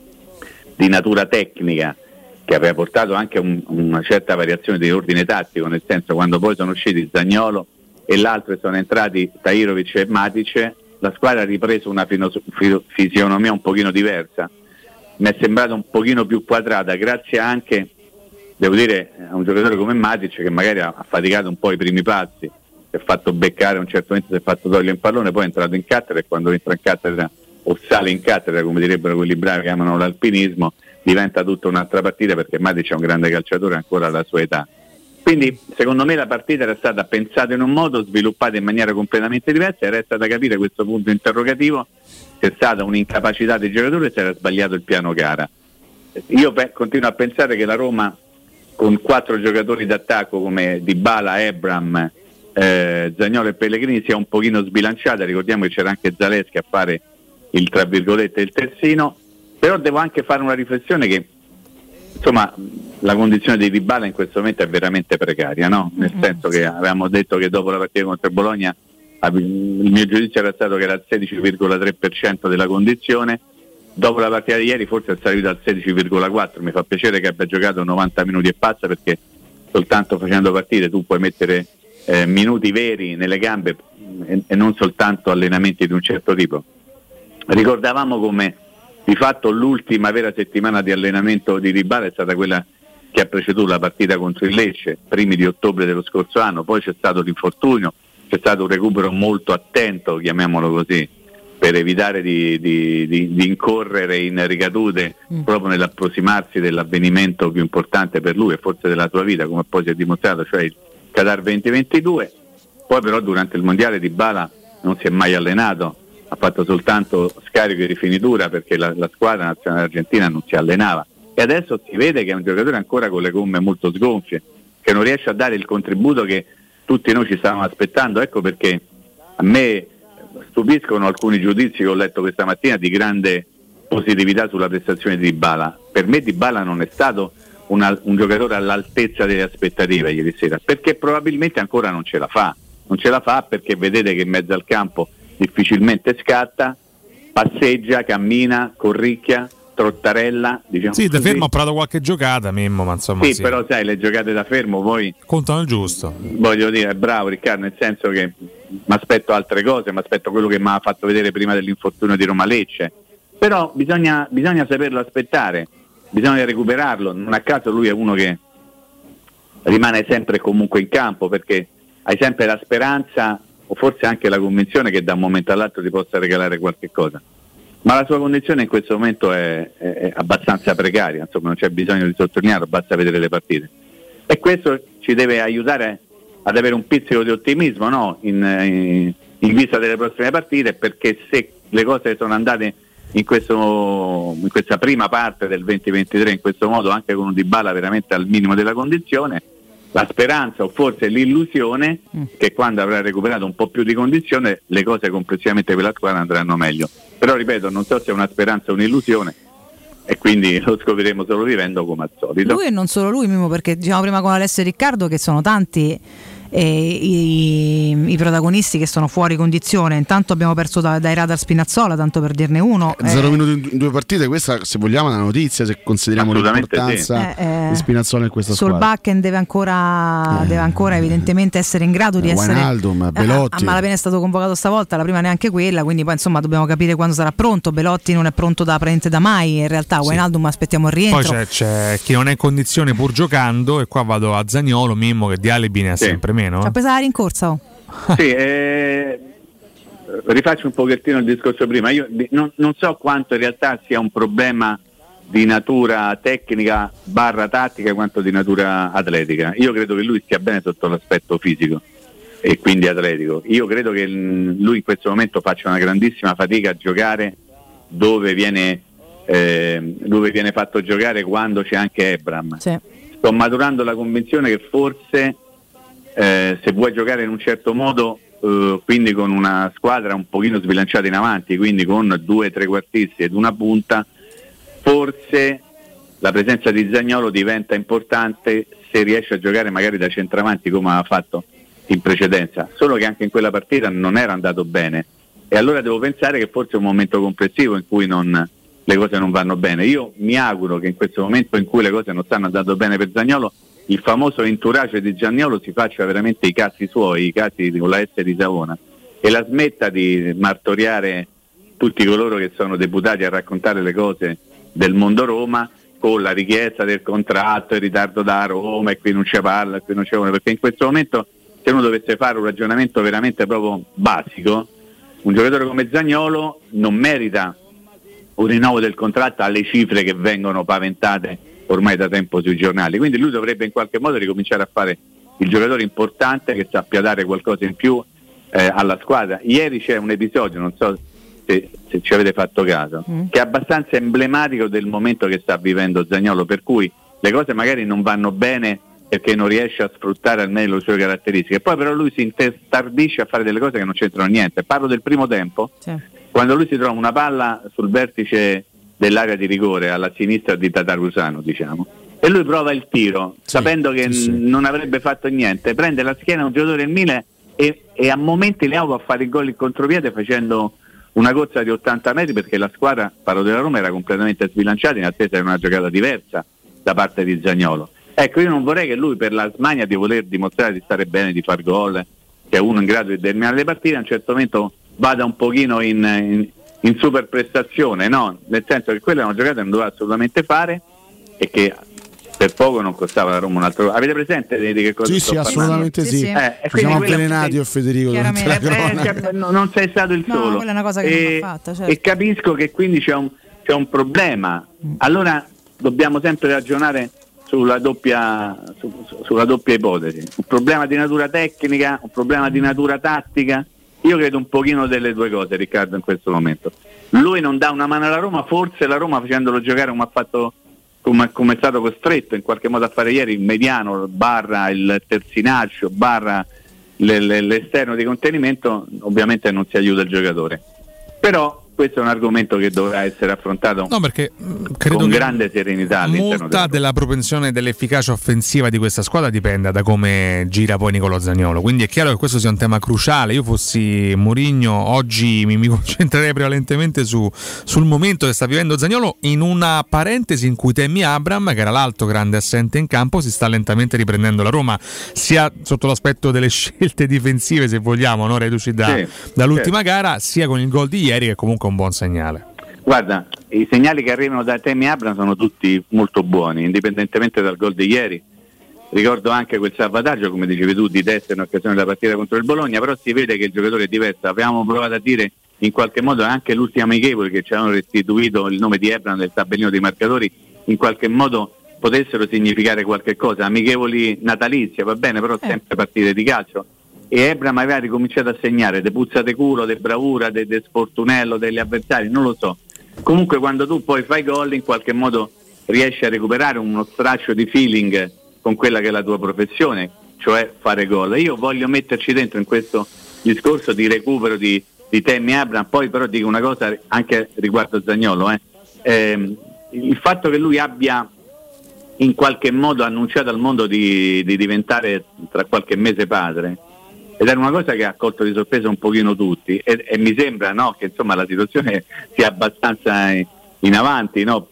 Speaker 13: di natura tecnica che aveva portato anche a un, una certa variazione di ordine tattico, nel senso, quando poi sono usciti Zaniolo e l'altro e sono entrati Tahirovic e Matic, la squadra ha ripreso una fino, fisionomia un pochino diversa, mi è sembrata un pochino più quadrata, grazie anche, devo dire, a un giocatore come Matic che magari ha, ha faticato un po' i primi passi, si è fatto beccare a un certo momento, si è fatto togliere un pallone, poi è entrato in cattedra e quando entra in cattedra o sale in cattedra, come direbbero quelli bravi che amano l'alpinismo, diventa tutta un'altra partita, perché Matic è un grande calciatore ancora alla sua età. Quindi secondo me la partita era stata pensata in un modo, sviluppata in maniera completamente diversa, e resta da capire questo punto interrogativo, se è stata un'incapacità dei giocatori e se era sbagliato il piano gara. Io pe- continuo a pensare che la Roma, con quattro giocatori d'attacco come Dybala, Ebram, eh, Zaniolo e Pellegrini, sia un pochino sbilanciata. Ricordiamo che c'era anche Zaleschi a fare il tra virgolette il terzino, però devo anche fare una riflessione che insomma la condizione di Dybala in questo momento è veramente precaria, no? Nel mm-hmm. senso che avevamo detto che dopo la partita contro il Bologna il mio giudizio era stato che era al sedici virgola tre per cento della condizione, dopo la partita di ieri forse è salito al sedici virgola quattro per cento. Mi fa piacere che abbia giocato novanta minuti e passa, perché soltanto facendo partite tu puoi mettere eh, minuti veri nelle gambe e, e non soltanto allenamenti di un certo tipo. Ricordavamo come di fatto l'ultima vera settimana di allenamento di Dybala è stata quella che ha preceduto la partita contro il Lecce, primi di ottobre dello scorso anno, poi c'è stato l'infortunio, c'è stato un recupero molto attento, chiamiamolo così, per evitare di, di, di, di incorrere in ricadute mm. proprio nell'approssimarsi dell'avvenimento più importante per lui e forse della sua vita, come poi si è dimostrato, cioè il Qatar duemilaventidue. Poi però durante il mondiale Dybala non si è mai allenato, ha fatto soltanto scarico e rifinitura perché la, la squadra nazionale argentina non si allenava, e adesso si vede che è un giocatore ancora con le gomme molto sgonfie, che non riesce a dare il contributo che tutti noi ci stavamo aspettando. Ecco perché a me stupiscono alcuni giudizi che ho letto questa mattina di grande positività sulla prestazione di Dybala. Per me Dybala non è stato una, un giocatore all'altezza delle aspettative ieri sera, perché probabilmente ancora non ce la fa, non ce la fa perché vedete che in mezzo al campo difficilmente scatta, passeggia, cammina, corricchia, trottarella, diciamo.
Speaker 22: Sì, da fermo ha provato qualche giocata, Mimmo, ma insomma
Speaker 13: sì,
Speaker 22: sì,
Speaker 13: però sai, le giocate da fermo poi
Speaker 22: contano il giusto.
Speaker 13: Voglio dire, bravo Riccardo, nel senso che mi aspetto altre cose, mi aspetto quello che mi ha fatto vedere prima dell'infortunio di Roma Lecce, però bisogna, bisogna saperlo aspettare, bisogna recuperarlo. Non a caso lui è uno che rimane sempre e comunque in campo, perché hai sempre la speranza o forse anche la convinzione che da un momento all'altro ti possa regalare qualche cosa, ma la sua condizione in questo momento è, è, è abbastanza precaria, insomma non c'è bisogno di sottolinearlo, basta vedere le partite, e questo ci deve aiutare ad avere un pizzico di ottimismo, no? in, in, in vista delle prossime partite, perché se le cose sono andate in, questo, in questa prima parte del duemilaventitré in questo modo, anche con un Dybala veramente al minimo della condizione, la speranza o forse l'illusione mm. che quando avrà recuperato un po' più di condizione le cose complessivamente per la squadra andranno meglio. Però ripeto, non so se è una speranza o un'illusione, e quindi lo scopriremo solo vivendo come al solito.
Speaker 21: Lui e non solo lui, Mimo, perché diciamo prima con Alessio e Riccardo che sono tanti eh, i, i protagonisti che sono fuori condizione. Intanto abbiamo perso da, dai radar Spinazzola, tanto per dirne uno.
Speaker 15: Eh, zero eh. minuti in due partite, questa se vogliamo è una notizia, se consideriamo l'importanza
Speaker 21: sì. eh, eh,
Speaker 15: di Spinazzola in questa
Speaker 21: sul
Speaker 15: squadra.
Speaker 21: Sul backen deve ancora,
Speaker 15: eh,
Speaker 21: deve ancora evidentemente essere in grado di
Speaker 15: eh,
Speaker 21: essere
Speaker 15: Wijnaldum, Belotti.
Speaker 21: A malapena è stato convocato stavolta, la prima neanche quella, quindi poi insomma dobbiamo capire quando sarà pronto. Belotti non è pronto da praticamente da mai, in realtà sì. Wijnaldum aspettiamo il rientro.
Speaker 22: Poi c'è, c'è chi non è in condizione pur giocando, e qua vado a Zaniolo, Mimmo, che di alibi ne ha sì. sempre meno.
Speaker 21: Ci ha pesato la rincorsa. Oh.
Speaker 13: Sì, eh, rifaccio un pochettino il discorso prima. Io non, non so quanto in realtà sia un problema di natura tecnica barra tattica quanto di natura atletica. Io credo che lui stia bene sotto l'aspetto fisico e quindi atletico. Io credo che lui in questo momento faccia una grandissima fatica a giocare dove viene, eh, dove viene fatto giocare quando c'è anche Ebram.
Speaker 21: Sì.
Speaker 13: Sto maturando la convinzione che forse eh, se vuoi giocare in un certo modo, eh, quindi con una squadra un pochino sbilanciata in avanti, quindi con due trequartisti ed una punta, forse la presenza di Zaniolo diventa importante se riesce a giocare magari da centravanti come aveva fatto in precedenza, solo che anche in quella partita non era andato bene, e allora devo pensare che forse è un momento complessivo in cui non, le cose non vanno bene. Io mi auguro che in questo momento in cui le cose non stanno andando bene per Zaniolo, il famoso entourage di Zaniolo si faccia veramente i cazzi suoi, i cazzi con la S di Savona, e la smetta di martoriare tutti coloro che sono deputati a raccontare le cose del mondo Roma con la richiesta del contratto, il ritardo da Roma, e qui non ci parla, qui non ci vuole, perché in questo momento se uno dovesse fare un ragionamento veramente proprio basico, un giocatore come Zaniolo non merita un rinnovo del contratto alle cifre che vengono paventate ormai da tempo sui giornali, quindi lui dovrebbe in qualche modo ricominciare a fare il giocatore importante che sappia dare qualcosa in più eh, alla squadra. Ieri c'è un episodio, non so se, se ci avete fatto caso, mm. che è abbastanza emblematico del momento che sta vivendo Zaniolo, per cui le cose magari non vanno bene perché non riesce a sfruttare al meglio le sue caratteristiche, poi però lui si intestardisce a fare delle cose che non c'entrano niente. Parlo del primo tempo, sì. quando lui si trova una palla sul vertice dell'area di rigore alla sinistra di Tatarusano, diciamo, e lui prova il tiro, sì, sapendo che sì, n- non avrebbe fatto niente, prende la schiena un giocatore del Milan e, e a momenti le auto a fare il gol in contropiede facendo una corsa di ottanta metri, perché la squadra, parlo della Roma, era completamente sbilanciata in attesa di una giocata diversa da parte di Zaniolo. Ecco, io non vorrei che lui, per la smania di voler dimostrare di stare bene, di far gol, che è uno in grado di terminare le partite, a un certo momento vada un pochino in, in, in super prestazione, no? Nel senso che quella è una giocata che non doveva assolutamente fare e che per poco non costava la Roma un altro. Avete presente di che cosa
Speaker 15: sì,
Speaker 13: sto
Speaker 15: sì,
Speaker 13: parlando?
Speaker 15: assolutamente sì.
Speaker 21: sì.
Speaker 13: Eh,
Speaker 15: Ci siamo avvelenati io e Federico durante la cronaca.
Speaker 13: Eh, non sei stato il
Speaker 21: No,
Speaker 13: solo.
Speaker 21: quella è una cosa che
Speaker 13: e,
Speaker 21: non va fatta, certo.
Speaker 13: e capisco che quindi c'è un, c'è un problema. Allora dobbiamo sempre ragionare sulla doppia, su, sulla doppia ipotesi. Un problema di natura tecnica, un problema di natura tattica. Io credo un pochino delle due cose, Riccardo, in questo momento. Lui non dà una mano alla Roma, forse la Roma facendolo giocare come ha fatto, come, come è stato costretto in qualche modo a fare ieri, il mediano, barra il terzinaccio, barra le, le, l'esterno di contenimento, ovviamente non si aiuta il giocatore. Però questo è un argomento che dovrà essere affrontato
Speaker 22: no, perché credo
Speaker 13: con
Speaker 22: che
Speaker 13: grande serenità all'interno
Speaker 22: molta della propensione dell'efficacia offensiva di questa squadra dipende da come gira poi Nicolò Zaniolo, quindi è chiaro che questo sia un tema cruciale. Io fossi Mourinho oggi mi, mi concentrerei prevalentemente su, sul momento che sta vivendo Zaniolo, in una parentesi in cui Tammy Abraham, che era l'altro grande assente in campo, si sta lentamente riprendendo la Roma, sia sotto l'aspetto delle scelte difensive, se vogliamo, no, reduci da,
Speaker 13: sì,
Speaker 22: dall'ultima
Speaker 13: certo.
Speaker 22: gara, sia con il gol di ieri, che comunque un buon segnale.
Speaker 13: Guarda, i segnali che arrivano da Tammy Abraham sono tutti molto buoni, indipendentemente dal gol di ieri. Ricordo anche quel salvataggio, come dicevi tu, di testa in occasione della partita contro il Bologna, però si vede che il giocatore è diverso. Abbiamo provato a dire in qualche modo anche l'ultima amichevole, che ci avevano restituito il nome di Abraham nel tabellino dei marcatori, in qualche modo potessero significare qualche cosa. Amichevoli natalizie, va bene, però sempre partite di calcio. E Abraham aveva ricominciato a segnare de puzza de culo, de bravura, de, de sfortunello degli avversari, non lo so. Comunque quando tu poi fai gol in qualche modo riesci a recuperare uno straccio di feeling con quella che è la tua professione, cioè fare gol. Io voglio metterci dentro in questo discorso di recupero di, di Tammy Abraham, poi però dico una cosa anche riguardo Zaniolo, eh. Eh, il fatto che lui abbia in qualche modo annunciato al mondo di, di diventare tra qualche mese padre, ed era una cosa che ha colto di sorpresa un pochino tutti, e, e mi sembra, no, che insomma la situazione sia abbastanza in avanti, no?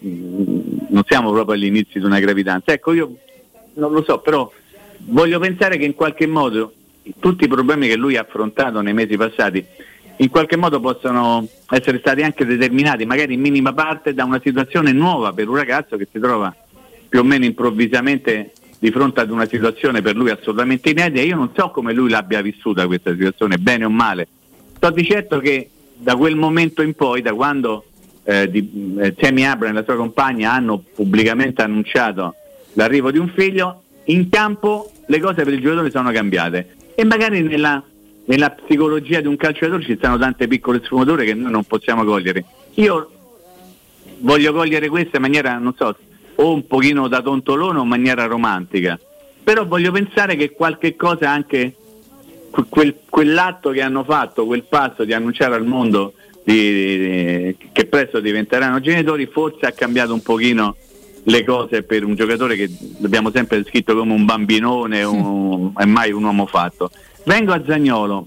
Speaker 13: Non siamo proprio agli inizi di una gravidanza. Ecco, io non lo so, però voglio pensare che in qualche modo tutti i problemi che lui ha affrontato nei mesi passati in qualche modo possano essere stati anche determinati magari in minima parte da una situazione nuova per un ragazzo che si trova più o meno improvvisamente di fronte ad una situazione per lui assolutamente inedita. Io non so come lui l'abbia vissuta questa situazione, bene o male. Sto di certo che da quel momento in poi, da quando eh, di, eh, Tammy Abraham e la sua compagna hanno pubblicamente annunciato l'arrivo di un figlio, in campo le cose per il giocatore sono cambiate, e magari nella, nella psicologia di un calciatore ci stanno tante piccole sfumature che noi non possiamo cogliere. Io voglio cogliere questa in maniera, non so, o un pochino da tontolone o in maniera romantica, però voglio pensare che qualche cosa, anche quel, quell'atto che hanno fatto, quel passo di annunciare al mondo di, di, che presto diventeranno genitori, forse ha cambiato un pochino le cose per un giocatore che abbiamo sempre descritto come un bambinone un, e mai un uomo fatto. Vengo a Zaniolo.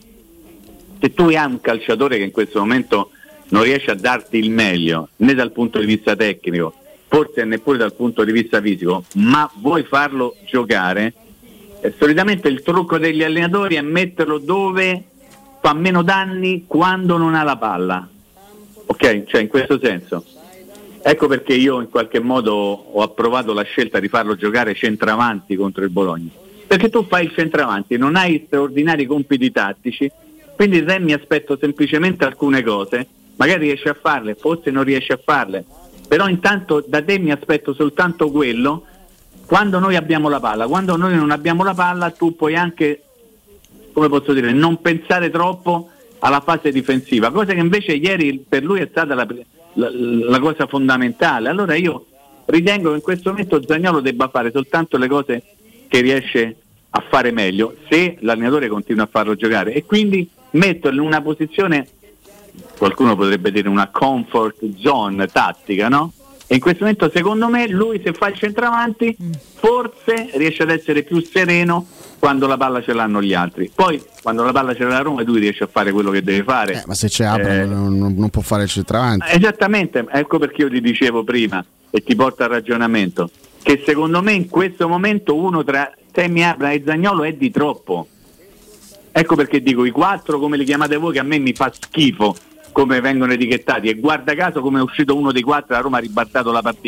Speaker 13: Se tu hai un calciatore che in questo momento non riesce a darti il meglio né dal punto di vista tecnico, forse neppure dal punto di vista fisico, ma vuoi farlo giocare, eh, solitamente il trucco degli allenatori è metterlo dove fa meno danni quando non ha la palla, ok? Cioè in questo senso. Ecco perché io in qualche modo ho approvato la scelta di farlo giocare centravanti contro il Bologna, perché tu fai il centravanti, non hai straordinari compiti tattici, quindi te mi aspetto semplicemente alcune cose, magari riesci a farle, forse non riesci a farle, però intanto da te mi aspetto soltanto quello. Quando noi abbiamo la palla, quando noi non abbiamo la palla, tu puoi anche, come posso dire, non pensare troppo alla fase difensiva, cosa che invece ieri per lui è stata la, la, la cosa fondamentale. Allora io ritengo che in questo momento Zaniolo debba fare soltanto le cose che riesce a fare meglio, se l'allenatore continua a farlo giocare, e quindi metterlo in una posizione, qualcuno potrebbe dire una comfort zone tattica, no? E in questo momento secondo me lui, se fa il centravanti, forse riesce ad essere più sereno quando la palla ce l'hanno gli altri. Poi quando la palla ce l'ha la Roma, lui riesce a fare quello che deve fare.
Speaker 15: Eh, ma se c'è Abraham eh, non, non può fare il centravanti.
Speaker 13: Esattamente, ecco perché io ti dicevo prima e ti porto al ragionamento che secondo me in questo momento uno tra Tammy Abraham e Zaniolo è di troppo. Ecco perché dico i quattro, come li chiamate voi, che a me mi fa schifo come vengono etichettati, e guarda caso come è uscito uno dei quattro, la Roma ha ribaltato la partita.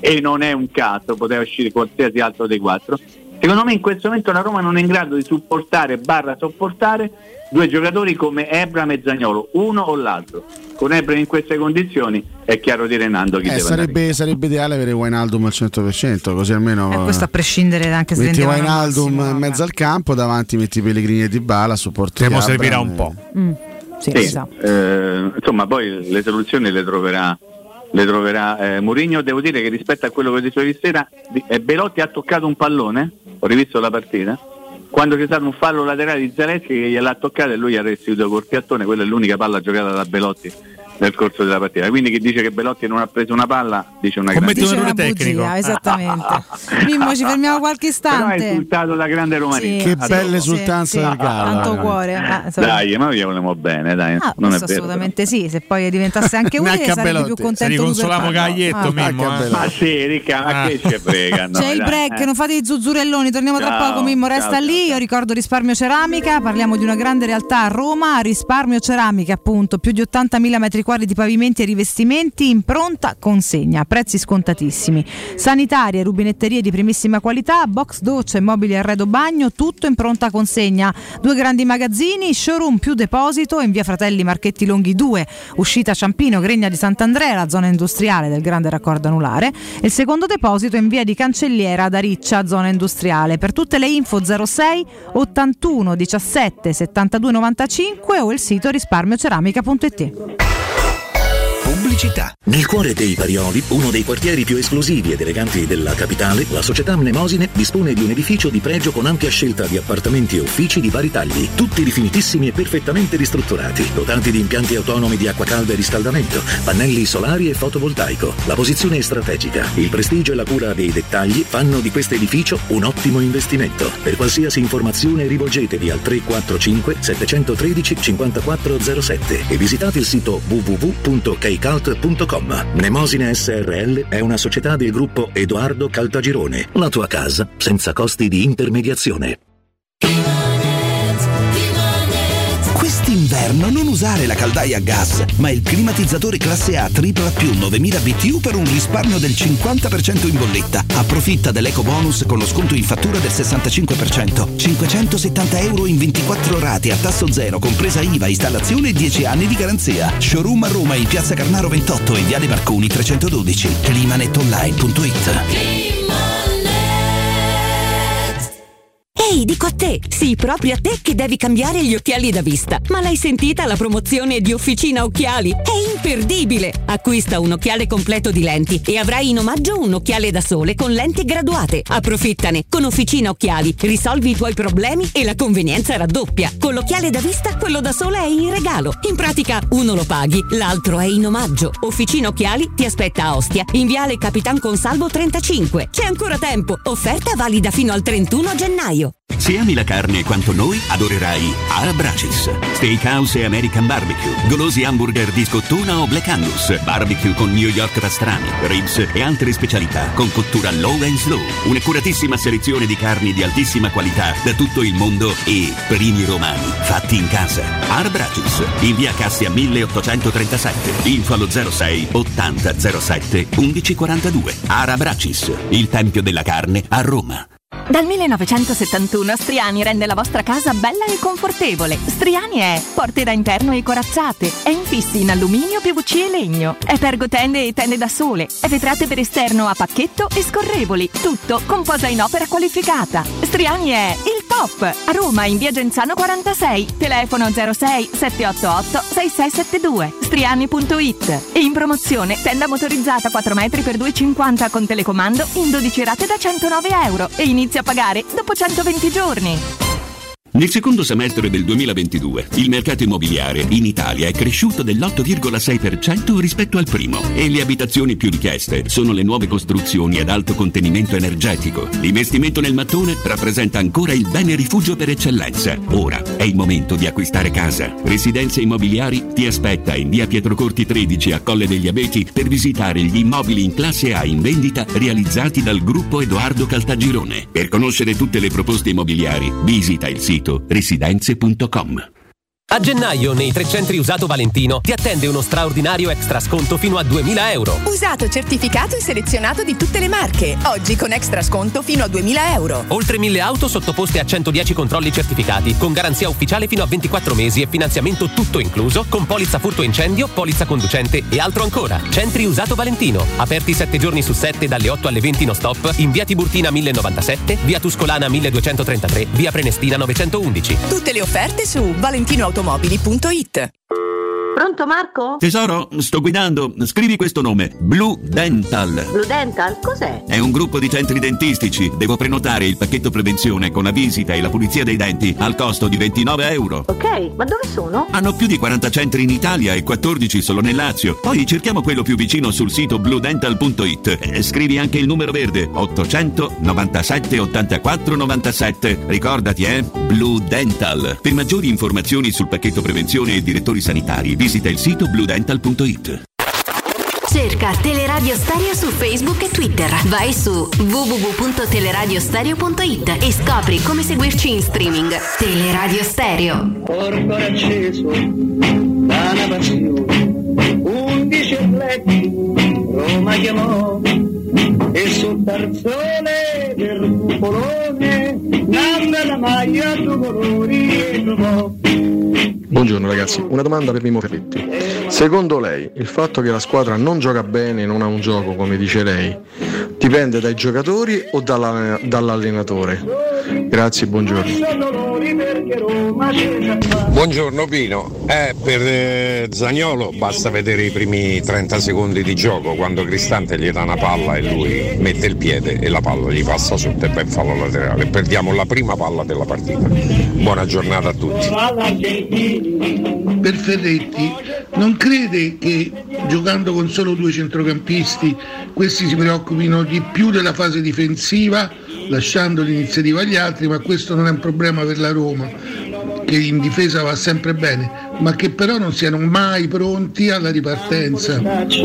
Speaker 13: e non è un caso, poteva uscire qualsiasi altro dei quattro. Secondo me in questo momento la Roma non è in grado di supportare barra sopportare due giocatori come Ebram e Zaniolo, uno o l'altro. Con Ebram in queste condizioni è chiaro di Renando chi
Speaker 15: eh,
Speaker 13: deve
Speaker 15: sarebbe, sarebbe ideale avere Wijnaldum al cento per cento, così almeno
Speaker 21: eh, questo a prescindere anche se
Speaker 15: metti Wijnaldum in mezzo al campo, davanti metti Pellegrini e Dybala, supporto
Speaker 22: Temo servirà un po'.
Speaker 21: Mm. Sì,
Speaker 13: sì,
Speaker 21: esatto.
Speaker 13: eh, insomma poi le soluzioni le troverà le troverà eh, Mourinho. Devo dire che rispetto a quello che dicevo ieri sera, eh, Belotti ha toccato un pallone, ho rivisto la partita, quando c'è stato un fallo laterale di Zaleschi che gliel'ha toccato e lui ha restituito col piattone. Quella è l'unica palla giocata da Belotti nel corso della partita, quindi chi dice che Belotti non ha preso una palla dice una grande
Speaker 21: dice una bugia, esattamente. Mimmo, ci fermiamo qualche istante.
Speaker 13: Però è insultato da grande romanista.
Speaker 15: Sì, che bella esultanza
Speaker 21: sì,
Speaker 15: del Gallo.
Speaker 21: Tanto cuore. Ah,
Speaker 13: dai, ma noi volevamo bene, dai.
Speaker 21: Ah,
Speaker 13: non è vero,
Speaker 21: assolutamente però. Sì, se poi diventasse anche uno sarebbe più contento.
Speaker 22: Se riconsolamo Gaglietto, ah, Mimmo.
Speaker 13: Eh. Ma sì, Ricca, ma ah. che ci frega? No,
Speaker 21: c'è il break, eh. non fate i zuzzurelloni, torniamo ciao, tra poco. Mimmo, resta ciao, lì. Ciao. Io ricordo Risparmio Ceramica, parliamo di una grande realtà a Roma. Risparmio Ceramica, appunto, più di ottantamila metri quadri di pavimenti e rivestimenti in pronta consegna, prezzi scontatissimi, sanitarie, rubinetterie di primissima qualità, box docce, mobili arredo bagno, tutto in pronta consegna. Due grandi magazzini, showroom più deposito in via Fratelli Marchetti Longhi due, uscita Ciampino, Gregna di Sant'Andrea, la zona industriale del grande raccordo anulare, e il secondo deposito in via di Cancelliera da Riccia, zona industriale. Per tutte le info zero sei ottantuno diciassette settantadue novantacinque o il sito risparmioceramica punto it.
Speaker 14: Pubblicità. Nel cuore dei Parioli, uno dei quartieri più esclusivi ed eleganti della capitale, la società Mnemosine dispone di un edificio di pregio con ampia scelta di appartamenti e uffici di vari tagli, tutti rifinitissimi e perfettamente ristrutturati, dotati di impianti autonomi di acqua calda e riscaldamento, pannelli solari e fotovoltaico. La posizione è strategica, il prestigio e la cura dei dettagli fanno di questo edificio un ottimo investimento. Per qualsiasi informazione rivolgetevi al tre quattro cinque sette uno tre cinque zero sette e visitate il sito w w w punto kcalt punto com. Mnemosine S R L è una società del gruppo Edoardo Caltagirone. La tua casa senza costi di intermediazione.
Speaker 29: Quest'inverno non usare la caldaia a gas, ma il climatizzatore classe A tripla più novemila B T U per un risparmio del cinquanta per cento in bolletta. Approfitta dell'eco bonus con lo sconto in fattura del sessantacinque per cento. cinquecentosettanta euro in ventiquattro rate a tasso zero, compresa I V A, installazione e dieci anni di garanzia. Showroom a Roma in Piazza Carnaro ventotto e Viale Marconi trecentododici. climanetonline punto it.
Speaker 2: Ehi, dico a te, sì, proprio a te che devi cambiare gli occhiali da vista. Ma l'hai sentita la promozione di Officina Occhiali? È imperdibile! Acquista un occhiale completo di lenti e avrai in omaggio un occhiale da sole con lenti graduate. Approfittane! Con Officina Occhiali risolvi i tuoi problemi e la convenienza raddoppia. Con l'occhiale da vista, quello da sole è in regalo. In pratica, uno lo paghi, l'altro è in omaggio. Officina Occhiali ti aspetta a Ostia, in viale Capitan Consalvo trentacinque. C'è ancora tempo! Offerta valida fino al trentuno gennaio.
Speaker 20: Se ami la carne quanto noi, adorerai Arabracis. Steakhouse e American Barbecue, golosi hamburger di scottuna o Black Angus, barbecue con New York pastrami, ribs e altre specialità con cottura low and slow. Un'accuratissima selezione di carni di altissima qualità da tutto il mondo e primi romani fatti in casa. Arabracis, in via Cassia milleottocentotrentasette, info allo zero sei ottanta zero sette undici quarantadue. Arabracis, il tempio della carne a Roma.
Speaker 4: Dal millenovecentosettantuno Striani rende la vostra casa bella e confortevole. Striani è porte da interno e corazzate, è infissi in alluminio, P V C e legno, è pergotende e tende da sole, è vetrate per esterno a pacchetto e scorrevoli, tutto con posa in opera qualificata. Striani è il top! A Roma in via Genzano quarantasei, telefono zero sei sette otto otto sei sei sette due, striani punto it. E in promozione tenda motorizzata quattro metri per due e cinquanta con telecomando in dodici rate da centonove euro e inizia a pagare dopo centoventi giorni.
Speaker 20: Nel secondo semestre del duemilaventidue il mercato immobiliare in Italia è cresciuto dell'otto virgola sei per cento rispetto al primo e le abitazioni più richieste sono le nuove costruzioni ad alto contenimento energetico. L'investimento nel mattone rappresenta ancora il bene rifugio per eccellenza. Ora è il momento di acquistare casa. Residenze Immobiliari ti aspetta in via Pietrocorti tredici a Colle degli Abeti per visitare gli immobili in classe A in vendita realizzati dal gruppo Edoardo Caltagirone. Per conoscere tutte le proposte immobiliari visita il sito residenze punto com.
Speaker 19: A gennaio nei tre centri usato Valentino ti attende uno straordinario extra sconto fino a duemila euro.
Speaker 16: Usato certificato e selezionato di tutte le marche. Oggi con extra sconto fino a duemila euro.
Speaker 19: Oltre mille auto sottoposte a centodieci controlli certificati, con garanzia ufficiale fino a ventiquattro mesi e finanziamento tutto incluso, con polizza furto incendio, polizza conducente e altro ancora. Centri usato Valentino, aperti sette giorni su sette dalle otto alle venti no stop, in via Tiburtina mille novantasette, via Tuscolana milleduecentotrentatré, via Prenestina novecentoundici.
Speaker 16: Tutte le offerte su valentinoautomobili punto it.
Speaker 5: Pronto Marco?
Speaker 7: Tesoro, sto guidando. Scrivi questo nome. Blue Dental.
Speaker 5: Blue Dental? Cos'è?
Speaker 7: È un gruppo di centri dentistici. Devo prenotare il pacchetto prevenzione con la visita e la pulizia dei denti al costo di ventinove euro.
Speaker 5: Ok, ma dove sono?
Speaker 7: Hanno più di quaranta centri in Italia e quattordici solo nel Lazio. Poi cerchiamo quello più vicino sul sito blue dental punto it. E scrivi anche il numero verde ottocento novantasette ottantaquattro novantasette. Ricordati, eh? Blue Dental. Per maggiori informazioni sul pacchetto prevenzione e direttori sanitari, visita il sito blue dental punto it.
Speaker 1: Cerca Teleradio Stereo su Facebook e Twitter. Vai su w w w punto teleradiostereo punto it e scopri come seguirci in streaming. Teleradio Stereo.
Speaker 8: Corpo acceso da una passione, undici atleti Roma chiamò e sul tarzone del cupolone nanda la maglia due colori e trovò.
Speaker 10: Buongiorno ragazzi, una domanda per Mimmo Ferretti. Secondo lei il fatto che la squadra non gioca bene, non ha un gioco come dice lei, dipende dai giocatori o dalla, dall'allenatore? Grazie, buongiorno.
Speaker 11: Buongiorno Pino, eh, per eh, Zaniolo basta vedere i primi trenta secondi di gioco quando Cristante gli dà una palla e lui mette il piede e la palla gli passa sotto e poi fallo laterale. Perdiamo la prima palla della partita. Buona giornata a tutti.
Speaker 17: Per Ferretti, non crede che giocando con solo due centrocampisti questi si preoccupino di più della fase difensiva, lasciando l'iniziativa agli altri, ma questo non è un problema per la Roma, che in difesa va sempre bene, ma che però non siano mai pronti alla ripartenza.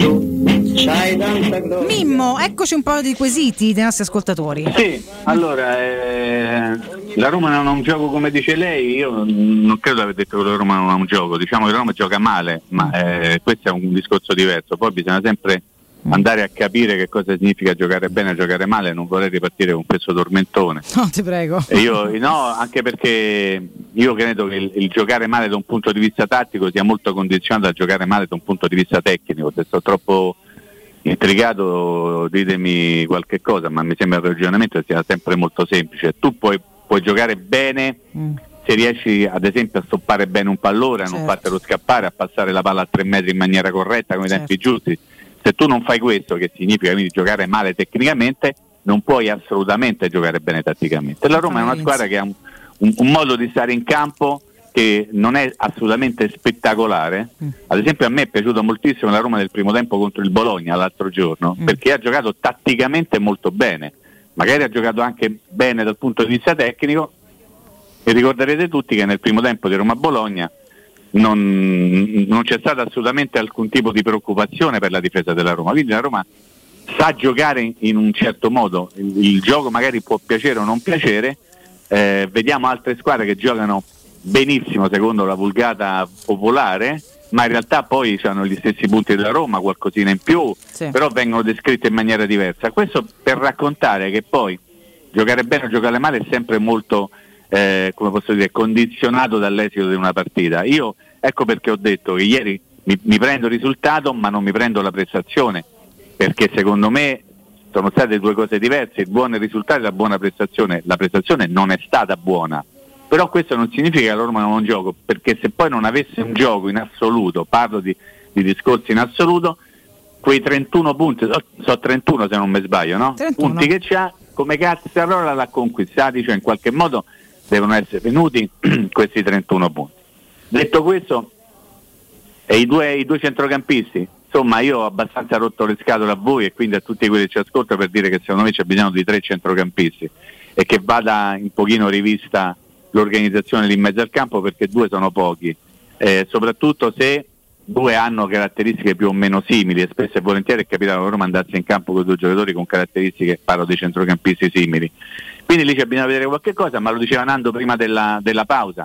Speaker 21: Mimmo, eccoci un po' di quesiti dei nostri ascoltatori.
Speaker 13: Sì, allora eh, la Roma non ha un gioco come dice lei, io non credo di aver detto che la Roma non ha un gioco, diciamo che la Roma gioca male, ma eh, questo è un discorso diverso, poi bisogna sempre andare a capire che cosa significa giocare bene e giocare male. Non vorrei ripartire con questo tormentone.
Speaker 21: No, ti prego.
Speaker 13: E io, no, anche perché io credo che il, il giocare male da un punto di vista tattico sia molto condizionato da giocare male da un punto di vista tecnico. Se sto troppo intrigato ditemi qualche cosa, ma mi sembra che il ragionamento sia sempre molto semplice. Tu puoi, puoi giocare bene mm. se riesci ad esempio a stoppare bene un pallone, a certo. non fartelo scappare, a passare la palla a tre metri in maniera corretta con i certo. tempi giusti. Se tu non fai questo, che significa quindi giocare male tecnicamente, non puoi assolutamente giocare bene tatticamente. La Roma è una squadra che ha un, un, un modo di stare in campo che non è assolutamente spettacolare. Mm. Ad esempio a me è piaciuto moltissimo la Roma del primo tempo contro il Bologna l'altro giorno, mm. perché ha giocato tatticamente molto bene, magari ha giocato anche bene dal punto di vista tecnico, e ricorderete tutti che nel primo tempo di Roma-Bologna Non, non c'è stato assolutamente alcun tipo di preoccupazione per la difesa della Roma, quindi la Roma sa giocare in, in un certo modo, il, il gioco magari può piacere o non piacere, eh, vediamo altre squadre che giocano benissimo secondo la vulgata popolare, ma in realtà poi hanno gli stessi punti della Roma, qualcosina in più, sì. però vengono descritte in maniera diversa. Questo per raccontare che poi giocare bene o giocare male è sempre molto Eh, come posso dire, condizionato dall'esito di una partita. Io ecco perché ho detto che ieri mi, mi prendo il risultato ma non mi prendo la prestazione, perché secondo me sono state due cose diverse, il buon risultato e la buona prestazione. La prestazione non è stata buona, però questo non significa che la Roma non ha un gioco, perché se poi non avesse un gioco in assoluto, parlo di, di discorsi in assoluto, quei trentuno punti, so, so trentuno se non mi sbaglio, no? trentuno punti che c'ha, come cazzo allora l'ha conquistati, cioè in qualche modo devono essere venuti questi trentuno punti. Detto questo, e i due, i due centrocampisti, insomma io ho abbastanza rotto le scatole a voi e quindi a tutti quelli che ci ascoltano per dire che secondo me c'è bisogno di tre centrocampisti e che vada un pochino rivista l'organizzazione lì in mezzo al campo, perché due sono pochi, eh, soprattutto se due hanno caratteristiche più o meno simili, e spesso e volentieri è capitato che Roma andasse in campo con due giocatori con caratteristiche, parlo dei centrocampisti simili. Quindi lì c'è bisogno di vedere qualche cosa, ma lo diceva Nando prima della, della pausa.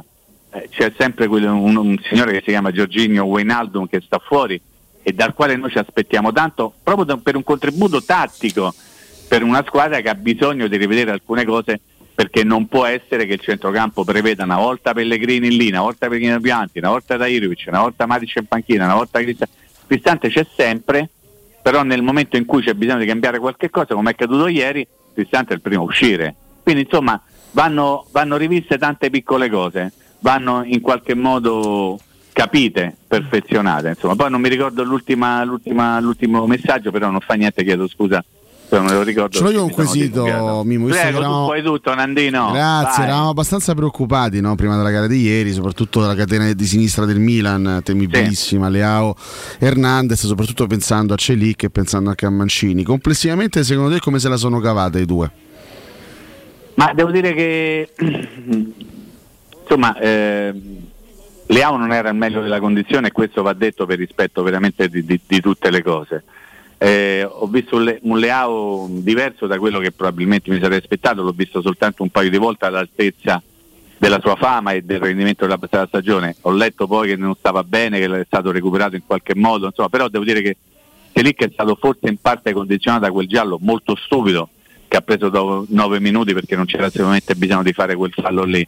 Speaker 13: eh, c'è sempre quello, un, un signore che si chiama Jorginho Wijnaldum che sta fuori e dal quale noi ci aspettiamo tanto proprio da, per un contributo tattico per una squadra che ha bisogno di rivedere alcune cose, perché non può essere che il centrocampo preveda una volta Pellegrini lì, una volta Pellegrini Pianti, una volta Dairovic, una volta Matic in panchina, una volta Cristante. Cristante c'è sempre, però nel momento in cui c'è bisogno di cambiare qualche cosa, come è accaduto ieri, Cristante è il primo a uscire. Quindi insomma vanno, vanno riviste tante piccole cose, vanno in qualche modo capite, perfezionate. Insomma, poi non mi ricordo l'ultima, l'ultima, l'ultimo messaggio, però non fa niente, chiedo scusa. Non me lo ricordo.
Speaker 15: Ce l'ho io un quesito, Mimo.
Speaker 13: Prego,
Speaker 15: eravamo...
Speaker 13: tu fai tutto, Nandino.
Speaker 15: Grazie,
Speaker 13: Vai.
Speaker 15: eravamo abbastanza preoccupati, no? Prima della gara di ieri, soprattutto dalla catena di sinistra del Milan, temibilissima, sì. Leao, Hernandez, soprattutto pensando a Celic e pensando anche a Mancini. Complessivamente, secondo te, come se la sono cavata i due?
Speaker 13: Ma devo dire che insomma eh, Leao non era al meglio della condizione, e questo va detto per rispetto veramente di, di, di tutte le cose. Eh, ho visto un, Le- un Leao diverso da quello che probabilmente mi sarei aspettato, l'ho visto soltanto un paio di volte all'altezza della sua fama e del rendimento della passata stagione. Ho letto poi che non stava bene, che è stato recuperato in qualche modo, insomma, però devo dire che Celic è stato forse in parte condizionato da quel giallo molto stupido che ha preso dopo nove minuti, perché non c'era sicuramente bisogno di fare quel fallo lì.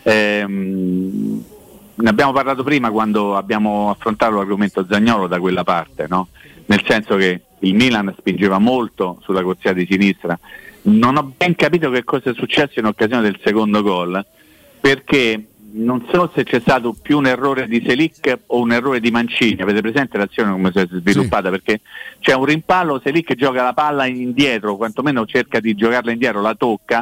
Speaker 13: Ehm, ne abbiamo parlato prima quando abbiamo affrontato l'argomento Zaniolo da quella parte, no? Nel senso che il Milan spingeva molto sulla corsia di sinistra. Non ho ben capito che cosa è successo in occasione del secondo gol, perché non so se c'è stato più un errore di Celic o un errore di Mancini. Avete presente l'azione come si è sviluppata? Sì. Perché c'è un rimpallo, Celic gioca la palla indietro, quantomeno cerca di giocarla indietro, la tocca.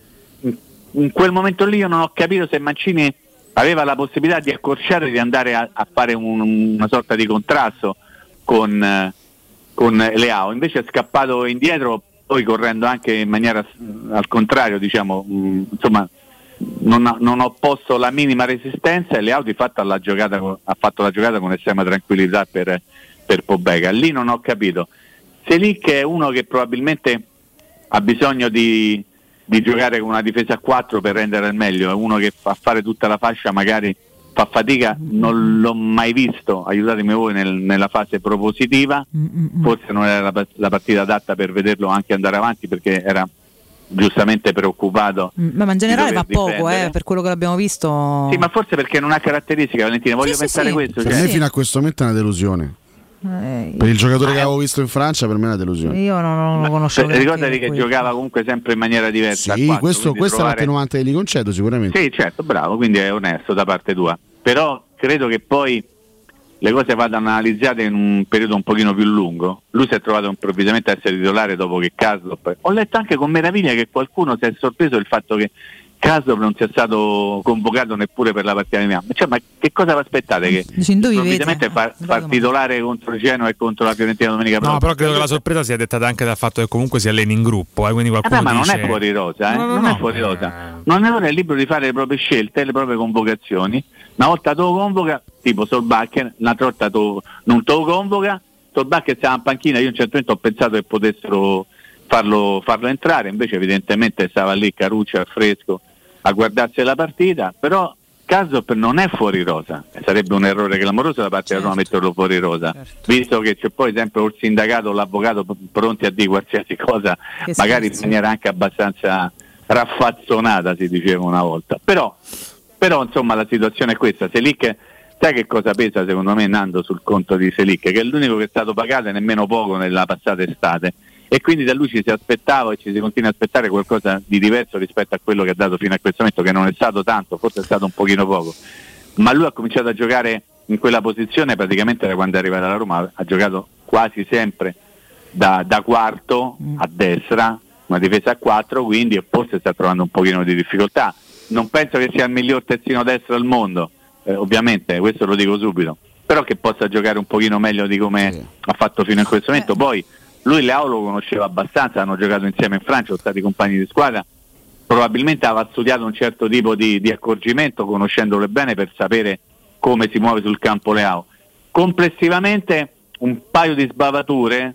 Speaker 13: In quel momento lì io non ho capito se Mancini aveva la possibilità di accorciare, di andare a, a fare un, una sorta di contrasto con, eh, con Leao. Invece è scappato indietro, poi correndo anche in maniera al contrario, diciamo, mh, insomma non, ha, non ho posto la minima resistenza, e Leao di fatto alla giocata, ha fatto la giocata con estrema tranquillità per, per Pobega. Lì non ho capito. Celic è uno che probabilmente ha bisogno di, di giocare con una difesa a quattro per rendere al meglio, è uno che fa fare tutta la fascia, magari fa fatica, non l'ho mai visto, aiutatemi voi, nel, nella fase propositiva. Mm-mm. Forse non era la, la partita adatta per vederlo anche andare avanti, perché era giustamente preoccupato.
Speaker 21: Mm, ma in generale va poco, eh, per quello che l'abbiamo visto.
Speaker 13: Sì, ma forse perché non ha caratteristiche, Valentina, voglio
Speaker 21: sì,
Speaker 13: pensare
Speaker 21: sì,
Speaker 13: questo.
Speaker 15: Per
Speaker 13: cioè.
Speaker 15: me fino a questo momento è una delusione.
Speaker 21: Eh,
Speaker 15: per il giocatore che avevo visto in Francia, per me è una delusione.
Speaker 21: Io non, non lo conoscevo.
Speaker 13: Ma, ricordati che questo. Giocava comunque sempre in maniera diversa.
Speaker 15: Sì,
Speaker 13: quattro,
Speaker 15: questo, questa
Speaker 13: trovare...
Speaker 15: è l'attenuante che gli concedo sicuramente.
Speaker 13: Sì, certo, bravo, quindi è onesto da parte tua. Però credo che poi le cose vadano analizzate in un periodo un pochino più lungo. Lui si è trovato improvvisamente a essere titolare dopo che Karsdorp... Ho letto anche con meraviglia che qualcuno si è sorpreso del fatto che Karsdorp non sia stato convocato neppure per la partita di Milano. Cioè, ma che cosa vi aspettate? Che improvvisamente far, far titolare contro il Genoa e contro la Fiorentina domenica prossima?
Speaker 22: No, però credo che la sorpresa sia dettata anche dal fatto che comunque si alleni in gruppo, eh, quindi qualcuno
Speaker 13: eh beh, ma
Speaker 22: dice...
Speaker 13: non è fuori rosa, eh? no, no, non no. è fuori rosa. Non è libero di fare le proprie scelte, le proprie convocazioni. Una volta te lo convoca, tipo Solbakken, un'altra volta to, non te lo convoca. Solbakken stava in panchina, io a un certo punto ho pensato che potessero farlo, farlo entrare, invece evidentemente stava lì Carucci al fresco a guardarsi la partita. Però Karsdorp non è fuori rosa, sarebbe un errore clamoroso da parte certo. della Roma metterlo fuori rosa, certo. visto che c'è poi sempre o il sindacato o l'avvocato pronti a dire qualsiasi cosa, che magari scherzo. In maniera anche abbastanza raffazzonata, si diceva una volta. Però, però insomma la situazione è questa. Celic, sai che cosa pesa secondo me, Nando, sul conto di Celic? Che è l'unico che è stato pagato e nemmeno poco nella passata estate, e quindi da lui ci si aspettava e ci si continua a aspettare qualcosa di diverso rispetto a quello che ha dato fino a questo momento, che non è stato tanto, forse è stato un pochino poco, ma lui ha cominciato a giocare in quella posizione praticamente da quando è arrivato alla Roma. Ha giocato quasi sempre da, da quarto a destra, una difesa a quattro, quindi forse sta trovando un pochino di difficoltà. Non penso che sia il miglior terzino destro al mondo, eh, ovviamente, questo lo dico subito, però che possa giocare un pochino meglio di come sì. ha fatto fino a questo momento. Poi lui Leao lo conosceva abbastanza, hanno giocato insieme in Francia, sono stati compagni di squadra, probabilmente aveva studiato un certo tipo di, di accorgimento, conoscendolo bene, per sapere come si muove sul campo Leao. Complessivamente un paio di sbavature,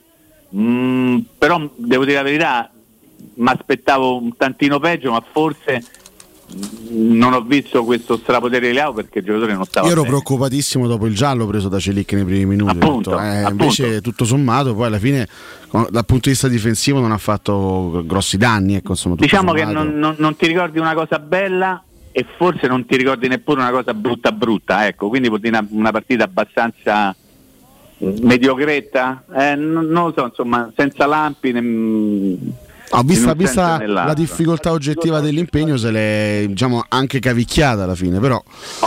Speaker 13: mh, però devo dire la verità, mi aspettavo un tantino peggio, ma forse non ho visto questo strapotere di Leao perché il giocatore non stava
Speaker 15: Io ero
Speaker 13: bene.
Speaker 15: preoccupatissimo dopo il giallo preso da Celic nei primi minuti.
Speaker 13: Appunto,
Speaker 15: Ho detto, eh,
Speaker 13: appunto.
Speaker 15: invece tutto sommato poi alla fine dal punto di vista difensivo non ha fatto grossi danni, ecco, insomma, tutto
Speaker 13: Diciamo
Speaker 15: sommato.
Speaker 13: che non, non, non ti ricordi una cosa bella e forse non ti ricordi neppure una cosa brutta brutta, ecco, quindi vuol dire una, una partita abbastanza mediocretta, eh, non, non lo so, insomma, senza lampi ne,
Speaker 15: Ho vista,
Speaker 13: in un
Speaker 15: vista
Speaker 13: senso e nell'altro.
Speaker 15: la difficoltà oggettiva dell'impegno, se l'è, diciamo, anche cavicchiata alla fine, però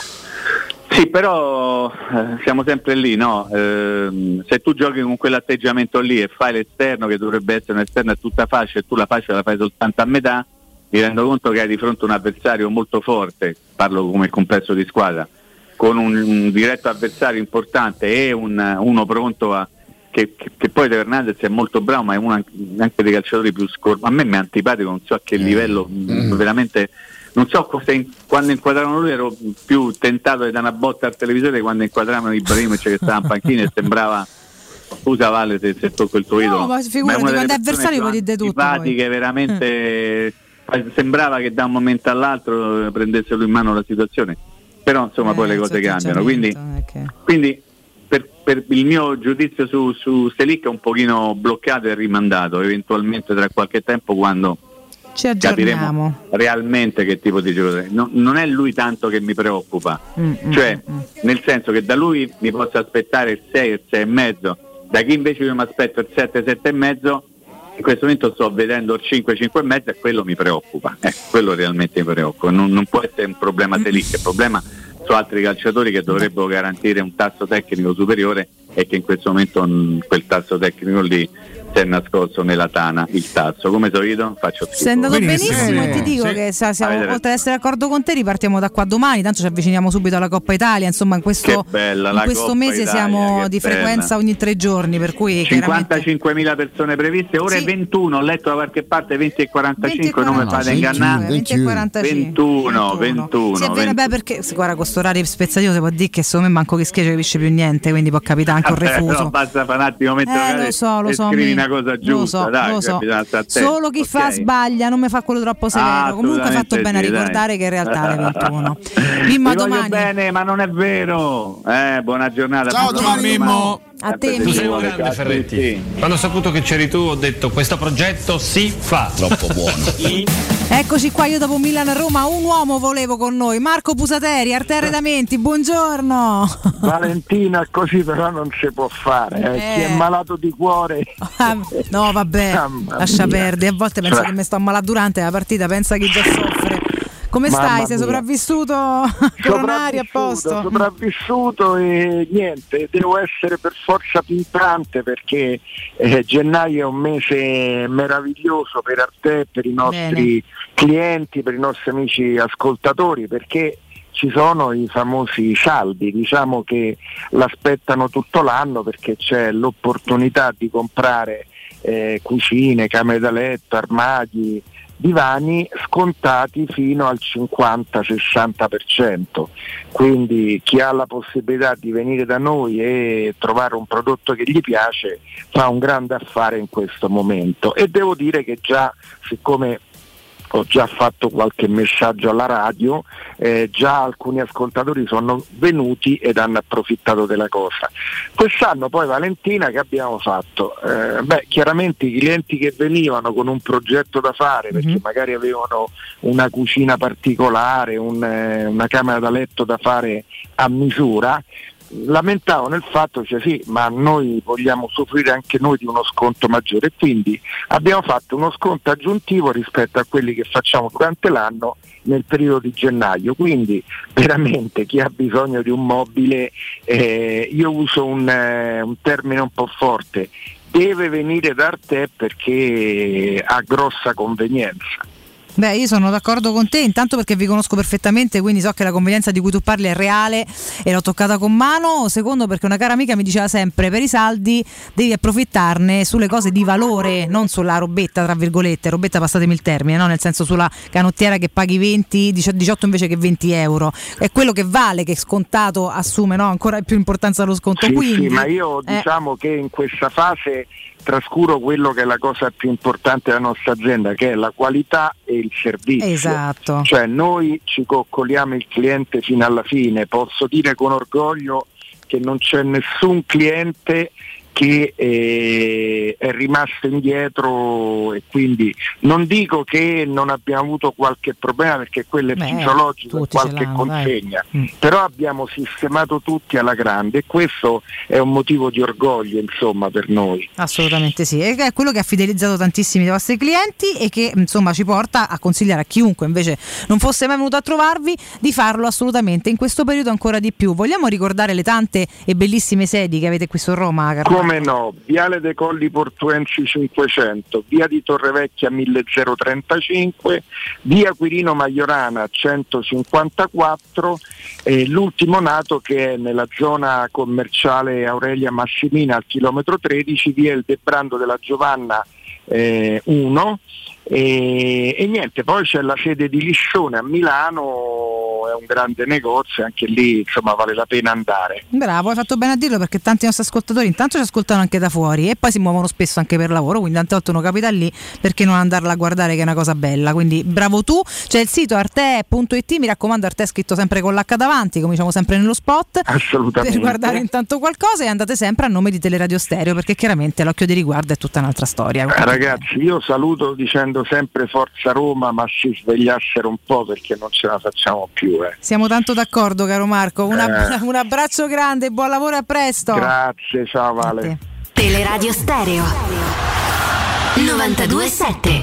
Speaker 13: Sì, però eh, siamo sempre lì, no? Eh, se tu giochi con quell'atteggiamento lì e fai l'esterno, che dovrebbe essere un esterno a tutta fascia, e tu la fascia la fai soltanto a metà, mi rendo conto che hai di fronte un avversario molto forte, parlo come complesso di squadra, con un, un diretto avversario importante e un, uno pronto a che, che, che poi De Fernandez è molto bravo, ma è uno anche dei calciatori più scor- a me mi è antipatico, non so a che livello, mm. veramente non so cosa in, quando inquadravano lui ero più tentato di dare una botta al televisore quando inquadravano Ibrahimovic che stava in panchina e sembrava, scusa Vale se, se tocco il tuo idolo,
Speaker 21: no, ma figurati,
Speaker 13: ma è
Speaker 21: quando è avversario puoi dire tutto
Speaker 13: che veramente mm. sembrava che da un momento all'altro prendesse lui in mano la situazione, però insomma eh, poi le cose cambiano, quindi,
Speaker 21: okay.
Speaker 13: quindi per, per il mio giudizio su, su Selic è un pochino bloccato e rimandato, eventualmente tra qualche tempo quando
Speaker 21: ci aggiorniamo,
Speaker 13: capiremo realmente che tipo di giocatore. No, non è lui tanto che mi preoccupa, mm, cioè mm, nel senso che da lui mi posso aspettare il sei, il sei e mezzo, da chi invece io mi aspetto il sette, sette e mezzo, in questo momento sto vedendo il cinque, cinque e mezzo e quello mi preoccupa, eh, quello realmente mi preoccupa, non, non può essere un problema Selic, il problema su altri calciatori che dovrebbero garantire un tasso tecnico superiore e che in questo momento mh, quel tasso tecnico lì si è nascosto nella tana il tasso. Come solito faccio schifo.
Speaker 21: Sei andato benissimo, benissimo e ti dico sì. che sa, siamo, oltre ad essere d'accordo con te, ripartiamo da qua domani, tanto ci avviciniamo subito alla Coppa Italia, insomma in questo,
Speaker 13: bella,
Speaker 21: in questo mese
Speaker 13: Italia,
Speaker 21: siamo di
Speaker 13: bella.
Speaker 21: frequenza ogni tre giorni, per cui
Speaker 13: cinquantacinquemila persone previste, ore sì. ventuno, ho letto da qualche parte venti e quarantacinque, non mi fate ingannare,
Speaker 21: venti e quarantacinque
Speaker 13: ventuno, ventuno
Speaker 21: sì, è vero, beh, perché guarda, questo orario spezzativo si può dire che secondo me manco che schia capisce più niente, quindi può capitare anche un refuso.
Speaker 13: No, basta fare un attimo mettere
Speaker 21: eh, lo so, lo so,
Speaker 13: scrivi una cosa giusta.
Speaker 21: Lo so,
Speaker 13: dai,
Speaker 21: lo so. Solo chi
Speaker 13: okay.
Speaker 21: fa sbaglia, non mi fa quello troppo severo.
Speaker 13: Ah,
Speaker 21: comunque hai fatto bene a ricordare
Speaker 13: dai.
Speaker 21: che in realtà alle ventuno. Mimmo, domani.
Speaker 13: Bene, ma non è vero. Eh, buona giornata.
Speaker 22: Ciao, domani Mimmo.
Speaker 21: A te,
Speaker 3: tu sei un grande Ferretti. Sì. Quando ho saputo che c'eri tu ho detto questo progetto si fa.
Speaker 22: Troppo buono.
Speaker 21: Eccoci qua, io dopo Milano e Roma un uomo volevo con noi, Marco Pusateri, Arte Arredamenti, buongiorno.
Speaker 12: Valentina, così però non si può fare, eh. Eh. Chi è malato di cuore.
Speaker 21: No vabbè, lascia perdere, a volte penso
Speaker 12: cioè.
Speaker 21: che mi sto ammalando durante la partita, pensa chi già soffre. Come stai? Mamma Sei mia. sopravvissuto? Coronari a posto?
Speaker 12: Sopravvissuto e niente, devo essere per forza pimpante perché eh, gennaio è un mese meraviglioso per Arte, per i nostri Bene. clienti, per i nostri amici ascoltatori, perché ci sono i famosi saldi, diciamo che l'aspettano tutto l'anno perché c'è l'opportunità di comprare eh, cucine, camere da letto, armadi, divani scontati fino al cinquanta sessanta per cento, quindi chi ha la possibilità di venire da noi e trovare un prodotto che gli piace fa un grande affare in questo momento. E devo dire che già, siccome ho già fatto qualche messaggio alla radio, eh, già alcuni ascoltatori sono venuti ed hanno approfittato della cosa. Quest'anno poi, Valentina, che abbiamo fatto? Eh, beh, chiaramente i clienti che venivano con un progetto da fare, perché mm-hmm. magari avevano una cucina particolare, un, eh, una camera da letto da fare a misura, lamentavano il fatto, cioè sì, ma noi vogliamo soffrire anche noi di uno sconto maggiore, e quindi abbiamo fatto uno sconto aggiuntivo rispetto a quelli che facciamo durante l'anno nel periodo di gennaio. Quindi veramente chi ha bisogno di un mobile, eh, io uso un, eh, un termine un po' forte, deve venire da Arte perché ha grossa convenienza.
Speaker 21: Beh, io sono d'accordo con te, intanto perché vi conosco perfettamente, quindi so che la convenienza di cui tu parli è reale e l'ho toccata con mano. Secondo, perché una cara amica mi diceva sempre, per i saldi devi approfittarne sulle cose di valore, non sulla robetta, tra virgolette, robetta passatemi il termine, no? Nel senso sulla canottiera che paghi venti, diciotto invece che venti euro. È quello che vale, che scontato assume, no? Ancora più importanza lo sconto.
Speaker 12: Sì,
Speaker 21: quindi,
Speaker 12: sì, ma io
Speaker 21: eh.
Speaker 12: diciamo che in questa fase trascuro quello che è la cosa più importante della nostra azienda, che è la qualità e il servizio.
Speaker 21: Esatto.
Speaker 12: Cioè noi ci coccoliamo il cliente fino alla fine. Posso dire con orgoglio che non c'è nessun cliente che eh, è rimasto indietro, e quindi non dico che non abbiamo avuto qualche problema, perché quello è
Speaker 21: Beh,
Speaker 12: fisiologico,
Speaker 21: tutti
Speaker 12: qualche
Speaker 21: ce l'hanno,
Speaker 12: consegna,
Speaker 21: mm.
Speaker 12: però abbiamo sistemato tutti alla grande, e questo è un motivo di orgoglio, insomma, per noi.
Speaker 21: Assolutamente sì, e è quello che ha fidelizzato tantissimi dei vostri clienti e che insomma ci porta a consigliare a chiunque invece non fosse mai venuto a trovarvi di farlo assolutamente in questo periodo ancora di più. Vogliamo ricordare le tante e bellissime sedi che avete qui su Roma, Carlo?
Speaker 12: Come no, Viale dei Colli Portuensi cinquecento, Via di Torrevecchia mille trentacinque, Via Quirino Maiorana centocinquantaquattro, e l'ultimo nato che è nella zona commerciale Aurelia Massimina al chilometro tredici, Via il Debrando della Giovanna eh, uno. E, e niente, poi c'è la sede di Liscione a Milano, è un grande negozio, anche lì insomma vale la pena andare.
Speaker 21: Bravo, hai fatto bene a dirlo, perché tanti nostri ascoltatori intanto ci ascoltano anche da fuori e poi si muovono spesso anche per lavoro, quindi tante volte uno capita lì, perché non andarla a guardare, che è una cosa bella. Quindi bravo tu. C'è il sito arte punto it, mi raccomando, Arte è scritto sempre con l'H davanti, come diciamo sempre nello spot,
Speaker 12: assolutamente,
Speaker 21: per guardare intanto qualcosa, e andate sempre a nome di Teleradio Stereo, perché chiaramente l'occhio di riguardo è tutta un'altra storia.
Speaker 12: Eh, ragazzi, io saluto dicendo sempre Forza Roma, ma si svegliassero un po', perché non ce la facciamo più. Eh.
Speaker 21: Siamo tanto d'accordo, caro Marco. Un, ab-
Speaker 12: Eh.
Speaker 21: un abbraccio grande, buon lavoro e a presto.
Speaker 12: Grazie, ciao Vale.
Speaker 1: Teleradio Stereo novantadue sette.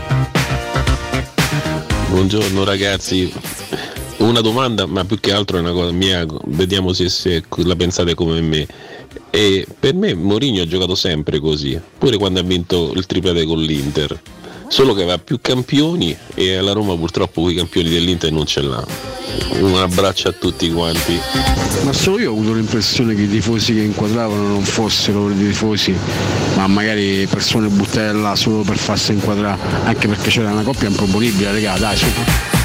Speaker 6: Buongiorno ragazzi, una domanda, ma più che altro è una cosa mia, vediamo se, se la pensate come me. E per me Mourinho ha giocato sempre così, pure quando ha vinto il triplete con l'Inter, solo che aveva più campioni e la Roma purtroppo quei campioni dell'Inter non ce l'ha. Un abbraccio a tutti quanti.
Speaker 10: Ma solo io ho avuto l'impressione che i tifosi che inquadravano non fossero i tifosi, ma magari persone buttate là solo per farsi inquadrare, anche perché c'era una coppia improponibile, raga, dai, su.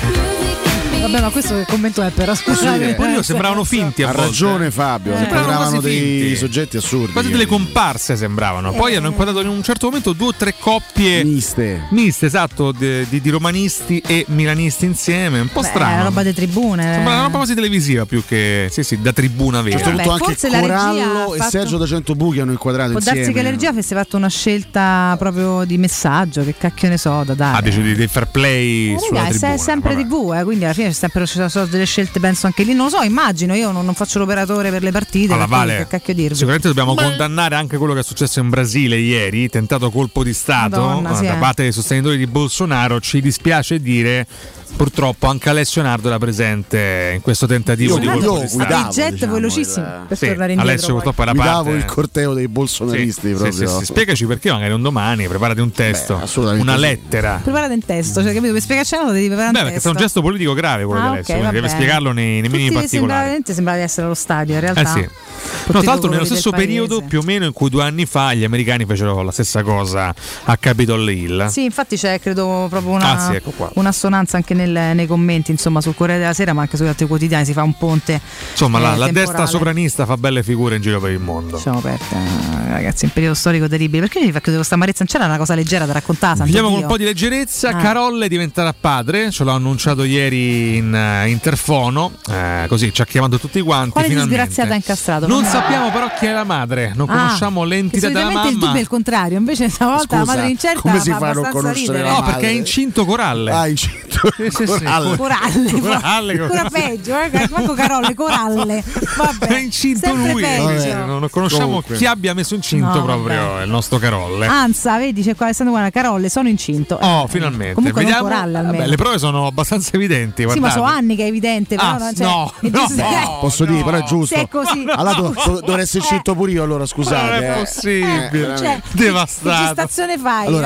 Speaker 21: Vabbè, ma questo che commento è, però scusate.
Speaker 22: Pure io sembravano finti a
Speaker 15: Ha
Speaker 22: volte.
Speaker 15: ragione Fabio,
Speaker 22: Eh.
Speaker 15: sembravano
Speaker 22: Quasi
Speaker 15: dei
Speaker 22: finti.
Speaker 15: soggetti assurdi.
Speaker 22: Quasi delle comparse sembravano. Poi
Speaker 21: Eh.
Speaker 22: hanno inquadrato in un certo momento due o tre coppie
Speaker 15: miste,
Speaker 22: miste esatto, di, di, di romanisti e milanisti insieme. Un po'
Speaker 21: Beh,
Speaker 22: strano.
Speaker 21: è una roba di tribune.
Speaker 22: Sembra una roba quasi televisiva più che sì, sì, da tribuna vera.
Speaker 15: A un certo punto anche
Speaker 21: forse la regia
Speaker 15: Corallo
Speaker 21: ha
Speaker 15: e
Speaker 21: fatto-
Speaker 15: Sergio da Cento Buchi hanno inquadrato
Speaker 21: Può
Speaker 15: insieme.
Speaker 21: darsi che la regia avesse fatto una scelta proprio di messaggio, che cacchio ne so, da dare.
Speaker 22: Ah, dice di, di fair play
Speaker 21: Eh,
Speaker 22: sulla
Speaker 21: raga,
Speaker 22: tribuna.
Speaker 21: è sempre
Speaker 22: vabbè.
Speaker 21: tivù, eh, quindi alla fine c'è sempre ci sono delle scelte, penso anche lì, non lo so, immagino, io non, non faccio l'operatore per le partite,
Speaker 22: Allora,
Speaker 21: per cui
Speaker 22: Vale,
Speaker 21: che cacchio dirvi.
Speaker 22: sicuramente dobbiamo condannare anche quello che è successo in Brasile ieri, tentato colpo di Stato
Speaker 21: Madonna, sì,
Speaker 22: da
Speaker 21: eh.
Speaker 22: parte dei sostenitori di Bolsonaro. Ci dispiace dire, purtroppo anche Alessio Nardo era presente in questo tentativo
Speaker 15: Io-
Speaker 22: di
Speaker 15: io
Speaker 22: colpo di
Speaker 15: guidavo,
Speaker 22: Stato.
Speaker 21: I jet
Speaker 15: diciamo,
Speaker 21: velocissimi
Speaker 15: il-
Speaker 21: per
Speaker 22: Sì,
Speaker 21: tornare indietro.
Speaker 22: Alessio
Speaker 21: poi.
Speaker 22: purtroppo era
Speaker 15: Guidavo
Speaker 22: parte.
Speaker 15: il corteo dei bolsonaristi
Speaker 22: Sì,
Speaker 15: proprio.
Speaker 22: sì, sì, sì. Spiegaci perché magari un domani preparati un testo,
Speaker 15: Beh, assolutamente
Speaker 22: una
Speaker 15: sì.
Speaker 22: lettera.
Speaker 21: Preparate un testo, cioè capito? Per spiegarci una cosa devi preparare
Speaker 22: Beh,
Speaker 21: un
Speaker 22: perché
Speaker 21: testo.
Speaker 22: è un gesto politico grave quello
Speaker 21: Ah,
Speaker 22: di
Speaker 21: ok,
Speaker 22: Alessio,
Speaker 21: va
Speaker 22: quindi deve
Speaker 21: bene.
Speaker 22: spiegarlo nei, nei minimi
Speaker 21: Tutti
Speaker 22: particolari.
Speaker 21: Sembrava, veramente sembrava di essere allo stadio, in realtà.
Speaker 22: Eh sì.
Speaker 21: Tutti
Speaker 22: No,
Speaker 21: i
Speaker 22: tra l'altro nello
Speaker 21: colori
Speaker 22: stesso
Speaker 21: del
Speaker 22: periodo
Speaker 21: paese.
Speaker 22: più o meno in cui due anni fa gli americani fecero la stessa cosa a Capitol Hill.
Speaker 21: Sì, infatti c'è credo proprio una,
Speaker 22: Ah, sì, ecco qua.
Speaker 21: un'assonanza anche nel- nei commenti, insomma, sul Corriere della Sera, ma anche sugli altri quotidiani si fa un ponte.
Speaker 22: Insomma,
Speaker 21: eh,
Speaker 22: la, la
Speaker 21: temporale.
Speaker 22: destra sovranista fa belle figure in giro per il mondo.
Speaker 21: Lasciamo aperta, ragazzi, un periodo storico terribile. Perché mi fa chiudere questa amarezza? Non c'era una cosa leggera da raccontare? santo
Speaker 22: Chiudiamo con
Speaker 21: Dio?
Speaker 22: un po' di leggerezza.
Speaker 21: Ah.
Speaker 22: Carolle diventerà padre, ce l'ho annunciato ieri in uh, interfono. Eh, così ci ha chiamato tutti quanti.
Speaker 21: Quale
Speaker 22: finalmente.
Speaker 21: disgraziata ha incastrato?
Speaker 22: Non
Speaker 21: Non-
Speaker 22: sappiamo però chi è la madre, non
Speaker 21: Ah,
Speaker 22: conosciamo
Speaker 21: che
Speaker 22: l'entità della
Speaker 21: solitamente il
Speaker 22: mamma.
Speaker 21: dubbio è il contrario, invece stavolta la
Speaker 15: Scusa,
Speaker 21: madre incerta
Speaker 15: come si
Speaker 21: fa
Speaker 15: fa a non
Speaker 21: abbastanza
Speaker 15: conoscere
Speaker 21: ridere.
Speaker 15: la
Speaker 22: No, perché è
Speaker 15: madre?
Speaker 22: incinto Coralle.
Speaker 15: Ah, incinto
Speaker 22: Sì, sì, sì.
Speaker 15: Coralle.
Speaker 21: Coralle,
Speaker 22: Coralle,
Speaker 21: ancora peggio, eh? Manco Carolle, Coralle. Vabbè,
Speaker 22: È incinto
Speaker 21: sempre
Speaker 22: lui.
Speaker 21: peggio.
Speaker 22: Vabbè, non conosciamo
Speaker 15: Comunque.
Speaker 22: chi abbia messo incinto
Speaker 21: No,
Speaker 22: proprio
Speaker 21: vabbè.
Speaker 22: il nostro Carolle.
Speaker 21: Anza, vedi, c'è qua Alessandro Guarda, Carolle, sono incinto.
Speaker 22: Oh,
Speaker 21: Eh,
Speaker 22: finalmente.
Speaker 21: Comunque
Speaker 22: Vediamo.
Speaker 21: non Coralle almeno.
Speaker 22: Vabbè, le prove sono abbastanza evidenti.
Speaker 21: Sì, ma
Speaker 22: guardate.
Speaker 21: sono anni che è evidente. Però
Speaker 22: Ah,
Speaker 21: non- cioè,
Speaker 22: no,
Speaker 21: è
Speaker 22: no,
Speaker 21: giusto-
Speaker 22: no.
Speaker 15: Posso dire, però è giusto.
Speaker 21: Se è così.
Speaker 15: Allora do- do- dovrei essere incinto pure io, allora scusate.
Speaker 22: Non è
Speaker 15: eh.
Speaker 22: possibile.
Speaker 15: Eh,
Speaker 21: Cioè,
Speaker 22: Devastato.
Speaker 21: che gestazione fai?
Speaker 15: Allora,
Speaker 21: eh?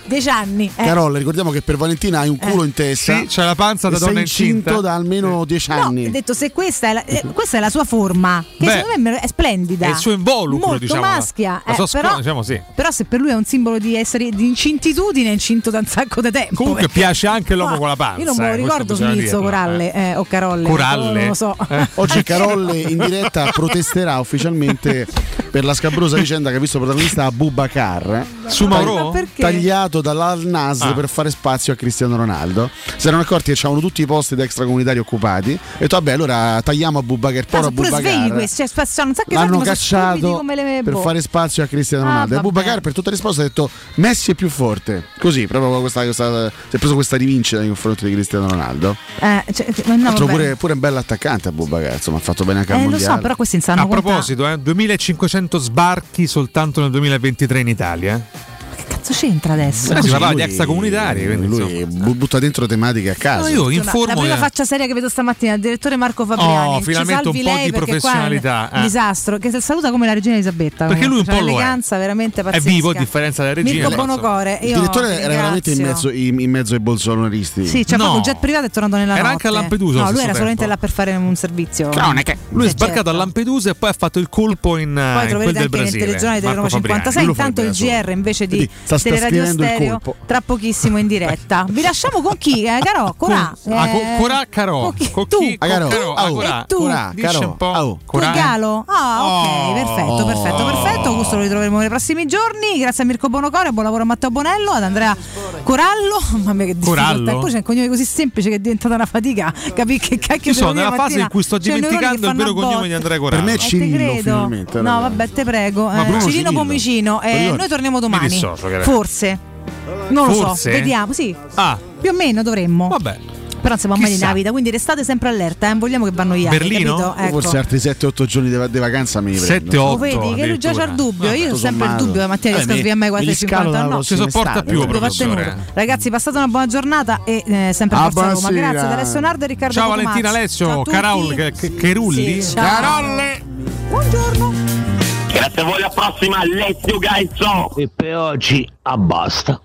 Speaker 21: dieci anni. Eh.
Speaker 15: Carolla, ricordiamo che per Valentina hai un culo
Speaker 21: Eh.
Speaker 15: in testa.
Speaker 22: Sì, c'è la panza da
Speaker 15: e
Speaker 22: donna
Speaker 15: sei
Speaker 22: incinta.
Speaker 15: incinto da almeno dieci
Speaker 21: No,
Speaker 15: anni.
Speaker 21: ho detto se questa è la, eh, questa è la sua forma, che
Speaker 22: Beh,
Speaker 21: secondo me è splendida.
Speaker 22: È il suo involucro,
Speaker 21: molto
Speaker 22: diciamo.
Speaker 21: maschia.
Speaker 22: La
Speaker 21: eh,
Speaker 22: sua
Speaker 21: però,
Speaker 22: scuola, diciamo sì.
Speaker 21: però se per lui è un simbolo di essere di incintitudine, è incinto da un sacco di tempo.
Speaker 22: Comunque
Speaker 21: perché-
Speaker 22: piace anche l'uomo
Speaker 21: No,
Speaker 22: con la panza.
Speaker 21: Io non me lo
Speaker 22: eh, questo
Speaker 21: ricordo
Speaker 22: bisogna
Speaker 21: Smizzo
Speaker 22: dirlo,
Speaker 21: Coralle eh, o Carolle.
Speaker 22: Coralle?
Speaker 21: Non lo so.
Speaker 22: Eh.
Speaker 15: Oggi Carolle in diretta protesterà ufficialmente per la scabrosa vicenda che ha visto protagonista Abubakar
Speaker 22: Su Mauro?
Speaker 21: Ma perché?
Speaker 15: tagliato dall'Al Nasr
Speaker 22: Ah.
Speaker 15: per fare spazio a Cristiano Ronaldo. Si erano accorti che c'erano tutti i posti da extracomunitari occupati e detto vabbè allora tagliamo Abubakar,
Speaker 21: Ah,
Speaker 15: poro
Speaker 21: sono pure svegli
Speaker 15: Abubakar.
Speaker 21: questi, cioè, fa- sono un sacco di
Speaker 15: L'hanno
Speaker 21: soldi, ma sono stupidi
Speaker 15: cacciato
Speaker 21: come le
Speaker 15: per
Speaker 21: boh.
Speaker 15: fare spazio a Cristiano
Speaker 21: Ah,
Speaker 15: Ronaldo. E
Speaker 21: vabbè.
Speaker 15: Abubakar per tutta risposta ha detto Messi è più forte. Così, proprio questa, questa, si è preso questa rivincita nei confronti di Cristiano Ronaldo.
Speaker 21: Eh, cioè, ma no,
Speaker 15: Altro
Speaker 21: vabbè.
Speaker 15: pure, pure un bel attaccante Abubakar, insomma ha fatto bene anche al
Speaker 21: Eh, lo
Speaker 15: mondiale.
Speaker 21: so, però questi non sanno
Speaker 22: A
Speaker 21: contare.
Speaker 22: proposito, eh, duemilacinquecento sbarchi soltanto nel duemilaventitré in Italia. Eh?
Speaker 21: Che cazzo c'entra adesso?
Speaker 22: Eh, si parlava di
Speaker 15: lui-
Speaker 22: extracomunitari. Quindi,
Speaker 15: lui bu- butta dentro tematiche a caso.
Speaker 22: No, io
Speaker 21: La
Speaker 22: informo
Speaker 21: prima
Speaker 22: che-
Speaker 21: faccia seria che vedo stamattina, il direttore Marco Fabriani.
Speaker 22: Oh,
Speaker 21: Ci
Speaker 22: finalmente
Speaker 21: salvi
Speaker 22: un po'
Speaker 21: lei
Speaker 22: di
Speaker 21: perché qua è
Speaker 22: professionalità,
Speaker 21: un
Speaker 22: eh.
Speaker 21: disastro. Che si saluta come la regina Elisabetta.
Speaker 22: Perché lui un
Speaker 21: C'ha
Speaker 22: po' lo è.
Speaker 21: un'eleganza veramente
Speaker 22: È
Speaker 21: pazzesca.
Speaker 22: vivo a differenza della regina.
Speaker 21: Mirko
Speaker 22: però, insomma.
Speaker 21: Bonocore.
Speaker 15: Il
Speaker 21: Io
Speaker 15: direttore
Speaker 21: ti
Speaker 15: era veramente in
Speaker 21: ringrazio.
Speaker 15: mezzo, in, in mezzo ai bolsonaristi.
Speaker 21: Sì, c'ha
Speaker 22: No.
Speaker 21: proprio un jet privato e è tornato nella
Speaker 22: Era
Speaker 21: notte.
Speaker 22: anche a Lampedusa
Speaker 21: No,
Speaker 22: allo
Speaker 21: lui
Speaker 22: stesso
Speaker 21: era solamente
Speaker 22: tempo.
Speaker 21: là per fare un servizio.
Speaker 15: Cronache.
Speaker 22: Lui è
Speaker 21: Eh,
Speaker 22: sbarcato
Speaker 21: certo.
Speaker 22: a Lampedusa e poi ha fatto il colpo in, eh,
Speaker 21: Poi
Speaker 22: in quel
Speaker 21: troverete
Speaker 22: del
Speaker 21: anche nel
Speaker 22: Brasile.
Speaker 21: telegiornale delle Roma
Speaker 22: Marco Fabriani.
Speaker 21: cinquantasei.
Speaker 15: Lui lo
Speaker 21: Intanto il
Speaker 15: farebbe da
Speaker 21: G R invece di
Speaker 15: Vedi, sta- sta
Speaker 21: Teleradio
Speaker 15: scrivendo il
Speaker 21: Stereo
Speaker 15: colpo.
Speaker 21: tra pochissimo in diretta. Vi lasciamo con chi? Eh, Carò? Corà?
Speaker 22: Con- ah, con-
Speaker 21: Eh,
Speaker 22: Corà, Carò.
Speaker 21: con chi?
Speaker 22: Con
Speaker 21: Tu?
Speaker 22: chi?
Speaker 15: Ah, Carò.
Speaker 22: Con Carò. Ah,
Speaker 15: Oh,
Speaker 22: Corà.
Speaker 21: e tu?
Speaker 15: Corà,
Speaker 22: Dice
Speaker 15: Carò.
Speaker 22: un po'.
Speaker 15: Oh.
Speaker 21: Tu
Speaker 22: Corà.
Speaker 21: Galo? Ah, ok,
Speaker 22: Oh.
Speaker 21: perfetto, perfetto, perfetto. Questo lo ritroveremo nei prossimi giorni. Grazie a Mirko Bonocore, buon lavoro a Matteo Bonello, ad Andrea Corallo. Mamma mia, che difficoltà.
Speaker 22: Corallo?
Speaker 21: E poi c'è un cognome così semplice che è diventata una fatica. Capì che cacchio
Speaker 22: Io sono
Speaker 21: devo dire
Speaker 22: nella fase
Speaker 21: mattina?
Speaker 22: in cui sto
Speaker 21: C'è neuroni
Speaker 22: dimenticando
Speaker 21: che
Speaker 22: il vero
Speaker 21: fanno a
Speaker 22: cognome
Speaker 21: botte.
Speaker 22: di Andrea
Speaker 15: Per
Speaker 22: Corallo.
Speaker 15: me è
Speaker 21: Eh, te
Speaker 15: Cirillo
Speaker 21: credo.
Speaker 15: finalmente.
Speaker 21: No, vabbè, te prego.
Speaker 15: Ma
Speaker 21: Eh,
Speaker 15: Bruno
Speaker 21: Cirino
Speaker 15: Cirillo.
Speaker 21: Pomicino. Eh,
Speaker 15: Lo ricordi?
Speaker 21: noi torniamo
Speaker 22: Mi
Speaker 21: domani.
Speaker 22: dissocio, che-
Speaker 21: Forse. Non lo
Speaker 22: Forse?
Speaker 21: so, vediamo, sì.
Speaker 22: Ah,
Speaker 21: Più o meno dovremmo.
Speaker 22: vabbè.
Speaker 21: Però non si può mai di
Speaker 22: Chissà.
Speaker 21: una vita, quindi restate sempre allerta, eh. Vogliamo che vanno gli altri.
Speaker 22: Berlino?
Speaker 21: Capito? Ecco.
Speaker 15: Forse altri sette otto giorni di, di vacanza mi
Speaker 22: Sette,
Speaker 15: prendo.
Speaker 21: Lo
Speaker 22: otto.
Speaker 21: vedi che lui già c'ha il dubbio.
Speaker 22: Vabbè,
Speaker 21: Io ho
Speaker 15: tutto
Speaker 21: sempre il
Speaker 15: sommato.
Speaker 21: dubbio, la mattina
Speaker 15: Eh,
Speaker 21: riesco a
Speaker 15: mi-
Speaker 21: svegliarmi quasi
Speaker 15: mi
Speaker 21: ai
Speaker 15: scalo
Speaker 21: cinquanta
Speaker 15: dalla
Speaker 21: no.
Speaker 22: Si sopporta
Speaker 15: estate,
Speaker 22: più,
Speaker 21: Dubbio va
Speaker 22: professore.
Speaker 21: tenuto. Ragazzi, passate una buona giornata e eh, sempre
Speaker 15: Ah,
Speaker 21: Forza Roma.
Speaker 15: buonasera.
Speaker 21: Grazie da Alessio Nardo e Riccardo
Speaker 22: Ciao
Speaker 21: Cocomazzi.
Speaker 22: Valentina, Alessio,
Speaker 21: Ciao a tutti.
Speaker 22: Caraul, che, che, che rulli.
Speaker 21: Sì, ciao.
Speaker 22: Carolle.
Speaker 21: Buongiorno.
Speaker 9: Grazie a voi, alla prossima, let's go guys!
Speaker 14: E per oggi abbasta.